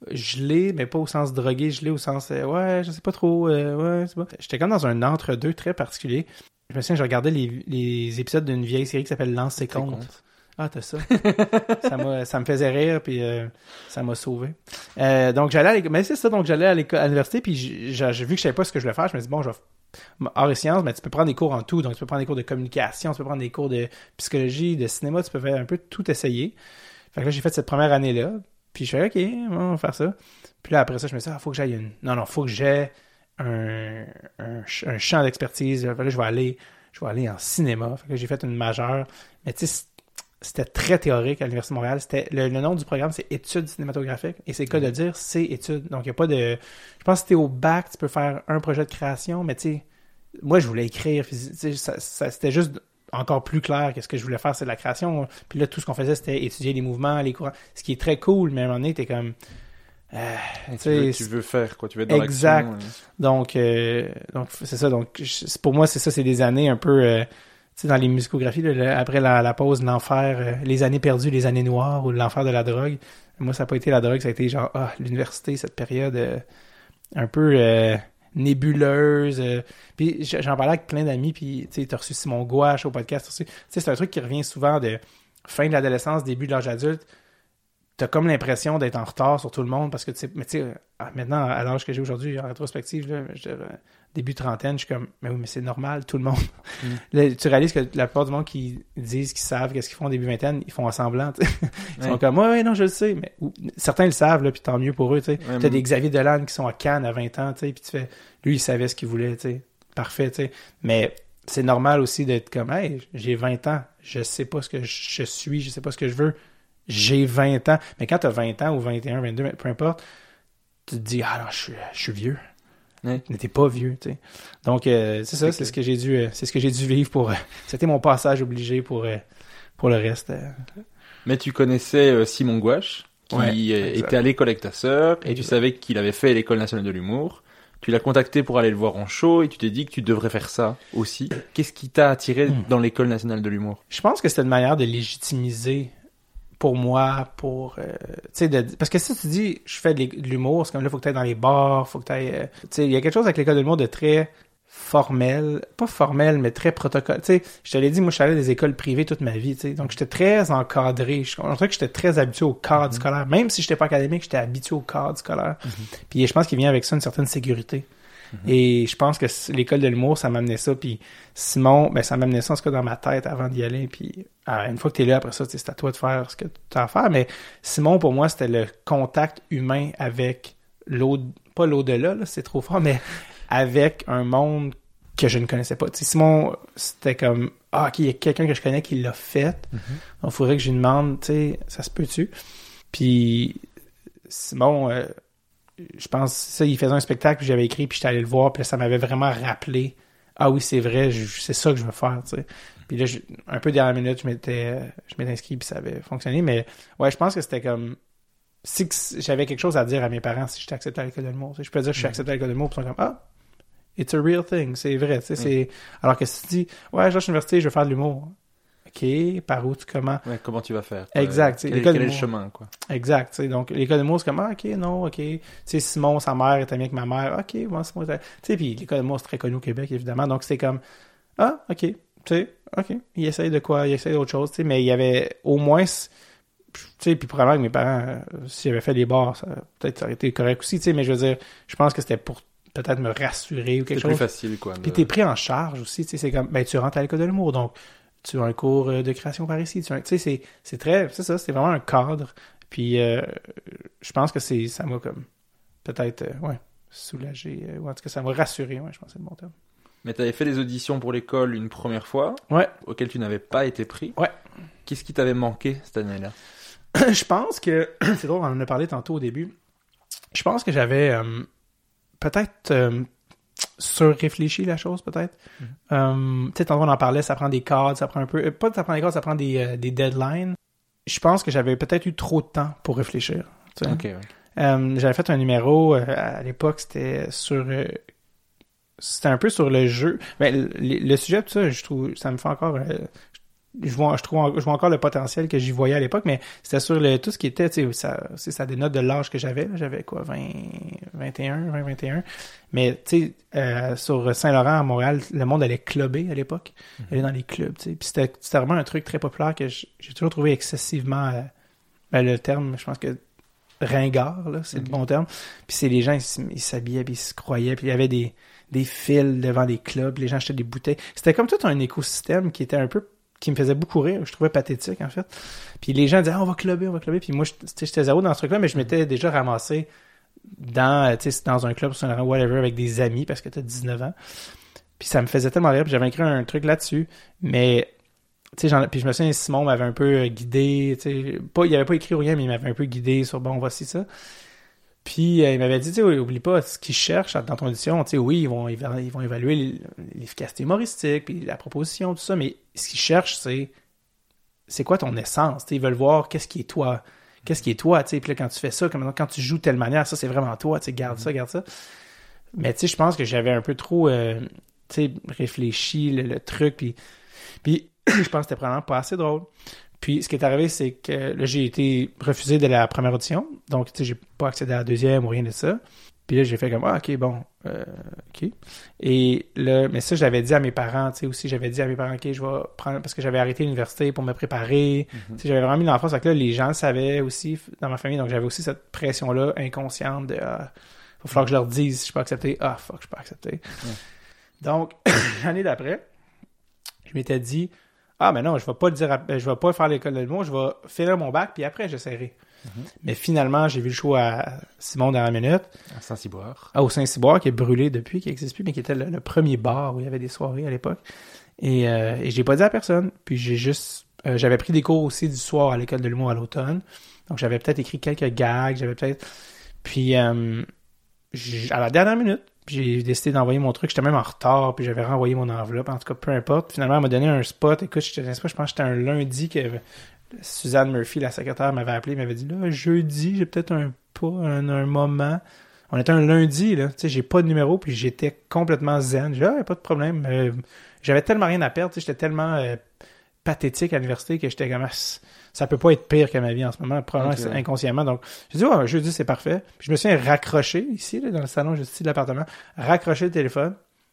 gelé, mais pas au sens drogué, gelé au sens euh, ouais, je sais pas trop, euh, ouais, c'est pas. J'étais comme dans un entre-deux très particulier. Je me souviens, je regardais les, les épisodes d'une vieille série qui s'appelle Lance ses comptes. Ah, t'as ça. ça, m'a, ça me faisait rire, puis euh, ça m'a sauvé. Euh, donc, j'allais à l'école, mais c'est ça, donc j'allais à, l'école, à l'université, puis j'ai, j'ai vu que je savais pas ce que je voulais faire, je me dis, bon, je vais arts et sciences, mais tu peux prendre des cours en tout, donc tu peux prendre des cours de communication, tu peux prendre des cours de psychologie, de cinéma, tu peux faire un peu tout essayer. Fait que là, j'ai fait cette première année-là. Puis je fais, OK, on va faire ça. Puis là, après ça, je me dis, ah, faut que j'aille une... Non, non, faut que j'aie un, un, un champ d'expertise. Fait que là, je vais aller, je vais aller en cinéma. Fait que j'ai fait une majeure. Mais tu sais, c'était très théorique à l'Université de Montréal. C'était, le, le nom du programme, c'est études cinématographiques. Et c'est le cas de le dire, c'est études. Donc, il n'y a pas de... Je pense que si t'es au bac, tu peux faire un projet de création. Mais tu sais, moi, je voulais écrire. Puis, ça, ça, c'était juste... encore plus clair que ce que je voulais faire, c'est de la création. Puis là, tout ce qu'on faisait, c'était étudier les mouvements, les courants, ce qui est très cool, mais à un moment donné, t'es comme... Euh, tu, veux, tu veux faire, quoi. Tu veux être dans exact. l'action. Exact. Donc, euh, donc, c'est ça. Donc, je, pour moi, c'est ça, c'est des années un peu... Euh, tu sais, dans les musicographies, là, le, après la, la pause, l'enfer, euh, les années perdues, les années noires, ou l'enfer de la drogue. Moi, ça n'a pas été la drogue, ça a été genre, ah, l'université, cette période euh, un peu... Euh, nébuleuse. Euh, puis j'en parlais avec plein d'amis, puis tu sais, t'as reçu Simon Gouache au podcast. Tu sais, c'est un truc qui revient souvent de fin de l'adolescence, début de l'âge adulte. T'as comme l'impression d'être en retard sur tout le monde parce que tu sais, mais tu sais, maintenant, à l'âge que j'ai aujourd'hui, en rétrospective, là, je, début trentaine, je suis comme, mais oui, mais c'est normal, tout le monde. Mm. Là, tu réalises que la plupart du monde qui disent qu'ils savent qu'est-ce qu'ils font au début vingtaine, ils font en semblant, tu sais. Ils ouais. sont comme, ouais, ouais, non, je le sais, mais ou, certains le savent, là, puis tant mieux pour eux, tu sais. Ouais, t'as mais... des Xavier Dolan qui sont à Cannes à vingt ans, tu sais, puis tu fais, lui, il savait ce qu'il voulait, tu sais. Parfait, tu sais. Mais c'est normal aussi d'être comme, hey, j'ai vingt ans, je sais pas ce que je suis, je sais pas ce que je veux. J'ai vingt ans. Mais quand t'as vingt ans ou vingt et un, vingt-deux, peu importe, tu te dis, ah non, je suis, je suis vieux. Oui. Mais t'es pas vieux, tu sais. Donc, euh, c'est ça, c'est, c'est ce que j'ai dû, euh, c'est ce que j'ai dû vivre pour, euh, c'était mon passage obligé pour, euh, pour le reste. Euh. Mais tu connaissais euh, Simon Gouache, qui ouais, euh, était à l'école avec ta sœur, et tu savais qu'il avait fait l'École nationale de l'humour. Tu l'as contacté pour aller le voir en show, et tu t'es dit que tu devrais faire ça aussi. Qu'est-ce qui t'a attiré hmm. dans l'École nationale de l'humour? Je pense que c'était une manière de légitimiser pour moi, pour... Euh, tu sais, de, parce que si tu dis, je fais de l'humour, c'est comme là, il faut que tu ailles dans les bars, faut que tu ailles... Euh, tu sais, il y a quelque chose avec l'école de l'humour de très formel, pas formel, mais très protocole. Tu sais, je te l'ai dit, moi, je suis allé à des écoles privées toute ma vie, tu sais, donc j'étais très encadré. Je trouvais que j'étais très habitué au cadre mm-hmm. scolaire. Même si j'étais pas académique, j'étais habitué au cadre scolaire. Mm-hmm. Puis je pense qu'il vient avec ça une certaine sécurité. Mm-hmm. Et je pense que l'école de l'humour, ça m'amenait ça. Puis Simon, ben ça m'amenait ça en tout cas dans ma tête avant d'y aller. Puis euh, une fois que t'es là, après ça, c'est à toi de faire ce que tu as à faire. Mais Simon, pour moi, c'était le contact humain avec l'au... pas l'au-delà, là, c'est trop fort, mais avec un monde que je ne connaissais pas. Tu sais, Simon, c'était comme, ah, ok, il y a quelqu'un que je connais qui l'a fait. Mm-hmm. Donc, il faudrait que je lui demande, tu sais, ça se peut-tu? Puis Simon... Euh, je pense, ça, il faisait un spectacle, puis j'avais écrit, puis j'étais allé le voir, puis là, ça m'avait vraiment rappelé, ah oui, c'est vrai, je, c'est ça que je veux faire, tu sais. Puis là, je, un peu dernière minute, je m'étais, je m'étais inscrit, puis ça avait fonctionné, mais ouais, je pense que c'était comme, si j'avais quelque chose à dire à mes parents si j'étais accepté à l'école de l'humour, tu sais, je peux dire que je suis accepté à l'école de l'humour, puis ils sont comme, ah, it's a real thing, c'est vrai, tu sais, mm. c'est, alors que si tu dis, ouais, je lâche l'université, je veux faire de l'humour. OK, par où tu comment ouais, comment tu vas faire exact quel, quel est le chemin quoi exact tu sais donc l'école de l'humour c'est comme ah, OK non OK tu sais Simon sa mère était bien avec ma mère OK moi Simon tu sais puis l'école de l'humour c'est très connu au Québec évidemment donc c'est comme ah OK tu sais OK il essaye de quoi il essaye d'autre chose tu sais mais il y avait au moins tu sais puis probablement que mes parents euh, s'ils avaient fait les bars ça peut-être ça aurait été correct aussi tu sais mais je veux dire je pense que c'était pour peut-être me rassurer ou quelque c'est chose plus facile quoi puis de... t'es pris en charge aussi tu sais c'est comme ben tu rentres à l'école de l'humour donc tu as un cours de création par ici. Tu sais, c'est, c'est très... C'est ça, c'est vraiment un cadre. Puis, euh, je pense que c'est ça m'a comme peut-être, euh, ouais, soulager, euh, ou en tout cas, ça m'a rassuré, ouais, je pense que c'est le bon terme. Mais tu avais fait des auditions pour l'école une première fois, ouais. auxquelles tu n'avais pas été pris. Ouais. Qu'est-ce qui t'avait manqué cette année-là? Je pense que, c'est drôle, on en a parlé tantôt au début, je pense que j'avais euh, peut-être euh, surréfléchi la chose, peut-être. Mm-hmm. Euh, tu sais, tantôt on en parlait, ça prend des cadres, ça prend un peu, pas ça prend des cadres, ça prend des, euh, des deadlines. Je pense que j'avais peut-être eu trop de temps pour réfléchir. Tu sais. Okay, ouais. Euh, j'avais fait un numéro, euh, à l'époque, c'était sur... Euh, c'était un peu sur le jeu. Mais le, le sujet, tout ça, je trouve, ça me fait encore... Euh, je vois, je trouve, je vois encore le potentiel que j'y voyais à l'époque, mais c'était sur le, tout ce qui était, tu sais, ça, ça dénote de l'âge que j'avais. J'avais quoi, vingt, vingt et un, vingt, vingt et un. Mais, tu sais, euh, sur Saint-Laurent, à Montréal, le monde allait clubber à l'époque. Mm-hmm. Aller dans les clubs, tu sais. Puis c'était, c'était vraiment un truc très populaire que j'ai toujours trouvé excessivement, euh, ben, le terme, je pense que ringard, là, c'est mm-hmm. le bon terme. Puis c'est les gens, ils, ils s'habillaient, puis ils se croyaient, puis il y avait des, des fils devant les clubs, les gens achetaient des bouteilles. C'était comme tout un écosystème qui était un peu, qui me faisait beaucoup rire, je trouvais pathétique, en fait. Puis les gens disaient, ah, on va clubber, on va clubber. Puis moi, j'étais zéro dans ce truc-là, mais je m'étais déjà ramassé dans, tu sais, dans un club, sur un whatever, avec des amis, parce que t'as dix-neuf ans. Puis ça me faisait tellement rire, puis j'avais écrit un truc là-dessus, mais, tu sais, puis je me souviens, Simon m'avait un peu guidé, tu sais, pas, il avait pas écrit rien, mais il m'avait un peu guidé sur, bon, voici ça. Puis euh, il m'avait dit, tu sais, oublie pas ce qu'ils cherchent dans ton audition. Tu sais, oui, ils vont, ils vont évaluer l'efficacité humoristique, puis la proposition, tout ça, mais ce qu'ils cherchent, c'est c'est quoi ton essence. Tu sais, ils veulent voir qu'est-ce qui est toi, qu'est-ce qui est toi. Tu sais, puis là, quand tu fais ça, comme quand tu joues de telle manière, ça c'est vraiment toi. Tu sais, garde ça, garde ça. Mais tu sais, je pense que j'avais un peu trop, euh, tu sais, réfléchi le, le truc, puis puis je pense que c'était probablement pas assez drôle. Puis, ce qui est arrivé, c'est que là, j'ai été refusé de la première audition. Donc, tu sais, j'ai pas accédé à la deuxième ou rien de ça. Puis là, j'ai fait comme, ah, OK, bon, euh, OK. Et là, mais ça, je l'avais dit à mes parents, tu sais, aussi, j'avais dit à mes parents, OK, je vais prendre, parce que j'avais arrêté l'université pour me préparer. Mm-hmm. Tu sais, j'avais vraiment mis l'enfance. Fait que là, les gens le savaient aussi dans ma famille. Donc, j'avais aussi cette pression-là inconsciente de, ah, il va falloir que je leur dise si je suis pas accepté. Ah, fuck, je suis pas accepté. Mm. Donc, l'année d'après, je m'étais dit, ah, mais non, je vais pas le dire, à, je vais pas faire l'école de l'humour, je vais finir mon bac, puis après, j'essaierai. Mm-hmm. Mais finalement, j'ai vu le show à Simon dans la minute. À Saint-Cyboire. Ah, au Saint-Cyboire, qui est brûlé depuis, qui n'existe plus, mais qui était le, le premier bar où il y avait des soirées à l'époque. Et, euh, et je l'ai pas dit à personne. Puis j'ai juste... Euh, j'avais pris des cours aussi du soir à l'école de l'humour à l'automne. Donc j'avais peut-être écrit quelques gags, j'avais peut-être... Puis euh, à la dernière minute, j'ai décidé d'envoyer mon truc. J'étais même en retard, puis j'avais renvoyé mon enveloppe. En tout cas, peu importe. Finalement, elle m'a donné un spot. Écoute, je, je pense que c'était un lundi que Suzanne Murphy, la secrétaire, m'avait appelé, m'avait dit, là, jeudi, j'ai peut-être un pas, un, un moment. On était un lundi, là. Tu sais, j'ai pas de numéro, puis j'étais complètement zen. J'ai dit, ah, pas de problème. Euh, j'avais tellement rien à perdre, tu sais, j'étais tellement euh, pathétique à l'université que j'étais comme, ah, ça peut pas être pire que ma vie en ce moment, probablement okay. inconsciemment. Donc, j'ai dit, oh, jeudi, c'est parfait. Puis je me suis raccroché ici, là, dans le salon juste ici de l'appartement, raccroché le téléphone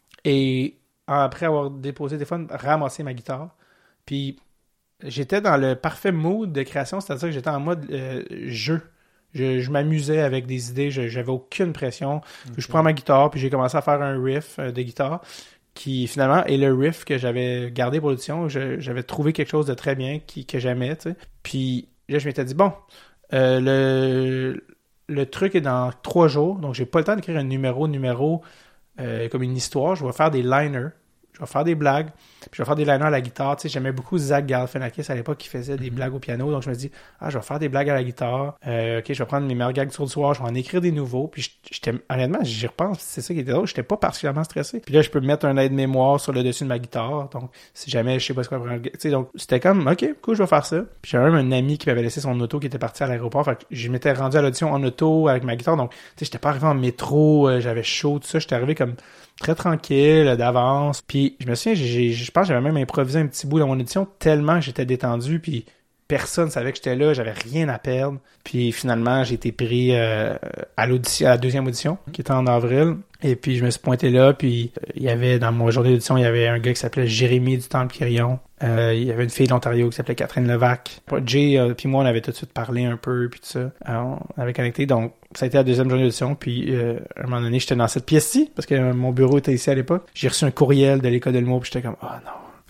et après avoir déposé le téléphone, ramasser ma guitare. Puis j'étais dans le parfait mood de création, c'est-à-dire que j'étais en mode euh, jeu. Je, je m'amusais avec des idées, je, j'avais aucune pression. Okay. Je prends ma guitare, puis j'ai commencé à faire un riff euh, de guitare qui finalement est le riff que j'avais gardé pour l'audition. Je, j'avais trouvé quelque chose de très bien qui, que j'aimais, tu sais. Puis là, je m'étais dit, bon, euh, le, le truc est dans trois jours, donc j'ai pas le temps d'écrire un numéro, numéro euh, comme une histoire. Je vais faire des liners, je vais faire des blagues, puis je vais faire des liners à la guitare. Tu sais, j'aimais beaucoup Zach Galifianakis à l'époque qui faisait des mm-hmm. blagues au piano, donc je me dis, ah, je vais faire des blagues à la guitare. Euh, ok, je vais prendre mes meilleurs gags sur le soir, je vais en écrire des nouveaux. Puis j'étais, honnêtement, j'y repense, c'est ça qui était drôle, j'étais pas particulièrement stressé. Puis là, je peux mettre un aide-mémoire sur le dessus de ma guitare, donc si jamais je sais pas ce qu'on va prendre, tu sais, donc c'était comme, ok, cool, je vais faire ça. Puis j'avais même un ami qui m'avait laissé son auto qui était parti à l'aéroport, fait que je m'étais rendu à l'audition en auto avec ma guitare, donc tu sais, j'étais pas arrivé en métro, euh, j'avais chaud, tout ça, j'étais arrivé comme très tranquille, d'avance. Puis je me souviens, j'ai, je pense que j'avais même improvisé un petit bout dans mon audition tellement que j'étais détendu, puis personne savait que j'étais là, j'avais rien à perdre. Puis finalement, j'ai été pris euh, à l'audition, à la deuxième audition, qui était en avril. Et puis je me suis pointé là, puis euh, il y avait, dans mon journée d'audition, il y avait un gars qui s'appelait Jérémy du Temple-Quirion. Euh, il y avait une fille de l'Ontario qui s'appelait Catherine Levac. Jay, euh, puis moi, on avait tout de suite parlé un peu, puis tout ça. Alors, on avait connecté, donc ça a été la deuxième journée d'audition, puis euh, à un moment donné, j'étais dans cette pièce-ci, parce que euh, mon bureau était ici à l'époque. J'ai reçu un courriel de l'école de l'humour, puis j'étais comme, oh non.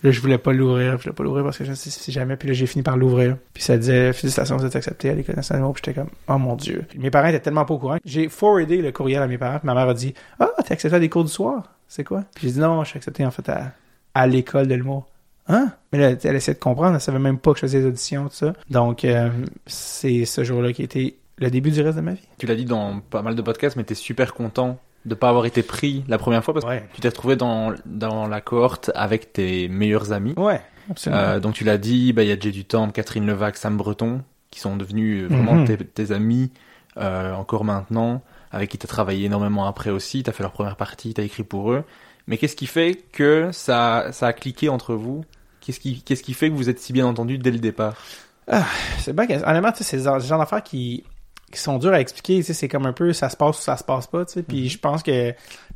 Là, je voulais pas l'ouvrir, je voulais pas l'ouvrir parce que je sais si jamais, puis là, j'ai fini par l'ouvrir. Puis ça disait, félicitations, vous êtes accepté à l'École nationale de l'humour, puis j'étais comme, oh mon Dieu. Mes parents étaient tellement pas au courant. J'ai forwardé le courriel à mes parents, puis ma mère a dit, ah, t'es accepté à des cours du soir? C'est quoi? Puis j'ai dit, non, je suis accepté, en fait, à, à l'École de l'humour. Hein? Mais là, elle essayait de comprendre, elle savait même pas que je faisais des auditions, tout ça. Donc, euh, c'est ce jour-là qui a été le début du reste de ma vie. Tu l'as dit dans pas mal de podcasts, mais t'es super content de pas avoir été pris la première fois parce ouais. que tu t'es retrouvé dans, dans la cohorte avec tes meilleurs amis. Ouais, absolument. Euh, donc tu l'as dit, bah, il y a Jay Dutemps, Catherine Levac, Sam Breton, qui sont devenus vraiment mm-hmm. tes, tes amis euh, encore maintenant, avec qui t'as travaillé énormément après aussi, t'as fait leur première partie, t'as écrit pour eux. Mais qu'est-ce qui fait que ça, ça a cliqué entre vous? Qu'est-ce qui, qu'est-ce qui fait que vous êtes si bien entendus dès le départ? Ah, c'est bien, honnêtement, tu sais, c'est ce genre d'affaires qui... qui sont durs à expliquer, tu sais, c'est comme un peu ça se passe ou ça se passe pas, tu sais, puis mm-hmm. je pense que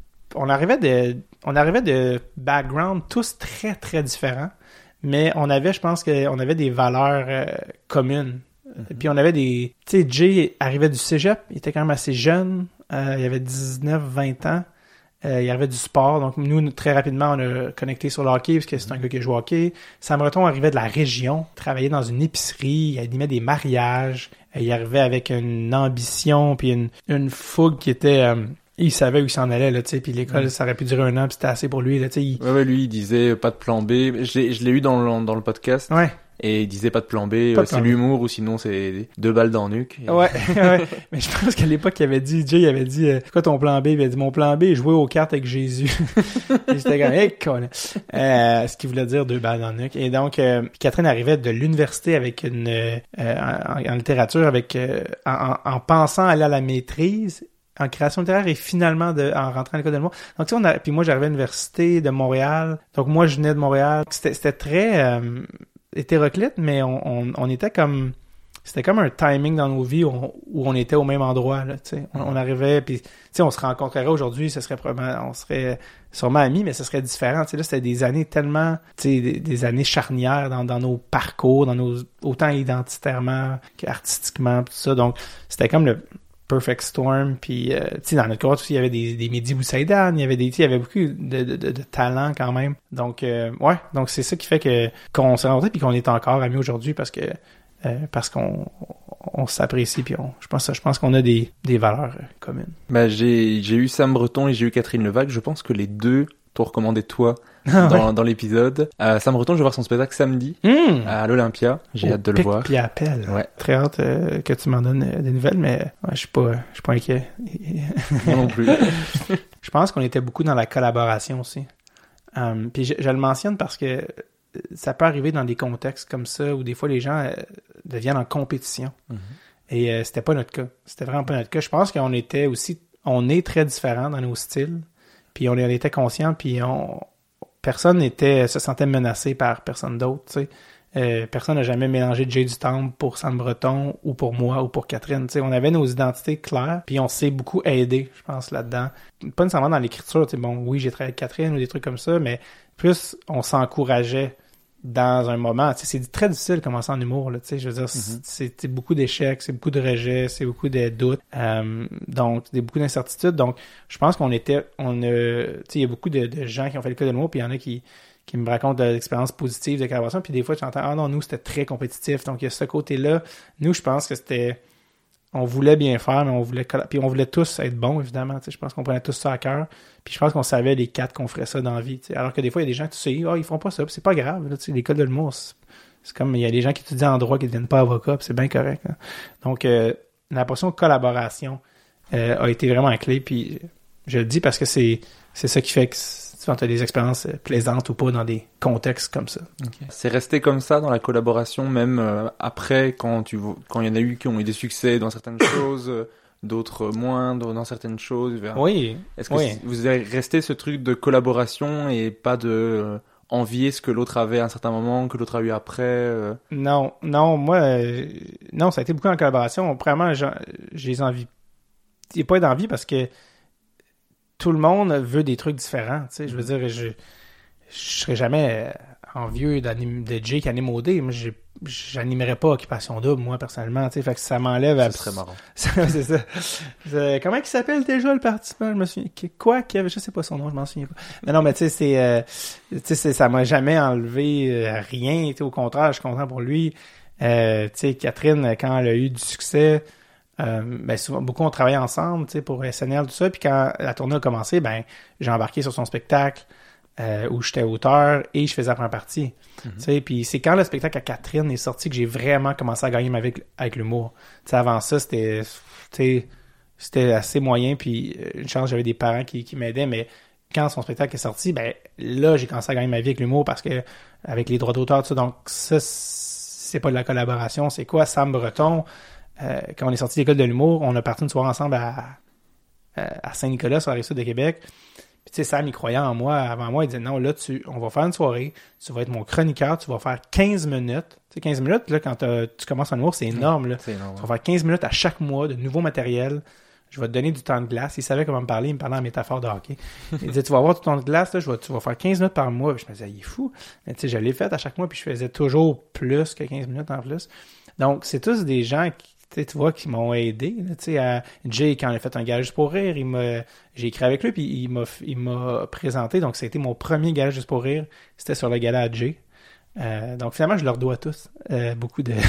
on arrivait de on arrivait de background tous très très différents, mais on avait, je pense que on avait des valeurs euh, communes. Mm-hmm. Puis on avait des, tu sais, Jay arrivait du cégep, il était quand même assez jeune, euh, il avait dix-neuf vingt ans. Euh, il arrivait du sport, donc nous, très rapidement, on a connecté sur le hockey, parce que c'est un gars qui joue au hockey. Sam Breton arrivait de la région, travaillait dans une épicerie, il animait des mariages, euh, il arrivait avec une ambition, puis une, une fougue qui était... Euh, il savait où il s'en allait, là, tu sais, puis l'école, ouais. ça aurait pu durer un an, puis c'était assez pour lui, là, tu sais. Il... Ouais, ouais, lui, il disait pas de plan B. Je l'ai, je l'ai eu dans le, dans le podcast. Ouais. Et il disait pas de plan B, pas euh, c'est l'humour ou sinon c'est deux balles dans le nuque. Et... Ouais, ouais. Mais je pense qu'à l'époque, il avait dit, Jay, il avait dit, euh, c'est quoi ton plan B? Il avait dit, mon plan B, jouer aux cartes avec Jésus. Et c'était comme, hey, con. Euh, ce qui voulait dire deux balles dans le nuque. Et donc, euh, Catherine arrivait de l'université avec une, euh, en, en littérature, avec, euh, en, en pensant aller à la maîtrise, en création littéraire et finalement de, en rentrant à l'école de l'humour. Donc, tu sais, on a, puis moi, j'arrivais à l'université de Montréal. Donc, moi, je venais de Montréal. C'était, c'était très, euh, hétéroclite, mais on, on, on était comme... C'était comme un timing dans nos vies où on, où on était au même endroit, là, tu sais. On, on arrivait, puis, tu sais, on se rencontrerait aujourd'hui, ce serait probablement... On serait sûrement amis, mais ce serait différent, tu sais. Là, c'était des années tellement... Tu sais, des, des années charnières dans, dans nos parcours, dans nos... Autant identitairement qu'artistiquement, tout ça. Donc, c'était comme le... Perfect Storm, puis euh, tu sais, dans notre cohorte aussi, il y avait des, des Mehdi Boussaïdan, il y avait des, il y avait beaucoup de, de, de, de talent quand même. Donc, euh, ouais, donc c'est ça qui fait que qu'on s'est rencontrés puis qu'on est encore amis aujourd'hui parce que euh, parce qu'on on s'apprécie puis on, je pense, je pense qu'on a des, des valeurs euh, communes. Bah j'ai j'ai eu Sam Breton et j'ai eu Catherine Levac. Je pense que les deux t'ont recommandé toi. Ah, dans, ouais. dans l'épisode. Euh, Sam Breton, je vais voir son spectacle samedi mmh. à l'Olympia. J'ai Au hâte de pic le voir. Puis appel. Ouais. Très hâte euh, que tu m'en donnes euh, des nouvelles, mais ouais, je suis pas, je suis pas inquiet. Moi non plus. Je pense qu'on était beaucoup dans la collaboration aussi. Um, puis je, je le mentionne parce que ça peut arriver dans des contextes comme ça où des fois les gens euh, deviennent en compétition. Mm-hmm. Et euh, c'était pas notre cas. C'était vraiment pas notre cas. Je pense qu'on était aussi, on est très différents dans nos styles. Puis on, on était conscients, puis on personne n'était se sentait menacé par personne d'autre, tu sais. Euh, personne n'a jamais mélangé Jay Dutemps pour Sam Breton ou pour moi ou pour Catherine, tu sais. On avait nos identités claires, puis on s'est beaucoup aidé, je pense, là-dedans. Pas nécessairement dans l'écriture, tu sais. Bon, oui, j'ai travaillé avec Catherine ou des trucs comme ça, mais plus on s'encourageait dans un moment. Tu sais, c'est très difficile de commencer en humour, là, tu sais. Je veux dire, mm-hmm. c'est, c'est beaucoup d'échecs, c'est beaucoup de rejets, c'est beaucoup de doutes, euh, donc des beaucoup d'incertitudes. Donc, je pense qu'on était, on a, tu sais, il y a beaucoup de, de gens qui ont fait l'école de l'humour, puis il y en a qui qui me racontent de l'expérience positive de collaboration, puis des fois, tu entends, ah non, nous, c'était très compétitif. Donc, il y a ce côté-là. Nous, je pense que c'était, on voulait bien faire, mais on voulait, puis on voulait tous être bons, évidemment. Tu sais, je pense qu'on prenait tous ça à cœur. Puis je pense qu'on savait les quatre qu'on ferait ça dans la vie. Tu sais. Alors que des fois, il y a des gens, tu sais, ah, oh, ils font pas ça, puis c'est pas grave. Là, tu sais, l'école de l'humour, c'est, c'est comme, il y a des gens qui étudient en droit qui ne deviennent pas avocats, puis c'est bien correct. Hein. Donc, euh, la portion de collaboration euh, a été vraiment clé, puis je le dis parce que c'est, c'est ça qui fait que tu as des expériences plaisantes ou pas dans des contextes comme ça. Okay. C'est resté comme ça dans la collaboration, même euh, après, quand tu quand il y en a eu qui ont eu des succès dans certaines choses, d'autres moins dans certaines choses. Vers... Oui. Est-ce que oui. vous avez resté ce truc de collaboration et pas de euh, envier ce que l'autre avait à un certain moment, que l'autre a eu après euh... Non, non, moi, euh, non, ça a été beaucoup en collaboration. Premièrement, j'ai les envies. Il n'y a pas d'envie parce que tout le monde veut des trucs différents, tu sais, je veux dire, je, je serais jamais envieux d'anim- de Jay qui anime O D. Moi, j'ai, j'animerais pas Occupation Double, moi, personnellement, tu sais, fait que ça m'enlève... Ce serait marrant. c'est ça. C'est... Comment il s'appelle déjà, le participant? Je me souviens... Quoi? Kevin? Je sais pas son nom, je m'en souviens pas. Mais non, mais tu sais, c'est... Euh... Tu sais, c'est... ça m'a jamais enlevé euh, rien, tu sais, au contraire, je suis content pour lui. Euh, tu sais, Catherine, quand elle a eu du succès... Euh, ben souvent beaucoup on travaillait ensemble, tu sais, pour S N L, tout ça, puis quand la tournée a commencé, ben j'ai embarqué sur son spectacle euh, où j'étais auteur et je faisais la première partie, mm-hmm. tu sais, puis c'est quand le spectacle à Catherine est sorti que j'ai vraiment commencé à gagner ma vie avec, avec l'humour. Tu sais, avant ça, c'était, tu sais, c'était assez moyen, puis une chance, j'avais des parents qui, qui m'aidaient, mais quand son spectacle est sorti, ben là, j'ai commencé à gagner ma vie avec l'humour parce que avec les droits d'auteur, tout ça, donc ça, c'est pas de la collaboration, c'est quoi? Sam Breton, Euh, quand on est sorti de l'école de l'humour, on a parti une soirée ensemble à, à Saint-Nicolas, sur la Rive-Sud de Québec. Puis tu sais, Sam, il croyait en moi. Avant moi, il disait, non, là, tu, on va faire une soirée, tu vas être mon chroniqueur, tu vas faire quinze minutes. Tu sais, quinze minutes, là, quand tu commences en humour, c'est énorme, là. C'est énorme. Tu vas faire quinze minutes à chaque mois de nouveau matériel. Je vais te donner du temps de glace. Il savait comment me parler, il me parlait en métaphore de hockey. Il disait, tu vas avoir du temps de glace, là, je vais, tu vas faire quinze minutes par mois. Puis je me disais, il est fou. Mais tu sais, je l'ai fait à chaque mois, puis je faisais toujours plus que quinze minutes en plus. Donc, c'est tous des gens qui, tu vois, qui m'ont aidé. Tu sais, à Jay, quand il a fait un gage juste pour rire, il m'a, j'ai écrit avec lui, puis il m'a, il m'a présenté. Donc, ça a été mon premier gage juste pour rire. C'était sur le gala à Jay. Euh, donc, finalement, je leur dois tous euh, beaucoup de...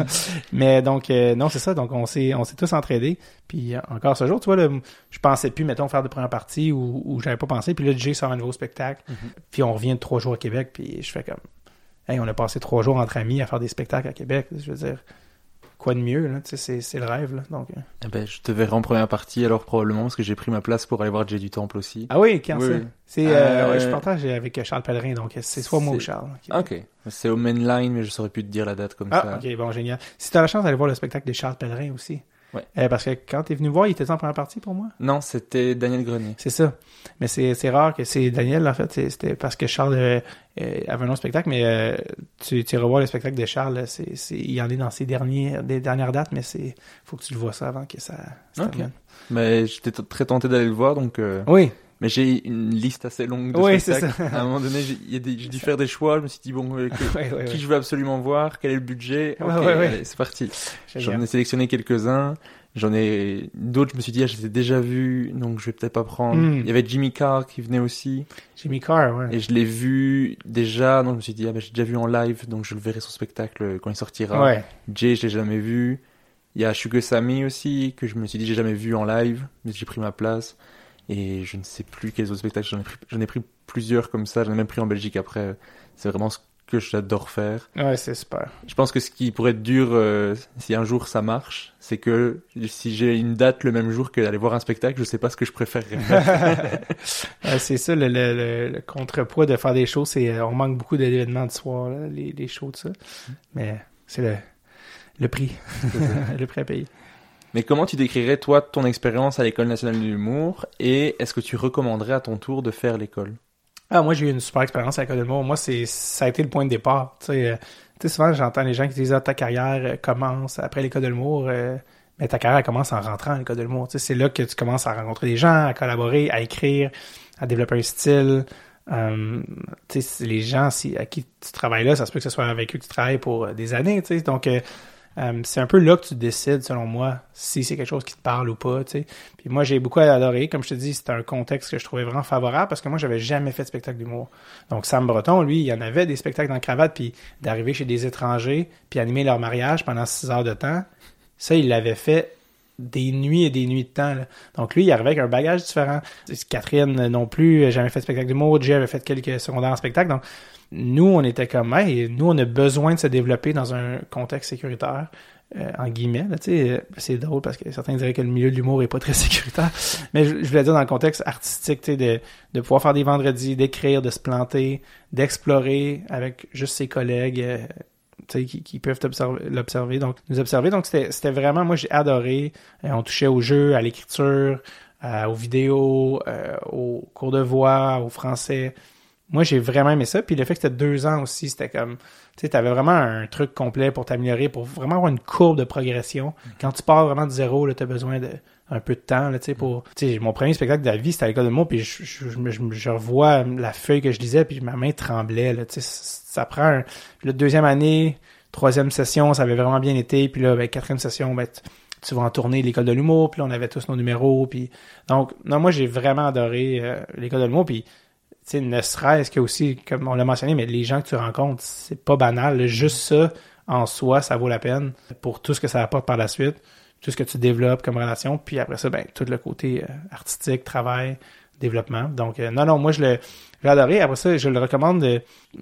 Mais donc, euh, non, c'est ça. Donc, on s'est, on s'est tous entraidés. Puis, encore ce jour, tu vois, là, je pensais plus, mettons, faire de première partie où, où j'avais pas pensé. Puis là, Jay sort un nouveau spectacle. Mm-hmm. Puis, on revient de trois jours à Québec. Puis, je fais comme... Hey, on a passé trois jours entre amis à faire des spectacles à Québec. Je veux dire... Quoi de mieux, là, tu sais, c'est, c'est le rêve, là, donc... Euh... Eh ben, je te verrai en première partie, alors, probablement, parce que j'ai pris ma place pour aller voir Jay du Temple aussi. Ah oui, quand oui, c'est? Oui. C'est, euh, euh, ouais, je partage avec Charles Pellerin, donc c'est soit c'est... moi ou Charles. Okay. ok. C'est au mainline, mais je saurais plus te dire la date comme ah, ça. Ah, ok, bon, génial. Si t'as la chance d'aller voir le spectacle de Charles Pellerin aussi. Ouais. Euh, parce que quand t'es venu voir, il était en première partie pour moi? Non, c'était Daniel Grenier. C'est ça. Mais c'est, c'est rare que c'est Daniel, en fait. C'est, c'était parce que Charles euh, euh, avait un autre spectacle, mais euh, tu, tu revois le spectacle de Charles, c'est, c'est, il y en est dans ses derniers, des dernières dates, mais c'est faut que tu le vois ça avant que ça se okay. termine. Mais j'étais t- très tenté d'aller le voir, donc... Euh... Oui. Mais j'ai une liste assez longue de oui, spectacles. C'est ça. À un moment donné, j'ai, y a des, j'ai dû faire des choix. Je me suis dit, bon, euh, que, ouais, ouais, qui ouais. je veux absolument voir, quel est le budget. Ok, ouais, ouais, ouais. allez, c'est parti. Génial. J'en ai sélectionné quelques-uns. J'en ai d'autres, je me suis dit, ah, je les ai déjà vus, donc je vais peut-être pas prendre. Mm. Il y avait Jimmy Carr qui venait aussi. Jimmy Carr, ouais. Et je l'ai vu déjà, donc je me suis dit, ah, ben, j'ai déjà vu en live, donc je le verrai son spectacle quand il sortira. Ouais. Jay, je l'ai jamais vu. Il y a Sugar Sammy aussi, que je me suis dit, j'ai jamais vu en live, mais j'ai pris ma place. Et je ne sais plus quels autres spectacles, j'en ai pris, j'en ai pris plusieurs comme ça, j'en ai même pris en Belgique après. C'est vraiment ce que j'adore faire. Ouais, c'est super. Je pense que ce qui pourrait être dur, euh, si un jour ça marche, c'est que si j'ai une date le même jour que d'aller voir un spectacle, je sais pas ce que je préférerais faire. ouais, c'est ça, le, le, le, le contrepoids de faire des shows, c'est on manque beaucoup d'événements de soir, là, les, les shows de ça. Mais c'est le, le prix, le prix à payer. Mais comment tu décrirais, toi, ton expérience à l'École nationale de l'humour et est-ce que tu recommanderais à ton tour de faire l'école? Ah, moi, j'ai eu une super expérience à l'École de l'humour. Moi, c'est, ça a été le point de départ. Tu sais, euh, tu sais souvent, j'entends les gens qui disent ah, ta carrière euh, commence après l'École de l'humour. Euh, mais ta carrière elle commence en rentrant à l'École de l'humour. Tu sais, c'est là que tu commences à rencontrer des gens, à collaborer, à écrire, à développer un style. Euh, tu sais, les gens si, à qui tu travailles là, ça se peut que ce soit avec eux que tu travailles pour euh, des années. Tu sais, donc... Euh, Um, c'est un peu là que tu décides, selon moi, si c'est quelque chose qui te parle ou pas, tu sais. Puis moi, j'ai beaucoup adoré. Comme je te dis, c'était un contexte que je trouvais vraiment favorable parce que moi, j'avais jamais fait de spectacle d'humour. Donc, Sam Breton, lui, il y en avait des spectacles dans le cravate, puis d'arriver chez des étrangers, puis animer leur mariage pendant six heures de temps, ça, il l'avait fait des nuits et des nuits de temps, là. Donc, lui, il arrivait avec un bagage différent. Catherine, non plus, jamais fait de spectacle d'humour. Jay avait fait quelques secondaires en spectacle. Donc, nous, on était comme, hey, nous, on a besoin de se développer dans un contexte sécuritaire, euh, en guillemets, là, tu sais, c'est drôle parce que certains diraient que le milieu de l'humour est pas très sécuritaire, mais je, je voulais dire dans le contexte artistique, tu sais, de, de pouvoir faire des vendredis, d'écrire, de se planter, d'explorer avec juste ses collègues, euh, tu sais, qui, qui peuvent observer, l'observer, donc nous observer, donc c'était, c'était vraiment, moi, j'ai adoré, euh, on touchait au jeu, à l'écriture, euh, aux vidéos, euh, aux cours de voix, au français. moi, j'ai vraiment aimé ça. Puis le fait que c'était deux ans aussi, c'était comme... Tu sais, t'avais vraiment un truc complet pour t'améliorer, pour vraiment avoir une courbe de progression. Mm-hmm. Quand tu pars vraiment de zéro, là, t'as besoin de un peu de temps, là, tu sais, pour... Tu sais, mon premier spectacle de la vie, c'était à l'école de l'humour, puis je, je, je, je, je revois la feuille que je lisais, puis ma main tremblait, là, tu sais, ça prend un... Puis la deuxième année, troisième session, ça avait vraiment bien été, puis là, ben, quatrième session, ben... tu vas en tournée l'école de l'humour, puis là, on avait tous nos numéros, puis... Donc, non, moi, j'ai vraiment adoré euh, l'école de l'humour, puis, tu sais, ne serait-ce que aussi, comme on l'a mentionné, mais les gens que tu rencontres, c'est pas banal, là, juste ça, en soi, ça vaut la peine pour tout ce que ça apporte par la suite, tout ce que tu développes comme relation, puis après ça, ben, tout le côté euh, artistique, travail, développement. Donc, euh, non, non, moi, je l'ai, j'ai adoré. Après ça, je le recommande. De,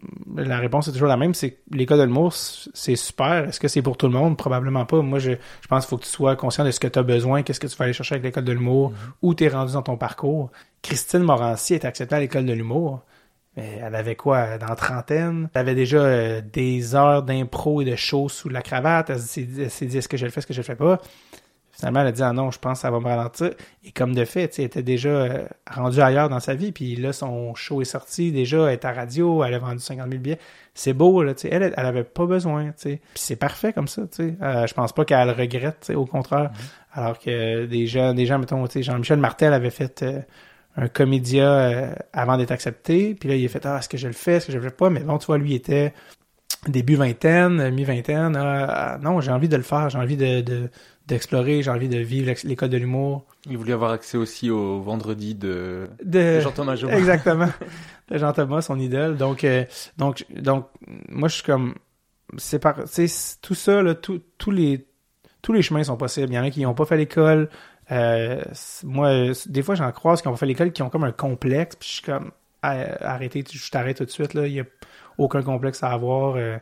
la réponse est toujours la même. C'est que l'école de l'humour, c'est super. Est-ce que c'est pour tout le monde? Probablement pas. Moi, je, je pense qu'il faut que tu sois conscient de ce que tu as besoin, qu'est-ce que tu vas aller chercher avec l'école de l'humour, mm-hmm. où tu es rendu dans ton parcours. Christine Morancy est acceptée à l'école de l'humour. Mais elle avait quoi, dans la trentaine? Elle avait déjà euh, des heures d'impro et de show sous la cravate. Elle s'est, elle s'est dit, est-ce que je le fais, est-ce que je le fais pas? Finalement, elle a dit, ah non, je pense que ça va me ralentir. Et comme de fait, tu sais, elle était déjà euh, rendue ailleurs dans sa vie. Puis là, son show est sorti. Déjà, elle est à radio. Elle a vendu cinquante mille billets. C'est beau, là, tu sais. Elle, elle avait pas besoin, tu sais. Puis c'est parfait comme ça, tu sais. Euh, je pense pas qu'elle le regrette, tu sais, au contraire. Mm-hmm. Alors que des gens, des gens, mettons, tu sais, Jean-Michel Martel avait fait euh, un comédia euh, avant d'être accepté. Puis là, il a fait, ah, est-ce que je le fais, est-ce que je le fais pas? Mais bon, tu vois, lui, il était début vingtaine, mi-vingtaine. Ah, non, j'ai envie de le faire. J'ai envie de... de d'explorer, j'ai envie de vivre l'école de l'humour. Il voulait avoir accès aussi au vendredi de, de... de Jean-Thomas Jobin. Exactement. De Jean-Thomas, son idole. Donc, euh, donc, donc, moi, je suis comme, c'est par, tu sais, tout ça, là, tout, tous les, tous les chemins sont possibles. Il y en a qui n'ont pas fait l'école. Euh, moi, des fois, j'en croise qui n'ont pas fait l'école, qui ont comme un complexe, puis je suis comme, arrêtez, je t'arrête tout de suite, là. Il n'y a aucun complexe à avoir. Euh,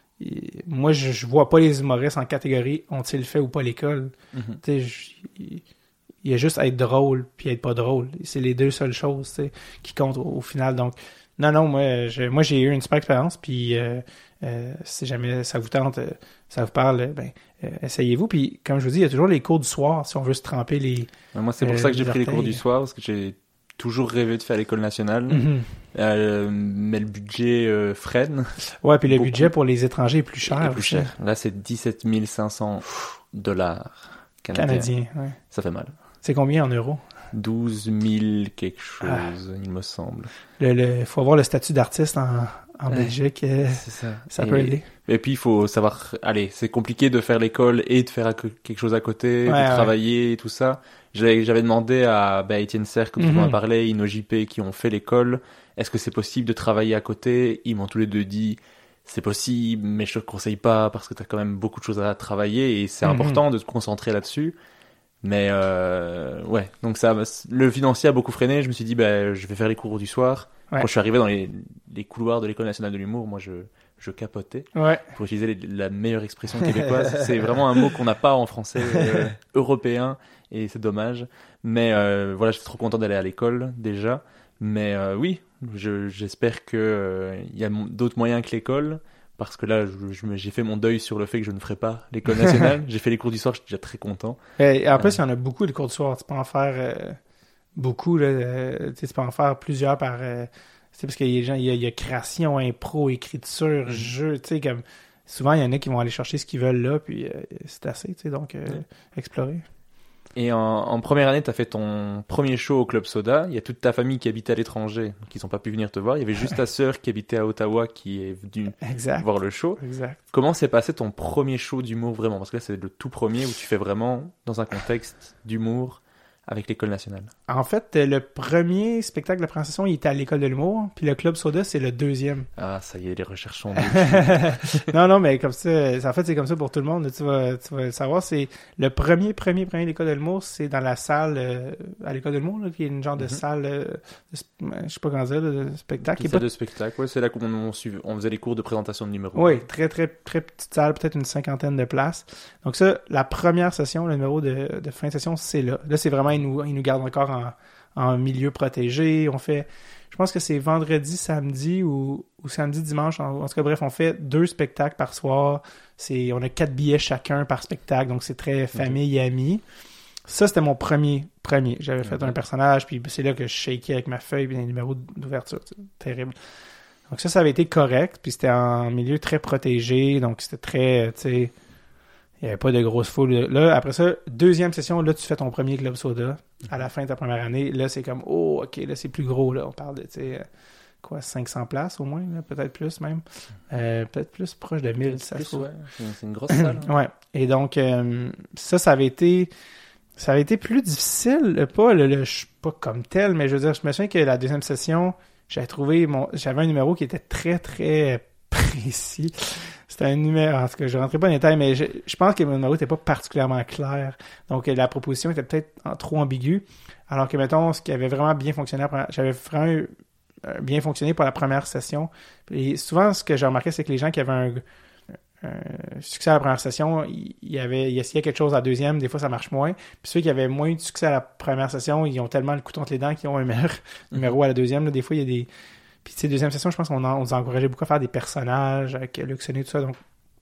Moi, je, je vois pas les humoristes en catégorie ont-ils fait ou pas l'école. Mm-hmm. Tu sais, il y a juste à être drôle puis être pas drôle. C'est les deux seules choses, tu sais, qui comptent au, au final. Donc, non, non, moi, je, moi, j'ai eu une super expérience. Puis, euh, euh, si jamais ça vous tente, euh, ça vous parle, ben, euh, essayez-vous. Puis, comme je vous dis, il y a toujours les cours du soir si on veut se tremper les. Moi, c'est pour euh, ça que j'ai pris les cours du soir parce que j'ai toujours rêvé de faire l'école nationale, mm-hmm. euh, mais le budget euh, freine. Ouais, puis le beaucoup. budget pour les étrangers est plus cher. Est plus cher. Là, c'est dix-sept mille cinq cents dollars canadiens. Canadiens, ouais. Ça fait mal. C'est combien en euros? douze mille quelque chose, ah. il me semble. Le, le, faut avoir le statut d'artiste en, en ouais, Belgique. Euh, c'est ça. Ça et, peut aider. Et puis, il faut savoir... Allez, c'est compliqué de faire l'école et de faire quelque chose à côté, ouais, de ouais. travailler et tout ça. J'avais, j'avais demandé à bah, Étienne Serre, comme mm-hmm. tu m'en as parlé, InnoJP, qui ont fait l'école, est-ce que c'est possible de travailler à côté? Ils m'ont tous les deux dit, c'est possible, mais je te conseille pas parce que tu as quand même beaucoup de choses à travailler et c'est mm-hmm. important de te concentrer là-dessus. Mais euh, ouais, donc ça, le financier a beaucoup freiné. Je me suis dit, bah, je vais faire les cours du soir. Ouais. Quand je suis arrivé dans les, les couloirs de l'École nationale de l'humour, moi, je, je capotais. Ouais. Pour utiliser les, la meilleure expression québécoise. C'est vraiment un mot qu'on n'a pas en français euh, européen et c'est dommage. Mais euh, voilà, j'étais trop content d'aller à l'école déjà. Mais euh, oui, je, j'espère que euh, y a d'autres moyens que l'école. Parce que là, je, je, j'ai fait mon deuil sur le fait que je ne ferai pas l'école nationale. J'ai fait les cours du soir, j'étais déjà très content. Et en plus, euh... il y en a beaucoup de cours du soir. Tu peux en faire euh, beaucoup. Là, euh, tu peux en faire plusieurs par... Euh, c'est parce qu'il y a des gens, il y a, il y a création, impro, écriture, mm. jeu. Tu sais, comme souvent, il y en a qui vont aller chercher ce qu'ils veulent là, puis euh, c'est assez, tu sais, donc euh, mm. explorer. Et en, en première année, tu as fait ton premier show au Club Soda. Il y a toute ta famille qui habitait à l'étranger, qui n'ont pas pu venir te voir. Il y avait juste ta sœur qui habitait à Ottawa qui est venue exact. voir le show. Exact. Comment s'est passé ton premier show d'humour vraiment? Parce que là, c'est le tout premier où tu fais vraiment dans un contexte d'humour avec l'École nationale. En fait, le premier spectacle de présentation, il était à l'École de l'humour, puis le Club Soda, c'est le deuxième. Ah, ça y est, les recherches sont Non, non, mais comme ça, en fait, c'est comme ça pour tout le monde. Tu vas, tu vas le savoir, c'est le premier, premier, premier de l'École de l'humour, c'est dans la salle euh, à l'École de l'humour, là, qui est une genre de mm-hmm. salle, euh, de, je sais pas comment dire, de spectacle. Une salle pas... de spectacle, ouais, c'est là qu'on on, on faisait les cours de présentation de numéros. Oui, très, très, très petite salle, peut-être une cinquantaine de places. Donc ça, la première session, le numéro de, de fin de session, c'est là. Là, c'est vraiment, ils nous, ils nous gardent encore en, en milieu protégé. On fait, je pense que c'est vendredi, samedi ou, ou samedi, dimanche. En, en tout cas, bref, on fait deux spectacles par soir. C'est, on a quatre billets chacun par spectacle, donc c'est très famille et amis. Ça, c'était mon premier, premier. J'avais fait un personnage, puis c'est là que je shakeais avec ma feuille, puis un numéro d'ouverture. C'est terrible. Donc ça, ça avait été correct, puis c'était en milieu très protégé, donc c'était très, tu sais, il n'y avait pas de grosse foule. Là, après ça, deuxième session, là, tu fais ton premier Club Soda à la fin de ta première année. Là, c'est comme, oh, OK, là, c'est plus gros, là. On parle de, tu sais, quoi, cinq cents places au moins, là, peut-être plus même. Euh, peut-être plus proche de mille, ça se trouve. Ouais. C'est une grosse salle. Hein. Ouais. Et donc, euh, ça, ça avait été... Ça avait été plus difficile, pas le, le, je suis pas comme tel, mais je veux dire, je me souviens que la deuxième session, j'avais trouvé mon, j'avais un numéro qui était très, très précis. C'était un numéro, en tout cas, je rentrais pas dans les détails, mais je, je pense que mon numéro était pas particulièrement clair. Donc, la proposition était peut-être en, trop ambiguë. Alors que, mettons, ce qui avait vraiment bien fonctionné, j'avais vraiment eu, euh, bien fonctionné pour la première session. Et souvent, ce que j'ai remarqué, c'est que les gens qui avaient un, un succès à la première session, il y avait, il essayait quelque chose à la deuxième, des fois ça marche moins. Puis ceux qui avaient moins de succès à la première session, ils ont tellement le couteau entre les dents qu'ils ont un meilleur numéro à la deuxième. Là, des fois, il y a des... Puis tu sais, deuxième session, je pense qu'on en, on nous encourageait beaucoup à faire des personnages avec Luxonné, tout ça, donc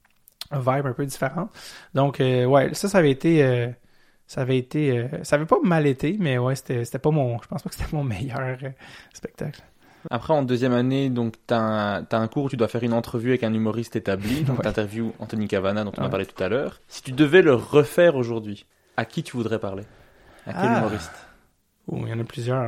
un vibe un peu différent. Donc, euh, ouais, ça, ça avait été... Euh, ça avait été... Euh, ça avait pas mal été, mais ouais, c'était, c'était pas mon... Je pense pas que c'était mon meilleur euh, spectacle. Après, en deuxième année, donc t'as un, t'as un cours où tu dois faire une entrevue avec un humoriste établi. Donc ouais. T'interviews Anthony Cavana, dont on ouais. a parlé tout à l'heure. Si tu devais le refaire aujourd'hui, à qui tu voudrais parler? À quel ah. humoriste? Oh, il y en a plusieurs.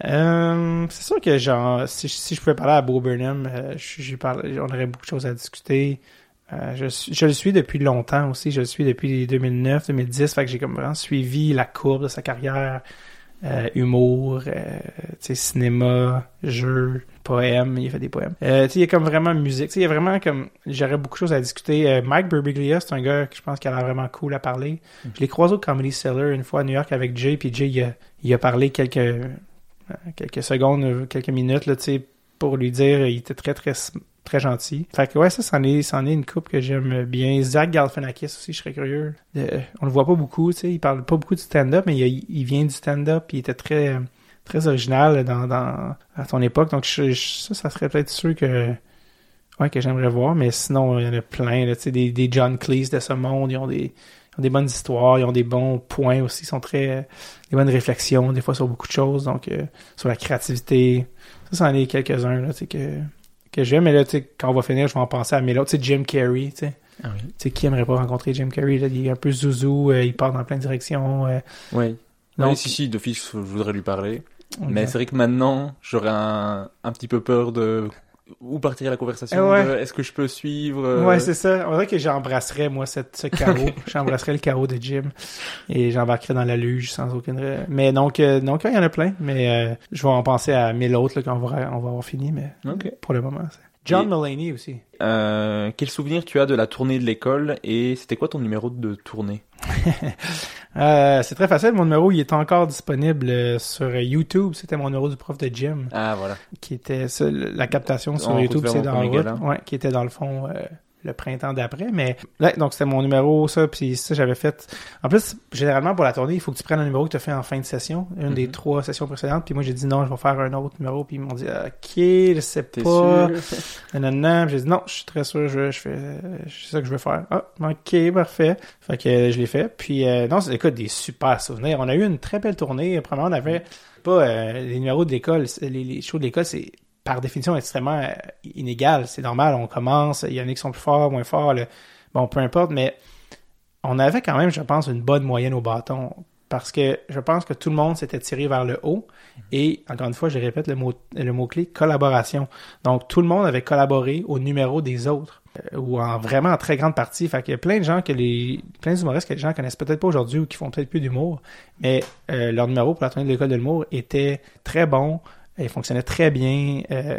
Euh, c'est sûr que genre, si, si je pouvais parler à Bo Burnham, euh, j'ai parlé, on aurait beaucoup de choses à discuter. Euh, je, je le suis depuis longtemps aussi. Je le suis depuis deux mille neuf, deux mille dix. Fait que j'ai comme vraiment suivi la courbe de sa carrière. Euh, humour, euh, tu sais, cinéma, jeux, poèmes, il a fait des poèmes. Euh, tu sais, il y a comme vraiment musique, tu sais, il y a vraiment comme, j'aurais beaucoup de choses à discuter. Euh, Mike Birbiglia, c'est un gars que je pense qu'il a l'air vraiment cool à parler. Mm. Je l'ai croisé au Comedy Cellar une fois à New York avec Jay, puis Jay, il a, il a parlé quelques, euh, quelques secondes, quelques minutes, là, tu sais, pour lui dire, il était très, très, très gentil. Fait que ouais, ça, c'en est, c'en est une couple que j'aime bien. Zach Galifianakis aussi, je serais curieux. Euh, on le voit pas beaucoup, tu sais, il parle pas beaucoup du stand-up, mais il, il vient du stand-up, puis il était très, très original dans, dans, à son époque. Donc, je, je, ça, ça serait peut-être sûr que, ouais, que j'aimerais voir, mais sinon, il y en a plein, là, tu sais, des, des John Cleese de ce monde, ils ont des, ils ont des bonnes histoires, ils ont des bons points aussi, ils sont très, des bonnes réflexions, des fois sur beaucoup de choses, donc, euh, sur la créativité. Ça, c'en est quelques-uns, là, tu sais, que, que j'aime, mais là, tu sais, quand on va finir, je vais en penser à mes autres, tu sais, Jim Carrey, tu sais. Ah oui. Tu sais, qui aimerait pas rencontrer Jim Carrey, là, il est un peu zouzou, euh, il part dans plein de directions. Euh, oui. Donc, oui, si, si, d'office, je voudrais lui parler. Okay. Mais c'est vrai que maintenant, j'aurais un, un petit peu peur de où partirait la conversation, ouais. de, est-ce que je peux suivre euh... Ouais, c'est ça. On dirait que j'embrasserais, moi, cette, ce chaos. J'embrasserais le chaos de Jim et j'embarquerais dans la luge sans aucune... Mais donc, euh, donc il y en a plein, mais euh, je vais en penser à mille autres là, quand on va, on va avoir fini, mais okay. Pour le moment, c'est... John et, Mulaney aussi. Euh, quel souvenir tu as de la tournée de l'école et c'était quoi ton numéro de tournée? euh, c'est très facile. Mon numéro, il est encore disponible sur YouTube. C'était mon numéro du prof de gym. Ah, voilà. Qui était ça, la captation sur en YouTube, c'est dans le route. Ouais, qui était dans le fond euh, le printemps d'après. Mais là, donc c'était mon numéro, ça. Puis ça, j'avais fait. En plus, généralement pour la tournée, il faut que tu prennes un numéro que tu as fait en fin de session, une mm-hmm. des trois sessions précédentes. Puis moi, j'ai dit non, je vais faire un autre numéro. Puis ils m'ont dit ok, je sais T'es pas. Non, non, non. J'ai dit non, je suis très sûr, je, je fais, c'est ça que je veux faire. Ah, ok, parfait. Fait que euh, je l'ai fait. Puis euh, non, c'est écoute, des super souvenirs. On a eu une très belle tournée. Premièrement, on avait pas euh, les numéros de l'école, les, les shows de l'école, c'est par définition extrêmement euh, inégal. C'est normal, on commence, il y en a qui sont plus forts, moins forts, le... bon, peu importe, mais on avait quand même, je pense, une bonne moyenne au bâton, parce que je pense que tout le monde s'était tiré vers le haut, et encore une fois, je répète le mot, le mot-clé, collaboration. Donc, tout le monde avait collaboré au numéro des autres, euh, ou en vraiment en très grande partie. Fait qu'il y a plein de gens que les, plein d'humoristes que les gens connaissent peut-être pas aujourd'hui, ou qui font peut-être plus d'humour, mais euh, leur numéro pour la tournée de l'école de l'humour était très bon. Il fonctionnait très bien. Euh,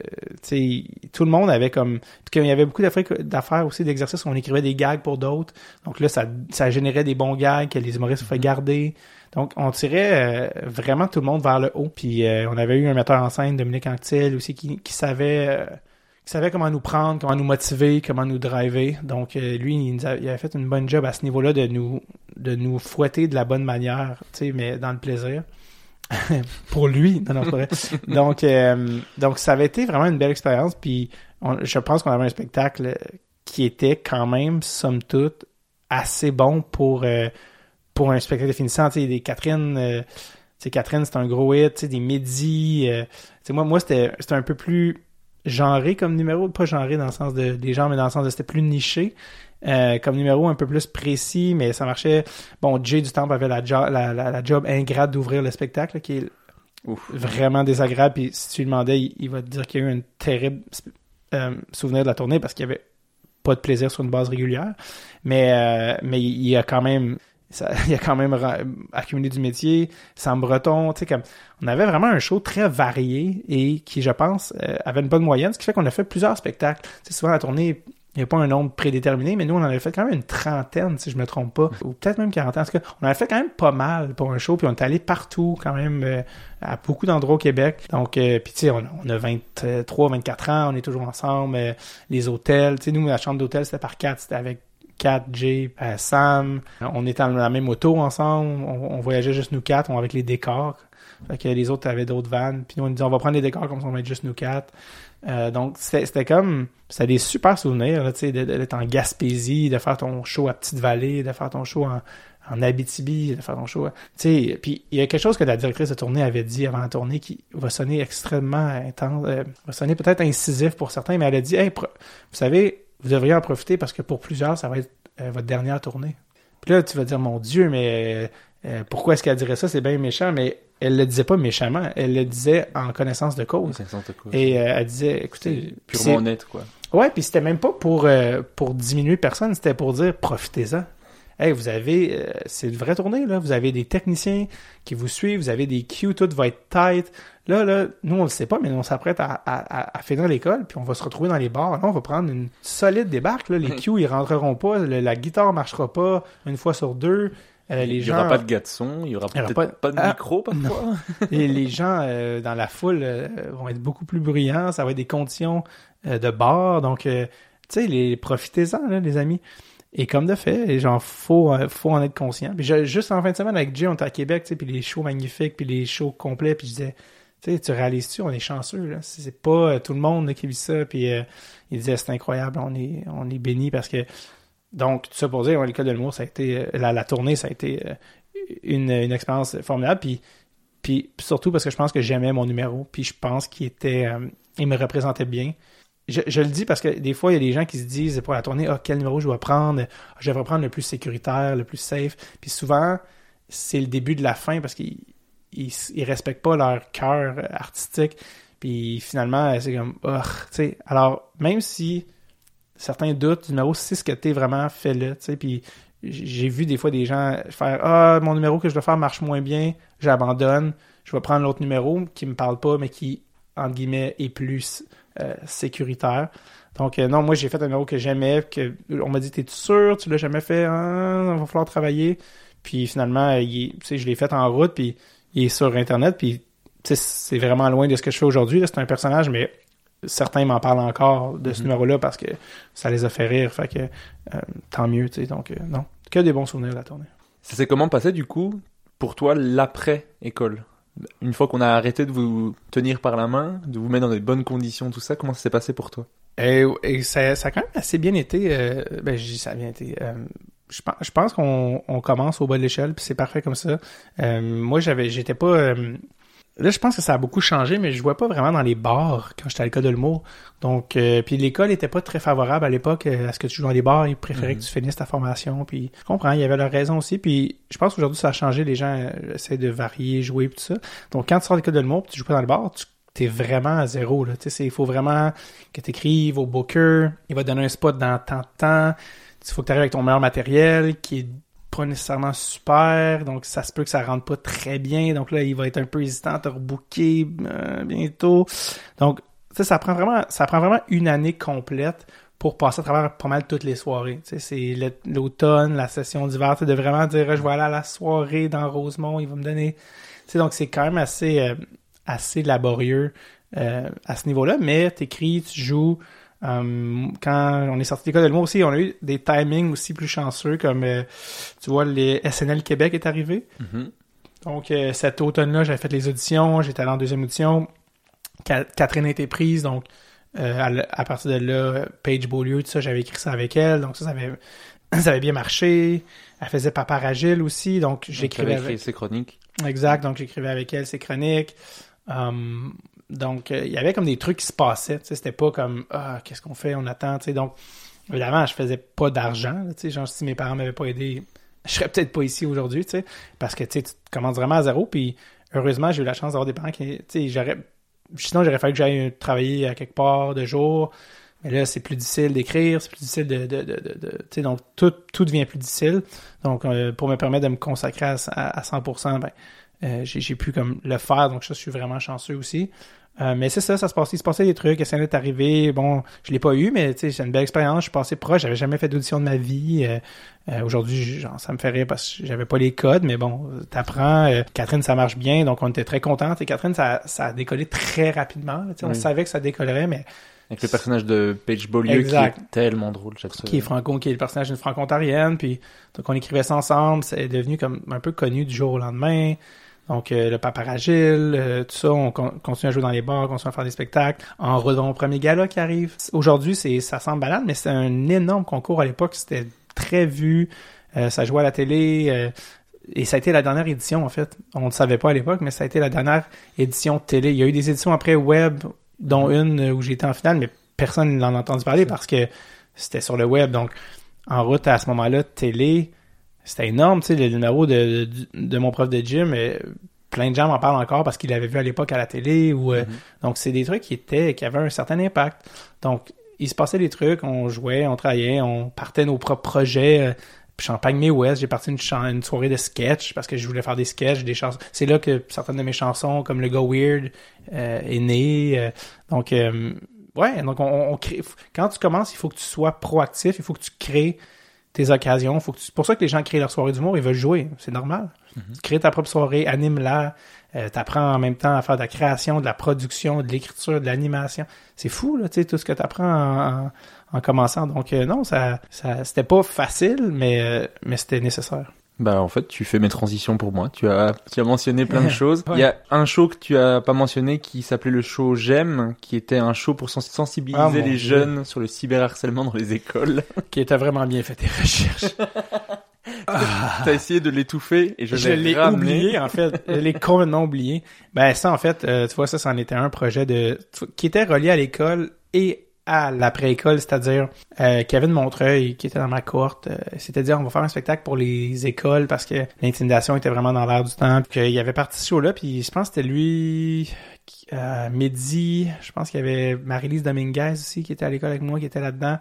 tout le monde avait comme... Puis il y avait beaucoup d'affaires aussi, d'exercices où on écrivait des gags pour d'autres. Donc là, ça, ça générait des bons gags que les humoristes pouvaient garder. Donc, on tirait euh, vraiment tout le monde vers le haut. Puis euh, on avait eu un metteur en scène, Dominique Anctil, aussi, qui, qui savait... Euh, qui savait comment nous prendre, comment nous motiver, comment nous driver. Donc, euh, lui, il, nous a, il avait fait une bonne job à ce niveau-là de nous, de nous fouetter de la bonne manière, tu sais, mais dans le plaisir. Pour lui, non, non, c'est pas vrai. Donc, euh, donc, ça avait été vraiment une belle expérience. Puis, on, je pense qu'on avait un spectacle qui était quand même, somme toute, assez bon pour, euh, pour un spectacle finissant, tu sais, des Catherine, euh, tu sais, Catherine, c'est un gros hit, tu sais, des Mehdi, euh, tu sais, moi, moi, c'était, c'était un peu plus genré comme numéro, pas genré dans le sens de, des genres, mais dans le sens de c'était plus niché, euh, comme numéro un peu plus précis, mais ça marchait. Bon, Jay du Temple avait la, jo- la, la, la job ingrate d'ouvrir le spectacle, là, qui est Ouf. Vraiment désagréable, puis si tu lui demandais, il, il va te dire qu'il y a eu un terrible euh, souvenir de la tournée parce qu'il y avait pas de plaisir sur une base régulière, mais euh, mais il y a quand même ça, il a quand même ra- accumulé du métier. Sam Breton, tu sais, comme on avait vraiment un show très varié et qui, je pense, euh, avait une bonne moyenne, ce qui fait qu'on a fait plusieurs spectacles. Tu sais, souvent la tournée, il n'y a pas un nombre prédéterminé, mais nous, on en avait fait quand même une trentaine, si je me trompe pas, ou peut-être même quarantaine. En tout cas, on en avait fait quand même pas mal pour un show, puis on est allé partout, quand même, euh, à beaucoup d'endroits au Québec. Donc, euh, puis tu sais, on, on a vingt-trois, vingt-quatre ans, on est toujours ensemble. Euh, les hôtels, tu sais, nous, la chambre d'hôtel, c'était par quatre, c'était avec Kat, Jay, euh, Sam. On était dans la même auto ensemble, on, on voyageait juste nous quatre, on avec les décors. Fait que les autres avaient d'autres vannes. Puis nous, on disait, on va prendre les décors comme ça, on va être juste nous quatre. Euh, donc, c'était, c'était comme... C'était des super souvenirs, là, tu sais, d'être en Gaspésie, de faire ton show à Petite-Vallée, de faire ton show en, en Abitibi, de faire ton show... Tu sais, puis il y a quelque chose que la directrice de tournée avait dit avant la tournée qui va sonner extrêmement intense, euh, va sonner peut-être incisif pour certains, mais elle a dit, hey, pro- vous savez, vous devriez en profiter parce que pour plusieurs, ça va être euh, votre dernière tournée. Puis là, tu vas dire, mon Dieu, mais euh, pourquoi est-ce qu'elle dirait ça? C'est bien méchant, mais elle le disait pas méchamment, elle le disait en connaissance de cause. Connaissance de cause. Et euh, elle disait, écoutez... C'est purement honnête, quoi. Ouais, puis c'était même pas pour, euh, pour diminuer personne, c'était pour dire, profitez-en. Hey, vous avez... Euh, c'est une vraie tournée, là. Vous avez des techniciens qui vous suivent, vous avez des cues, tout va être tight. Là, là, nous, on le sait pas, mais on s'apprête à, à, à finir l'école, puis on va se retrouver dans les bars. Là, on va prendre une solide débarque, là. Les cues, ils rentreront pas, le, la guitare marchera pas une fois sur deux. Euh, les il n'y gens, aura pas de gars de son, il n'y aura peut-être pas, pas de ah, micro parfois. Et les gens euh, dans la foule euh, vont être beaucoup plus bruyants, ça va être des conditions euh, de bar, donc euh, tu sais, les profitez-en, là, les amis. Et comme de fait, et genre, faut, euh, faut en être conscient. Puis je, juste en fin de semaine avec Jay, on était à Québec, tu sais, puis les shows magnifiques, puis les shows complets, puis je disais, tu sais, tu réalises-tu, on est chanceux, là. C'est pas euh, tout le monde là, qui vit ça, puis euh, il disait, c'est incroyable, on est, on est béni parce que donc, tout ça pour dire, l'école de l'humour, ça a été, la, la tournée, ça a été une, une expérience formidable. Puis, puis surtout parce que je pense que j'aimais mon numéro. Puis je pense qu'il était, euh, il me représentait bien. Je, je le dis parce que des fois, il y a des gens qui se disent pour la tournée, ah, quel numéro je dois prendre? Je devrais prendre le plus sécuritaire, le plus safe. Puis souvent, c'est le début de la fin parce qu'ils ils, ils respectent pas leur cœur artistique. Puis finalement, c'est comme, oh, tu sais. Alors, même si certains doutent du numéro, si ce que t'es vraiment, fais-le, tu sais, puis j'ai vu des fois des gens faire « Ah, mon numéro que je dois faire marche moins bien, j'abandonne, je vais prendre l'autre numéro qui me parle pas, mais qui, entre guillemets, est plus euh, sécuritaire. » Donc, euh, non, moi, j'ai fait un numéro que j'aimais, que on m'a dit « T'es-tu sûr? Tu l'as jamais fait? Ah, il va falloir travailler. » Puis finalement, il, tu sais, je l'ai fait en route, puis il est sur Internet, puis tu sais, c'est vraiment loin de ce que je fais aujourd'hui. Là, c'est un personnage, mais certains m'en parlent encore de ce mm-hmm. numéro-là parce que ça les a fait rire. Fait que euh, tant mieux, tu sais. Donc, euh, non. Que des bons souvenirs de la tournée. Ça s'est comment passé, du coup, pour toi, l'après-école? Une fois qu'on a arrêté de vous tenir par la main, de vous mettre dans des bonnes conditions, tout ça, comment ça s'est passé pour toi? Et, et ça, ça a quand même assez bien été. Euh, ben, je dis ça a bien été. Euh, je, je pense qu'on on commence au bas de l'échelle, puis c'est parfait comme ça. Euh, moi, j'avais, j'étais pas... Euh, Là, je pense que ça a beaucoup changé, mais je ne jouais pas vraiment dans les bars quand j'étais à l'école de l'humour. Donc, euh, puis l'école n'était pas très favorable à l'époque à ce que tu joues dans les bars. Ils préféraient mm-hmm. que tu finisses ta formation. Puis, je comprends, il y avait leur raison aussi. Puis, je pense qu'aujourd'hui, ça a changé. Les gens euh, essaient de varier, jouer, tout ça. Donc, quand tu sors de l'école de l'humour, puis tu joues pas dans le bar, tu es vraiment à zéro. Là. Tu sais, il faut vraiment que tu écrives au booker. Il va te donner un spot dans tant de temps. Il faut que tu arrives avec ton meilleur matériel qui est pas nécessairement super, donc ça se peut que ça rentre pas très bien, donc là il va être un peu hésitant à te rebooker euh, bientôt. Donc tu sais, ça prend vraiment ça prend vraiment une année complète pour passer à travers pas mal toutes les soirées. Tu sais, c'est l'automne, la session d'hiver, tu sais, de vraiment dire je vais aller à la soirée dans Rosemont, il va me donner. Tu sais, donc c'est quand même assez euh, assez laborieux euh, à ce niveau-là, mais t'écris, tu joues. Um, quand on est sorti de l'école de l'humour aussi, on a eu des timings aussi plus chanceux, comme euh, tu vois, les S N L Québec est arrivé. Mm-hmm. Donc euh, cet automne-là, j'avais fait les auditions, j'étais allé en deuxième audition. Ca- Catherine a été prise, donc euh, à, à partir de là, Paige Beaulieu, tout ça, j'avais écrit ça avec elle, donc ça, ça avait ça avait bien marché. Elle faisait Paparagile aussi, donc j'écrivais avec... avec... ses chroniques. Exact, donc j'écrivais avec elle ses chroniques. Um, donc, il euh, y avait comme des trucs qui se passaient, tu sais, c'était pas comme « Ah, qu'est-ce qu'on fait? On attend », tu sais, donc... Évidemment, je faisais pas d'argent, tu sais, genre si mes parents m'avaient pas aidé, je serais peut-être pas ici aujourd'hui, tu sais, parce que, tu sais, tu commences vraiment à zéro, puis heureusement, j'ai eu la chance d'avoir des parents qui, tu sais, j'aurais... Sinon, j'aurais fallu que j'aille travailler à quelque part de jour. Mais là, c'est plus difficile d'écrire, c'est plus difficile de... de, de, de, de tu sais, donc, tout, tout devient plus difficile. Donc, euh, pour me permettre de me consacrer à, à cent pour cent, ben, euh, j'ai, j'ai pu comme le faire. Donc, ça, je suis vraiment chanceux aussi. Euh, mais c'est ça, ça se passait, il se passait des trucs, essayer d'être arrivé. Bon, je l'ai pas eu, mais tu sais, c'est une belle expérience. Je suis passé proche, j'avais jamais fait d'audition de ma vie. Euh, euh, aujourd'hui, genre, ça me fait rire parce que j'avais pas les codes, mais bon, t'apprends. Euh, Catherine, ça marche bien, donc on était très contents. Et Catherine, ça, ça a décollé très rapidement. Tu sais, on oui. savait que ça décollerait, mais avec le personnage de Paige Beaulieu exact. Qui est tellement drôle. Qui est franco, qui est le personnage d'une franco-ontarienne. Puis donc on écrivait ça ensemble, c'est devenu comme un peu connu du jour au lendemain. Donc, euh, le Paparagile, euh, tout ça, on con- continue à jouer dans les bars, on continue à faire des spectacles. En redon au premier gala qui arrive. Aujourd'hui, c'est ça semble banal, mais c'était un énorme concours à l'époque. C'était très vu. Euh, ça jouait à la télé. Euh, et ça a été la dernière édition, en fait. On ne savait pas à l'époque, mais ça a été la dernière édition télé. Il y a eu des éditions après web, dont une où j'ai été en finale, mais personne n'en a entendu parler parce que c'était sur le web. Donc, en route à ce moment-là, télé... C'était énorme, tu sais, le numéro de, de, de mon prof de gym, euh, plein de gens m'en parlent encore parce qu'ils l'avaient vu à l'époque à la télé. Ou euh, mm-hmm. Donc, c'est des trucs qui étaient, qui avaient un certain impact. Donc, il se passait des trucs, on jouait, on travaillait, on partait nos propres projets. Euh, Champagne May West, j'ai parti une, ch- une soirée de sketch parce que je voulais faire des sketchs, des chansons. C'est là que certaines de mes chansons, comme le Go Weird, euh, est né. Euh, donc, euh, ouais, donc on, on crée. Quand tu commences, il faut que tu sois proactif, il faut que tu crées tes occasions. Faut que tu... C'est pour ça que les gens créent leur soirée d'humour, ils veulent jouer. C'est normal. Mm-hmm. Tu crées ta propre soirée, anime-la, euh, t'apprends en même temps à faire de la création, de la production, de l'écriture, de l'animation. C'est fou, là, tu sais, tout ce que t'apprends en, en, en commençant. Donc, euh, non, ça, ça, c'était pas facile, mais, euh, mais c'était nécessaire. Bah, en fait, tu fais mes transitions pour moi. Tu as, tu as mentionné plein de choses. Ouais. Il y a un show que tu as pas mentionné qui s'appelait le show J'aime, qui était un show pour sens- sensibiliser ah, les Dieu. jeunes sur le cyberharcèlement dans les écoles. Qui était vraiment bien fait tes recherches. ah. T'as essayé de l'étouffer et je, je l'ai, l'ai ramené. oublié, en fait. Je l'ai complètement oublié. Ben, ça, en fait, euh, tu vois, ça, c'en était un projet de, qui était relié à l'école et à l'après-école, c'est-à-dire euh, Kevin Montreuil, qui était dans ma cohorte, euh, s'était dit on va faire un spectacle pour les écoles parce que l'intimidation était vraiment dans l'air du temps. Puis qu'il avait parti ce show-là, puis je pense que c'était lui, euh, Mehdi, je pense qu'il y avait Marie-Lise Dominguez aussi qui était à l'école avec moi, qui était là-dedans.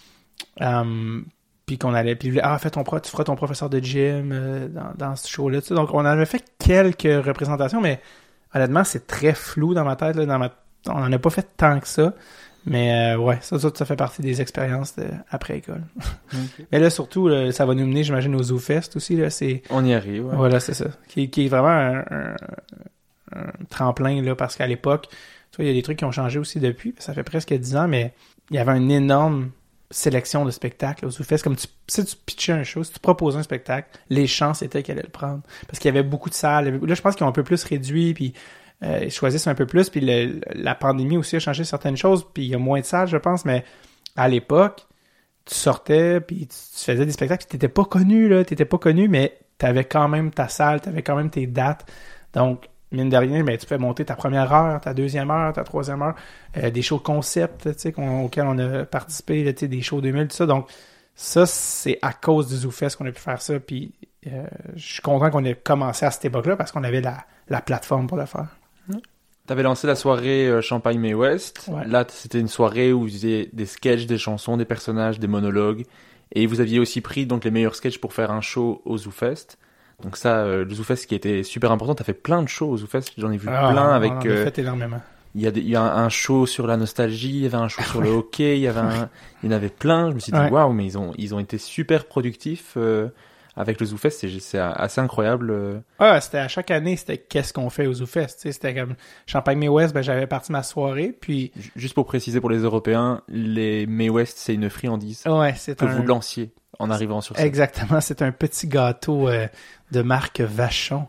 Um, puis qu'on allait, puis ah, fais ton pro, tu feras ton professeur de gym euh, dans, dans ce show-là. Tu sais. Donc on avait fait quelques représentations, mais honnêtement, c'est très flou dans ma tête. Là, dans ma... On n'en a pas fait tant que ça. Mais euh, ouais, ça, ça, ça fait partie des expériences de, après école. Okay. Mais là, surtout, là, ça va nous mener, j'imagine, au ZooFest aussi. Là, c'est... On y arrive, ouais. Voilà, c'est ça. Qui, qui est vraiment un, un, un tremplin, là, parce qu'à l'époque, tu vois, il y a des trucs qui ont changé aussi depuis. Ça fait presque dix ans, mais il y avait une énorme sélection de spectacles au ZooFest. Comme tu, si tu pitchais un show, si tu proposais un spectacle, les chances étaient qu'elle allait le prendre. Parce qu'il y avait beaucoup de salles. Là, je pense qu'ils ont un peu plus réduit, puis Euh, ils choisissent un peu plus, puis le, la pandémie aussi a changé certaines choses, puis il y a moins de salles, je pense, mais à l'époque, tu sortais, puis tu, tu faisais des spectacles, puis t'étais pas connu, là, t'étais pas connu, mais t'avais quand même ta salle, t'avais quand même tes dates, donc, mine de rien, ben, tu peux monter ta première heure, ta deuxième heure, ta troisième heure, euh, des shows concept, tu sais, auxquels on a participé, tu sais, des shows deux mille, tout ça, donc, ça, c'est à cause du ZooFest qu'on a pu faire ça, puis euh, je suis content qu'on ait commencé à cette époque-là, parce qu'on avait la, la plateforme pour le faire. T'avais lancé la soirée euh, Champagne May West. Ouais. Là, c'était une soirée où vous faisiez des sketchs, des chansons, des personnages, des monologues. Et vous aviez aussi pris donc les meilleurs sketchs pour faire un show au ZooFest. Donc ça, euh, le ZooFest qui était super important. T'as fait plein de shows au ZooFest. J'en ai vu ah, plein avec... On en a euh, fait énormément. Il y a, des, il y a un, un show sur la nostalgie, il y avait un show sur le hockey, il y avait un, il y en avait plein. Je me suis dit, waouh, wow, mais ils ont, ils ont été super productifs euh, avec le ZooFest. C'est, c'est assez incroyable. Euh. Ah, c'était à chaque année, c'était qu'est-ce qu'on fait au ZooFest. Tu sais, c'était comme Champagne May West, ben j'avais parti ma soirée, puis juste pour préciser pour les Européens, les May West, c'est une friandise ouais, c'est que un... vous lanciez en arrivant sur scène. Exactement, c'est un petit gâteau euh, de marque Vachon.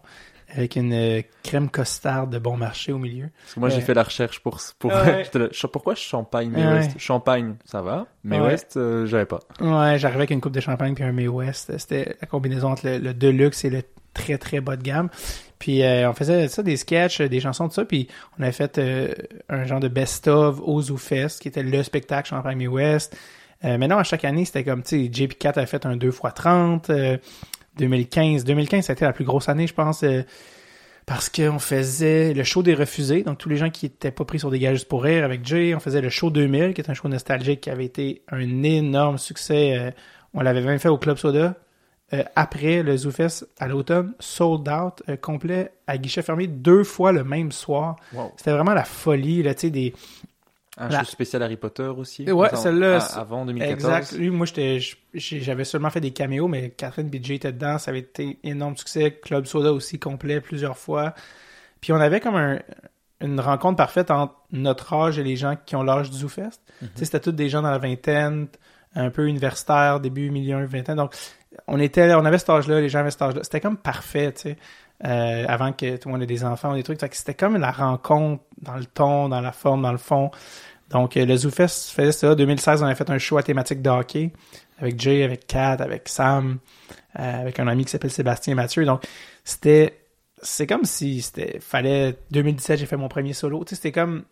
avec une euh, crème costarde de bon marché au milieu. Parce que moi, euh... j'ai fait la recherche pour... pour... Ouais. Pourquoi champagne May ouais. West? Champagne, ça va, mais ouais. West, euh, j'avais pas. Ouais, j'arrivais avec une coupe de champagne puis un May West. C'était la combinaison entre le, le Deluxe et le très très bas de gamme. Puis euh, on faisait ça, des sketchs, des chansons, tout ça. Puis on avait fait euh, un genre de best-of au ZooFest, qui était le spectacle Champagne May West. Euh, maintenant, à chaque année, c'était comme, tu sais, J P Cat avait fait un deux fois trente. Euh, deux mille quinze. deux mille quinze, ça a été la plus grosse année, je pense, euh, parce qu'on faisait le show des refusés. Donc, tous les gens qui étaient pas pris sur des gages juste pour rire avec Jay. On faisait le show deux mille, qui est un show nostalgique qui avait été un énorme succès. Euh, on l'avait même fait au Club Soda. Euh, après le ZooFest à l'automne, sold out, euh, complet, à guichet fermé, deux fois le même soir. Wow. C'était vraiment la folie, là, tu sais, des... Un la... show spécial Harry Potter aussi. Ouais, Attends, celle-là. à, avant deux mille quatorze. Exact. Lui, moi, j'étais, j'avais seulement fait des caméos, mais Catherine B J était dedans. Ça avait été énorme succès. Club Soda aussi complet plusieurs fois. Puis on avait comme un, une rencontre parfaite entre notre âge et les gens qui ont l'âge du ZooFest. Mm-hmm. Tu sais, c'était tous des gens dans la vingtaine, un peu universitaires, début, milieu, vingtaine. Donc, on était, on avait cet âge-là, les gens avaient cet âge-là. C'était comme parfait, tu sais. Euh, avant que tout le monde ait des enfants ou des trucs. C'était comme la rencontre dans le ton, dans la forme, dans le fond. Donc, euh, le ZooFest faisait ça. deux mille seize, on a fait un show à thématique de hockey avec Jay, avec Kat, avec Sam, euh, avec un ami qui s'appelle Sébastien Mathieu. Donc, c'était... C'est comme si c'était... Fallait... deux mille dix-sept, j'ai fait mon premier solo. Tu sais, c'était comme...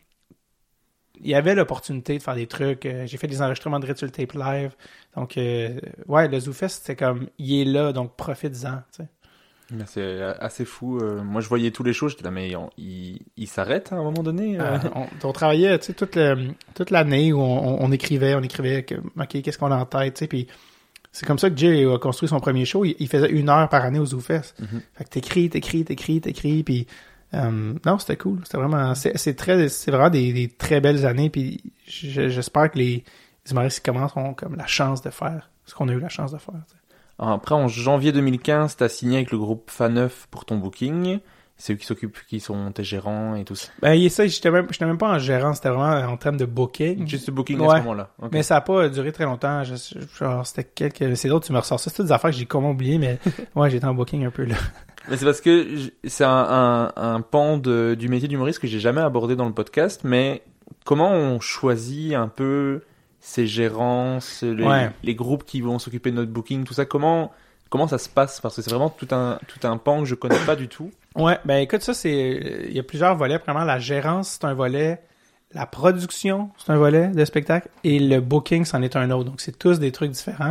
Il y avait l'opportunité de faire des trucs. Euh, j'ai fait des enregistrements de Ritual Tape Live. Donc, euh, ouais, le ZooFest, c'était comme... Il est là, donc profite-en, tu sais. C'est assez fou. Euh, moi, je voyais tous les shows, j'étais là, mais on, il, il s'arrête à un moment donné. Euh... Euh, on, on travaillait, tu sais, toute, le, toute l'année où on, on, on écrivait, on écrivait, que, ok, qu'est-ce qu'on a en tête, tu sais, puis c'est comme ça que Jay a construit son premier show. Il, il faisait une heure par année au ZooFest. Mm-hmm. Fait que t'écris, t'écris, t'écris, t'écris, puis euh, non, c'était cool. C'était vraiment, c'est, c'est très, c'est vraiment des, des très belles années, puis j'espère que les, les humoristes qui commencent ont comme la chance de faire ce qu'on a eu la chance de faire, t'sais. Après, en janvier deux mille quinze, t'as signé avec le groupe Faneuf pour ton booking. C'est eux qui s'occupent, qui sont tes gérants et tout ça. Ben, il ça, j'étais même, j'étais même pas en gérant, c'était vraiment en termes de booking. Juste le booking ouais. à ce moment-là. Okay. Mais ça a pas duré très longtemps. Je, genre, c'était quelques, c'est d'autres, tu me ressors ça. C'est toutes des affaires que j'ai comment oublié, mais ouais, j'étais en booking un peu, là. Mais c'est parce que c'est un, un, un pan de, du métier d'humoriste que j'ai jamais abordé dans le podcast, mais comment on choisit un peu ces gérances, les, ouais. les groupes qui vont s'occuper de notre booking, tout ça, comment, comment ça se passe? Parce que c'est vraiment tout un, tout un pan que je connais pas du tout. Ouais, ben écoute, ça, c'est, il y a plusieurs volets. Premièrement, la gérance, c'est un volet. La production, c'est un volet de spectacle. Et le booking, c'en est un autre. Donc, c'est tous des trucs différents,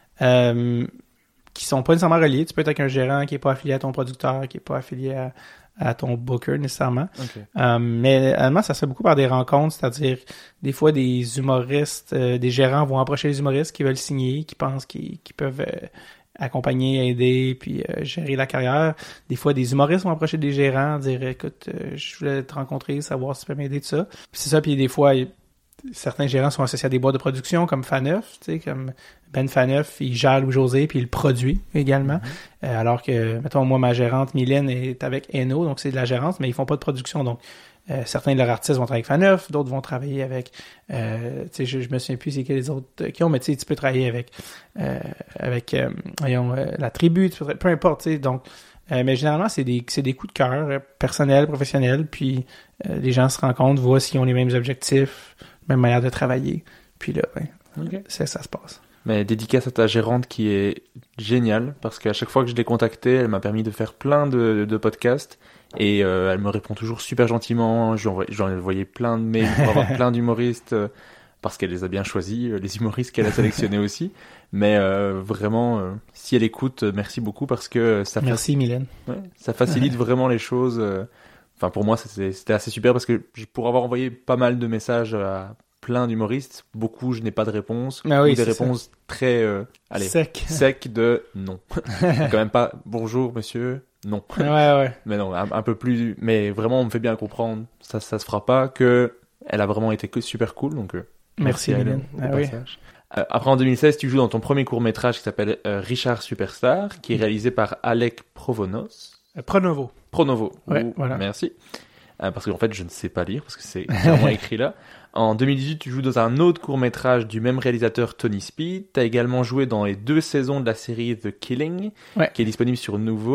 euh, qui sont pas nécessairement reliés. Tu peux être avec un gérant qui est pas affilié à ton producteur, qui est pas affilié à, à ton booker nécessairement. Okay. Euh, mais honnêtement, ça se fait beaucoup par des rencontres, c'est-à-dire des fois des humoristes, euh, des gérants vont approcher les humoristes qui veulent signer, qui pensent qu'ils, qu'ils peuvent euh, accompagner, aider, puis euh, gérer la carrière. Des fois, des humoristes vont approcher des gérants, dire écoute, euh, je voulais te rencontrer, savoir si tu peux m'aider, tout ça. Puis c'est ça, puis des fois, certains gérants sont associés à des boîtes de production comme Faneuf, tu sais, comme Ben Faneuf, il gère Louis-José, puis il le produit également. Mm-hmm. Euh, alors que, mettons, moi, ma gérante, Mylène, est avec Eno, donc c'est de la gérance, mais ils font pas de production. Donc, euh, certains de leurs artistes vont travailler avec Faneuf, d'autres vont travailler avec, euh, tu sais, je, je me souviens plus c'est quels les autres qui ont, mais tu sais, tu peux travailler avec, euh, avec, euh, voyons, euh, la tribu, tu peux, peu importe, tu sais, donc, euh, mais généralement, c'est des, c'est des coups de cœur euh, personnels, professionnels, puis euh, les gens se rencontrent, voient s'ils ont les mêmes objectifs, même manière de travailler, puis là, ouais, okay. c'est, ça se passe. Mais dédicace à ta gérante qui est géniale, parce qu'à chaque fois que je l'ai contactée, elle m'a permis de faire plein de, de podcasts, et euh, elle me répond toujours super gentiment. Je lui ai envoyé plein de mails pour avoir plein d'humoristes, euh, parce qu'elle les a bien choisis, les humoristes qu'elle a sélectionnés aussi. Mais euh, vraiment, euh, si elle écoute, merci beaucoup, parce que ça, merci, faci- Mylène. Ouais, ça facilite vraiment les choses. Euh, Enfin, pour moi, c'était, c'était assez super parce que pour avoir envoyé pas mal de messages à plein d'humoristes, beaucoup, je n'ai pas de réponse. Ah oui, ou des réponses ça. très, euh, allez, sec. sec de non. Quand même pas bonjour, monsieur, non. Ouais, ouais. Mais non, un, un peu plus, mais vraiment, on me fait bien comprendre, ça, ça se fera pas, que elle a vraiment été super cool, donc, euh, merci, merci à elle, elle, ah, oui. Euh, après, en deux mille seize, tu joues dans ton premier court-métrage qui s'appelle euh, Richard Superstar, qui est réalisé par Alec Provonos. Euh, Pronovo. Pronovo. Ouais, Ouh, voilà. Merci. Euh, parce qu'en fait, je ne sais pas lire, parce que c'est clairement écrit là. En deux mille dix-huit, tu joues dans un autre court-métrage du même réalisateur, Tony Speed. Tu as également joué dans les deux saisons de la série The Killing, ouais. qui est disponible sur Nouveau.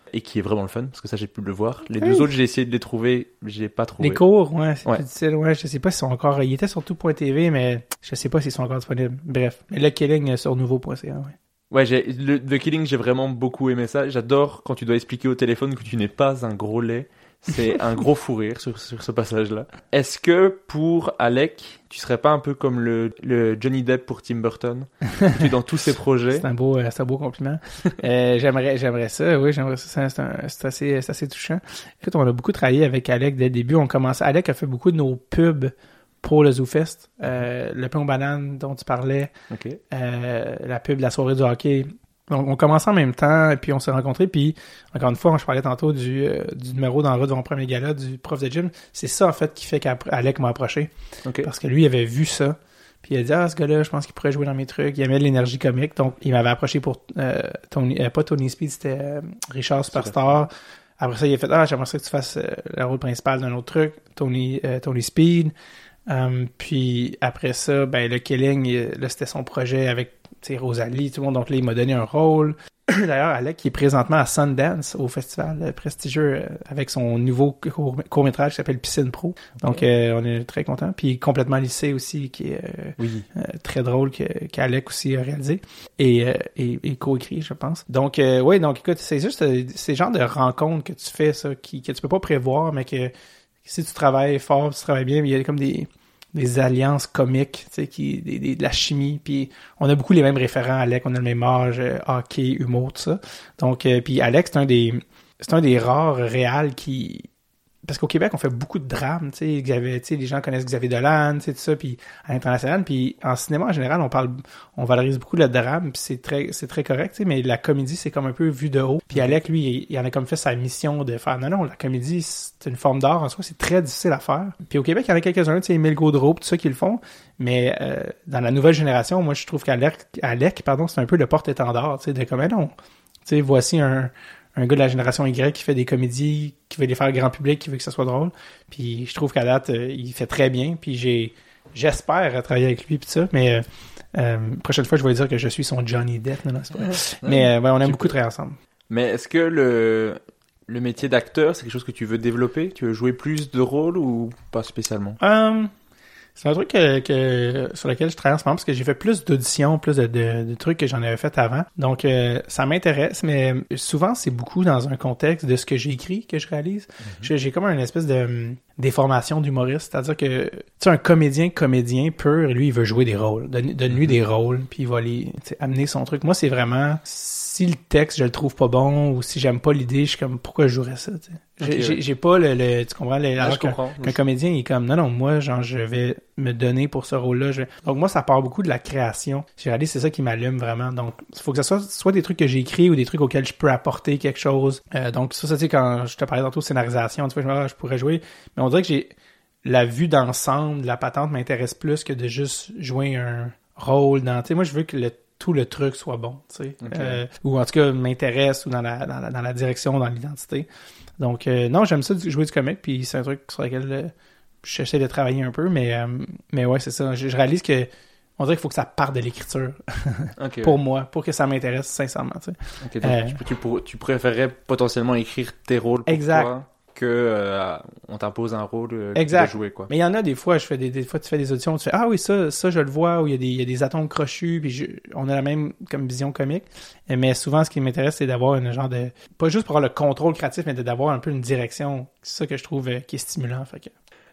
et qui est vraiment le fun, parce que ça j'ai pu le voir. Les oui. deux autres j'ai essayé de les trouver, j'ai pas trouvé. Les cours, ouais, c'est ouais. plus difficile, ouais, je sais pas s'ils sont encore, ils étaient sur tout point T V, mais je sais pas s'ils sont encore disponibles. Bref, mais le Killing sur nouveau point C A, ouais. Ouais, j'ai, le, The Killing, j'ai vraiment beaucoup aimé ça. J'adore quand tu dois expliquer au téléphone que tu n'es pas un gros lait. C'est un gros fou rire sur, sur ce passage-là. Est-ce que pour Alec, tu serais pas un peu comme le, le Johnny Depp pour Tim Burton? Tu es dans tous ses projets. C'est un beau, euh, c'est un beau compliment. euh, j'aimerais, j'aimerais ça, oui, j'aimerais ça. C'est, un, c'est assez, c'est assez touchant. Écoute, on a beaucoup travaillé avec Alec dès le début. On commence, Alec a fait beaucoup de nos pubs pour le ZooFest. Euh, le pain aux bananes dont tu parlais. Okay. Euh, la pub de la soirée du hockey. Donc, on commençait en même temps, et puis on s'est rencontrés, puis encore une fois, je parlais tantôt du, euh, du numéro dans le de mon premier gala, du prof de gym. C'est ça, en fait, qui fait qu'Alec m'a approché. Okay. Parce que lui, il avait vu ça, puis il a dit « Ah, ce gars-là, je pense qu'il pourrait jouer dans mes trucs. » Il aimait l'énergie comique, donc il m'avait approché pour, euh, Tony, euh, pas Tony Speed, c'était euh, Richard Superstar. Après ça, il a fait « Ah, j'aimerais ça que tu fasses euh, le rôle principal d'un autre truc, Tony, euh, Tony Speed. » Um, puis après ça, ben le Killing, il, là, c'était son projet avec Rosalie, tout le monde. Donc là, il m'a donné un rôle. D'ailleurs, Alec, qui est présentement à Sundance, au festival prestigieux, euh, avec son nouveau court, court-métrage qui s'appelle Piscine Pro. Donc, okay. euh, on est très contents. Puis complètement lycée aussi, qui est euh, oui. euh, très drôle, que, qu'Alec aussi a réalisé. Et, euh, et, et co-écrit, je pense. Donc, euh, oui, donc écoute, c'est juste euh, ces genres de rencontres que tu fais, ça, qui, que tu peux pas prévoir, mais que si tu travailles fort, tu travailles bien, il y a comme des, des alliances comiques, tu sais, qui, des, des, de la chimie, puis on a beaucoup les mêmes référents, Alec, on a le même âge, euh, hockey, humour, tout ça. Donc, euh, puis Alex, c'est un des, c'est un des rares réals qui, parce qu'au Québec, on fait beaucoup de drames, tu sais, Xavier, tu sais, les gens connaissent Xavier Dolan, tu sais, tout ça, puis à l'international, puis en cinéma en général, on parle, on valorise beaucoup le drame, puis c'est très, c'est très correct, tu sais, mais la comédie, c'est comme un peu vu de haut. Puis Alec, lui, il, il en a comme fait sa mission de faire, non, non, la comédie, c'est une forme d'art en soi, c'est très difficile à faire. Puis au Québec, il y en a quelques-uns, tu sais, Émile Gaudreau, tout ça qui le font, mais euh, dans la nouvelle génération, moi, je trouve qu'Alec, Alec, pardon, c'est un peu le porte-étendard, tu sais, de comme, non, tu sais, voici un un gars de la génération Y qui fait des comédies, qui veut les faire grand public, qui veut que ça soit drôle. Puis je trouve qu'à date, euh, il fait très bien. Puis j'ai, j'espère travailler avec lui, puis ça. Mais euh, euh, prochaine fois, je vais dire que je suis son Johnny Depp. Non, non, c'est pas vrai. Mais euh, ouais, on aime beaucoup travailler ensemble. Mais est-ce que le le métier d'acteur, c'est quelque chose que tu veux développer? Tu veux jouer plus de rôles ou pas spécialement? Um, c'est un truc que, que, sur lequel je travaille en ce moment parce que j'ai fait plus d'auditions, plus de, de, de trucs que j'en avais fait avant. Donc, euh, ça m'intéresse, mais souvent, c'est beaucoup dans un contexte de ce que j'ai écrit que je réalise. Mm-hmm. J'ai, j'ai comme une espèce de déformation d'humoriste. C'est-à-dire que, tu sais, un comédien, comédien pur, lui, il veut jouer des rôles. Donne, donne-lui mm-hmm. des rôles, puis il va les, amener son truc. Moi, c'est vraiment, si le texte, je le trouve pas bon, ou si j'aime pas l'idée, je suis comme, pourquoi je jouerais ça, tu sais? J'ai, okay, j'ai, ouais. j'ai pas le, le tu comprends, le, ah, je qu'un, comprends. qu'un comédien, il est comme, non, non, moi, genre, je vais me donner pour ce rôle-là. Je... Donc, moi, ça part beaucoup de la création. J'ai réalisé, c'est ça qui m'allume vraiment. Donc, il faut que ça soit soit des trucs que j'ai écrits ou des trucs auxquels je peux apporter quelque chose. Euh, donc, ça, ça, tu sais, quand je te parlais tantôt de scénarisation, tu vois, je me dis, ah, je pourrais jouer. Mais on dirait que j'ai la vue d'ensemble, la patente m'intéresse plus que de juste jouer un rôle dans, tu sais, moi, je veux que le tout le truc soit bon, tu sais, okay. euh, ou en tout cas m'intéresse ou dans la dans la, dans la direction, dans l'identité. Donc euh, non, j'aime ça jouer du comique, puis c'est un truc sur lequel euh, j'essaie de travailler un peu, mais euh, mais ouais, c'est ça. Je, je réalise que on dirait qu'il faut que ça parte de l'écriture okay, pour ouais. moi, pour que ça m'intéresse sincèrement, tu sais. Okay, donc euh, tu, tu, tu préférerais potentiellement écrire tes rôles pour exact. toi que euh, on t'impose un rôle euh, exact. de jouer, quoi. Mais il y en a des fois, je fais des, des fois tu fais des auditions, tu fais ah oui ça ça je le vois, où il y a des il y a des atomes crochus, puis je, on a la même comme vision comique. Mais souvent ce qui m'intéresse c'est d'avoir un genre de pas juste pour avoir le contrôle créatif, mais d'avoir un peu une direction. C'est ça que je trouve euh, qui est stimulant. Fait que...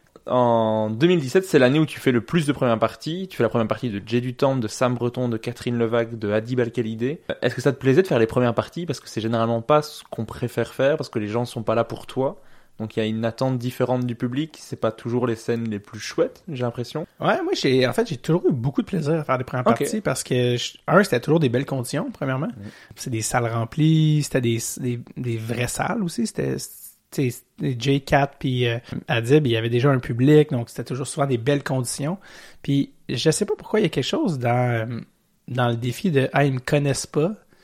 En deux mille dix-sept, c'est l'année où tu fais le plus de premières parties. Tu fais la première partie de Jay du Temple, de Sam Breton, de Catherine Levac, de Hadib Al-Khalidé. Est-ce que ça te plaisait de faire les premières parties? Parce que c'est généralement pas ce qu'on préfère faire, parce que les gens sont pas là pour toi. Donc il y a une attente différente du public, c'est pas toujours les scènes les plus chouettes, j'ai l'impression. Ouais, moi j'ai en fait j'ai toujours eu beaucoup de plaisir à faire des premières okay. parties parce que je, un c'était toujours des belles conditions premièrement. Mmh. C'est des salles remplies, c'était des des, des vraies salles aussi, c'était tu sais J quatre puis euh, Hadib, il y avait déjà un public, donc c'était toujours souvent des belles conditions. Puis je sais pas pourquoi il y a quelque chose dans dans le défi de ah ils me connaissent pas.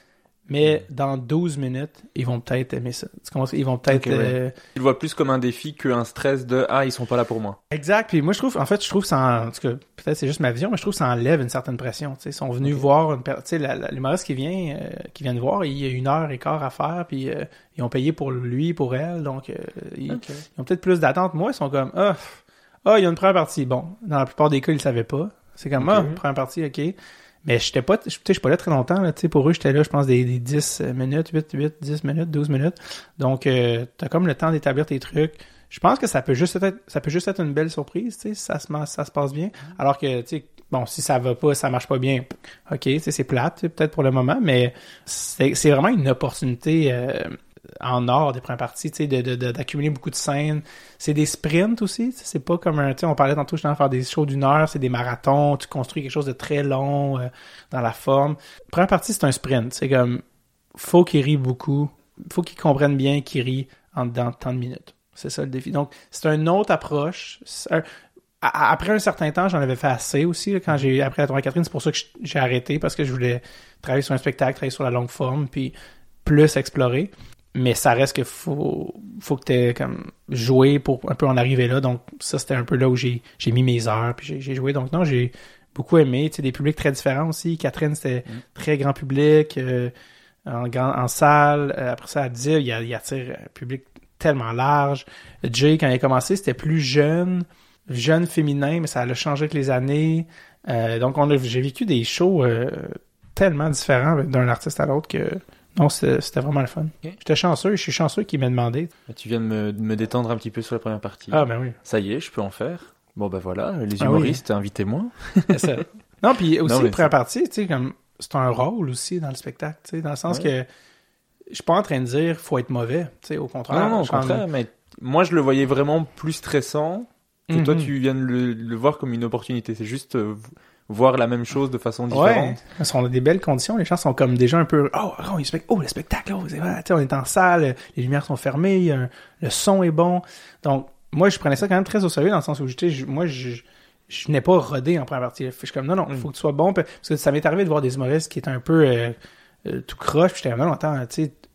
Mais dans douze minutes, ils vont peut-être aimer ça. Tu comprends? Ils vont peut-être... Okay, ouais. euh... Ils le voient plus comme un défi qu'un stress de « Ah, ils sont pas là pour moi ». Exact. Puis moi, je trouve... En fait, je trouve que ça... En, en tout cas, peut-être c'est juste ma vision, mais je trouve que ça enlève une certaine pression. T'sais. Ils sont venus okay. voir... Une... Tu sais, l'humoriste qui vient, euh, qui vient de voir, il y a une heure et quart à faire, puis euh, ils ont payé pour lui, pour elle, donc euh, ils, okay. ils ont peut-être plus d'attente. Moi, ils sont comme « Ah, ah, il y a une première partie. » Bon, dans la plupart des cas, ils le savaient pas. C'est comme okay. « Ah, première partie, OK. » Mais j'étais pas, tu sais, je suis pas là très longtemps, là, tu sais, pour eux, j'étais là, je pense, des, des dix minutes, huit, huit, dix minutes, douze minutes. Donc, euh, t'as comme le temps d'établir tes trucs. Je pense que ça peut juste être, ça peut juste être une belle surprise, tu sais, si ça se, ça se passe bien. Alors que, tu sais, bon, si ça va pas, ça marche pas bien, ok, tu sais, c'est plate, peut-être pour le moment, mais c'est, c'est vraiment une opportunité, euh, en or des premières parties, tu sais, de, de, de, d'accumuler beaucoup de scènes. C'est des sprints aussi, c'est pas comme un, tu sais, on parlait tantôt, je suis en train de faire des shows d'une heure, c'est des marathons, tu construis quelque chose de très long euh, dans la forme. Première partie, c'est un sprint, c'est comme, faut qu'ils rient beaucoup, faut qu'ils comprennent bien qu'ils rient en dans tant de minutes. C'est ça le défi. Donc, c'est une autre approche. Un, à, après un certain temps, j'en avais fait assez aussi, là, quand j'ai, après la tournée Catherine, c'est pour ça que j'ai arrêté, parce que je voulais travailler sur un spectacle, travailler sur la longue forme, puis plus explorer. Mais ça reste que faut faut que t'aies comme joué pour un peu en arriver là. Donc ça, c'était un peu là où j'ai j'ai mis mes heures, puis j'ai, j'ai joué. Donc non, j'ai beaucoup aimé. Tu sais, des publics très différents aussi. Catherine, c'était mm. très grand public, euh, en, grand, en salle. Euh, après ça, à dire, il, il attire un public tellement large. Jay, quand il a commencé, c'était plus jeune, jeune féminin, mais ça a changé avec les années. Euh, donc on a, j'ai vécu des shows euh, tellement différents d'un artiste à l'autre que... Non, c'était, c'était vraiment le fun. Okay. J'étais chanceux, je suis chanceux qu'il m'ait demandé. Tu viens de me, de me détendre un petit peu sur la première partie. Ah, ben oui. Ça y est, je peux en faire. Bon, ben voilà, les humoristes, ah, oui. invitez-moi. C'est ça. Non, puis aussi, non, la première partie, tu sais, comme, c'est un rôle aussi dans le spectacle, tu sais, dans le sens ouais. que je suis pas en train de dire faut être mauvais, tu sais, au contraire. Non, non, au contraire, mais moi, je le voyais vraiment plus stressant que mm-hmm. toi, tu viens de le, le voir comme une opportunité. C'est juste... Euh, voir la même chose de façon différente. Ouais, on a des belles conditions, les gens sont comme déjà un peu oh, oh, oh le spectacle, oh, c'est vrai, on est en salle, les lumières sont fermées, un, le son est bon. Donc moi je prenais ça quand même très au sérieux dans le sens où je, moi je je venais pas roder en première partie. Je suis comme non non, il faut que tu sois bon parce que ça m'est arrivé de voir des humoristes qui étaient un peu euh, euh, tout croche, puis j'étais non attends, tu sais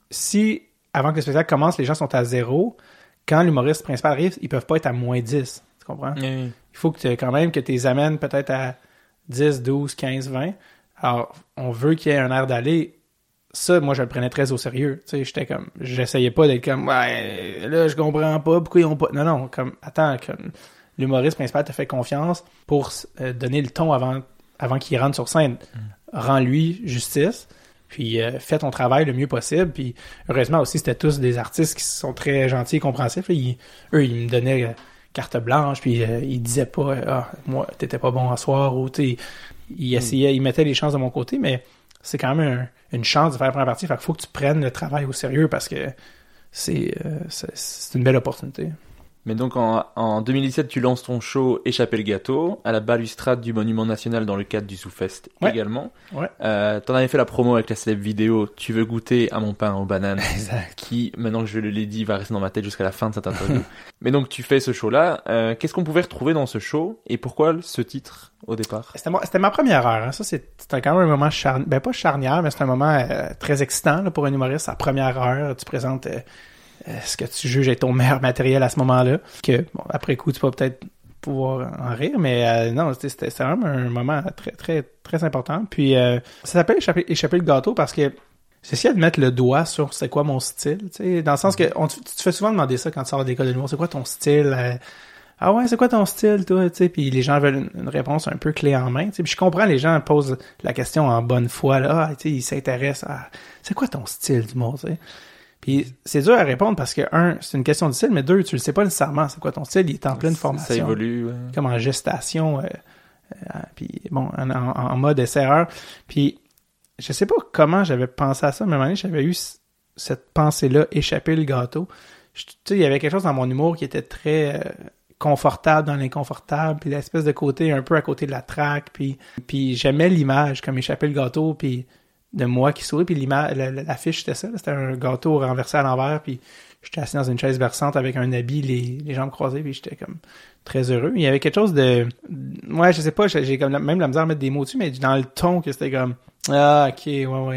si avant que le spectacle commence, les gens sont à zéro, quand l'humoriste principal arrive, ils peuvent pas être à moins dix. Tu comprends? Oui. Il faut que tu, quand même que tu les amènes peut-être à dix, douze, quinze, vingt. Alors, on veut qu'il y ait un air d'aller. Ça, moi, je le prenais très au sérieux. Tu sais, j'étais comme... J'essayais pas d'être comme... Ouais, là, je comprends pas. Pourquoi ils ont pas... Non, non, comme... Attends, comme... L'humoriste principal te fait confiance pour euh, donner le ton avant, avant qu'il rentre sur scène. Mm. Rends-lui justice. Puis euh, fais ton travail le mieux possible. Puis heureusement aussi, c'était tous des artistes qui sont très gentils et compréhensifs. Là, ils, eux, ils me donnaient... Euh, carte blanche, puis euh, il disait pas « Ah, moi, t'étais pas bon à soir », ou tu sais, il essayait, mm. il mettait les chances de mon côté, mais c'est quand même un, une chance de faire la première partie, fait qu'il faut que tu prennes le travail au sérieux parce que c'est, euh, c'est, c'est une belle opportunité. Mais donc en, en deux mille dix-sept, tu lances ton show Échapper le gâteau à la balustrade du Monument National dans le cadre du Zoufest ouais. également. Ouais. Euh, t'en avais fait la promo avec la célèbre vidéo « Tu veux goûter à mon pain aux bananes » qui, maintenant que je l'ai dit, va rester dans ma tête jusqu'à la fin de cette interview. Mais donc tu fais ce show-là. Euh, qu'est-ce qu'on pouvait retrouver dans ce show et pourquoi ce titre au départ? C'était, moi, c'était ma première heure. Hein. Ça, c'est, c'était quand même un moment charnière. Ben pas charnière, mais c'est un moment euh, très excitant là, pour un humoriste. À première heure, tu présentes... Euh, ce que tu juges être ton meilleur matériel à ce moment-là, que bon, après coup tu vas peut-être pouvoir en rire, mais euh, non, c'était, c'était, c'était vraiment un moment très très très important. Puis euh, ça s'appelle échapper, échapper le gâteau parce que j'essayais de mettre le doigt sur c'est quoi mon style, tu sais, dans le sens que on, tu te fais souvent demander ça quand tu sors de l'école de l'humour, c'est quoi ton style? Euh, ah ouais, c'est quoi ton style, toi, tu sais, puis les gens veulent une, une réponse un peu clé en main, tu sais, puis je comprends, les gens posent la question en bonne foi, là, ah, tu sais, ils s'intéressent à c'est quoi ton style d'humour, tu sais. Puis c'est dur à répondre parce que, un, c'est une question de style, mais deux, tu le sais pas nécessairement c'est quoi ton style, il est en pleine formation. Ça évolue, ouais. Comme en gestation, euh, euh, puis bon, en, en, en mode essai-erreur. Puis je sais pas comment j'avais pensé à ça, mais à un moment donné, j'avais eu c- cette pensée-là, échapper le gâteau. Tu sais, il y avait quelque chose dans mon humour qui était très euh, confortable dans l'inconfortable, puis l'espèce de côté un peu à côté de la traque, puis, puis j'aimais l'image comme échapper le gâteau, puis de moi qui sourit, puis l'image, l'affiche c'était ça, là, c'était un gâteau renversé à l'envers, puis j'étais assis dans une chaise berçante avec un habit, les, les jambes croisées, puis j'étais comme très heureux. Il y avait quelque chose de... Ouais, je sais pas, j'ai comme la, même la misère à mettre des mots dessus, mais dans le ton que c'était comme... Ah, ok, ouais, ouais.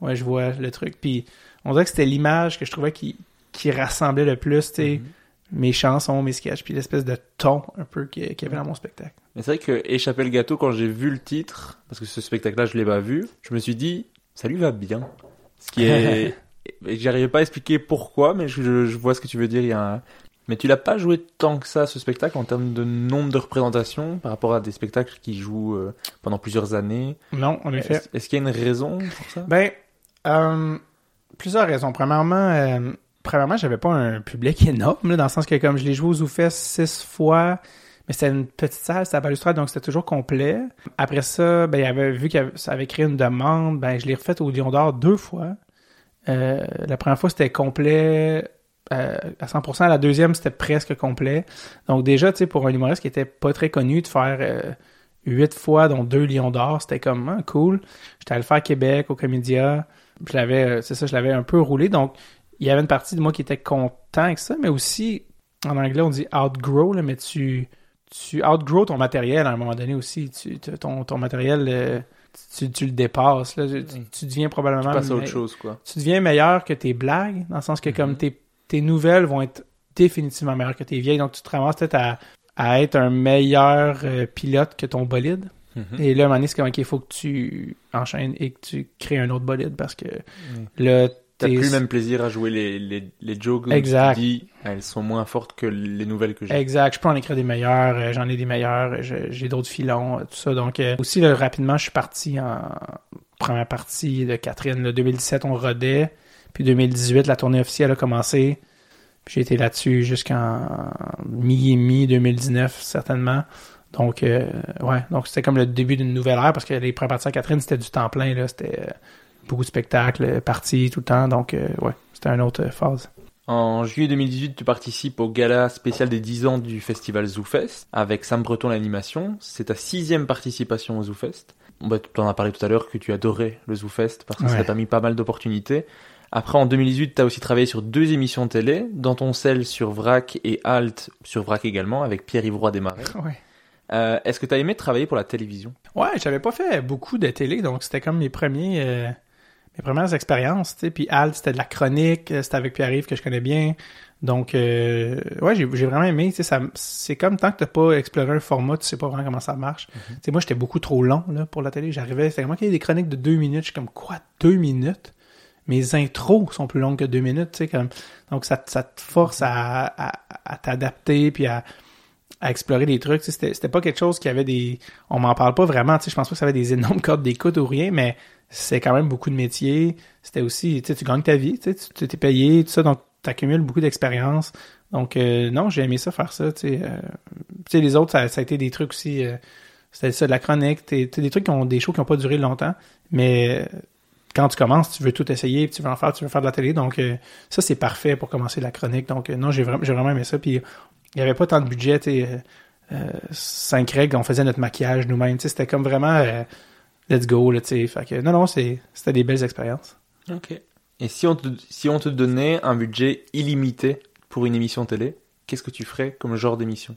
ouais, je vois le truc. Puis on dirait que c'était l'image que je trouvais qui, qui rassemblait le plus, tu sais, mm-hmm. mes chansons, mes sketchs, puis l'espèce de ton un peu qu'il y avait dans mon spectacle. Mais c'est vrai que Échapper le gâteau, quand j'ai vu le titre, parce que ce spectacle-là, je l'ai pas vu, je me suis dit, ça lui va bien. Ce qui est... J'arrivais pas à expliquer pourquoi, mais je, je vois ce que tu veux dire. Il y a un... Mais tu l'as pas joué tant que ça, ce spectacle, en termes de nombre de représentations, par rapport à des spectacles qui jouent euh, pendant plusieurs années? Non, en effet. Est-ce, est-ce qu'il y a une raison pour ça? Ben, euh, plusieurs raisons. Premièrement, euh, premièrement, j'avais pas un public énorme, là, dans le sens que comme je l'ai joué au ZooFest six fois, mais c'était une petite salle, c'était à Balustrade, donc c'était toujours complet. Après ça, ben, il avait vu que ça avait créé une demande, ben, je l'ai refait au Lion d'Or deux fois. Euh, la première fois, c'était complet euh, à cent pour cent. La deuxième, c'était presque complet. Donc déjà, tu sais, pour un humoriste qui était pas très connu, de faire euh, huit fois, dont deux Lions d'Or, c'était comme hein, cool. J'étais allé le faire à Québec, au Comédia. Je l'avais, euh, c'est ça, je l'avais un peu roulé. Donc, il y avait une partie de moi qui était content avec ça, mais aussi, en anglais, on dit outgrow, là, mais tu... tu outgrow ton matériel à un moment donné aussi. Tu, ton, ton matériel, euh, tu, tu le dépasses. Là. Tu, tu deviens probablement... Tu passes à autre chose, quoi. Tu deviens meilleur que tes blagues, dans le sens que mm-hmm. comme tes, tes nouvelles vont être définitivement meilleures que tes vieilles. Donc, tu te ramasses peut-être à, à être un meilleur euh, pilote que ton bolide. Mm-hmm. Et là, à un moment donné, c'est comme, OK, il faut que tu enchaînes et que tu crées un autre bolide parce que mm. là... T'as plus le même plaisir à jouer les, les, les jokes où exact. Tu dis elles sont moins fortes que les nouvelles que j'ai. Exact. Je peux en écrire des meilleures, euh, j'en ai des meilleures, je, j'ai d'autres filons, tout ça. Donc, euh, aussi, là, rapidement, je suis parti en première partie de Catherine. Là, deux mille dix-sept, on rodait. Puis deux mille dix-huit, la tournée officielle a commencé. Puis j'ai été là-dessus jusqu'en mi-mi deux mille dix-neuf, certainement. Donc, euh, ouais. Donc, c'était comme le début d'une nouvelle ère parce que les premières parties à Catherine, c'était du temps plein, là. C'était... Euh, beaucoup de spectacles, parties tout le temps, donc euh, ouais, c'était une autre phase. En juillet deux mille dix-huit, tu participes au gala spécial des dix ans du festival ZooFest avec Sam Breton l'animation. C'est ta sixième participation au ZooFest. Bon, bah, tu en as parlé tout à l'heure que tu adorais le ZooFest parce que ouais. ça t'a permis pas mal d'opportunités. Après, en deux mille dix-huit, tu as aussi travaillé sur deux émissions télé, dans ton sel sur Vrac et Alt sur Vrac également, avec Pierre-Yves Roy Desmarais. Ouais. Euh, est-ce que tu as aimé travailler pour la télévision? Ouais, j'avais pas fait beaucoup de télé, donc c'était comme mes premiers... Euh... mes premières expériences, tu sais, puis Alt, c'était de la chronique, c'était avec Pierre-Yves que je connais bien, donc, euh, ouais, j'ai, j'ai vraiment aimé, tu sais, ça, c'est comme tant que t'as pas exploré un format, tu sais pas vraiment comment ça marche. Mm-hmm. Tu sais, moi, j'étais beaucoup trop long, là, pour la télé, j'arrivais, c'était moi qui avait des chroniques de deux minutes, je suis comme, quoi, deux minutes? Mes intros sont plus longues que deux minutes, tu sais, comme, donc ça, ça te force à, à, à t'adapter, puis à, à explorer des trucs, tu sais, c'était, c'était pas quelque chose qui avait des, on m'en parle pas vraiment, tu sais, je pense pas que ça avait des énormes codes d'écoute ou rien, mais c'est quand même beaucoup de métiers. C'était aussi, tu sais, tu gagnes ta vie, tu sais, tu t'es payé, tout ça, donc tu accumules beaucoup d'expérience. Donc, euh, non, j'ai aimé ça, faire ça, tu sais. Euh, tu sais, les autres, ça, ça a été des trucs aussi, euh, c'était ça, de la chronique, tu sais, des trucs qui ont, des shows qui n'ont pas duré longtemps, mais quand tu commences, tu veux tout essayer, puis tu veux en faire, tu veux faire de la télé, donc euh, ça, c'est parfait pour commencer la chronique. Donc, euh, non, j'ai vraiment, j'ai vraiment aimé ça, puis il n'y avait pas tant de budget, tu sais, euh, euh, cinq règles, on faisait notre maquillage nous-mêmes, tu sais, c'était comme vraiment... Euh, let's go, là, tu sais. Fait que, non, non, c'est, c'était des belles expériences. Ok. Et si on te, si on te donnait un budget illimité pour une émission télé, qu'est-ce que tu ferais comme genre d'émission?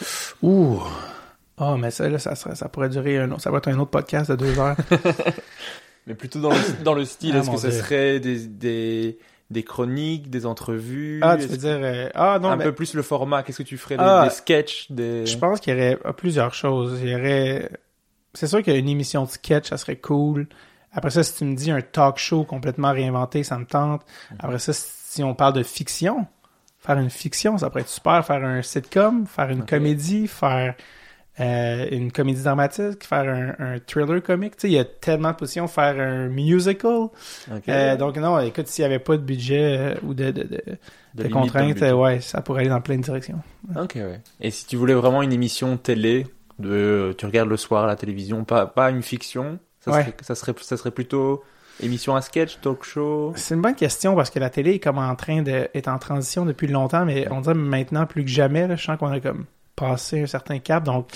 Ouh! Oh, mais ça, là, ça, serait, ça pourrait durer un autre, ça va être un autre podcast de deux heures. Mais plutôt dans le, dans le style, ah, est-ce que Dieu. ce serait des, des, des chroniques, des entrevues? Ah, tu veux dire... Euh, ah, non, un mais... peu plus le format. Qu'est-ce que tu ferais? Ah, des, des sketchs? Des... Je pense qu'il y aurait plusieurs choses. Il y aurait... C'est sûr qu'une émission de sketch, ça serait cool. Après ça, si tu me dis un talk show complètement réinventé, ça me tente. Après ça, si on parle de fiction, faire une fiction, ça pourrait être super. Faire un sitcom, faire une okay. comédie, faire euh, une comédie dramatique, faire un, un thriller comique. Tu sais, il y a tellement de positions. Faire un musical. Okay. Euh, donc non, écoute, s'il n'y avait pas de budget euh, ou de, de, de, de, de contraintes, euh, ouais, ça pourrait aller dans plein de directions. Ouais. Ok, ouais. Et si tu voulais vraiment une émission télé, de tu regardes le soir à la télévision, pas pas une fiction, ça ouais. serait ça serait ça serait plutôt émission à sketch, talk show. C'est une bonne question parce que la télé est comme en train de est en transition depuis longtemps, mais on dirait maintenant plus que jamais là, je sens qu'on a comme passé un certain cap, donc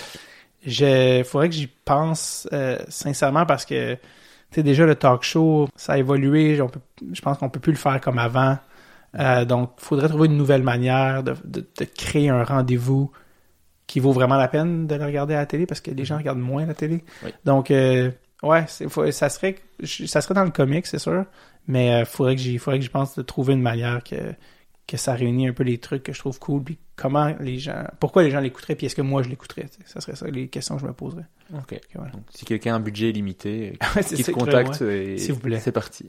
je faudrait que j'y pense euh, sincèrement parce que tu sais déjà le talk show ça a évolué, on peut, je pense qu'on peut plus le faire comme avant, euh, donc il faudrait trouver une nouvelle manière de, de, de créer un rendez-vous qui vaut vraiment la peine de le regarder à la télé parce que les gens regardent moins la télé. Oui. Donc, euh, Ouais, c'est, faut, ça serait ça serait dans le comic, c'est sûr, mais euh, faudrait que j'y faudrait que j'y pense de trouver une manière que que ça réunit un peu les trucs que je trouve cool, puis comment les gens, pourquoi les gens l'écouteraient, puis est-ce que moi je l'écouterais, t'sais. Ça serait ça les questions que je me poserais. Ok. Okay, voilà. Donc, si quelqu'un a un budget limité, ouais, qui te contacte, et s'il vous plaît. C'est parti.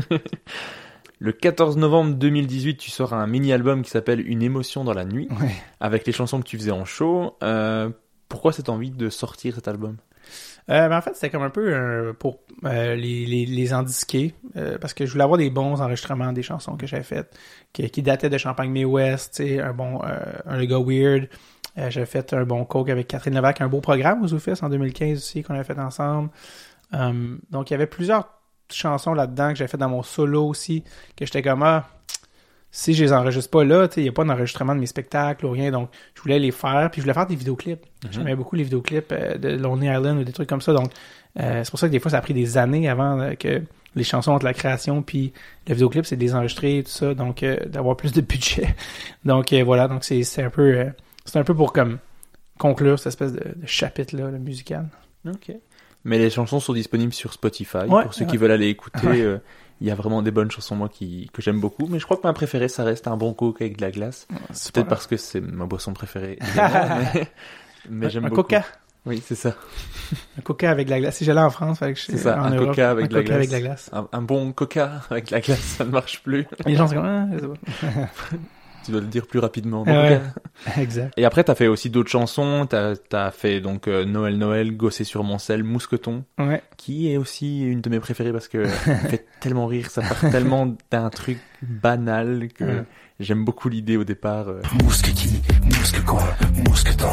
Le quatorze novembre deux mille dix-huit, tu sors un mini-album qui s'appelle Une émotion dans la nuit, ouais. avec les chansons que tu faisais en show. Euh, pourquoi cette envie de sortir cet album? Euh, ben en fait, c'était comme un peu euh, pour euh, les, les, les endisquer, euh, parce que je voulais avoir des bons enregistrements des chansons que j'avais faites, qui, qui dataient de Champagne May West, tu sais, un bon, euh, un le gars weird. Euh, j'avais fait un bon coke avec Catherine Levac, un beau programme aux Zoufest en deux mille quinze aussi, qu'on avait fait ensemble. Um, donc, il y avait plusieurs chansons là-dedans que j'avais fait dans mon solo aussi, que j'étais comme, ah, si je les enregistre pas là, tu sais, il n'y a pas d'enregistrement de mes spectacles ou rien, donc je voulais les faire, puis je voulais faire des vidéoclips. Mm-hmm. J'aimais beaucoup les vidéoclips euh, de Lonely Island ou des trucs comme ça, donc euh, c'est pour ça que des fois ça a pris des années avant euh, que les chansons entre la création puis le vidéoclip, c'est de les enregistrer et tout ça, donc euh, d'avoir plus de budget. Donc euh, voilà, donc c'est, c'est un peu euh, c'est un peu pour comme conclure cette espèce de, de chapitre-là, le musical. Ok. Mais les chansons sont disponibles sur Spotify, ouais, pour ceux ouais. qui veulent aller écouter. Ouais. Euh, il y a vraiment des bonnes chansons, moi, qui, que j'aime beaucoup. Mais je crois que ma préférée, ça reste un bon coke avec de la glace. Ouais, peut-être parce que c'est ma boisson préférée. mais, mais j'aime un beaucoup. coca. Oui, c'est ça. Un coca avec de la glace. Si j'allais en France, fallait que je c'est ça, en un Europe, coca avec un de la coca glace. Avec de la glace. Un, un bon coca avec de la glace, ça ne marche plus. Les gens sont comme, ah, c'est bon. Tu dois le dire plus rapidement. Ouais, exact. Et après, t'as fait aussi d'autres chansons. T'as, t'as fait donc euh, Noël, Noël, Gosser sur mon sel, Mousqueton, ouais. qui est aussi une de mes préférées parce que ça me fait tellement rire, ça part tellement d'un truc banal que ouais. J'aime beaucoup l'idée au départ. Euh... Mousquetin, mousqueton, mousqueton.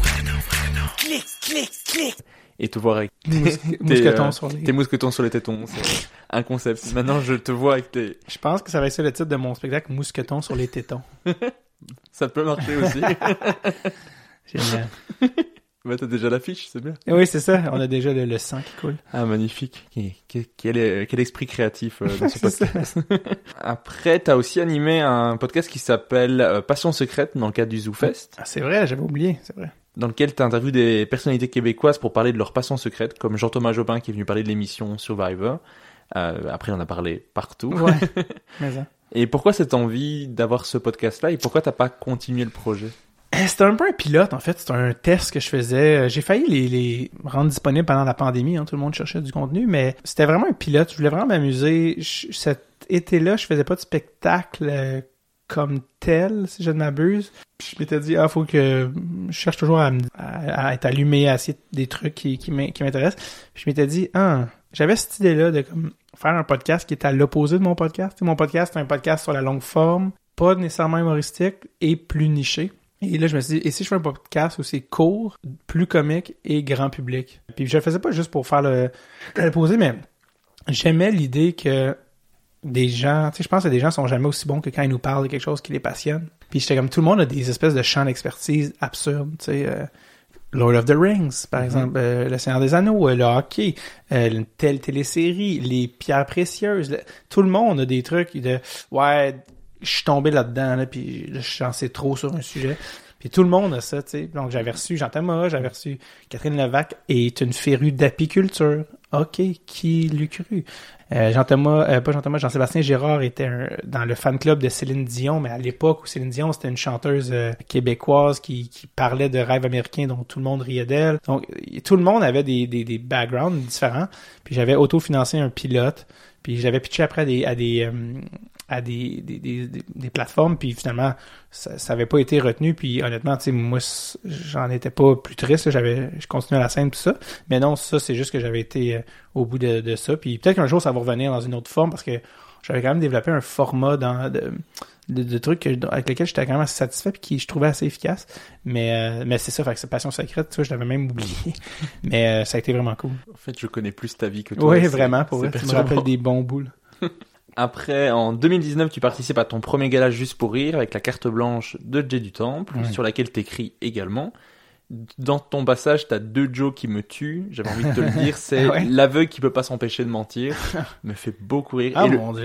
Clic, clic, clic. Et te voir avec Mousque- mousquetons euh, sur les... tes mousquetons sur les tétons, c'est un concept. Maintenant, je te vois avec tes... Je pense que ça va être ça le titre de mon spectacle, Mousquetons sur les tétons. Ça peut marcher aussi. Génial. Bah, t'as déjà l'affiche, c'est bien. Oui, c'est ça. On a déjà le, le sang qui coule. Ah, magnifique. Quel, quel, quel esprit créatif euh, dans ce podcast. Après, t'as aussi animé un podcast qui s'appelle euh, Passion secrète dans le cadre du Zoufest. Ah, c'est vrai, j'avais oublié, c'est vrai. Dans lequel tu interviews des personnalités québécoises pour parler de leur passion secrète, comme Jean-Thomas Jobin qui est venu parler de l'émission Survivor. Euh, après, on en a parlé partout. Ouais, mais ça. Et pourquoi cette envie d'avoir ce podcast-là et pourquoi t'as pas continué le projet? C'était un peu un pilote, en fait. C'était un test que je faisais. J'ai failli les, les rendre disponibles pendant la pandémie. Hein. Tout le monde cherchait du contenu, mais c'était vraiment un pilote. Je voulais vraiment m'amuser. Je, cet été-là, je faisais pas de spectacle euh, comme tel, si je ne m'abuse. Puis je m'étais dit, ah, faut que je cherche toujours à, à, à être allumé, à essayer des trucs qui, qui m'intéressent. Puis je m'étais dit, ah, j'avais cette idée-là de comme faire un podcast qui est à l'opposé de mon podcast. T'sais, mon podcast, c'est un podcast sur la longue forme, pas nécessairement humoristique et plus niché. Et là, je me suis dit, et si je fais un podcast où c'est court, plus comique et grand public? Puis je le faisais pas juste pour faire le, le poser, mais j'aimais l'idée que des gens, tu sais, je pense que des gens sont jamais aussi bons que quand ils nous parlent de quelque chose qui les passionne. Puis j'étais comme, tout le monde a des espèces de champs d'expertise absurdes, tu sais, euh, Lord of the Rings, par mm-hmm. exemple, euh, Le Seigneur des Anneaux, euh, le hockey, euh, une telle télésérie, les pierres précieuses, le, tout le monde a des trucs de, ouais, je suis tombé là-dedans, là, puis j'en sais trop sur un sujet. Puis tout le monde a ça, tu sais. Donc j'avais reçu Jean-Thomas, j'avais reçu Catherine Levac, est une férue d'apiculture. OK, qui l'eût cru? Euh, Jean-Thomas, euh, pas Jean-Thomas, Jean-Sébastien Girard était un, dans le fan club de Céline Dion, mais à l'époque où Céline Dion, c'était une chanteuse euh, québécoise qui, qui parlait de rêve américain, donc tout le monde riait d'elle. Donc tout le monde avait des, des, des backgrounds différents. Puis j'avais autofinancé un pilote, puis j'avais pitché après à des... À des euh, à des, des, des, des plateformes, puis finalement, ça, ça avait pas été retenu, puis honnêtement, tu sais, moi, j'en étais pas plus triste, là, j'avais, je continuais la scène, tout ça, mais non, ça, c'est juste que j'avais été euh, au bout de, de ça, puis peut-être qu'un jour, ça va revenir dans une autre forme, parce que j'avais quand même développé un format dans, de, de, de trucs que, avec lesquels j'étais quand même assez satisfait, puis qui je trouvais assez efficace, mais, euh, mais c'est ça, fait que cette passion secrète, tu vois, je l'avais même oublié, mais euh, ça a été vraiment cool. En fait, je connais plus ta vie que toi. Oui, vraiment, pour vrai, tu me rappelles des bons bouts, là. Après, en deux mille dix-neuf, tu participes à ton premier gala Juste pour rire avec la carte blanche de Jay du Temple, oui. Sur laquelle t'écris également. Dans ton passage, t'as deux jokes qui me tuent. J'avais envie de te le dire. C'est ouais. L'aveugle qui peut pas s'empêcher de mentir. Me fait beaucoup rire. Ah et mon le, Dieu.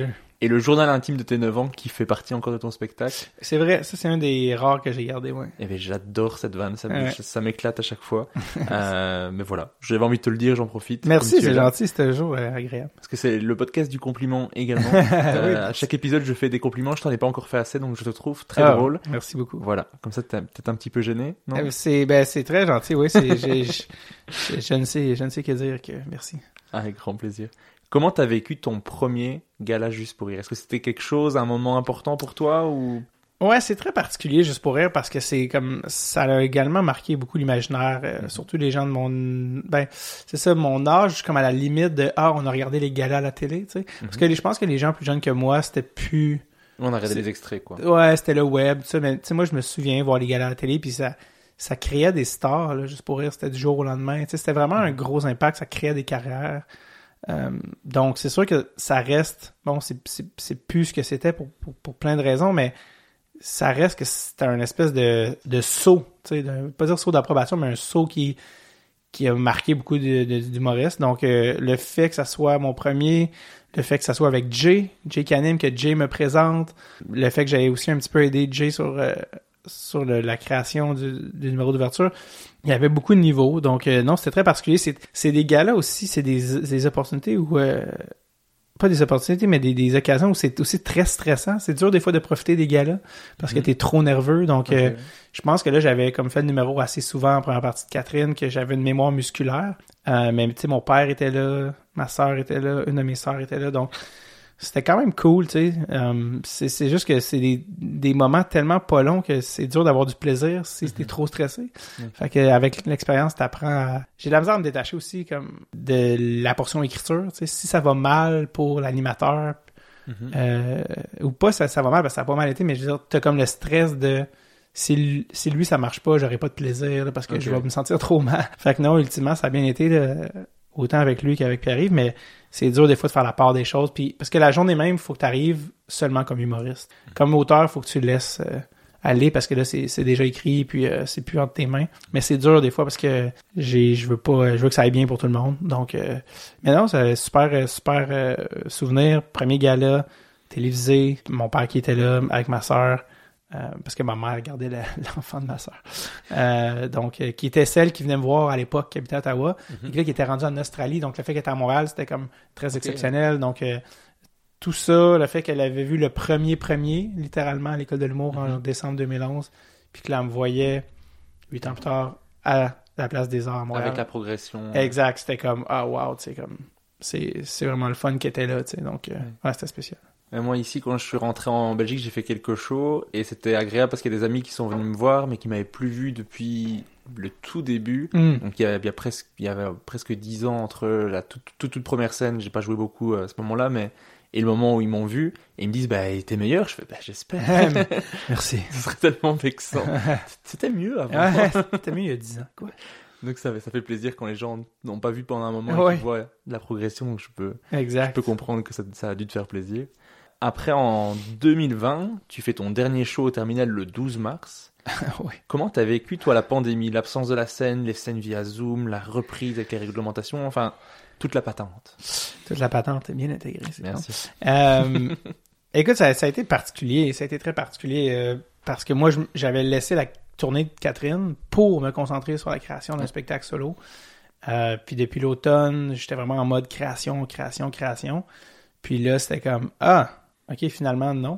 et le journal intime de tes neuf ans qui fait partie encore de ton spectacle. C'est vrai, ça c'est un des rares que j'ai gardé, ouais. Et ben, j'adore cette vanne, ça, ouais. ça m'éclate à chaque fois. euh, mais voilà, j'avais envie de te le dire, j'en profite. Merci, c'est gentil, c'était toujours euh, agréable. Parce que c'est le podcast du compliment également. euh, oui, à chaque épisode, je fais des compliments, je t'en ai pas encore fait assez, donc je te trouve très ah, drôle. Merci beaucoup. Voilà, comme ça t'es peut-être un petit peu gêné, non? euh, C'est ben c'est très gentil, oui. C'est, j'ai, je, je, je ne sais, je ne sais que dire que merci. Avec grand plaisir. Comment t'as vécu ton premier gala Juste pour rire? Est-ce que c'était quelque chose, un moment important pour toi ou? Ouais, c'est très particulier Juste pour rire parce que c'est comme ça a également marqué beaucoup l'imaginaire, euh, mm-hmm. surtout les gens de mon ben c'est ça mon âge, comme à la limite de ah on a regardé les galas à la télé, tu sais. Mm-hmm. Parce que les, je pense que les gens plus jeunes que moi, c'était plus on a regardé les extraits quoi. Ouais, c'était le web, tu sais, mais tu sais moi je me souviens voir les galas à la télé puis ça ça créait des stars là, Juste pour rire, c'était du jour au lendemain, tu sais, c'était vraiment mm-hmm. un gros impact, ça créait des carrières. Euh, donc c'est sûr que ça reste bon c'est c'est c'est plus ce que c'était pour pour, pour plein de raisons, mais ça reste que c'était un espèce de de saut, tu sais, pas dire saut d'approbation, mais un saut qui qui a marqué beaucoup de, de, d'humoristes. Donc euh, le fait que ça soit mon premier, le fait que ça soit avec Jay, Jay Canim, que Jay me présente, le fait que j'avais aussi un petit peu aidé Jay sur euh, sur le, la création du, du numéro d'ouverture. Il y avait beaucoup de niveaux, donc euh, non, c'était très particulier. C'est, c'est des galas aussi, c'est des, des opportunités où... Euh, pas des opportunités, mais des, des occasions où c'est aussi très stressant. C'est dur des fois de profiter des galas parce que t'es trop nerveux. Donc, okay. euh, je pense que là, j'avais comme fait le numéro assez souvent en première partie de Catherine, que j'avais une mémoire musculaire. Euh, mais tu sais, mon père était là, ma sœur était là, une de mes sœurs était là. Donc, c'était quand même cool, tu sais. Um, c'est, c'est juste que c'est des, des moments tellement pas longs que c'est dur d'avoir du plaisir si mm-hmm. t'es trop stressé. Mm-hmm. Fait que avec l'expérience, t'apprends à... J'ai de la misère à me détacher aussi comme de la portion écriture, tu sais. Si ça va mal pour l'animateur, mm-hmm. euh, ou pas, ça, ça va mal parce que ça a pas mal été, mais je veux dire, t'as comme le stress de... Si, si lui, ça marche pas, j'aurai pas de plaisir là, parce que okay. je vais me sentir trop mal. Fait que non, ultimement, ça a bien été... Là, autant avec lui qu'avec Pierre-Yves, mais c'est dur des fois de faire la part des choses. Puis parce que la journée même, il faut que tu arrives seulement comme humoriste. Comme auteur, il faut que tu le laisses euh, aller parce que là, c'est, c'est déjà écrit puis euh, c'est plus entre tes mains. Mais c'est dur des fois parce que j'ai je veux pas je veux que ça aille bien pour tout le monde. Donc euh, mais non, c'est super super euh, souvenir. Premier gala télévisé, mon père qui était là avec ma sœur. Euh, parce que ma mère regardait la, l'enfant de ma sœur. Euh, donc, euh, qui était celle qui venait me voir à l'époque, qui habitait à Ottawa, mm-hmm. et qui, là, qui était rendue en Australie. Donc, le fait qu'elle était à Montréal, c'était comme très okay. exceptionnel. Donc, euh, tout ça, le fait qu'elle avait vu le premier premier, littéralement, à l'École de l'humour mm-hmm. en décembre deux mille onze, puis que là, elle me voyait huit ans plus tard à la Place des Arts à Montréal. Avec la progression. Exact. C'était comme, ah, wow, tu sais, comme, c'est, c'est vraiment le fun qui était là, tu sais. Donc, euh, mm. ouais, c'était spécial. Et moi, ici, quand je suis rentré en Belgique, j'ai fait quelques shows et c'était agréable parce qu'il y a des amis qui sont venus me voir, mais qui m'avaient plus vu depuis le tout début. Mm. Donc, il y avait, il y a presque, il y avait presque dix ans entre la toute, toute, toute première scène. J'ai pas joué beaucoup à ce moment-là, mais, et le moment où ils m'ont vu, et ils me disent, bah, t'es meilleur. Je fais, bah, j'espère. Merci. Ce serait tellement vexant. C'était mieux avant. Ouais, c'était mieux il y a dix ans, quoi. Donc ça, ça fait plaisir quand les gens n'ont pas vu pendant un moment ouais. et qu'ils voient la progression. Donc je peux, exact. je peux comprendre que ça, ça a dû te faire plaisir. Après, en deux mille vingt, tu fais ton dernier show au Terminal le douze mars. ouais. Comment t'as vécu, toi, la pandémie, l'absence de la scène, les scènes via Zoom, la reprise avec les réglementations, enfin, toute la patente? Toute la patente est bien intégrée, c'est Merci. Bon. Euh, écoute, ça, ça a été particulier, ça a été très particulier, euh, parce que moi, je, j'avais laissé la tournée de Catherine pour me concentrer sur la création d'un spectacle solo. Euh, puis depuis l'automne, j'étais vraiment en mode création, création, création. Puis là, c'était comme, ah... OK, finalement, non.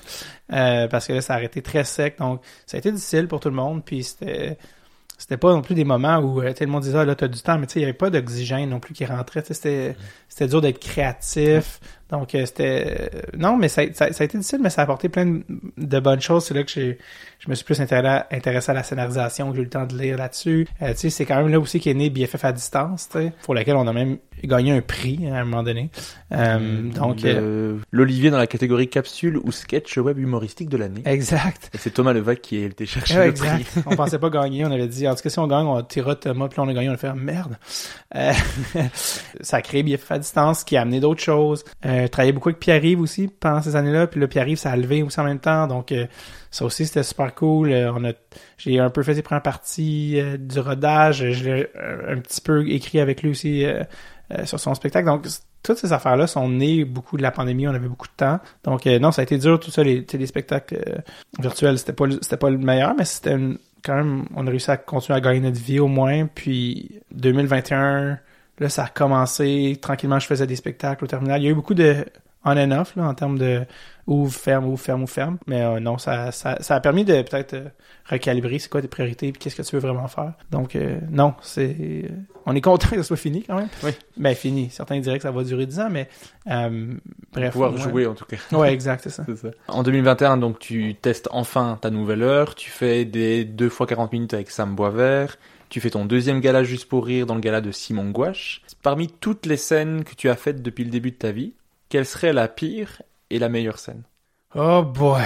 euh, parce que là, ça a été très sec. Donc, ça a été difficile pour tout le monde. Puis, c'était c'était pas non plus des moments où euh, tout le monde disait, ah, là, t'as du temps. Mais tu sais, il y avait pas d'oxygène non plus qui rentrait. Tu sais, c'était, mmh. c'était dur d'être créatif. Donc, euh, c'était... Euh, non, mais ça, ça, ça a été difficile, mais ça a apporté plein de, de bonnes choses. C'est là que j'ai, je me suis plus intéressé, intéressé à la scénarisation, que j'ai eu le temps de lire là-dessus. Euh, tu sais, c'est quand même là aussi qu'est né B F F à distance, tu sais, pour laquelle on a même gagné un prix à un moment donné. Euh, mmh, donc le, euh, l'Olivier dans la catégorie capsule ou sketch web humoristique de l'année. Exact. Et c'est Thomas Levac qui a été chercher ouais, le exact. prix. On pensait pas gagner, on avait dit en tout cas si on gagne, on tirera Thomas, puis là on a gagné, on a fait merde. Euh, ça a créé B F F à distance, qui a amené d'autres choses. Euh, travaillé beaucoup avec Pierre-Yves aussi pendant ces années-là, puis là Pierre-Yves ça a levé aussi en même temps, donc euh, ça aussi c'était super cool. Euh, on a, j'ai un peu fait ses premières parties euh, du rodage, je l'ai euh, un petit peu écrit avec lui aussi euh, euh, sur son spectacle, donc toutes ces affaires-là sont nées beaucoup de la pandémie, on avait beaucoup de temps. Donc euh, non, ça a été dur, tout ça, les, les spectacles euh, virtuels, c'était pas, c'était pas le meilleur, mais c'était une, quand même, on a réussi à continuer à gagner notre vie au moins. Puis deux mille vingt et un, là, ça a commencé, tranquillement, je faisais des spectacles au terminal. Il y a eu beaucoup de on and off, là, en termes de ouvre, ferme, ouvre, ferme, ouvre, ferme. Mais euh, non, ça, ça, ça a permis de peut-être euh, recalibrer c'est quoi tes priorités et qu'est-ce que tu veux vraiment faire. Donc, euh, non, c'est... Euh, on est content que ça soit fini, quand même. Oui. Ben, fini. Certains diraient que ça va durer dix ans, mais... Euh, bref. Pouvoir ouais. jouer, en tout cas. Ouais, exact, c'est ça. C'est ça. En deux mille vingt et un, donc, tu testes enfin ta nouvelle heure. Tu fais des deux fois quarante minutes avec Sam Boisvert. Tu fais ton deuxième gala Juste pour rire dans le gala de Simon Gouache. Parmi toutes les scènes que tu as faites depuis le début de ta vie, quelle serait la pire et la meilleure scène? Oh boy!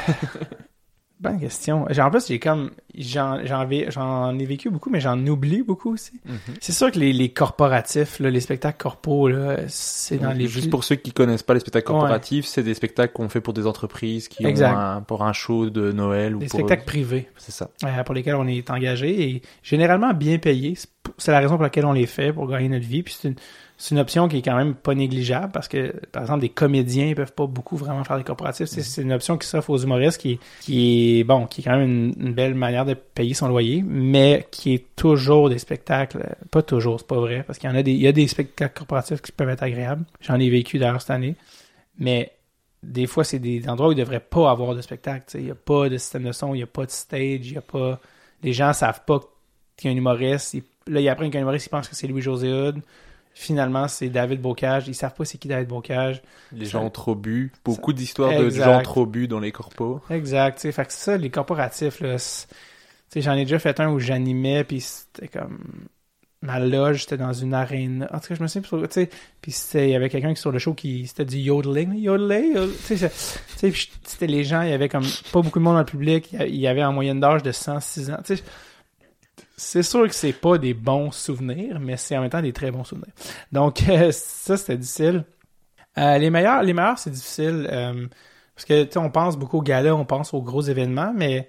Bonne question. En plus, j'ai comme... J'en, j'en, ai, j'en ai vécu beaucoup, mais j'en oublie beaucoup aussi. Mm-hmm. C'est sûr que les, les corporatifs, là, les spectacles corpos, là, c'est dans Donc, les... Juste pour ceux qui connaissent pas les spectacles corporatifs, ouais. C'est des spectacles qu'on fait pour des entreprises qui exact. ont un, pour un show de Noël. Ou des pour... spectacles privés. C'est ça. Euh, pour lesquels on est engagé et généralement bien payé. C'est, c'est la raison pour laquelle on les fait, pour gagner notre vie. Puis c'est une... C'est une option qui est quand même pas négligeable parce que, par exemple, des comédiens ils peuvent pas beaucoup vraiment faire des corporatifs. C'est, c'est une option qui s'offre aux humoristes qui est, qui est, bon, qui est quand même une, une belle manière de payer son loyer, mais qui est toujours des spectacles, pas toujours, c'est pas vrai, parce qu'il y en a des, il y a des spectacles corporatifs qui peuvent être agréables. J'en ai vécu d'ailleurs cette année, mais des fois, c'est des endroits où il devrait pas avoir de spectacle. Il y a pas de système de son, il y a pas de stage, il y a pas, les gens savent pas qu'il y a un humoriste. Ils... Là, ils apprennent qu'un humoriste, ils pensent que c'est Louis-José Hood. Finalement, c'est David Bocage. Ils savent pas c'est qui David Bocage. Les ça... gens ont trop bu. Beaucoup ça... d'histoires exact. de gens trop bu dans les corpos. Exact. T'sais. Fait que c'est ça, les corporatifs, là. T'sais, j'en ai déjà fait un où j'animais, puis c'était comme... Ma loge, c'était dans une arène. En tout cas, je me souviens plus. Tu sais, puis il y avait quelqu'un qui sur le show qui... C'était du yodeling. Yodeling. Tu sais, c'était les gens, il y avait comme pas beaucoup de monde dans le public. Il y avait en moyenne d'âge de cent six ans. Tu sais... C'est sûr que c'est pas des bons souvenirs, mais c'est en même temps des très bons souvenirs. Donc, euh, ça, c'était difficile. Euh, les meilleurs, les meilleurs, c'est difficile. Euh, parce que, tu sais, on pense beaucoup aux galas, on pense aux gros événements, mais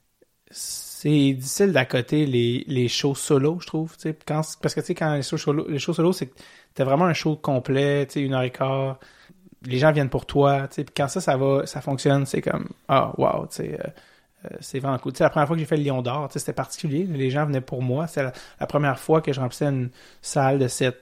c'est difficile d'accoter les, les shows solo, je trouve. Tu sais, quand, parce que, tu sais, quand les shows solo, les shows solo, c'est que t'as vraiment un show complet, tu sais, une heure et quart. Les gens viennent pour toi, tu sais, puis quand ça, ça va, ça fonctionne, c'est comme, ah, oh, wow, tu sais... Euh, Euh, c'est vraiment cool. Tu sais, la première fois que j'ai fait le Lion d'Or, tu sais, c'était particulier. Les gens venaient pour moi. C'était la, la première fois que je remplissais une salle de cette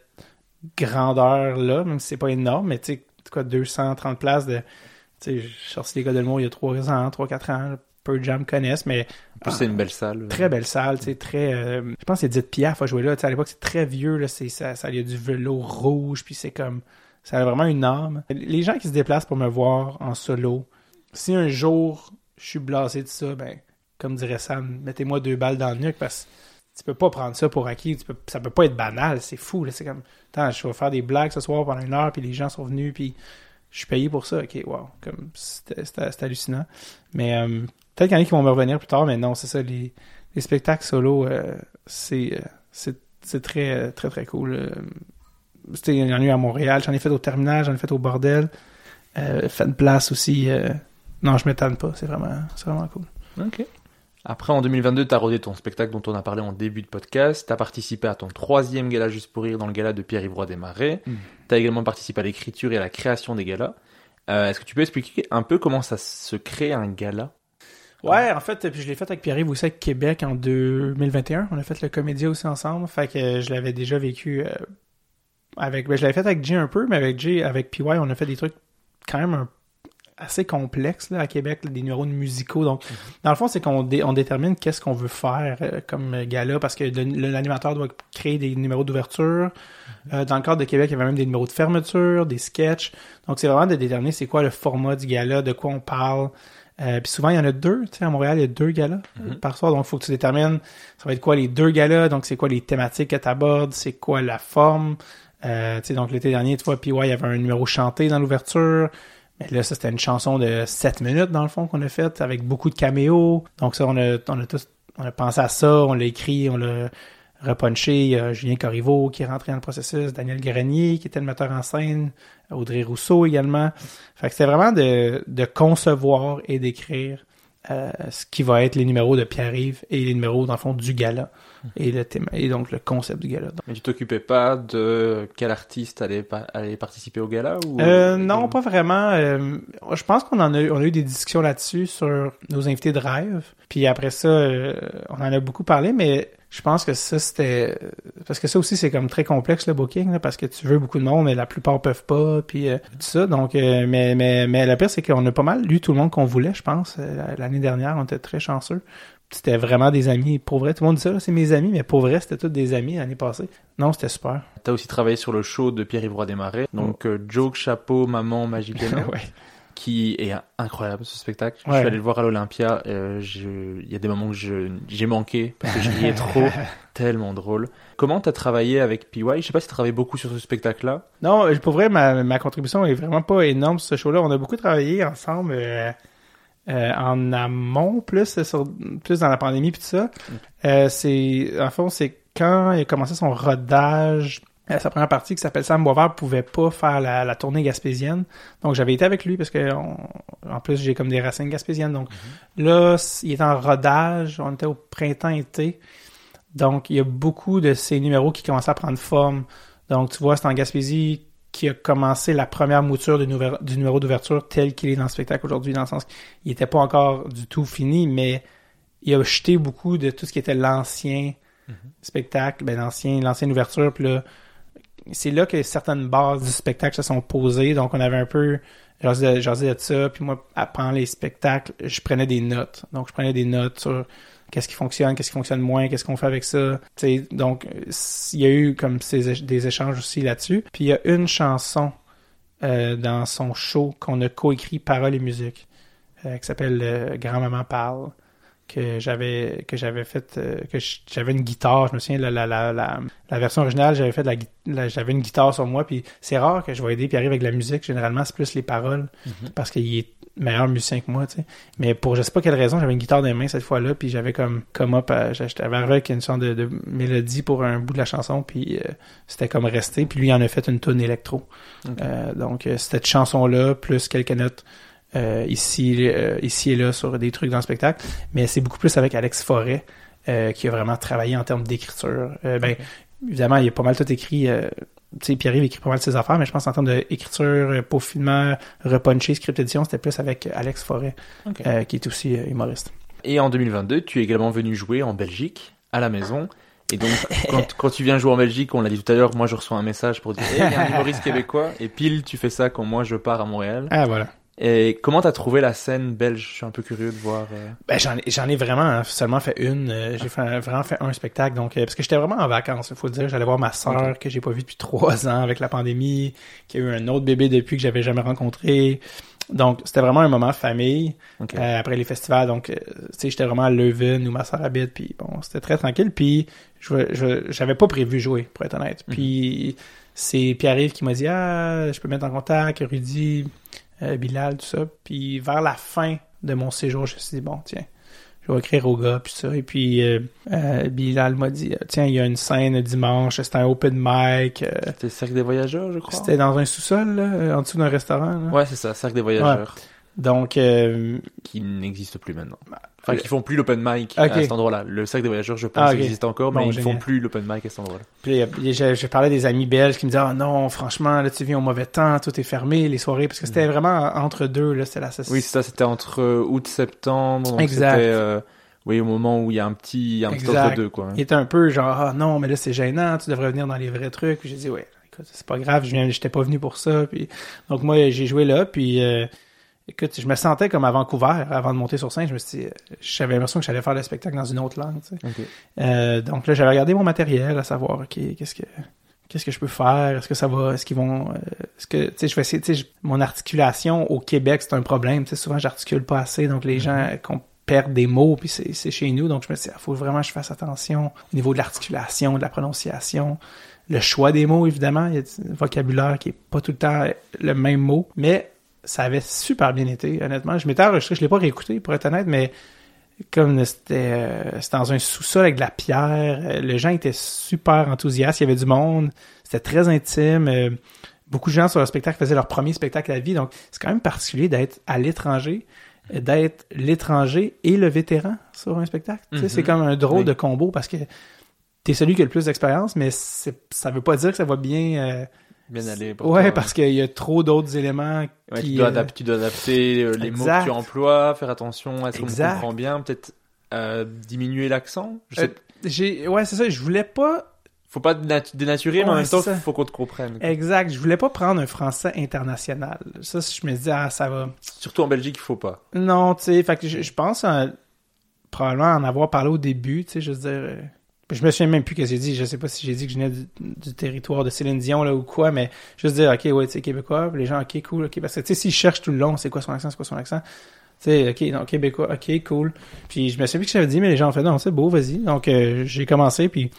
grandeur-là, même si c'est pas énorme, mais tu sais, quoi, deux cent trente places de... Tu sais, je suis sorti les gars de l'humour il y a trois ans, trois quatre ans. Peu de gens me connaissent, mais... En plus, ah, c'est une belle salle. Très belle salle, tu sais, très... Euh, je pense que c'est Edith Piaf a joué là. Tu sais, à l'époque, c'est très vieux, là. C'est, ça, ça, il y a du velours rouge, puis c'est comme... Ça a vraiment une âme. Les gens qui se déplacent pour me voir en solo, si un jour... je suis blasé de ça, ben, comme dirait Sam, mettez-moi deux balles dans le nuque parce que tu peux pas prendre ça pour acquis, tu peux, ça peut pas être banal, c'est fou, là, c'est comme, attends, je vais faire des blagues ce soir pendant une heure, puis les gens sont venus, puis je suis payé pour ça, ok, wow, comme, c'était, c'était, c'était hallucinant, mais euh, peut-être qu'il y en a qui vont me revenir plus tard, mais non, c'est ça, les, les spectacles solo, euh, c'est, euh, c'est, c'est très, très, très cool, euh, c'était, il y en a eu à Montréal, j'en ai fait au Terminal, j'en ai fait au Bordel, euh, fait une place aussi, euh, non, je m'étonne pas. C'est vraiment, c'est vraiment cool. Ok. Après, en deux mille vingt-deux, t'as rodé ton spectacle dont on a parlé en début de podcast. T'as participé à ton troisième gala Juste pour rire dans le gala de Pierre-Yves Roy Desmarais. Mm. T'as également participé à l'écriture et à la création des galas. Euh, est-ce que tu peux expliquer un peu comment ça se crée un gala? Ouais, en fait, puis je l'ai fait avec Pierre-Yves aussi à Québec en deux mille vingt et un. On a fait le Comédia aussi ensemble. Fait que je l'avais déjà vécu euh, avec... Ben, je l'avais fait avec Jay un peu, mais avec Jay, avec P Y, on a fait des trucs quand même un assez complexe là, à Québec, là, des numéros musicaux. Donc, mm-hmm. dans le fond, c'est qu'on dé- on détermine qu'est-ce qu'on veut faire euh, comme gala, parce que le, le, l'animateur doit créer des numéros d'ouverture. Mm-hmm. Euh, dans le cadre de Québec, il y avait même des numéros de fermeture, des sketchs. Donc, c'est vraiment de déterminer c'est quoi le format du gala, de quoi on parle. Euh, puis souvent, il y en a deux. Tu sais, à Montréal, il y a deux galas mm-hmm. par soir. Donc, il faut que tu détermines ça va être quoi les deux galas. Donc, c'est quoi les thématiques que tu abordes, c'est quoi la forme. Euh, tu sais, donc, l'été dernier, tu vois, P Y, il y avait un numéro chanté dans l'ouverture. Mais là, ça, c'était une chanson de sept minutes, dans le fond, qu'on a faite, avec beaucoup de caméos. Donc ça, on a, on a tous, on a pensé à ça, on l'a écrit, on l'a repunché. Il y a Julien Corriveau qui est rentré dans le processus, Daniel Grenier qui était le metteur en scène, Audrey Rousseau également. Fait que c'était vraiment de, de concevoir et d'écrire euh, ce qui va être les numéros de Pierre-Yves et les numéros, dans le fond, du gala. Et, le thème, et donc le concept du gala. Mais tu t'occupais pas de quel artiste allait, pa- allait participer au gala ou... euh, Non, pas vraiment. Euh, je pense qu'on en a, on a eu des discussions là-dessus sur nos invités de rêve. Puis après ça, euh, on en a beaucoup parlé, mais je pense que ça, c'était... Parce que ça aussi, c'est comme très complexe, le booking, là, parce que tu veux beaucoup de monde, mais la plupart peuvent pas, puis euh, tout ça. Donc, euh, mais, mais, mais le pire, c'est qu'on a pas mal lu tout le monde qu'on voulait, je pense. L'année dernière, on était très chanceux. C'était vraiment des amis. Pour vrai, tout le monde dit ça, là, c'est mes amis, mais pour vrai, c'était tous des amis l'année passée. Non, c'était super. T'as aussi travaillé sur le show de Pierre-Yves Roy Desmarais. Donc, oh. euh, Joke, Chapeau, Maman, Magie Piano. Ouais. Qui est incroyable, ce spectacle. Ouais. Je suis allé le voir à l'Olympia. Euh, je... Il y a des moments où je... j'ai manqué parce que je riais trop. Tellement drôle. Comment t'as travaillé avec P Y? Je sais pas si t'as travaillé beaucoup sur ce spectacle-là. Non, pour vrai, ma, ma contribution est vraiment pas énorme sur ce show-là. On a beaucoup travaillé ensemble... Euh... Euh, en amont, plus sur, plus dans la pandémie puis tout ça. Okay. Euh, c'est, en fond, c'est quand il a commencé son rodage, euh, sa première partie qui s'appelle Sam Boisvert pouvait pas faire la, la tournée gaspésienne. Donc j'avais été avec lui parce que on, en plus j'ai comme des racines gaspésiennes. Donc mm-hmm. là, il est en rodage. On était au printemps-été. Donc il y a beaucoup de ces numéros qui commençaient à prendre forme. Donc tu vois, c'est en Gaspésie qui a commencé la première mouture du, nouvel, du numéro d'ouverture tel qu'il est dans le spectacle aujourd'hui, dans le sens qu'il n'était pas encore du tout fini, mais il a jeté beaucoup de tout ce qui était l'ancien mm-hmm. spectacle, ben l'ancien, l'ancienne ouverture, puis là, c'est là que certaines bases du spectacle se sont posées, donc on avait un peu jasé de ça, puis moi, pendant les spectacles, je prenais des notes, donc je prenais des notes sur qu'est-ce qui fonctionne, qu'est-ce qui fonctionne moins, qu'est-ce qu'on fait avec ça. T'sais, donc, il y a eu comme ces, des échanges aussi là-dessus. Puis il y a une chanson euh, dans son show qu'on a coécrit paroles et musique, euh, qui s'appelle euh, Grand-maman parle, que j'avais que j'avais fait, euh, que j'avais une guitare. Je me souviens, la, la, la, la, la version originale, j'avais fait la, la, j'avais une guitare sur moi. Puis c'est rare que je vais aider Pierre-Yves avec la musique. Généralement, c'est plus les paroles, mm-hmm. parce qu'il est meilleur musicien que moi, tu sais. Mais pour je sais pas quelle raison, j'avais une guitare dans les mains cette fois-là, puis j'avais comme comme up, à, j'avais arrivé avec une sorte de, de mélodie pour un bout de la chanson, puis euh, c'était comme resté. Puis lui, il en a fait une toune électro. Okay. Euh, donc euh, cette chanson-là, plus quelques notes euh, ici, euh, ici et là sur des trucs dans le spectacle. Mais c'est beaucoup plus avec Alex Forêt, euh, qui a vraiment travaillé en termes d'écriture. Euh, ben, okay. Évidemment, il a pas mal tout écrit... Euh, tu sais, Pierre-Yves écrit pas mal de ses affaires, mais je pense en termes d'écriture, peaufinement, repunché, script édition, c'était plus avec Alex Forêt, okay. euh, qui est aussi euh, humoriste. Et en deux mille vingt-deux, tu es également venu jouer en Belgique, à la maison. Et donc, quand, quand tu viens jouer en Belgique, on l'a dit tout à l'heure, moi je reçois un message pour dire hey, « il y a un humoriste québécois », et pile tu fais ça quand moi je pars à Montréal. Ah, voilà. Et comment t'as trouvé la scène belge? Je suis un peu curieux de voir. Euh... Ben j'en ai, j'en ai vraiment hein, seulement fait une. Euh, j'ai ah. fait, vraiment fait un spectacle, donc euh, parce que j'étais vraiment en vacances. Il faut le dire, j'allais voir ma sœur okay. que j'ai pas vue depuis trois ans avec la pandémie, qui a eu un autre bébé depuis que j'avais jamais rencontré. Donc c'était vraiment un moment famille okay. euh, après les festivals. Donc euh, tu sais, j'étais vraiment à Leuven où ma sœur habite, puis bon, c'était très tranquille. Puis je, je j'avais pas prévu jouer, pour être honnête. Mm-hmm. Puis c'est Pierre-Yves qui m'a dit ah, je peux mettre en contact Rudy. Euh, Bilal, tout ça. Puis vers la fin de mon séjour, je me suis dit, bon, tiens, je vais écrire au gars, puis ça. Et puis euh, euh, Bilal m'a dit, tiens, il y a une scène dimanche, c'était un open mic. Euh, c'était le Cercle des Voyageurs, je crois. C'était dans un sous-sol, là, en dessous d'un restaurant. Là. Ouais, c'est ça, Cercle des Voyageurs. Ouais. Donc... Euh, qui n'existe plus maintenant. Enfin, qui font plus l'open mic okay. à cet endroit-là. Le Cercle des Voyageurs, je pense, ah, okay. existe encore, mais bon, ils génial. font plus l'open mic à cet endroit-là. Puis j'ai, j'ai parlé des amis belges qui me disaient « Ah non, franchement, là, tu viens au mauvais temps, tout est fermé, les soirées. » Parce que c'était mmh. vraiment entre deux, là, c'était la... Oui, c'est ça, c'était entre euh, août-septembre, donc exact. C'était... Euh, oui, au moment où il y a un petit, un petit entre deux, quoi. Il était un peu genre « Ah non, mais là, c'est gênant, tu devrais venir dans les vrais trucs. » Puis j'ai dit « Ouais, écoute, c'est pas grave, je viens, j'étais pas venu pour ça. » Puis donc moi, j'ai joué là, puis... Euh, Écoute, je me sentais comme à Vancouver avant de monter sur scène. Je me suis dit, j'avais l'impression que j'allais faire le spectacle dans une autre langue. Tu sais. Okay. Euh, donc là, j'avais regardé mon matériel, à savoir, ok, qu'est-ce que qu'est-ce que je peux faire, est-ce que ça va, est-ce qu'ils vont, euh, est-ce que, tu sais, je vais essayer, tu sais, mon articulation au Québec, c'est un problème. Tu sais, souvent, j'articule pas assez, donc les mm-hmm. gens qu'on perd des mots, puis c'est, c'est chez nous. Donc je me suis dit, il faut vraiment que je fasse attention au niveau de l'articulation, de la prononciation. Le choix des mots, évidemment, il y a un vocabulaire qui est pas tout le temps le même mot, mais ça avait super bien été, honnêtement. Je m'étais enregistré, je l'ai pas réécouté, pour être honnête, mais comme c'était, euh, c'était dans un sous-sol avec de la pierre, euh, les gens étaient super enthousiastes, il y avait du monde, c'était très intime. Euh, beaucoup de gens sur le spectacle faisaient leur premier spectacle à la vie, donc c'est quand même particulier d'être à l'étranger d'être l'étranger et le vétéran sur un spectacle. Mm-hmm. Tu sais, c'est comme un drôle oui. de combo parce que t'es celui qui a le plus d'expérience, mais c'est, ça veut pas dire que ça va bien... Euh, bien aller. Pour ouais, toi, parce ouais. qu'il y a trop d'autres éléments ouais, qui... Tu dois, adapter, tu dois adapter euh, les exact. mots que tu emploies, faire attention à ce qu'on comprend bien, peut-être euh, diminuer l'accent. Je sais... euh, j'ai... Ouais, c'est ça, je voulais pas... Faut pas dénaturer, mais ouais, en même temps, il faut qu'on te comprenne. Quoi. Exact. Je voulais pas prendre un français international. Ça, je me dis, ah, ça va. Surtout en Belgique, il faut pas. Non, tu sais, fait que je, je pense à, probablement en avoir parlé au début, tu sais, je veux dire... Euh, je me souviens même plus ce que j'ai dit. Je sais pas si j'ai dit que je venais du, du territoire de Céline Dion, là, ou quoi, mais juste dire, OK, ouais, tu sais, québécois, les gens, OK, cool, OK, parce que, tu sais, s'ils cherchent tout le long, c'est quoi son accent, c'est quoi son accent, tu sais, OK, non, québécois, OK, cool. Puis je me souviens plus ce que j'avais dit, mais les gens ont fait, non, c'est beau, vas-y. Donc, euh, j'ai commencé, puis...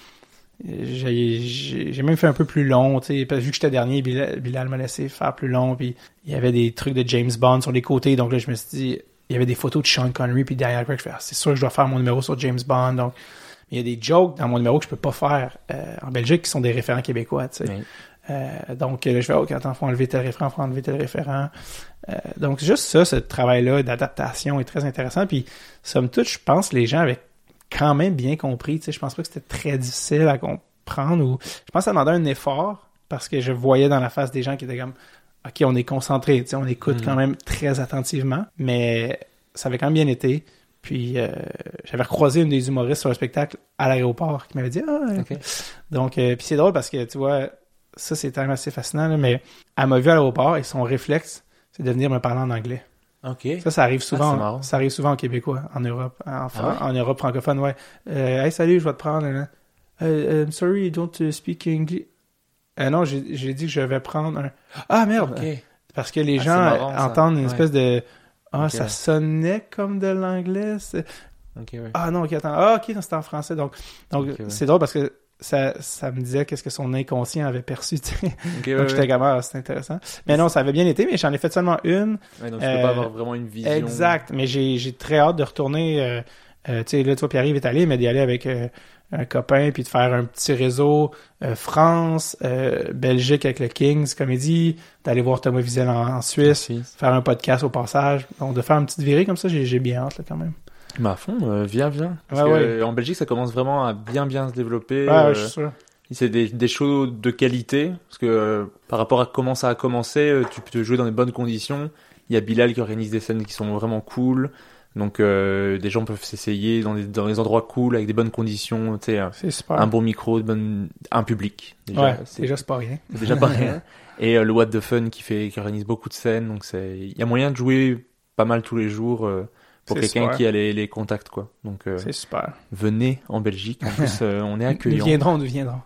J'ai, j'ai, j'ai même fait un peu plus long, tu sais, parce que vu que j'étais dernier, Bilal, Bilal m'a laissé faire plus long, puis il y avait des trucs de James Bond sur les côtés, donc là, je me suis dit, il y avait des photos de Sean Connery puis Daniel Craig, je fais, ah, c'est sûr que je dois faire mon numéro sur James Bond, donc il y a des jokes dans mon numéro que je peux pas faire euh, en Belgique qui sont des référents québécois, tu sais. Oui. Euh, donc là, je fais, ok, attends, faut enlever tel référent, faut enlever tel référent. Euh, donc juste ça, ce travail-là d'adaptation est très intéressant, puis somme toute, je pense que les gens avaient quand même bien compris, tu sais, je pense pas que c'était très difficile à comprendre ou je pense que ça demandait un effort parce que je voyais dans la face des gens qui étaient comme OK, on est concentré, tu sais, on écoute mmh. quand même très attentivement, mais ça avait quand même bien été. Puis euh, j'avais recroisé une des humoristes sur le spectacle à l'aéroport qui m'avait dit ah okay. Donc euh, puis c'est drôle parce que tu vois, ça c'est quand même assez fascinant là, mais elle m'a vu à l'aéroport et son réflexe c'est de venir me parler en anglais. Okay. Ça, ça arrive souvent. Ah, ça arrive souvent en Québécois, en Europe, en, ah ouais? en Europe francophone, ouais. Euh, hey, salut, je vais te prendre. Hein. Uh, I'm sorry, you don't speak English. Euh, non, j'ai, j'ai dit que je vais prendre un. Ah merde. Okay. Parce que les ah, gens marrant, entendent une ouais. espèce de. Ah, okay. Ça sonnait comme de l'anglais. C'est... Okay, ouais. Ah non, ok, attends. Ah, ok, non, c'était en français. Donc, donc okay, c'est ouais. drôle parce que ça, ça me disait qu'est-ce que son inconscient avait perçu, tu sais. Okay, donc, ouais, j'étais comme, ah, c'est intéressant. Mais non, ça avait bien été, mais j'en ai fait seulement une. Ouais, donc, tu euh, peux pas avoir vraiment une vision. Exact, mais j'ai, j'ai très hâte de retourner. Euh, euh, tu sais, là, toi, Pierre-Yves est allé, mais d'y aller avec euh, un copain, puis de faire un petit réseau euh, France, euh, Belgique avec le Kings Comedy, d'aller voir Thomas Wiesel en, en Suisse, Merci. Faire un podcast au passage. Donc, de faire une petite virée comme ça, j'ai, j'ai bien hâte, là, quand même. Mais à fond, euh, viens, viens. Parce ouais, que, ouais. euh, en Belgique, ça commence vraiment à bien, bien se développer. Ouais, euh, ouais, je suis sûr. C'est des, des shows de qualité, parce que euh, par rapport à comment ça a commencé, euh, tu peux te jouer dans des bonnes conditions. Il y a Bilal qui organise des scènes qui sont vraiment cool. Donc, euh, des gens peuvent s'essayer dans des, dans des endroits cool, avec des bonnes conditions, tu sais, un bon micro, bonne, un public. Déjà, ouais, c'est, déjà, c'est pas rien. C'est déjà pas rien. Et euh, le What the Fun qui fait, qui organise beaucoup de scènes. Donc, c'est, il y a moyen de jouer pas mal tous les jours, euh, pour c'est quelqu'un super. Qui a les, les contacts, quoi. Donc, euh, c'est super. Venez en Belgique. En plus, euh, on est accueillants. Nous viendrons, nous viendrons.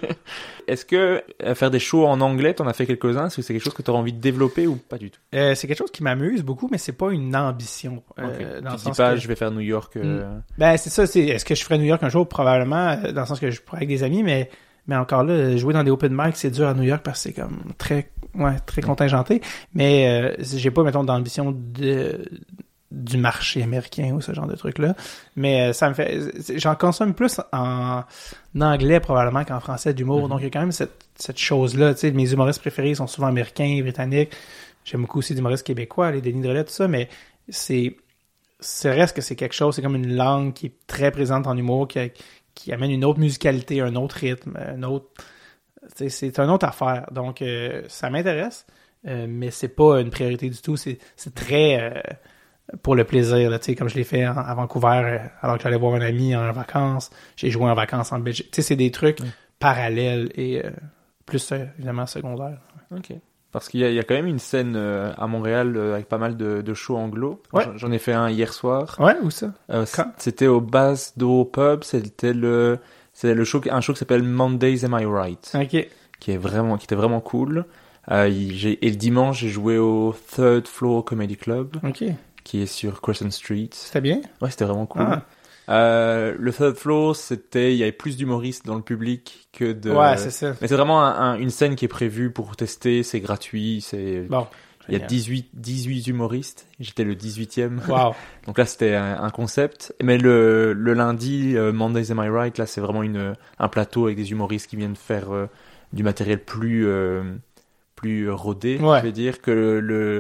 Est-ce que euh, faire des shows en anglais, t'en as fait quelques-uns? Est-ce que c'est quelque chose que t'auras envie de développer ou pas du tout? Euh, c'est quelque chose qui m'amuse beaucoup, mais c'est pas une ambition. Euh, okay. dans tu le sens dis pas, que... je vais faire New York. Euh... Ben, c'est ça. C'est... Est-ce que je ferais New York un jour? Probablement, dans le sens que je pourrais avec des amis, mais mais encore là, jouer dans des open mic, c'est dur à New York parce que c'est comme très, ouais, très contingenté. Mais euh, j'ai pas, mettons, d'ambition de du marché américain ou ce genre de trucs-là. Mais euh, ça me fait... J'en consomme plus en, en anglais probablement qu'en français d'humour. Mm-hmm. Donc, il y a quand même cette, cette chose-là. Tu sais, mes humoristes préférés sont souvent américains, britanniques. J'aime beaucoup aussi des humoristes québécois, les Denis Drolet, tout ça, mais c'est... C'est reste que c'est quelque chose, c'est comme une langue qui est très présente en humour, qui, a, qui amène une autre musicalité, un autre rythme, un autre... C'est, c'est une autre affaire. Donc, euh, ça m'intéresse, euh, mais c'est pas une priorité du tout. C'est, c'est très... Euh, pour le plaisir, là, tu sais, comme je l'ai fait en, à Vancouver, alors que j'allais voir un ami en vacances, j'ai joué en vacances en Belgique. Tu sais, c'est des trucs mm. parallèles et euh, plus, euh, évidemment, secondaires. OK. Parce qu'il y a, il y a quand même une scène euh, à Montréal euh, avec pas mal de, de shows anglo. Ouais. J'en, j'en ai fait un hier soir. Ouais, où ça? Euh, c'était au Basdo Pub, c'était le, c'était le show, un show qui s'appelle Mondays Am I Right? OK. Qui est vraiment, qui était vraiment cool. Euh, j'ai, et le dimanche, j'ai joué au Third Floor Comedy Club. OK. Qui est sur Crescent Street. C'était bien? Ouais, c'était vraiment cool. Ah. Euh, le Third Floor, c'était, il y avait plus d'humoristes dans le public que de... Ouais, c'est ça. Mais c'est vraiment un, un, une scène qui est prévue pour tester, c'est gratuit, c'est... Bon. Il y a dix-huit, dix-huit humoristes. J'étais le dix-huitième. Wow. Donc là, c'était un, un concept. Mais le, le lundi, euh, Mondays Am I Right, là, c'est vraiment une, un plateau avec des humoristes qui viennent faire euh, du matériel plus, euh, plus rodé. Ouais. Je vais dire que le, le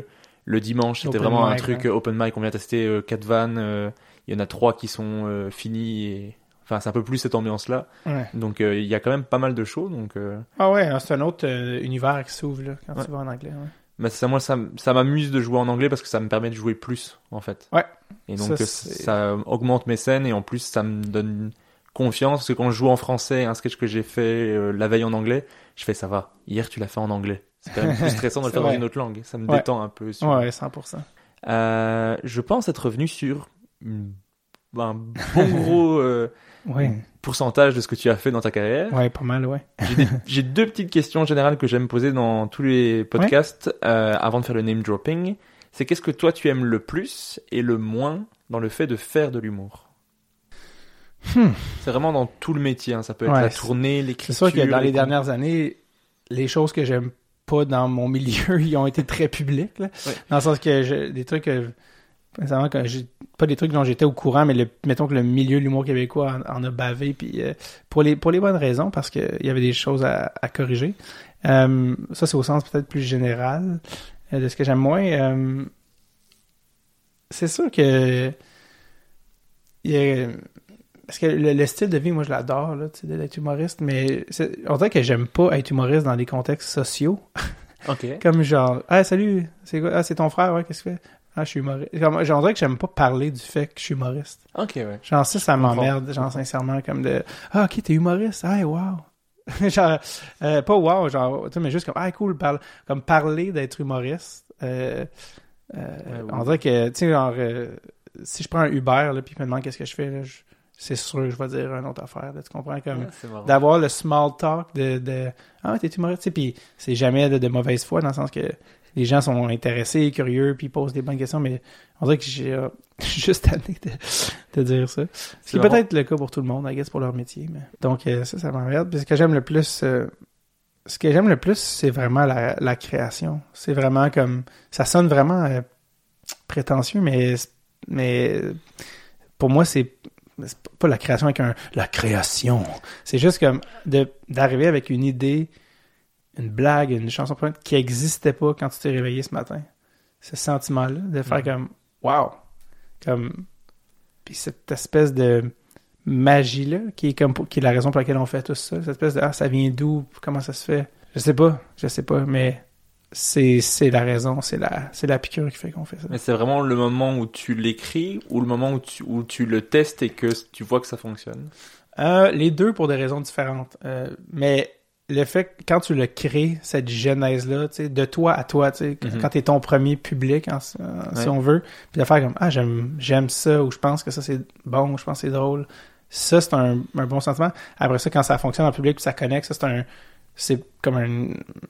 Le dimanche, c'était Open vraiment un mic, truc ouais. euh, open mic. On vient tester euh, quatre vannes. euh, Il y en a trois qui sont euh, finis. Et... Enfin, c'est un peu plus cette ambiance-là. Ouais. Donc, euh, il y a quand même pas mal de shows. Donc, euh... Ah ouais, c'est un autre euh, univers qui s'ouvre là, quand Ouais. tu vas en anglais. Ouais. bah, ça, moi, ça, m- ça m'amuse de jouer en anglais parce que ça me permet de jouer plus, en fait. Ouais. Et donc, Ça, euh, c'est- ça augmente mes scènes et en plus, ça me donne confiance parce que quand je joue en français, un sketch que j'ai fait euh, la veille en anglais, je fais ça va. Hier, tu l'as fait en anglais. C'est quand même plus stressant de le C'est faire dans vrai. une autre langue. Ça me Ouais. détend un peu. Sur... Ouais, cent pour cent. Euh, je pense être revenu sur une- un bon gros euh, Ouais. pourcentage de ce que tu as fait dans ta carrière. Ouais, pas mal, ouais. J'ai, des- j'ai deux petites questions générales que j'aime poser dans tous les podcasts euh, avant de faire le name dropping. C'est qu'est-ce que toi tu aimes le plus et le moins dans le fait de faire de l'humour? Hmm. C'est vraiment dans tout le métier. Hein. Ça peut être Ouais, la c'est- tournée, C'est l'écriture. sûr que dans les les- dernières années, les choses que j'aime pas dans mon milieu, ils ont été très publics. Là. Ouais. Dans le sens que je- des trucs que, sincèrement, que j'ai, pas des trucs dont j'étais au courant, mais le, mettons que le milieu de l'humour québécois en, en a bavé, puis euh, pour les pour les bonnes raisons, parce qu'il y avait des choses à, à corriger. Euh, ça, c'est au sens peut-être plus général euh, de ce que j'aime moins. Euh, c'est sûr que il y a, parce que le, le style de vie, moi, je l'adore, là, tu sais, d'être humoriste, mais c'est, on dirait que j'aime pas être humoriste dans des contextes sociaux. Ok. Comme genre, ah, salut, c'est quoi? Ah, c'est ton frère, ouais, qu'est-ce que tu fais? Ah, je suis humoriste. Comme, genre, on dirait que j'aime pas parler du fait que je suis humoriste. Ok, ouais. Genre, ça, ça comprends. m'emmerde, genre, sincèrement, comme de, ah, ok, t'es humoriste, ah, wow. genre, euh, pas wow, genre, tu sais, mais juste comme, ah, cool, parle, comme parler d'être humoriste. Euh, euh, Ouais, oui. On dirait que, tu sais, genre, euh, si je prends un Uber, là, puis il me demande qu'est-ce que je fais, là, je- c'est sûr que je vais dire une autre affaire, là, tu comprends? Comme, Ouais, c'est marrant. d'avoir le small talk de, de ah, t'es humoriste, tu sais, puis c'est jamais de, de mauvaise foi, dans le sens que les gens sont intéressés, curieux, puis ils posent des bonnes questions, mais on dirait que j'ai euh, juste tanné de, de dire ça. Ce qui est marrant. peut-être le cas pour tout le monde, I guess, pour leur métier, mais... Donc, euh, ça, ça m'emmerde. Puis ce que j'aime le plus... euh, ce que j'aime le plus, c'est vraiment la, la création. C'est vraiment comme... Ça sonne vraiment euh, prétentieux, mais... Mais... Pour moi, c'est... C'est pas la création avec un... La création. C'est juste comme de, d'arriver avec une idée, une blague, une chanson qui n'existait pas quand tu t'es réveillé ce matin. Ce sentiment-là, de faire Mhm. comme... Wow! Comme... Puis cette espèce de magie-là, qui est comme pour- qui est la raison pour laquelle on fait tout ça. Cette espèce de... Ah, ça vient d'où? Comment ça se fait? Je sais pas. Je sais pas, mais... C'est, c'est la raison, c'est la, c'est la piqûre qui fait qu'on fait ça. Mais c'est vraiment le moment où tu l'écris ou le moment où tu, où tu le testes et que tu vois que ça fonctionne? Euh, les deux pour des raisons différentes. Euh, mais le fait que quand tu le crées, cette genèse-là, tu sais, de toi à toi, tu sais, Mhm. quand t'es ton premier public, en- en- si Ouais. on veut, puis de faire comme, ah, j'aime, j'aime ça, ou je pense que ça c'est bon, ou je pense que c'est drôle. Ça, c'est un, un bon sentiment. Après ça, quand ça fonctionne en public, puis ça connecte, ça, c'est un, c'est comme un,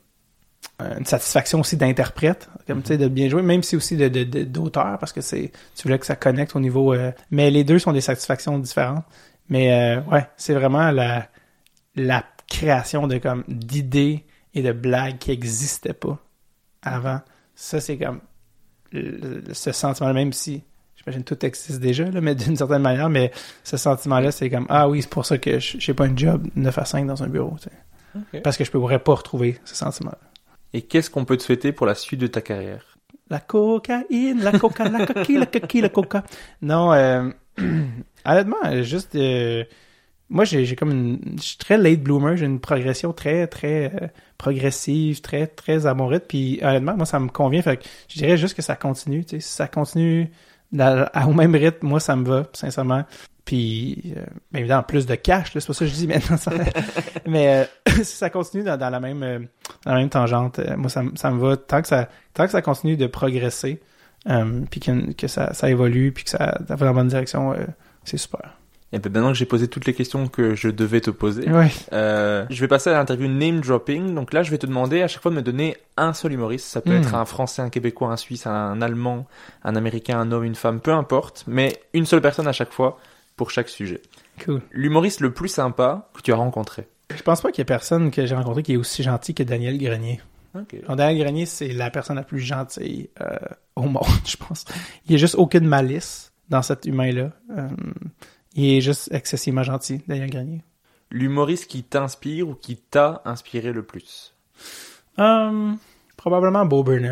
une satisfaction aussi d'interprète, comme tu sais, de bien jouer, même si aussi de, de, de- d'auteur, parce que c'est, tu voulais que ça connecte au niveau, euh, mais les deux sont des satisfactions différentes. Mais euh, ouais, c'est vraiment la, la création de comme d'idées et de blagues qui n'existaient pas avant. Ça, c'est comme le- le- ce sentiment-là, même si j'imagine tout existe déjà, là, mais d'une certaine manière, mais ce sentiment-là, c'est comme ah oui, c'est pour ça que je j'ai pas une job neuf à cinq dans un bureau, tu sais. Ok. Parce que je pourrais pas retrouver ce sentiment-là. Et qu'est-ce qu'on peut te souhaiter pour la suite de ta carrière? La cocaïne, la coca, la coquille, la coquille, la coca. Non, euh, honnêtement, juste, euh, moi, j'ai, j'ai comme une, je suis très late bloomer, j'ai une progression très, très euh, progressive, très, très à mon rythme, puis honnêtement, moi, ça me convient, fait que je dirais juste que ça continue, tu sais, si ça continue dans- à- au même rythme, moi, ça me va, sincèrement. Puis, euh, bien évidemment, plus de cash, là, c'est pas ça que je dis maintenant. Ça... Mais euh, si ça continue dans, dans la même euh, dans la même tangente, euh, moi, ça, me- ça me va. Tant que ça, tant que ça continue de progresser, euh, puis que, que ça, ça évolue, puis que ça, ça va dans la bonne direction, euh, c'est super. Et ben maintenant que j'ai posé toutes les questions que je devais te poser, Ouais. euh, je vais passer à l'interview name dropping. Donc là, je vais te demander à chaque fois de me donner un seul humoriste. Ça peut Mm. être un Français, un Québécois, un Suisse, un Allemand, un Américain, un homme, une femme, peu importe. Mais une seule personne à chaque fois pour chaque sujet. Cool. L'humoriste le plus sympa que tu as rencontré. Je pense pas qu'il y ait personne que j'ai rencontré qui est aussi gentil que Daniel Grenier. Ok. Alors, Daniel Grenier, c'est la personne la plus gentille euh, au monde, je pense. Il n'y a juste aucune malice dans cet humain-là. Euh, il est juste excessivement gentil, Daniel Grenier. L'humoriste qui t'inspire ou qui t'a inspiré le plus. Um, probablement Bo Burnham.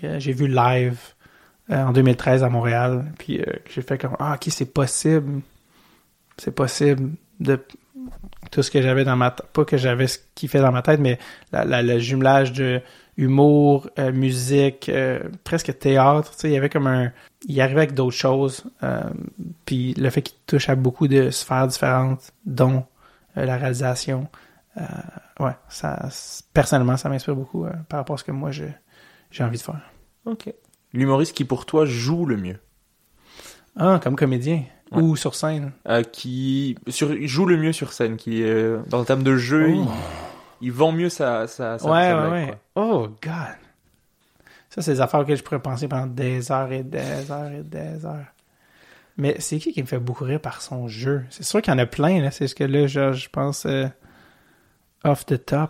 que j'ai vu live euh, en deux mille treize à Montréal, puis euh, j'ai fait comme, ah, ok, c'est possible, c'est possible de tout ce que j'avais dans ma tête, pas que j'avais ce qu'il fait dans ma tête, mais la, la, le jumelage de humour, euh, musique, euh, presque théâtre, tu sais, il y avait comme un... Il arrivait avec d'autres choses, euh, puis le fait qu'il touche à beaucoup de sphères différentes, dont euh, la réalisation, euh, ouais, ça, personnellement, ça m'inspire beaucoup euh, par rapport à ce que moi, je, j'ai envie de faire. Ok. L'humoriste qui, pour toi, joue le mieux? Ah, comme comédien? Ouais. Ou sur scène? Euh, qui sur, joue le mieux sur scène, qui euh, dans le terme de jeu, Oh. il, il vend mieux sa, sa, sa, Ouais, sa ouais, blague, ouais. quoi. Oh, God! Ça, c'est des affaires auxquelles je pourrais penser pendant des heures et des heures et des heures. Mais c'est qui qui me fait beaucoup rire par son jeu? C'est sûr qu'il y en a plein, là. C'est ce que là, je, je pense, euh, off the top.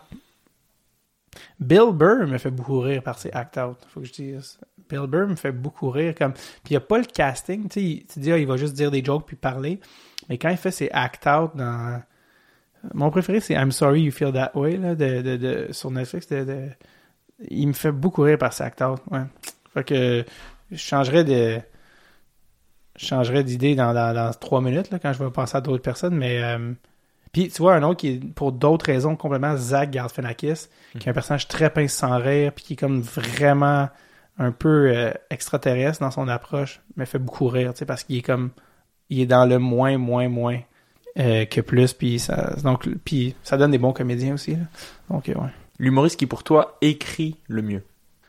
Bill Burr me fait beaucoup rire par ses act-out. Faut que je dise. Bill Burr me fait beaucoup rire. Comme... Puis il n'y a pas le casting. Tu sais, il- tu dis, ah, il va juste dire des jokes puis parler. Mais quand il fait ses act-out dans... Mon préféré, c'est I'm Sorry You Feel That Way, là, de, de, de, sur Netflix. De, de... Il me fait beaucoup rire par ses act-out. Ouais. Fait que je changerais de... Je changerais d'idée dans, dans, dans trois minutes, là, quand je vais penser à d'autres personnes, mais... Euh... Puis, tu vois, un autre qui est, pour d'autres raisons, complètement Zach Galifianakis, qui est un personnage très pince sans rire, puis qui est comme vraiment un peu euh, extraterrestre dans son approche, me fait beaucoup rire, tu sais, parce qu'il est comme... Il est dans le moins, moins, moins euh, que plus, puis ça, donc, puis ça donne des bons comédiens aussi, là. Donc, euh, ouais. L'humoriste qui, pour toi, écrit le mieux?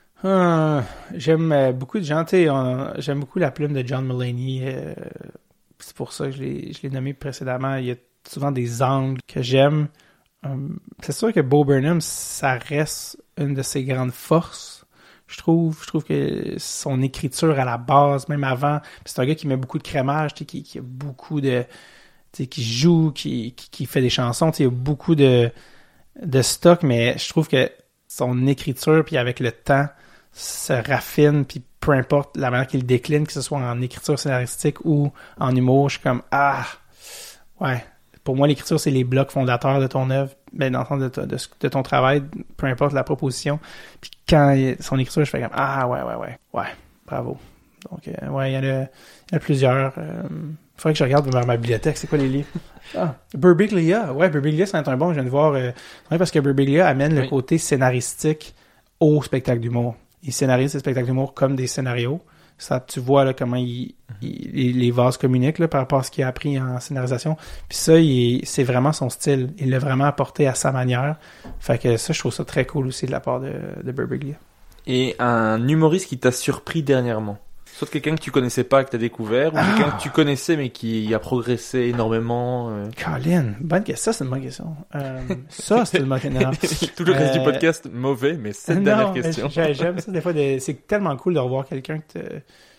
Ah, j'aime euh, beaucoup de gens, tu sais, on- j'aime beaucoup la plume de John Mulaney. euh, c'est pour ça que je l'ai, je l'ai nommé précédemment. Il y a souvent des angles que j'aime. Hum, c'est sûr que Bo Burnham, ça reste une de ses grandes forces, je trouve. Je trouve que son écriture à la base, même avant, puis c'est un gars qui met beaucoup de crémage, tu sais, qui, qui a beaucoup de... Tu sais, qui joue, qui, qui, qui fait des chansons, tu sais, il y a beaucoup de, de stock, mais je trouve que son écriture, puis avec le temps, se raffine, puis peu importe la manière qu'il décline, que ce soit en écriture scénaristique ou en humour, je suis comme, ah, ouais. Pour moi, l'écriture, c'est les blocs fondateurs de ton œuvre, ben, dans le sens de, de, de, de ton travail, peu importe la proposition. Puis quand il- son écriture, je fais comme, ah, ouais, ouais, ouais, ouais, bravo. Donc, euh, ouais, il y en a, il y en a plusieurs. Euh, il faudrait que je regarde vers ma bibliothèque, c'est quoi les livres? Ah, Birbiglia, ouais, Birbiglia, c'est un bon, je viens de voir, euh, ouais, parce que Birbiglia amène le Oui. côté scénaristique au spectacle d'humour. Il scénarise ses spectacles d'humour comme des scénarios. Ça, tu vois là, comment il, il- les, les vases communiquent là, par rapport à ce qu'il a appris en scénarisation. Puis ça, il est- c'est vraiment son style. Il l'a vraiment apporté à sa manière. Fait que ça, je trouve ça très cool aussi de la part de, de Birbiglia. Et un humoriste qui t'a surpris dernièrement? Soit quelqu'un que tu connaissais pas, que t'as découvert, ou quelqu'un que tu connaissais mais qui a progressé énormément. euh. Colin, bonne question. Ça, c'est une bonne question. Euh, ça, c'est une bonne question. Tout le reste du Euh, podcast, mauvais, mais cette Non, dernière mais question. j'ai- J'aime ça des fois. de- C'est tellement cool de revoir quelqu'un que t'as-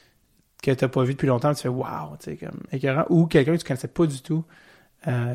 que t'as pas vu depuis longtemps. Tu fais waouh, tu sais, comme écœurant. Ou quelqu'un que tu connaissais pas du tout. Euh,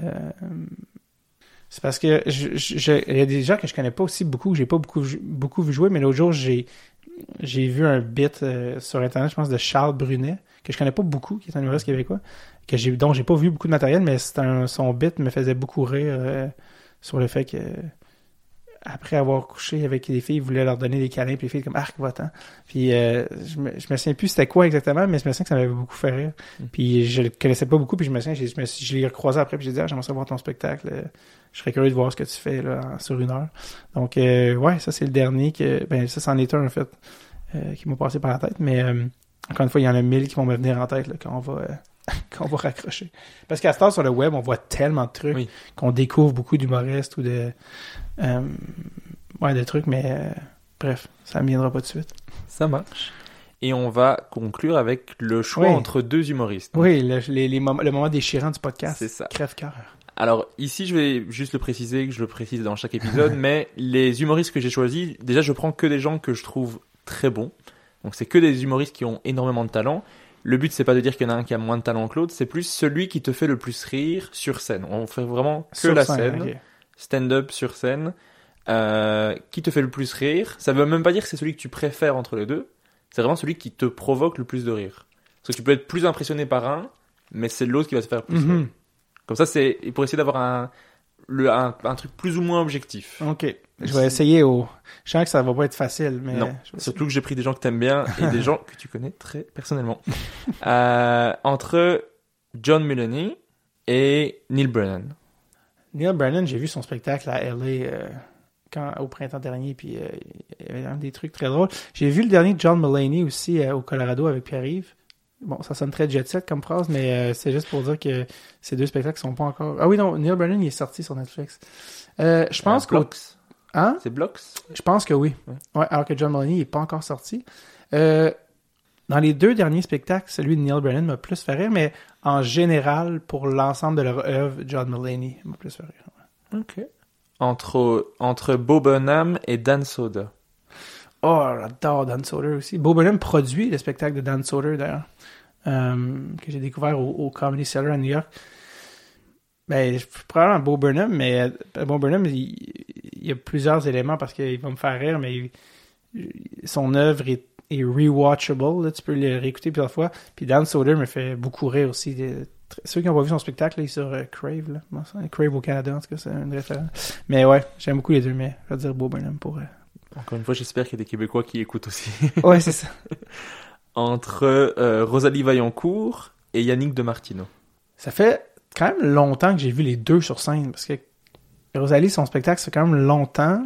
C'est parce que je- je- je- il y a des gens que je connais pas aussi beaucoup, que j'ai pas beaucoup, beaucoup vu jouer, mais l'autre jour, j'ai j'ai vu un bit euh, sur Internet, je pense, de Charles Brunet, que je connais pas beaucoup, qui est un humoriste québécois, que j'ai, dont j'ai pas vu beaucoup de matériel, mais c'est un, son bit me faisait beaucoup rire euh, sur le fait que après avoir couché avec les filles, il voulait leur donner des câlins, puis les filles comme arc va-t'en. Puis euh, je, me, je me souviens plus c'était quoi exactement, mais je me souviens que ça m'avait beaucoup fait rire. Mm. Puis je le connaissais pas beaucoup, puis je me souviens, j'ai- je, me suis- je l'ai recroisé après, puis j'ai dit ah, j'aimerais savoir ton spectacle. euh, Je serais curieux de voir ce que tu fais là, en- sur une heure. Donc euh, ouais, ça c'est le dernier que ben ça c'en est un en fait euh, qui m'a passé par la tête, mais euh, encore une fois, il y en a mille qui vont me venir en tête là, quand on va euh, quand on va raccrocher. Parce qu'à ce temps sur le web, on voit tellement de trucs Oui. qu'on découvre beaucoup d'humoristes ou de euh, ouais, de trucs, mais euh, bref, ça me viendra pas tout de suite. Ça marche. Et on va conclure avec le choix Oui. entre deux humoristes. Oui, le, les, les moments, le moment déchirant du podcast. C'est ça. Crève-cœur. Alors ici, je vais juste le préciser, que je le précise dans chaque épisode, mais les humoristes que j'ai choisis, déjà je prends que des gens que je trouve très bons. Donc c'est que des humoristes qui ont énormément de talent. Le but c'est pas de dire qu'il y en a un qui a moins de talent que l'autre, c'est plus celui qui te fait le plus rire sur scène. On fait vraiment que Sur la scène, scène, ok. stand-up sur scène, euh, qui te fait le plus rire. Ça veut même pas dire que c'est celui que tu préfères entre les deux. C'est vraiment celui qui te provoque le plus de rire. Parce que tu peux être plus impressionné par un, mais c'est l'autre qui va te faire plus rire. Mhm. Comme ça, c'est pour essayer d'avoir un, le, un, un truc plus ou moins objectif. Ok. Je vais essayer au... Je sens que ça va pas être facile, mais... Non, je vais surtout que j'ai pris des gens que t'aimes bien et des gens que tu connais très personnellement. euh, entre John Mulaney et Neil Brennan. Neil Brennan, j'ai vu son spectacle à L A euh, quand, au printemps dernier, puis euh, il y avait vraiment des trucs très drôles. J'ai vu le dernier de John Mulaney aussi euh, au Colorado avec Pierre-Yves. Bon, ça sonne très jet-set comme phrase, mais euh, c'est juste pour dire que ces deux spectacles sont pas encore... Ah oui, non, Neil Brennan, il est sorti sur Netflix. Euh, je pense que... Hein? C'est Blocks? Je pense que oui. Ouais. Ouais, alors que John Mulaney n'est pas encore sorti. Euh, dans les deux derniers spectacles, celui de Neil Brennan m'a plus fait rire, mais en général, pour l'ensemble de leur œuvre, John Mulaney m'a plus fait rire. Ouais. OK. Entre, entre Bo Burnham et Dan Soder. Oh, j'adore Dan Soder aussi. Bo Burnham produit le spectacle de Dan Soder, d'ailleurs, euh, que j'ai découvert au, au Comedy Cellar à New York. Ben, probablement Bo Burnham, mais Bo Burnham, il, il y a plusieurs éléments parce qu'il va me faire rire, mais il, son œuvre est, est rewatchable. Là, tu peux le réécouter plusieurs fois. Puis Dan Soder me fait beaucoup rire aussi. Ceux qui n'ont pas vu son spectacle, là, il est sur uh, Crave. Là. Bon, Crave au Canada, en tout cas, c'est une référence. Mais ouais, j'aime beaucoup les deux, mais je vais dire Bo Burnham pour... Euh... Encore une fois, j'espère qu'il y a des Québécois qui écoutent aussi. Ouais, c'est ça. Entre euh, Rosalie Vaillancourt et Yannick de Martino. Ça fait quand même longtemps que j'ai vu les deux sur scène, parce que Rosalie, son spectacle, c'est quand même longtemps.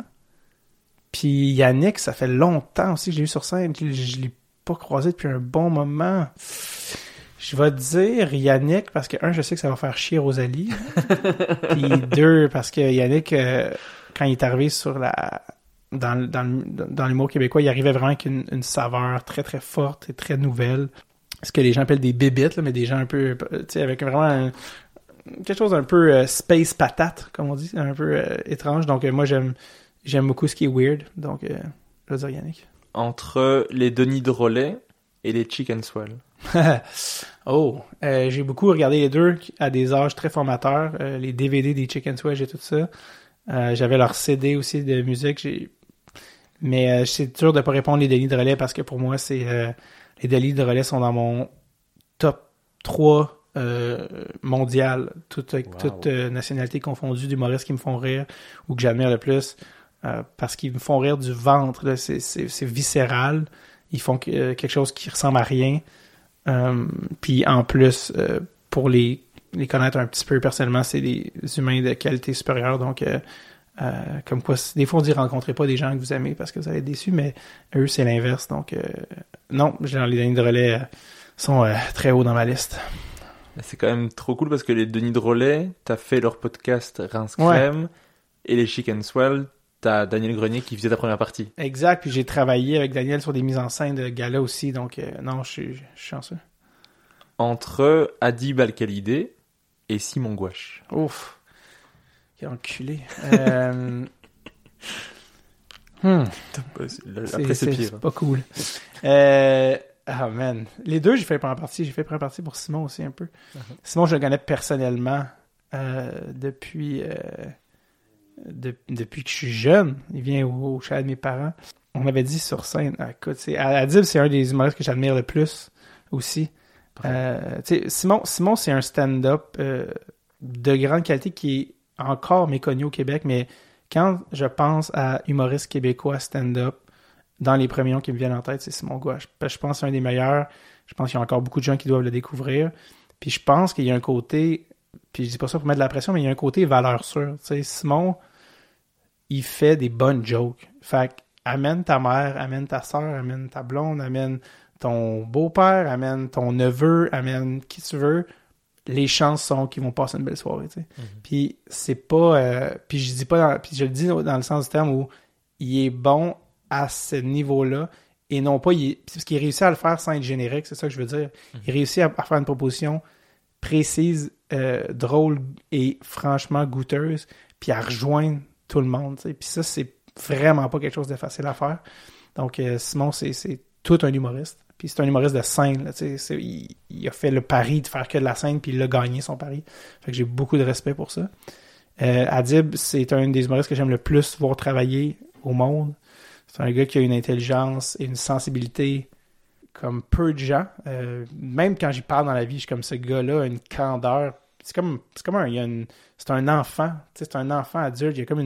Puis Yannick, ça fait longtemps aussi que je l'ai vu sur scène. Je, je l'ai pas croisé depuis un bon moment. Je vais dire Yannick, parce que, un, je sais que ça va faire chier Rosalie. Puis deux, parce que Yannick, euh, quand il est arrivé sur la... Dans, dans, dans l'humour québécois, il arrivait vraiment avec une, une saveur très, très forte et très nouvelle. Ce que les gens appellent des bébites, là, mais des gens un peu... Tu sais, avec vraiment... Un, quelque chose d'un peu euh, space patate, comme on dit, un peu euh, étrange. Donc, euh, moi, j'aime j'aime beaucoup ce qui est weird. Donc, euh, je vais dire Yannick. Entre les Denis Drolet et les Chicken Swell. oh, euh, j'ai beaucoup regardé les deux à des âges très formateurs. Euh, les D V D des Chicken Swell, j'ai tout ça. Euh, j'avais leur C D aussi de musique. J'ai... Mais euh, c'est dur de pas répondre les Denis Drolet parce que pour moi, c'est euh, les Denis Drolet sont dans mon top trois Euh, mondial, toute, wow. toute euh, nationalité confondue, d'humoristes qui me font rire ou que j'admire le plus, euh, parce qu'ils me font rire du ventre, là, c'est, c'est, c'est viscéral, ils font que, euh, quelque chose qui ressemble à rien, euh, puis en plus, euh, pour les, les connaître un petit peu personnellement, c'est des humains de qualité supérieure, donc euh, euh, comme quoi, des fois on dit rencontrez pas des gens que vous aimez parce que vous allez être déçus, mais eux c'est l'inverse, donc euh, non, genre, les Denis Drolet euh, sont euh, très hauts dans ma liste. C'est quand même trop cool parce que les Denis Drolet, t'as fait leur podcast Rince Crème, ouais. Et les Chicken Swell, t'as Daniel Grenier qui faisait ta première partie. Exact, puis j'ai travaillé avec Daniel sur des mises en scène de gala aussi, donc euh, non, je suis chanceux. Entre Adib Al-Khalidé et Simon Gouache. Ouf, quel enculé. euh... hmm. Après, c'est, c'est pire. C'est pas cool. Euh... Ah, man. Les deux, j'ai fait première partie. J'ai fait première partie pour Simon aussi, un peu. Uh-huh. Simon, je le connais personnellement euh, depuis euh, de, depuis que je suis jeune. Il vient au, au chalet de mes parents. On m'avait dit sur scène, ah, écoute, c'est, Adib, c'est un des humoristes que j'admire le plus aussi. Euh, Simon, Simon, c'est un stand-up euh, de grande qualité qui est encore méconnu au Québec, mais quand je pense à humoriste québécois stand-up, dans les premiers noms qui me viennent en tête, c'est Simon Gouache. Je pense que c'est un des meilleurs. Je pense qu'il y a encore beaucoup de gens qui doivent le découvrir. Puis je pense qu'il y a un côté, puis je dis pas ça pour mettre de la pression, mais il y a un côté valeur sûre. Tu sais, Simon, il fait des bonnes jokes. Fait que, amène ta mère, amène ta soeur, amène ta blonde, amène ton beau-père, amène ton neveu, amène qui tu veux. Les chances sont qu'ils vont passer une belle soirée, tu sais. Mm-hmm. Puis c'est pas... Euh, puis je dis pas... Dans, puis je le dis dans le sens du terme où il est bon à ce niveau-là, et non pas, il est, parce qu'il réussit à le faire sans être générique, c'est ça que je veux dire. Mm-hmm. Il réussit à, à faire une proposition précise, euh, drôle et franchement goûteuse, puis à rejoindre tout le monde, t'sais. Puis ça, c'est vraiment pas quelque chose de facile à faire. Donc, euh, Simon, c'est, c'est tout un humoriste. Puis c'est un humoriste de scène, là, t'sais. C'est, il, il a fait le pari de faire que de la scène, puis il a gagné son pari. Fait que j'ai beaucoup de respect pour ça. Euh, Adib, c'est un des humoristes que j'aime le plus voir travailler au monde. C'est un gars qui a une intelligence et une sensibilité comme peu de gens. Euh, même quand j'y parle dans la vie, je suis comme ce gars-là, a une candeur. C'est comme, c'est comme un, il y a une, c'est un enfant. C'est un enfant adulte. Il y a comme une,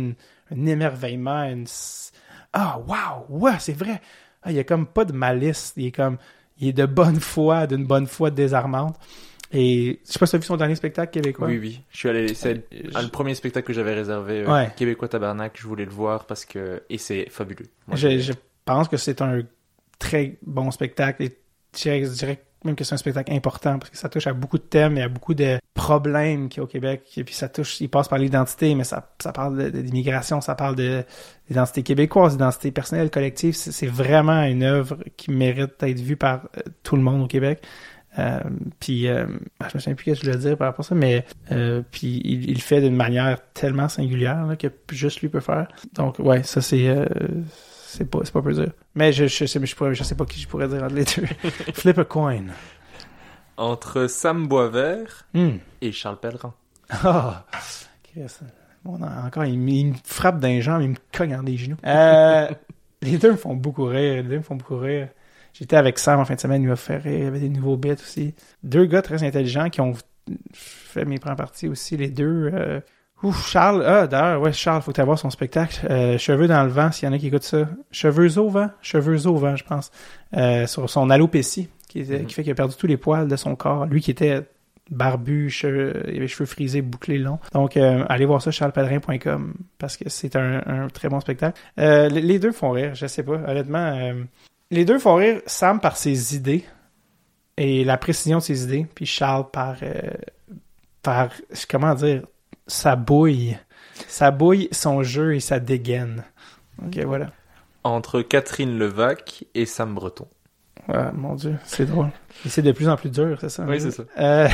un émerveillement, une... Ah, wow, ouais, c'est vrai! Ah, il y a comme pas de malice, il est comme... Il est de bonne foi, d'une bonne foi désarmante. Et je sais pas si tu as vu son dernier spectacle québécois. Oui, oui. Je suis allé... C'est Euh, ah, je- le premier spectacle que j'avais réservé, euh, Ouais. Québécois Tabarnak, je voulais le voir parce que... Et c'est fabuleux. Moi, Je, j'ai- je pense que c'est un très bon spectacle et je dirais, je dirais même que c'est un spectacle important parce que ça touche à beaucoup de thèmes et à beaucoup de problèmes qu'il y a au Québec. Et puis ça touche, il passe par l'identité, mais ça, ça parle de, de- d'immigration, ça parle de d'identité québécoise, d'identité personnelle, collective. C'est, c'est vraiment une œuvre qui mérite d'être vue par euh, tout le monde au Québec. Euh, puis euh, je me souviens plus ce que je voulais dire par rapport à ça, mais euh, puis il, il le fait d'une manière tellement singulière là, que juste lui peut faire. Donc ouais, ça c'est euh, c'est pas c'est pas peu dire. Mais je je sais mais je pourrais je sais pas qui je pourrais dire entre les deux. Flip a coin. Entre Sam Boisvert Hmm. et Charles Pellerin. Ah, Chris. Bon, non, encore il, me- il me frappe dans les jambes, il me cogne dans les genoux. Euh, les deux me font beaucoup rire, les deux me font beaucoup rire. J'étais avec Sam en fin de semaine, il m'a fait rire, il y avait des nouveaux bits aussi. Deux gars très intelligents qui ont fait mes premières parties aussi, les deux. Euh... Ouf, Charles, ah d'ailleurs, ouais, Charles, faut que tu voir son spectacle. Euh, Cheveux dans le vent, s'il y en a qui écoutent ça. Cheveux au vent, Cheveux au vent, je pense. Euh, sur son alopécie, qui, était- Mhm. qui fait qu'il a perdu tous les poils de son corps. Lui qui était barbu, cheveux, il avait les cheveux frisés, bouclés longs. Donc, euh, allez voir ça, charles pellerin point com, parce que c'est un, un très bon spectacle. Euh, les, les deux font rire, je sais pas, honnêtement. Euh, les deux font rire, Sam par ses idées et la précision de ses idées, puis Charles par, euh, par comment dire, sa bouille. Sa bouille, son jeu et sa dégaine. Ok, voilà. Entre Catherine Levac et Sam Breton. Ouais, mon Dieu, c'est drôle. Et c'est de plus en plus dur, c'est ça? Oui, c'est ça. Euh,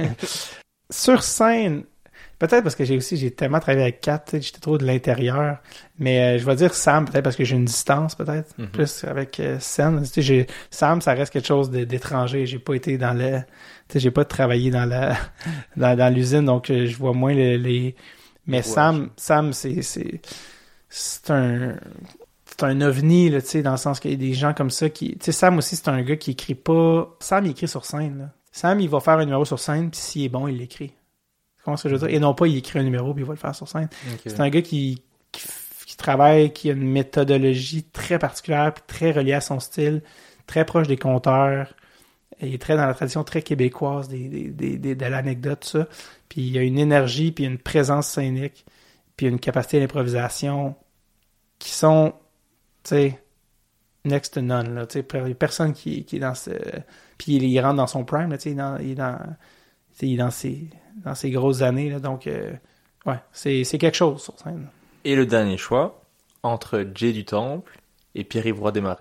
sur scène, peut-être parce que j'ai aussi, j'ai tellement travaillé avec Kat, tu sais, j'étais trop de l'intérieur, mais euh, je vais dire Sam, peut-être parce que j'ai une distance, peut-être, Mhm. plus avec euh, Sen. Tu sais, j'ai, Sam, ça reste quelque chose de- d'étranger. J'ai pas été dans le, tu sais, j'ai pas travaillé dans la, dans, dans l'usine, donc euh, je vois moins les, les... mais Ouais, Sam, Sam, c'est, c'est, c'est un, c'est un ovni, là, tu sais, dans le sens qu'il y a des gens comme ça qui... Tu sais, Sam aussi, c'est un gars qui écrit pas... Sam, il écrit sur scène, là. Sam, il va faire un numéro sur scène, puis s'il est bon, il l'écrit. Tu comprends ce que je veux dire? Et non pas, il écrit un numéro, puis il va le faire sur scène. Okay. C'est un gars qui, qui, qui travaille, qui a une méthodologie très particulière, puis très reliée à son style, très proche des conteurs. Il est très dans la tradition très québécoise des, des, des, des, de l'anecdote, tout ça. Puis il y a une énergie, puis une présence scénique, puis une capacité d'improvisation qui sont... tu sais, next to none, là, tu sais, il y a personne qui, qui est dans ce... Puis il, il rentre dans son prime, là, tu sais, dans, il est dans, tu sais, il est dans ses, dans ses grosses années, là, donc, euh, ouais, c'est, c'est quelque chose sur scène. Et le dernier choix, entre Jay du Temple et Pierre-Yves Roy Desmarais.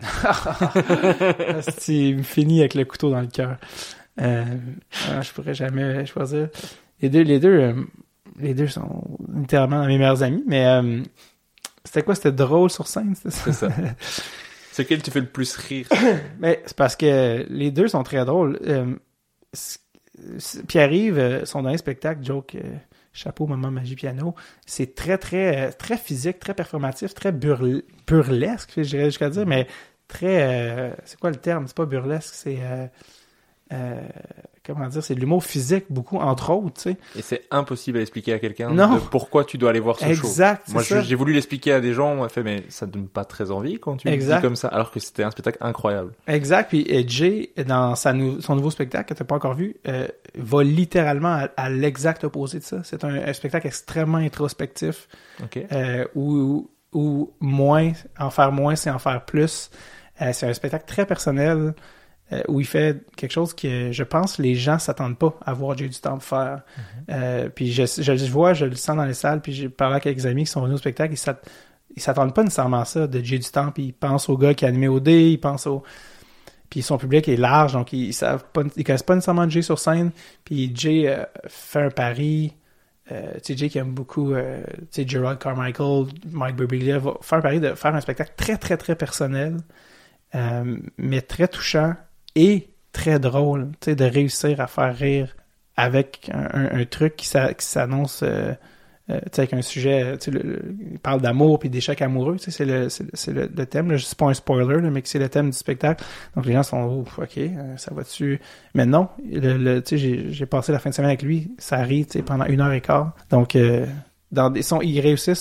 Il me finit avec le couteau dans le cœur. Euh, ah, je pourrais jamais choisir. Les deux, les deux, euh, les deux sont littéralement mes meilleurs amis, mais euh, c'était quoi? C'était drôle sur scène, c'était ça? C'est ça. C'est lequel tu fais le plus rire? Mais c'est parce que les deux sont très drôles. Euh, c- c- Pierre-Yves, euh, son dernier spectacle, Joke, euh, Chapeau, Maman, Magie, Piano, c'est très, très, euh, très physique, très performatif, très burle- burlesque, je dirais jusqu'à dire, mais très... euh, c'est quoi le terme? C'est pas burlesque, c'est... Euh, euh, comment dire? C'est de l'humour physique, beaucoup, entre autres, tu sais. Et c'est impossible à expliquer à quelqu'un Non. de pourquoi tu dois aller voir ce show. Exact, c'est Moi, ça. je- j'ai voulu l'expliquer à des gens, on m'a fait, mais ça donne pas très envie quand tu le Exact. dis comme ça, alors que c'était un spectacle incroyable. Exact. Puis euh, Jay, dans sa nou- son nouveau spectacle que tu n'as pas encore vu, euh, va littéralement à, à l'exact opposé de ça. C'est un, un spectacle extrêmement introspectif Ok. euh, où, où moins, en faire moins, c'est en faire plus. Euh, c'est un spectacle très personnel euh, où il fait quelque chose que je pense les gens s'attendent pas à voir Jay du Temple faire. Euh, puis je, je le vois, je le sens dans les salles, puis j'ai parlé à quelques amis qui sont venus au spectacle, ils s'att- ils s'attendent pas nécessairement à ça de Jay du Temple. Ils pensent au gars qui a animé O D, ils pensent au... Puis son public est large, donc ils, ils savent pas, ils connaissent pas nécessairement Jay sur scène. Puis Jay euh, fait un pari. Euh, tu sais, Jay qui aime beaucoup, euh, tu sais, Gerard Carmichael, Mike Birbiglia, va faire un pari de faire un spectacle très, très, très personnel, euh, mais très touchant et très drôle. Tu sais, de réussir à faire rire avec un, un, un truc qui, s'a, qui s'annonce... Euh, Euh, tu sais, avec un sujet, tu sais, le, le, il parle d'amour puis d'échecs amoureux, tu sais, c'est le, c'est, le- c'est le, le thème, là, c'est pas un spoiler, là, mais que c'est le thème du spectacle. Donc les gens sont, oh, ok, euh, ça va dessus. Mais non, le, le, tu sais, j'ai, j'ai passé la fin de semaine avec lui, ça rit, tu sais, pendant une heure et quart. Donc, euh, dans des sons, ils réussissent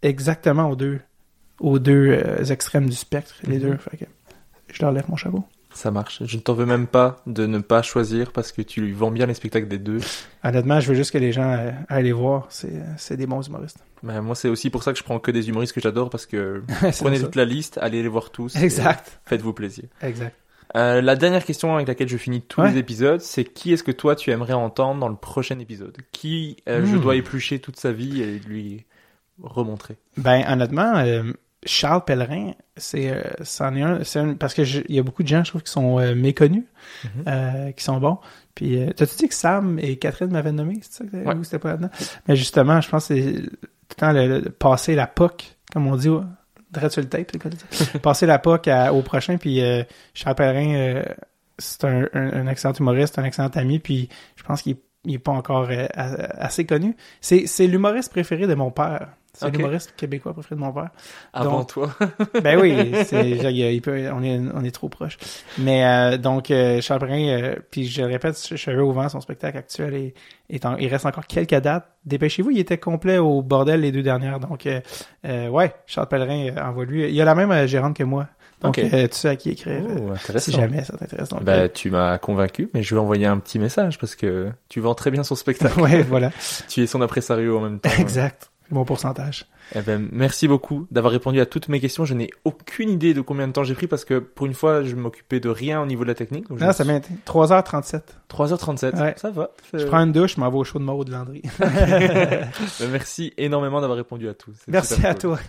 exactement aux deux, aux deux euh, extrêmes du spectre, les mm-hmm. deux. Fait que je leur lève mon chapeau. Ça marche. Je ne t'en veux même pas de ne pas choisir parce que tu vends bien les spectacles des deux. Honnêtement, je veux juste que les gens euh, aillent les voir. C'est, c'est des bons humoristes. Ben, moi, c'est aussi pour ça que je prends que des humoristes que j'adore parce que prenez toute la liste, allez les voir tous. Exact. Faites-vous plaisir. Exact. Euh, la dernière question avec laquelle je finis tous ouais. les épisodes, c'est qui est-ce que toi tu aimerais entendre dans le prochain épisode? Qui euh, mmh. je dois éplucher toute sa vie et lui remontrer? Ben, honnêtement, euh, Charles Pellerin, c'est, euh, c'en est un, c'est un, parce que il y a beaucoup de gens, je trouve, qui sont euh, méconnus, mmh. euh, qui sont bons. Puis, euh, t'as-tu dit que Sam et Catherine m'avaient nommé? C'est ça que ouais. ou c'était pas là-dedans? Mais justement, je pense que c'est tout le temps le, le, passer la P O C, comme on dit, ouais. Direct sur le tape, passer la P O C à, au prochain, puis euh, Charles Pellerin, euh, c'est un, un, un excellent humoriste, un excellent ami, puis je pense qu'il n'est pas encore euh, assez connu. C'est, c'est l'humoriste préféré de mon père. C'est okay. l'humoriste québécois préféré de mon père. Avant donc, toi. Ben oui, c'est, il peut, on est, on est trop proches. Mais euh, donc euh, Charles Pellerin, euh, puis je le répète, Cheveux au vent, son spectacle actuel, est, est en, il reste encore quelques dates. Dépêchez-vous, il était complet au bordel les deux dernières. Donc euh, euh, ouais, Charles Pellerin euh, envoie lui. Il a la même euh, gérante que moi. Donc okay. euh, tu sais à qui écrire. Oh, euh, si jamais ça t'intéresse. Donc, ben, euh, tu m'as convaincu, mais je vais envoyer un petit message parce que tu vends très bien son spectacle. Ouais, voilà. Tu es son impresario en même temps. Exact. Bon pourcentage. Eh ben, merci beaucoup d'avoir répondu à toutes mes questions. Je n'ai aucune idée de combien de temps j'ai pris parce que pour une fois, je m'occupais de rien au niveau de la technique. Donc non, ça m'a été trois heures trente-sept. trois heures trente-sept, ouais. Ça va. C'est... Je prends une douche, je m'en vais au show de Maud Landry. Ben, merci énormément d'avoir répondu à tout. C'est merci à cool. Toi.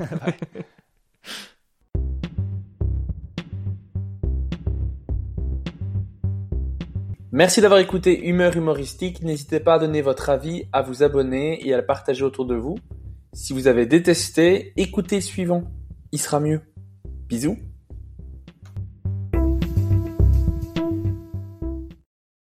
Merci d'avoir écouté Humeur humoristique. N'hésitez pas à donner votre avis, à vous abonner et à le partager autour de vous. Si vous avez détesté, écoutez le suivant. Il sera mieux. Bisous.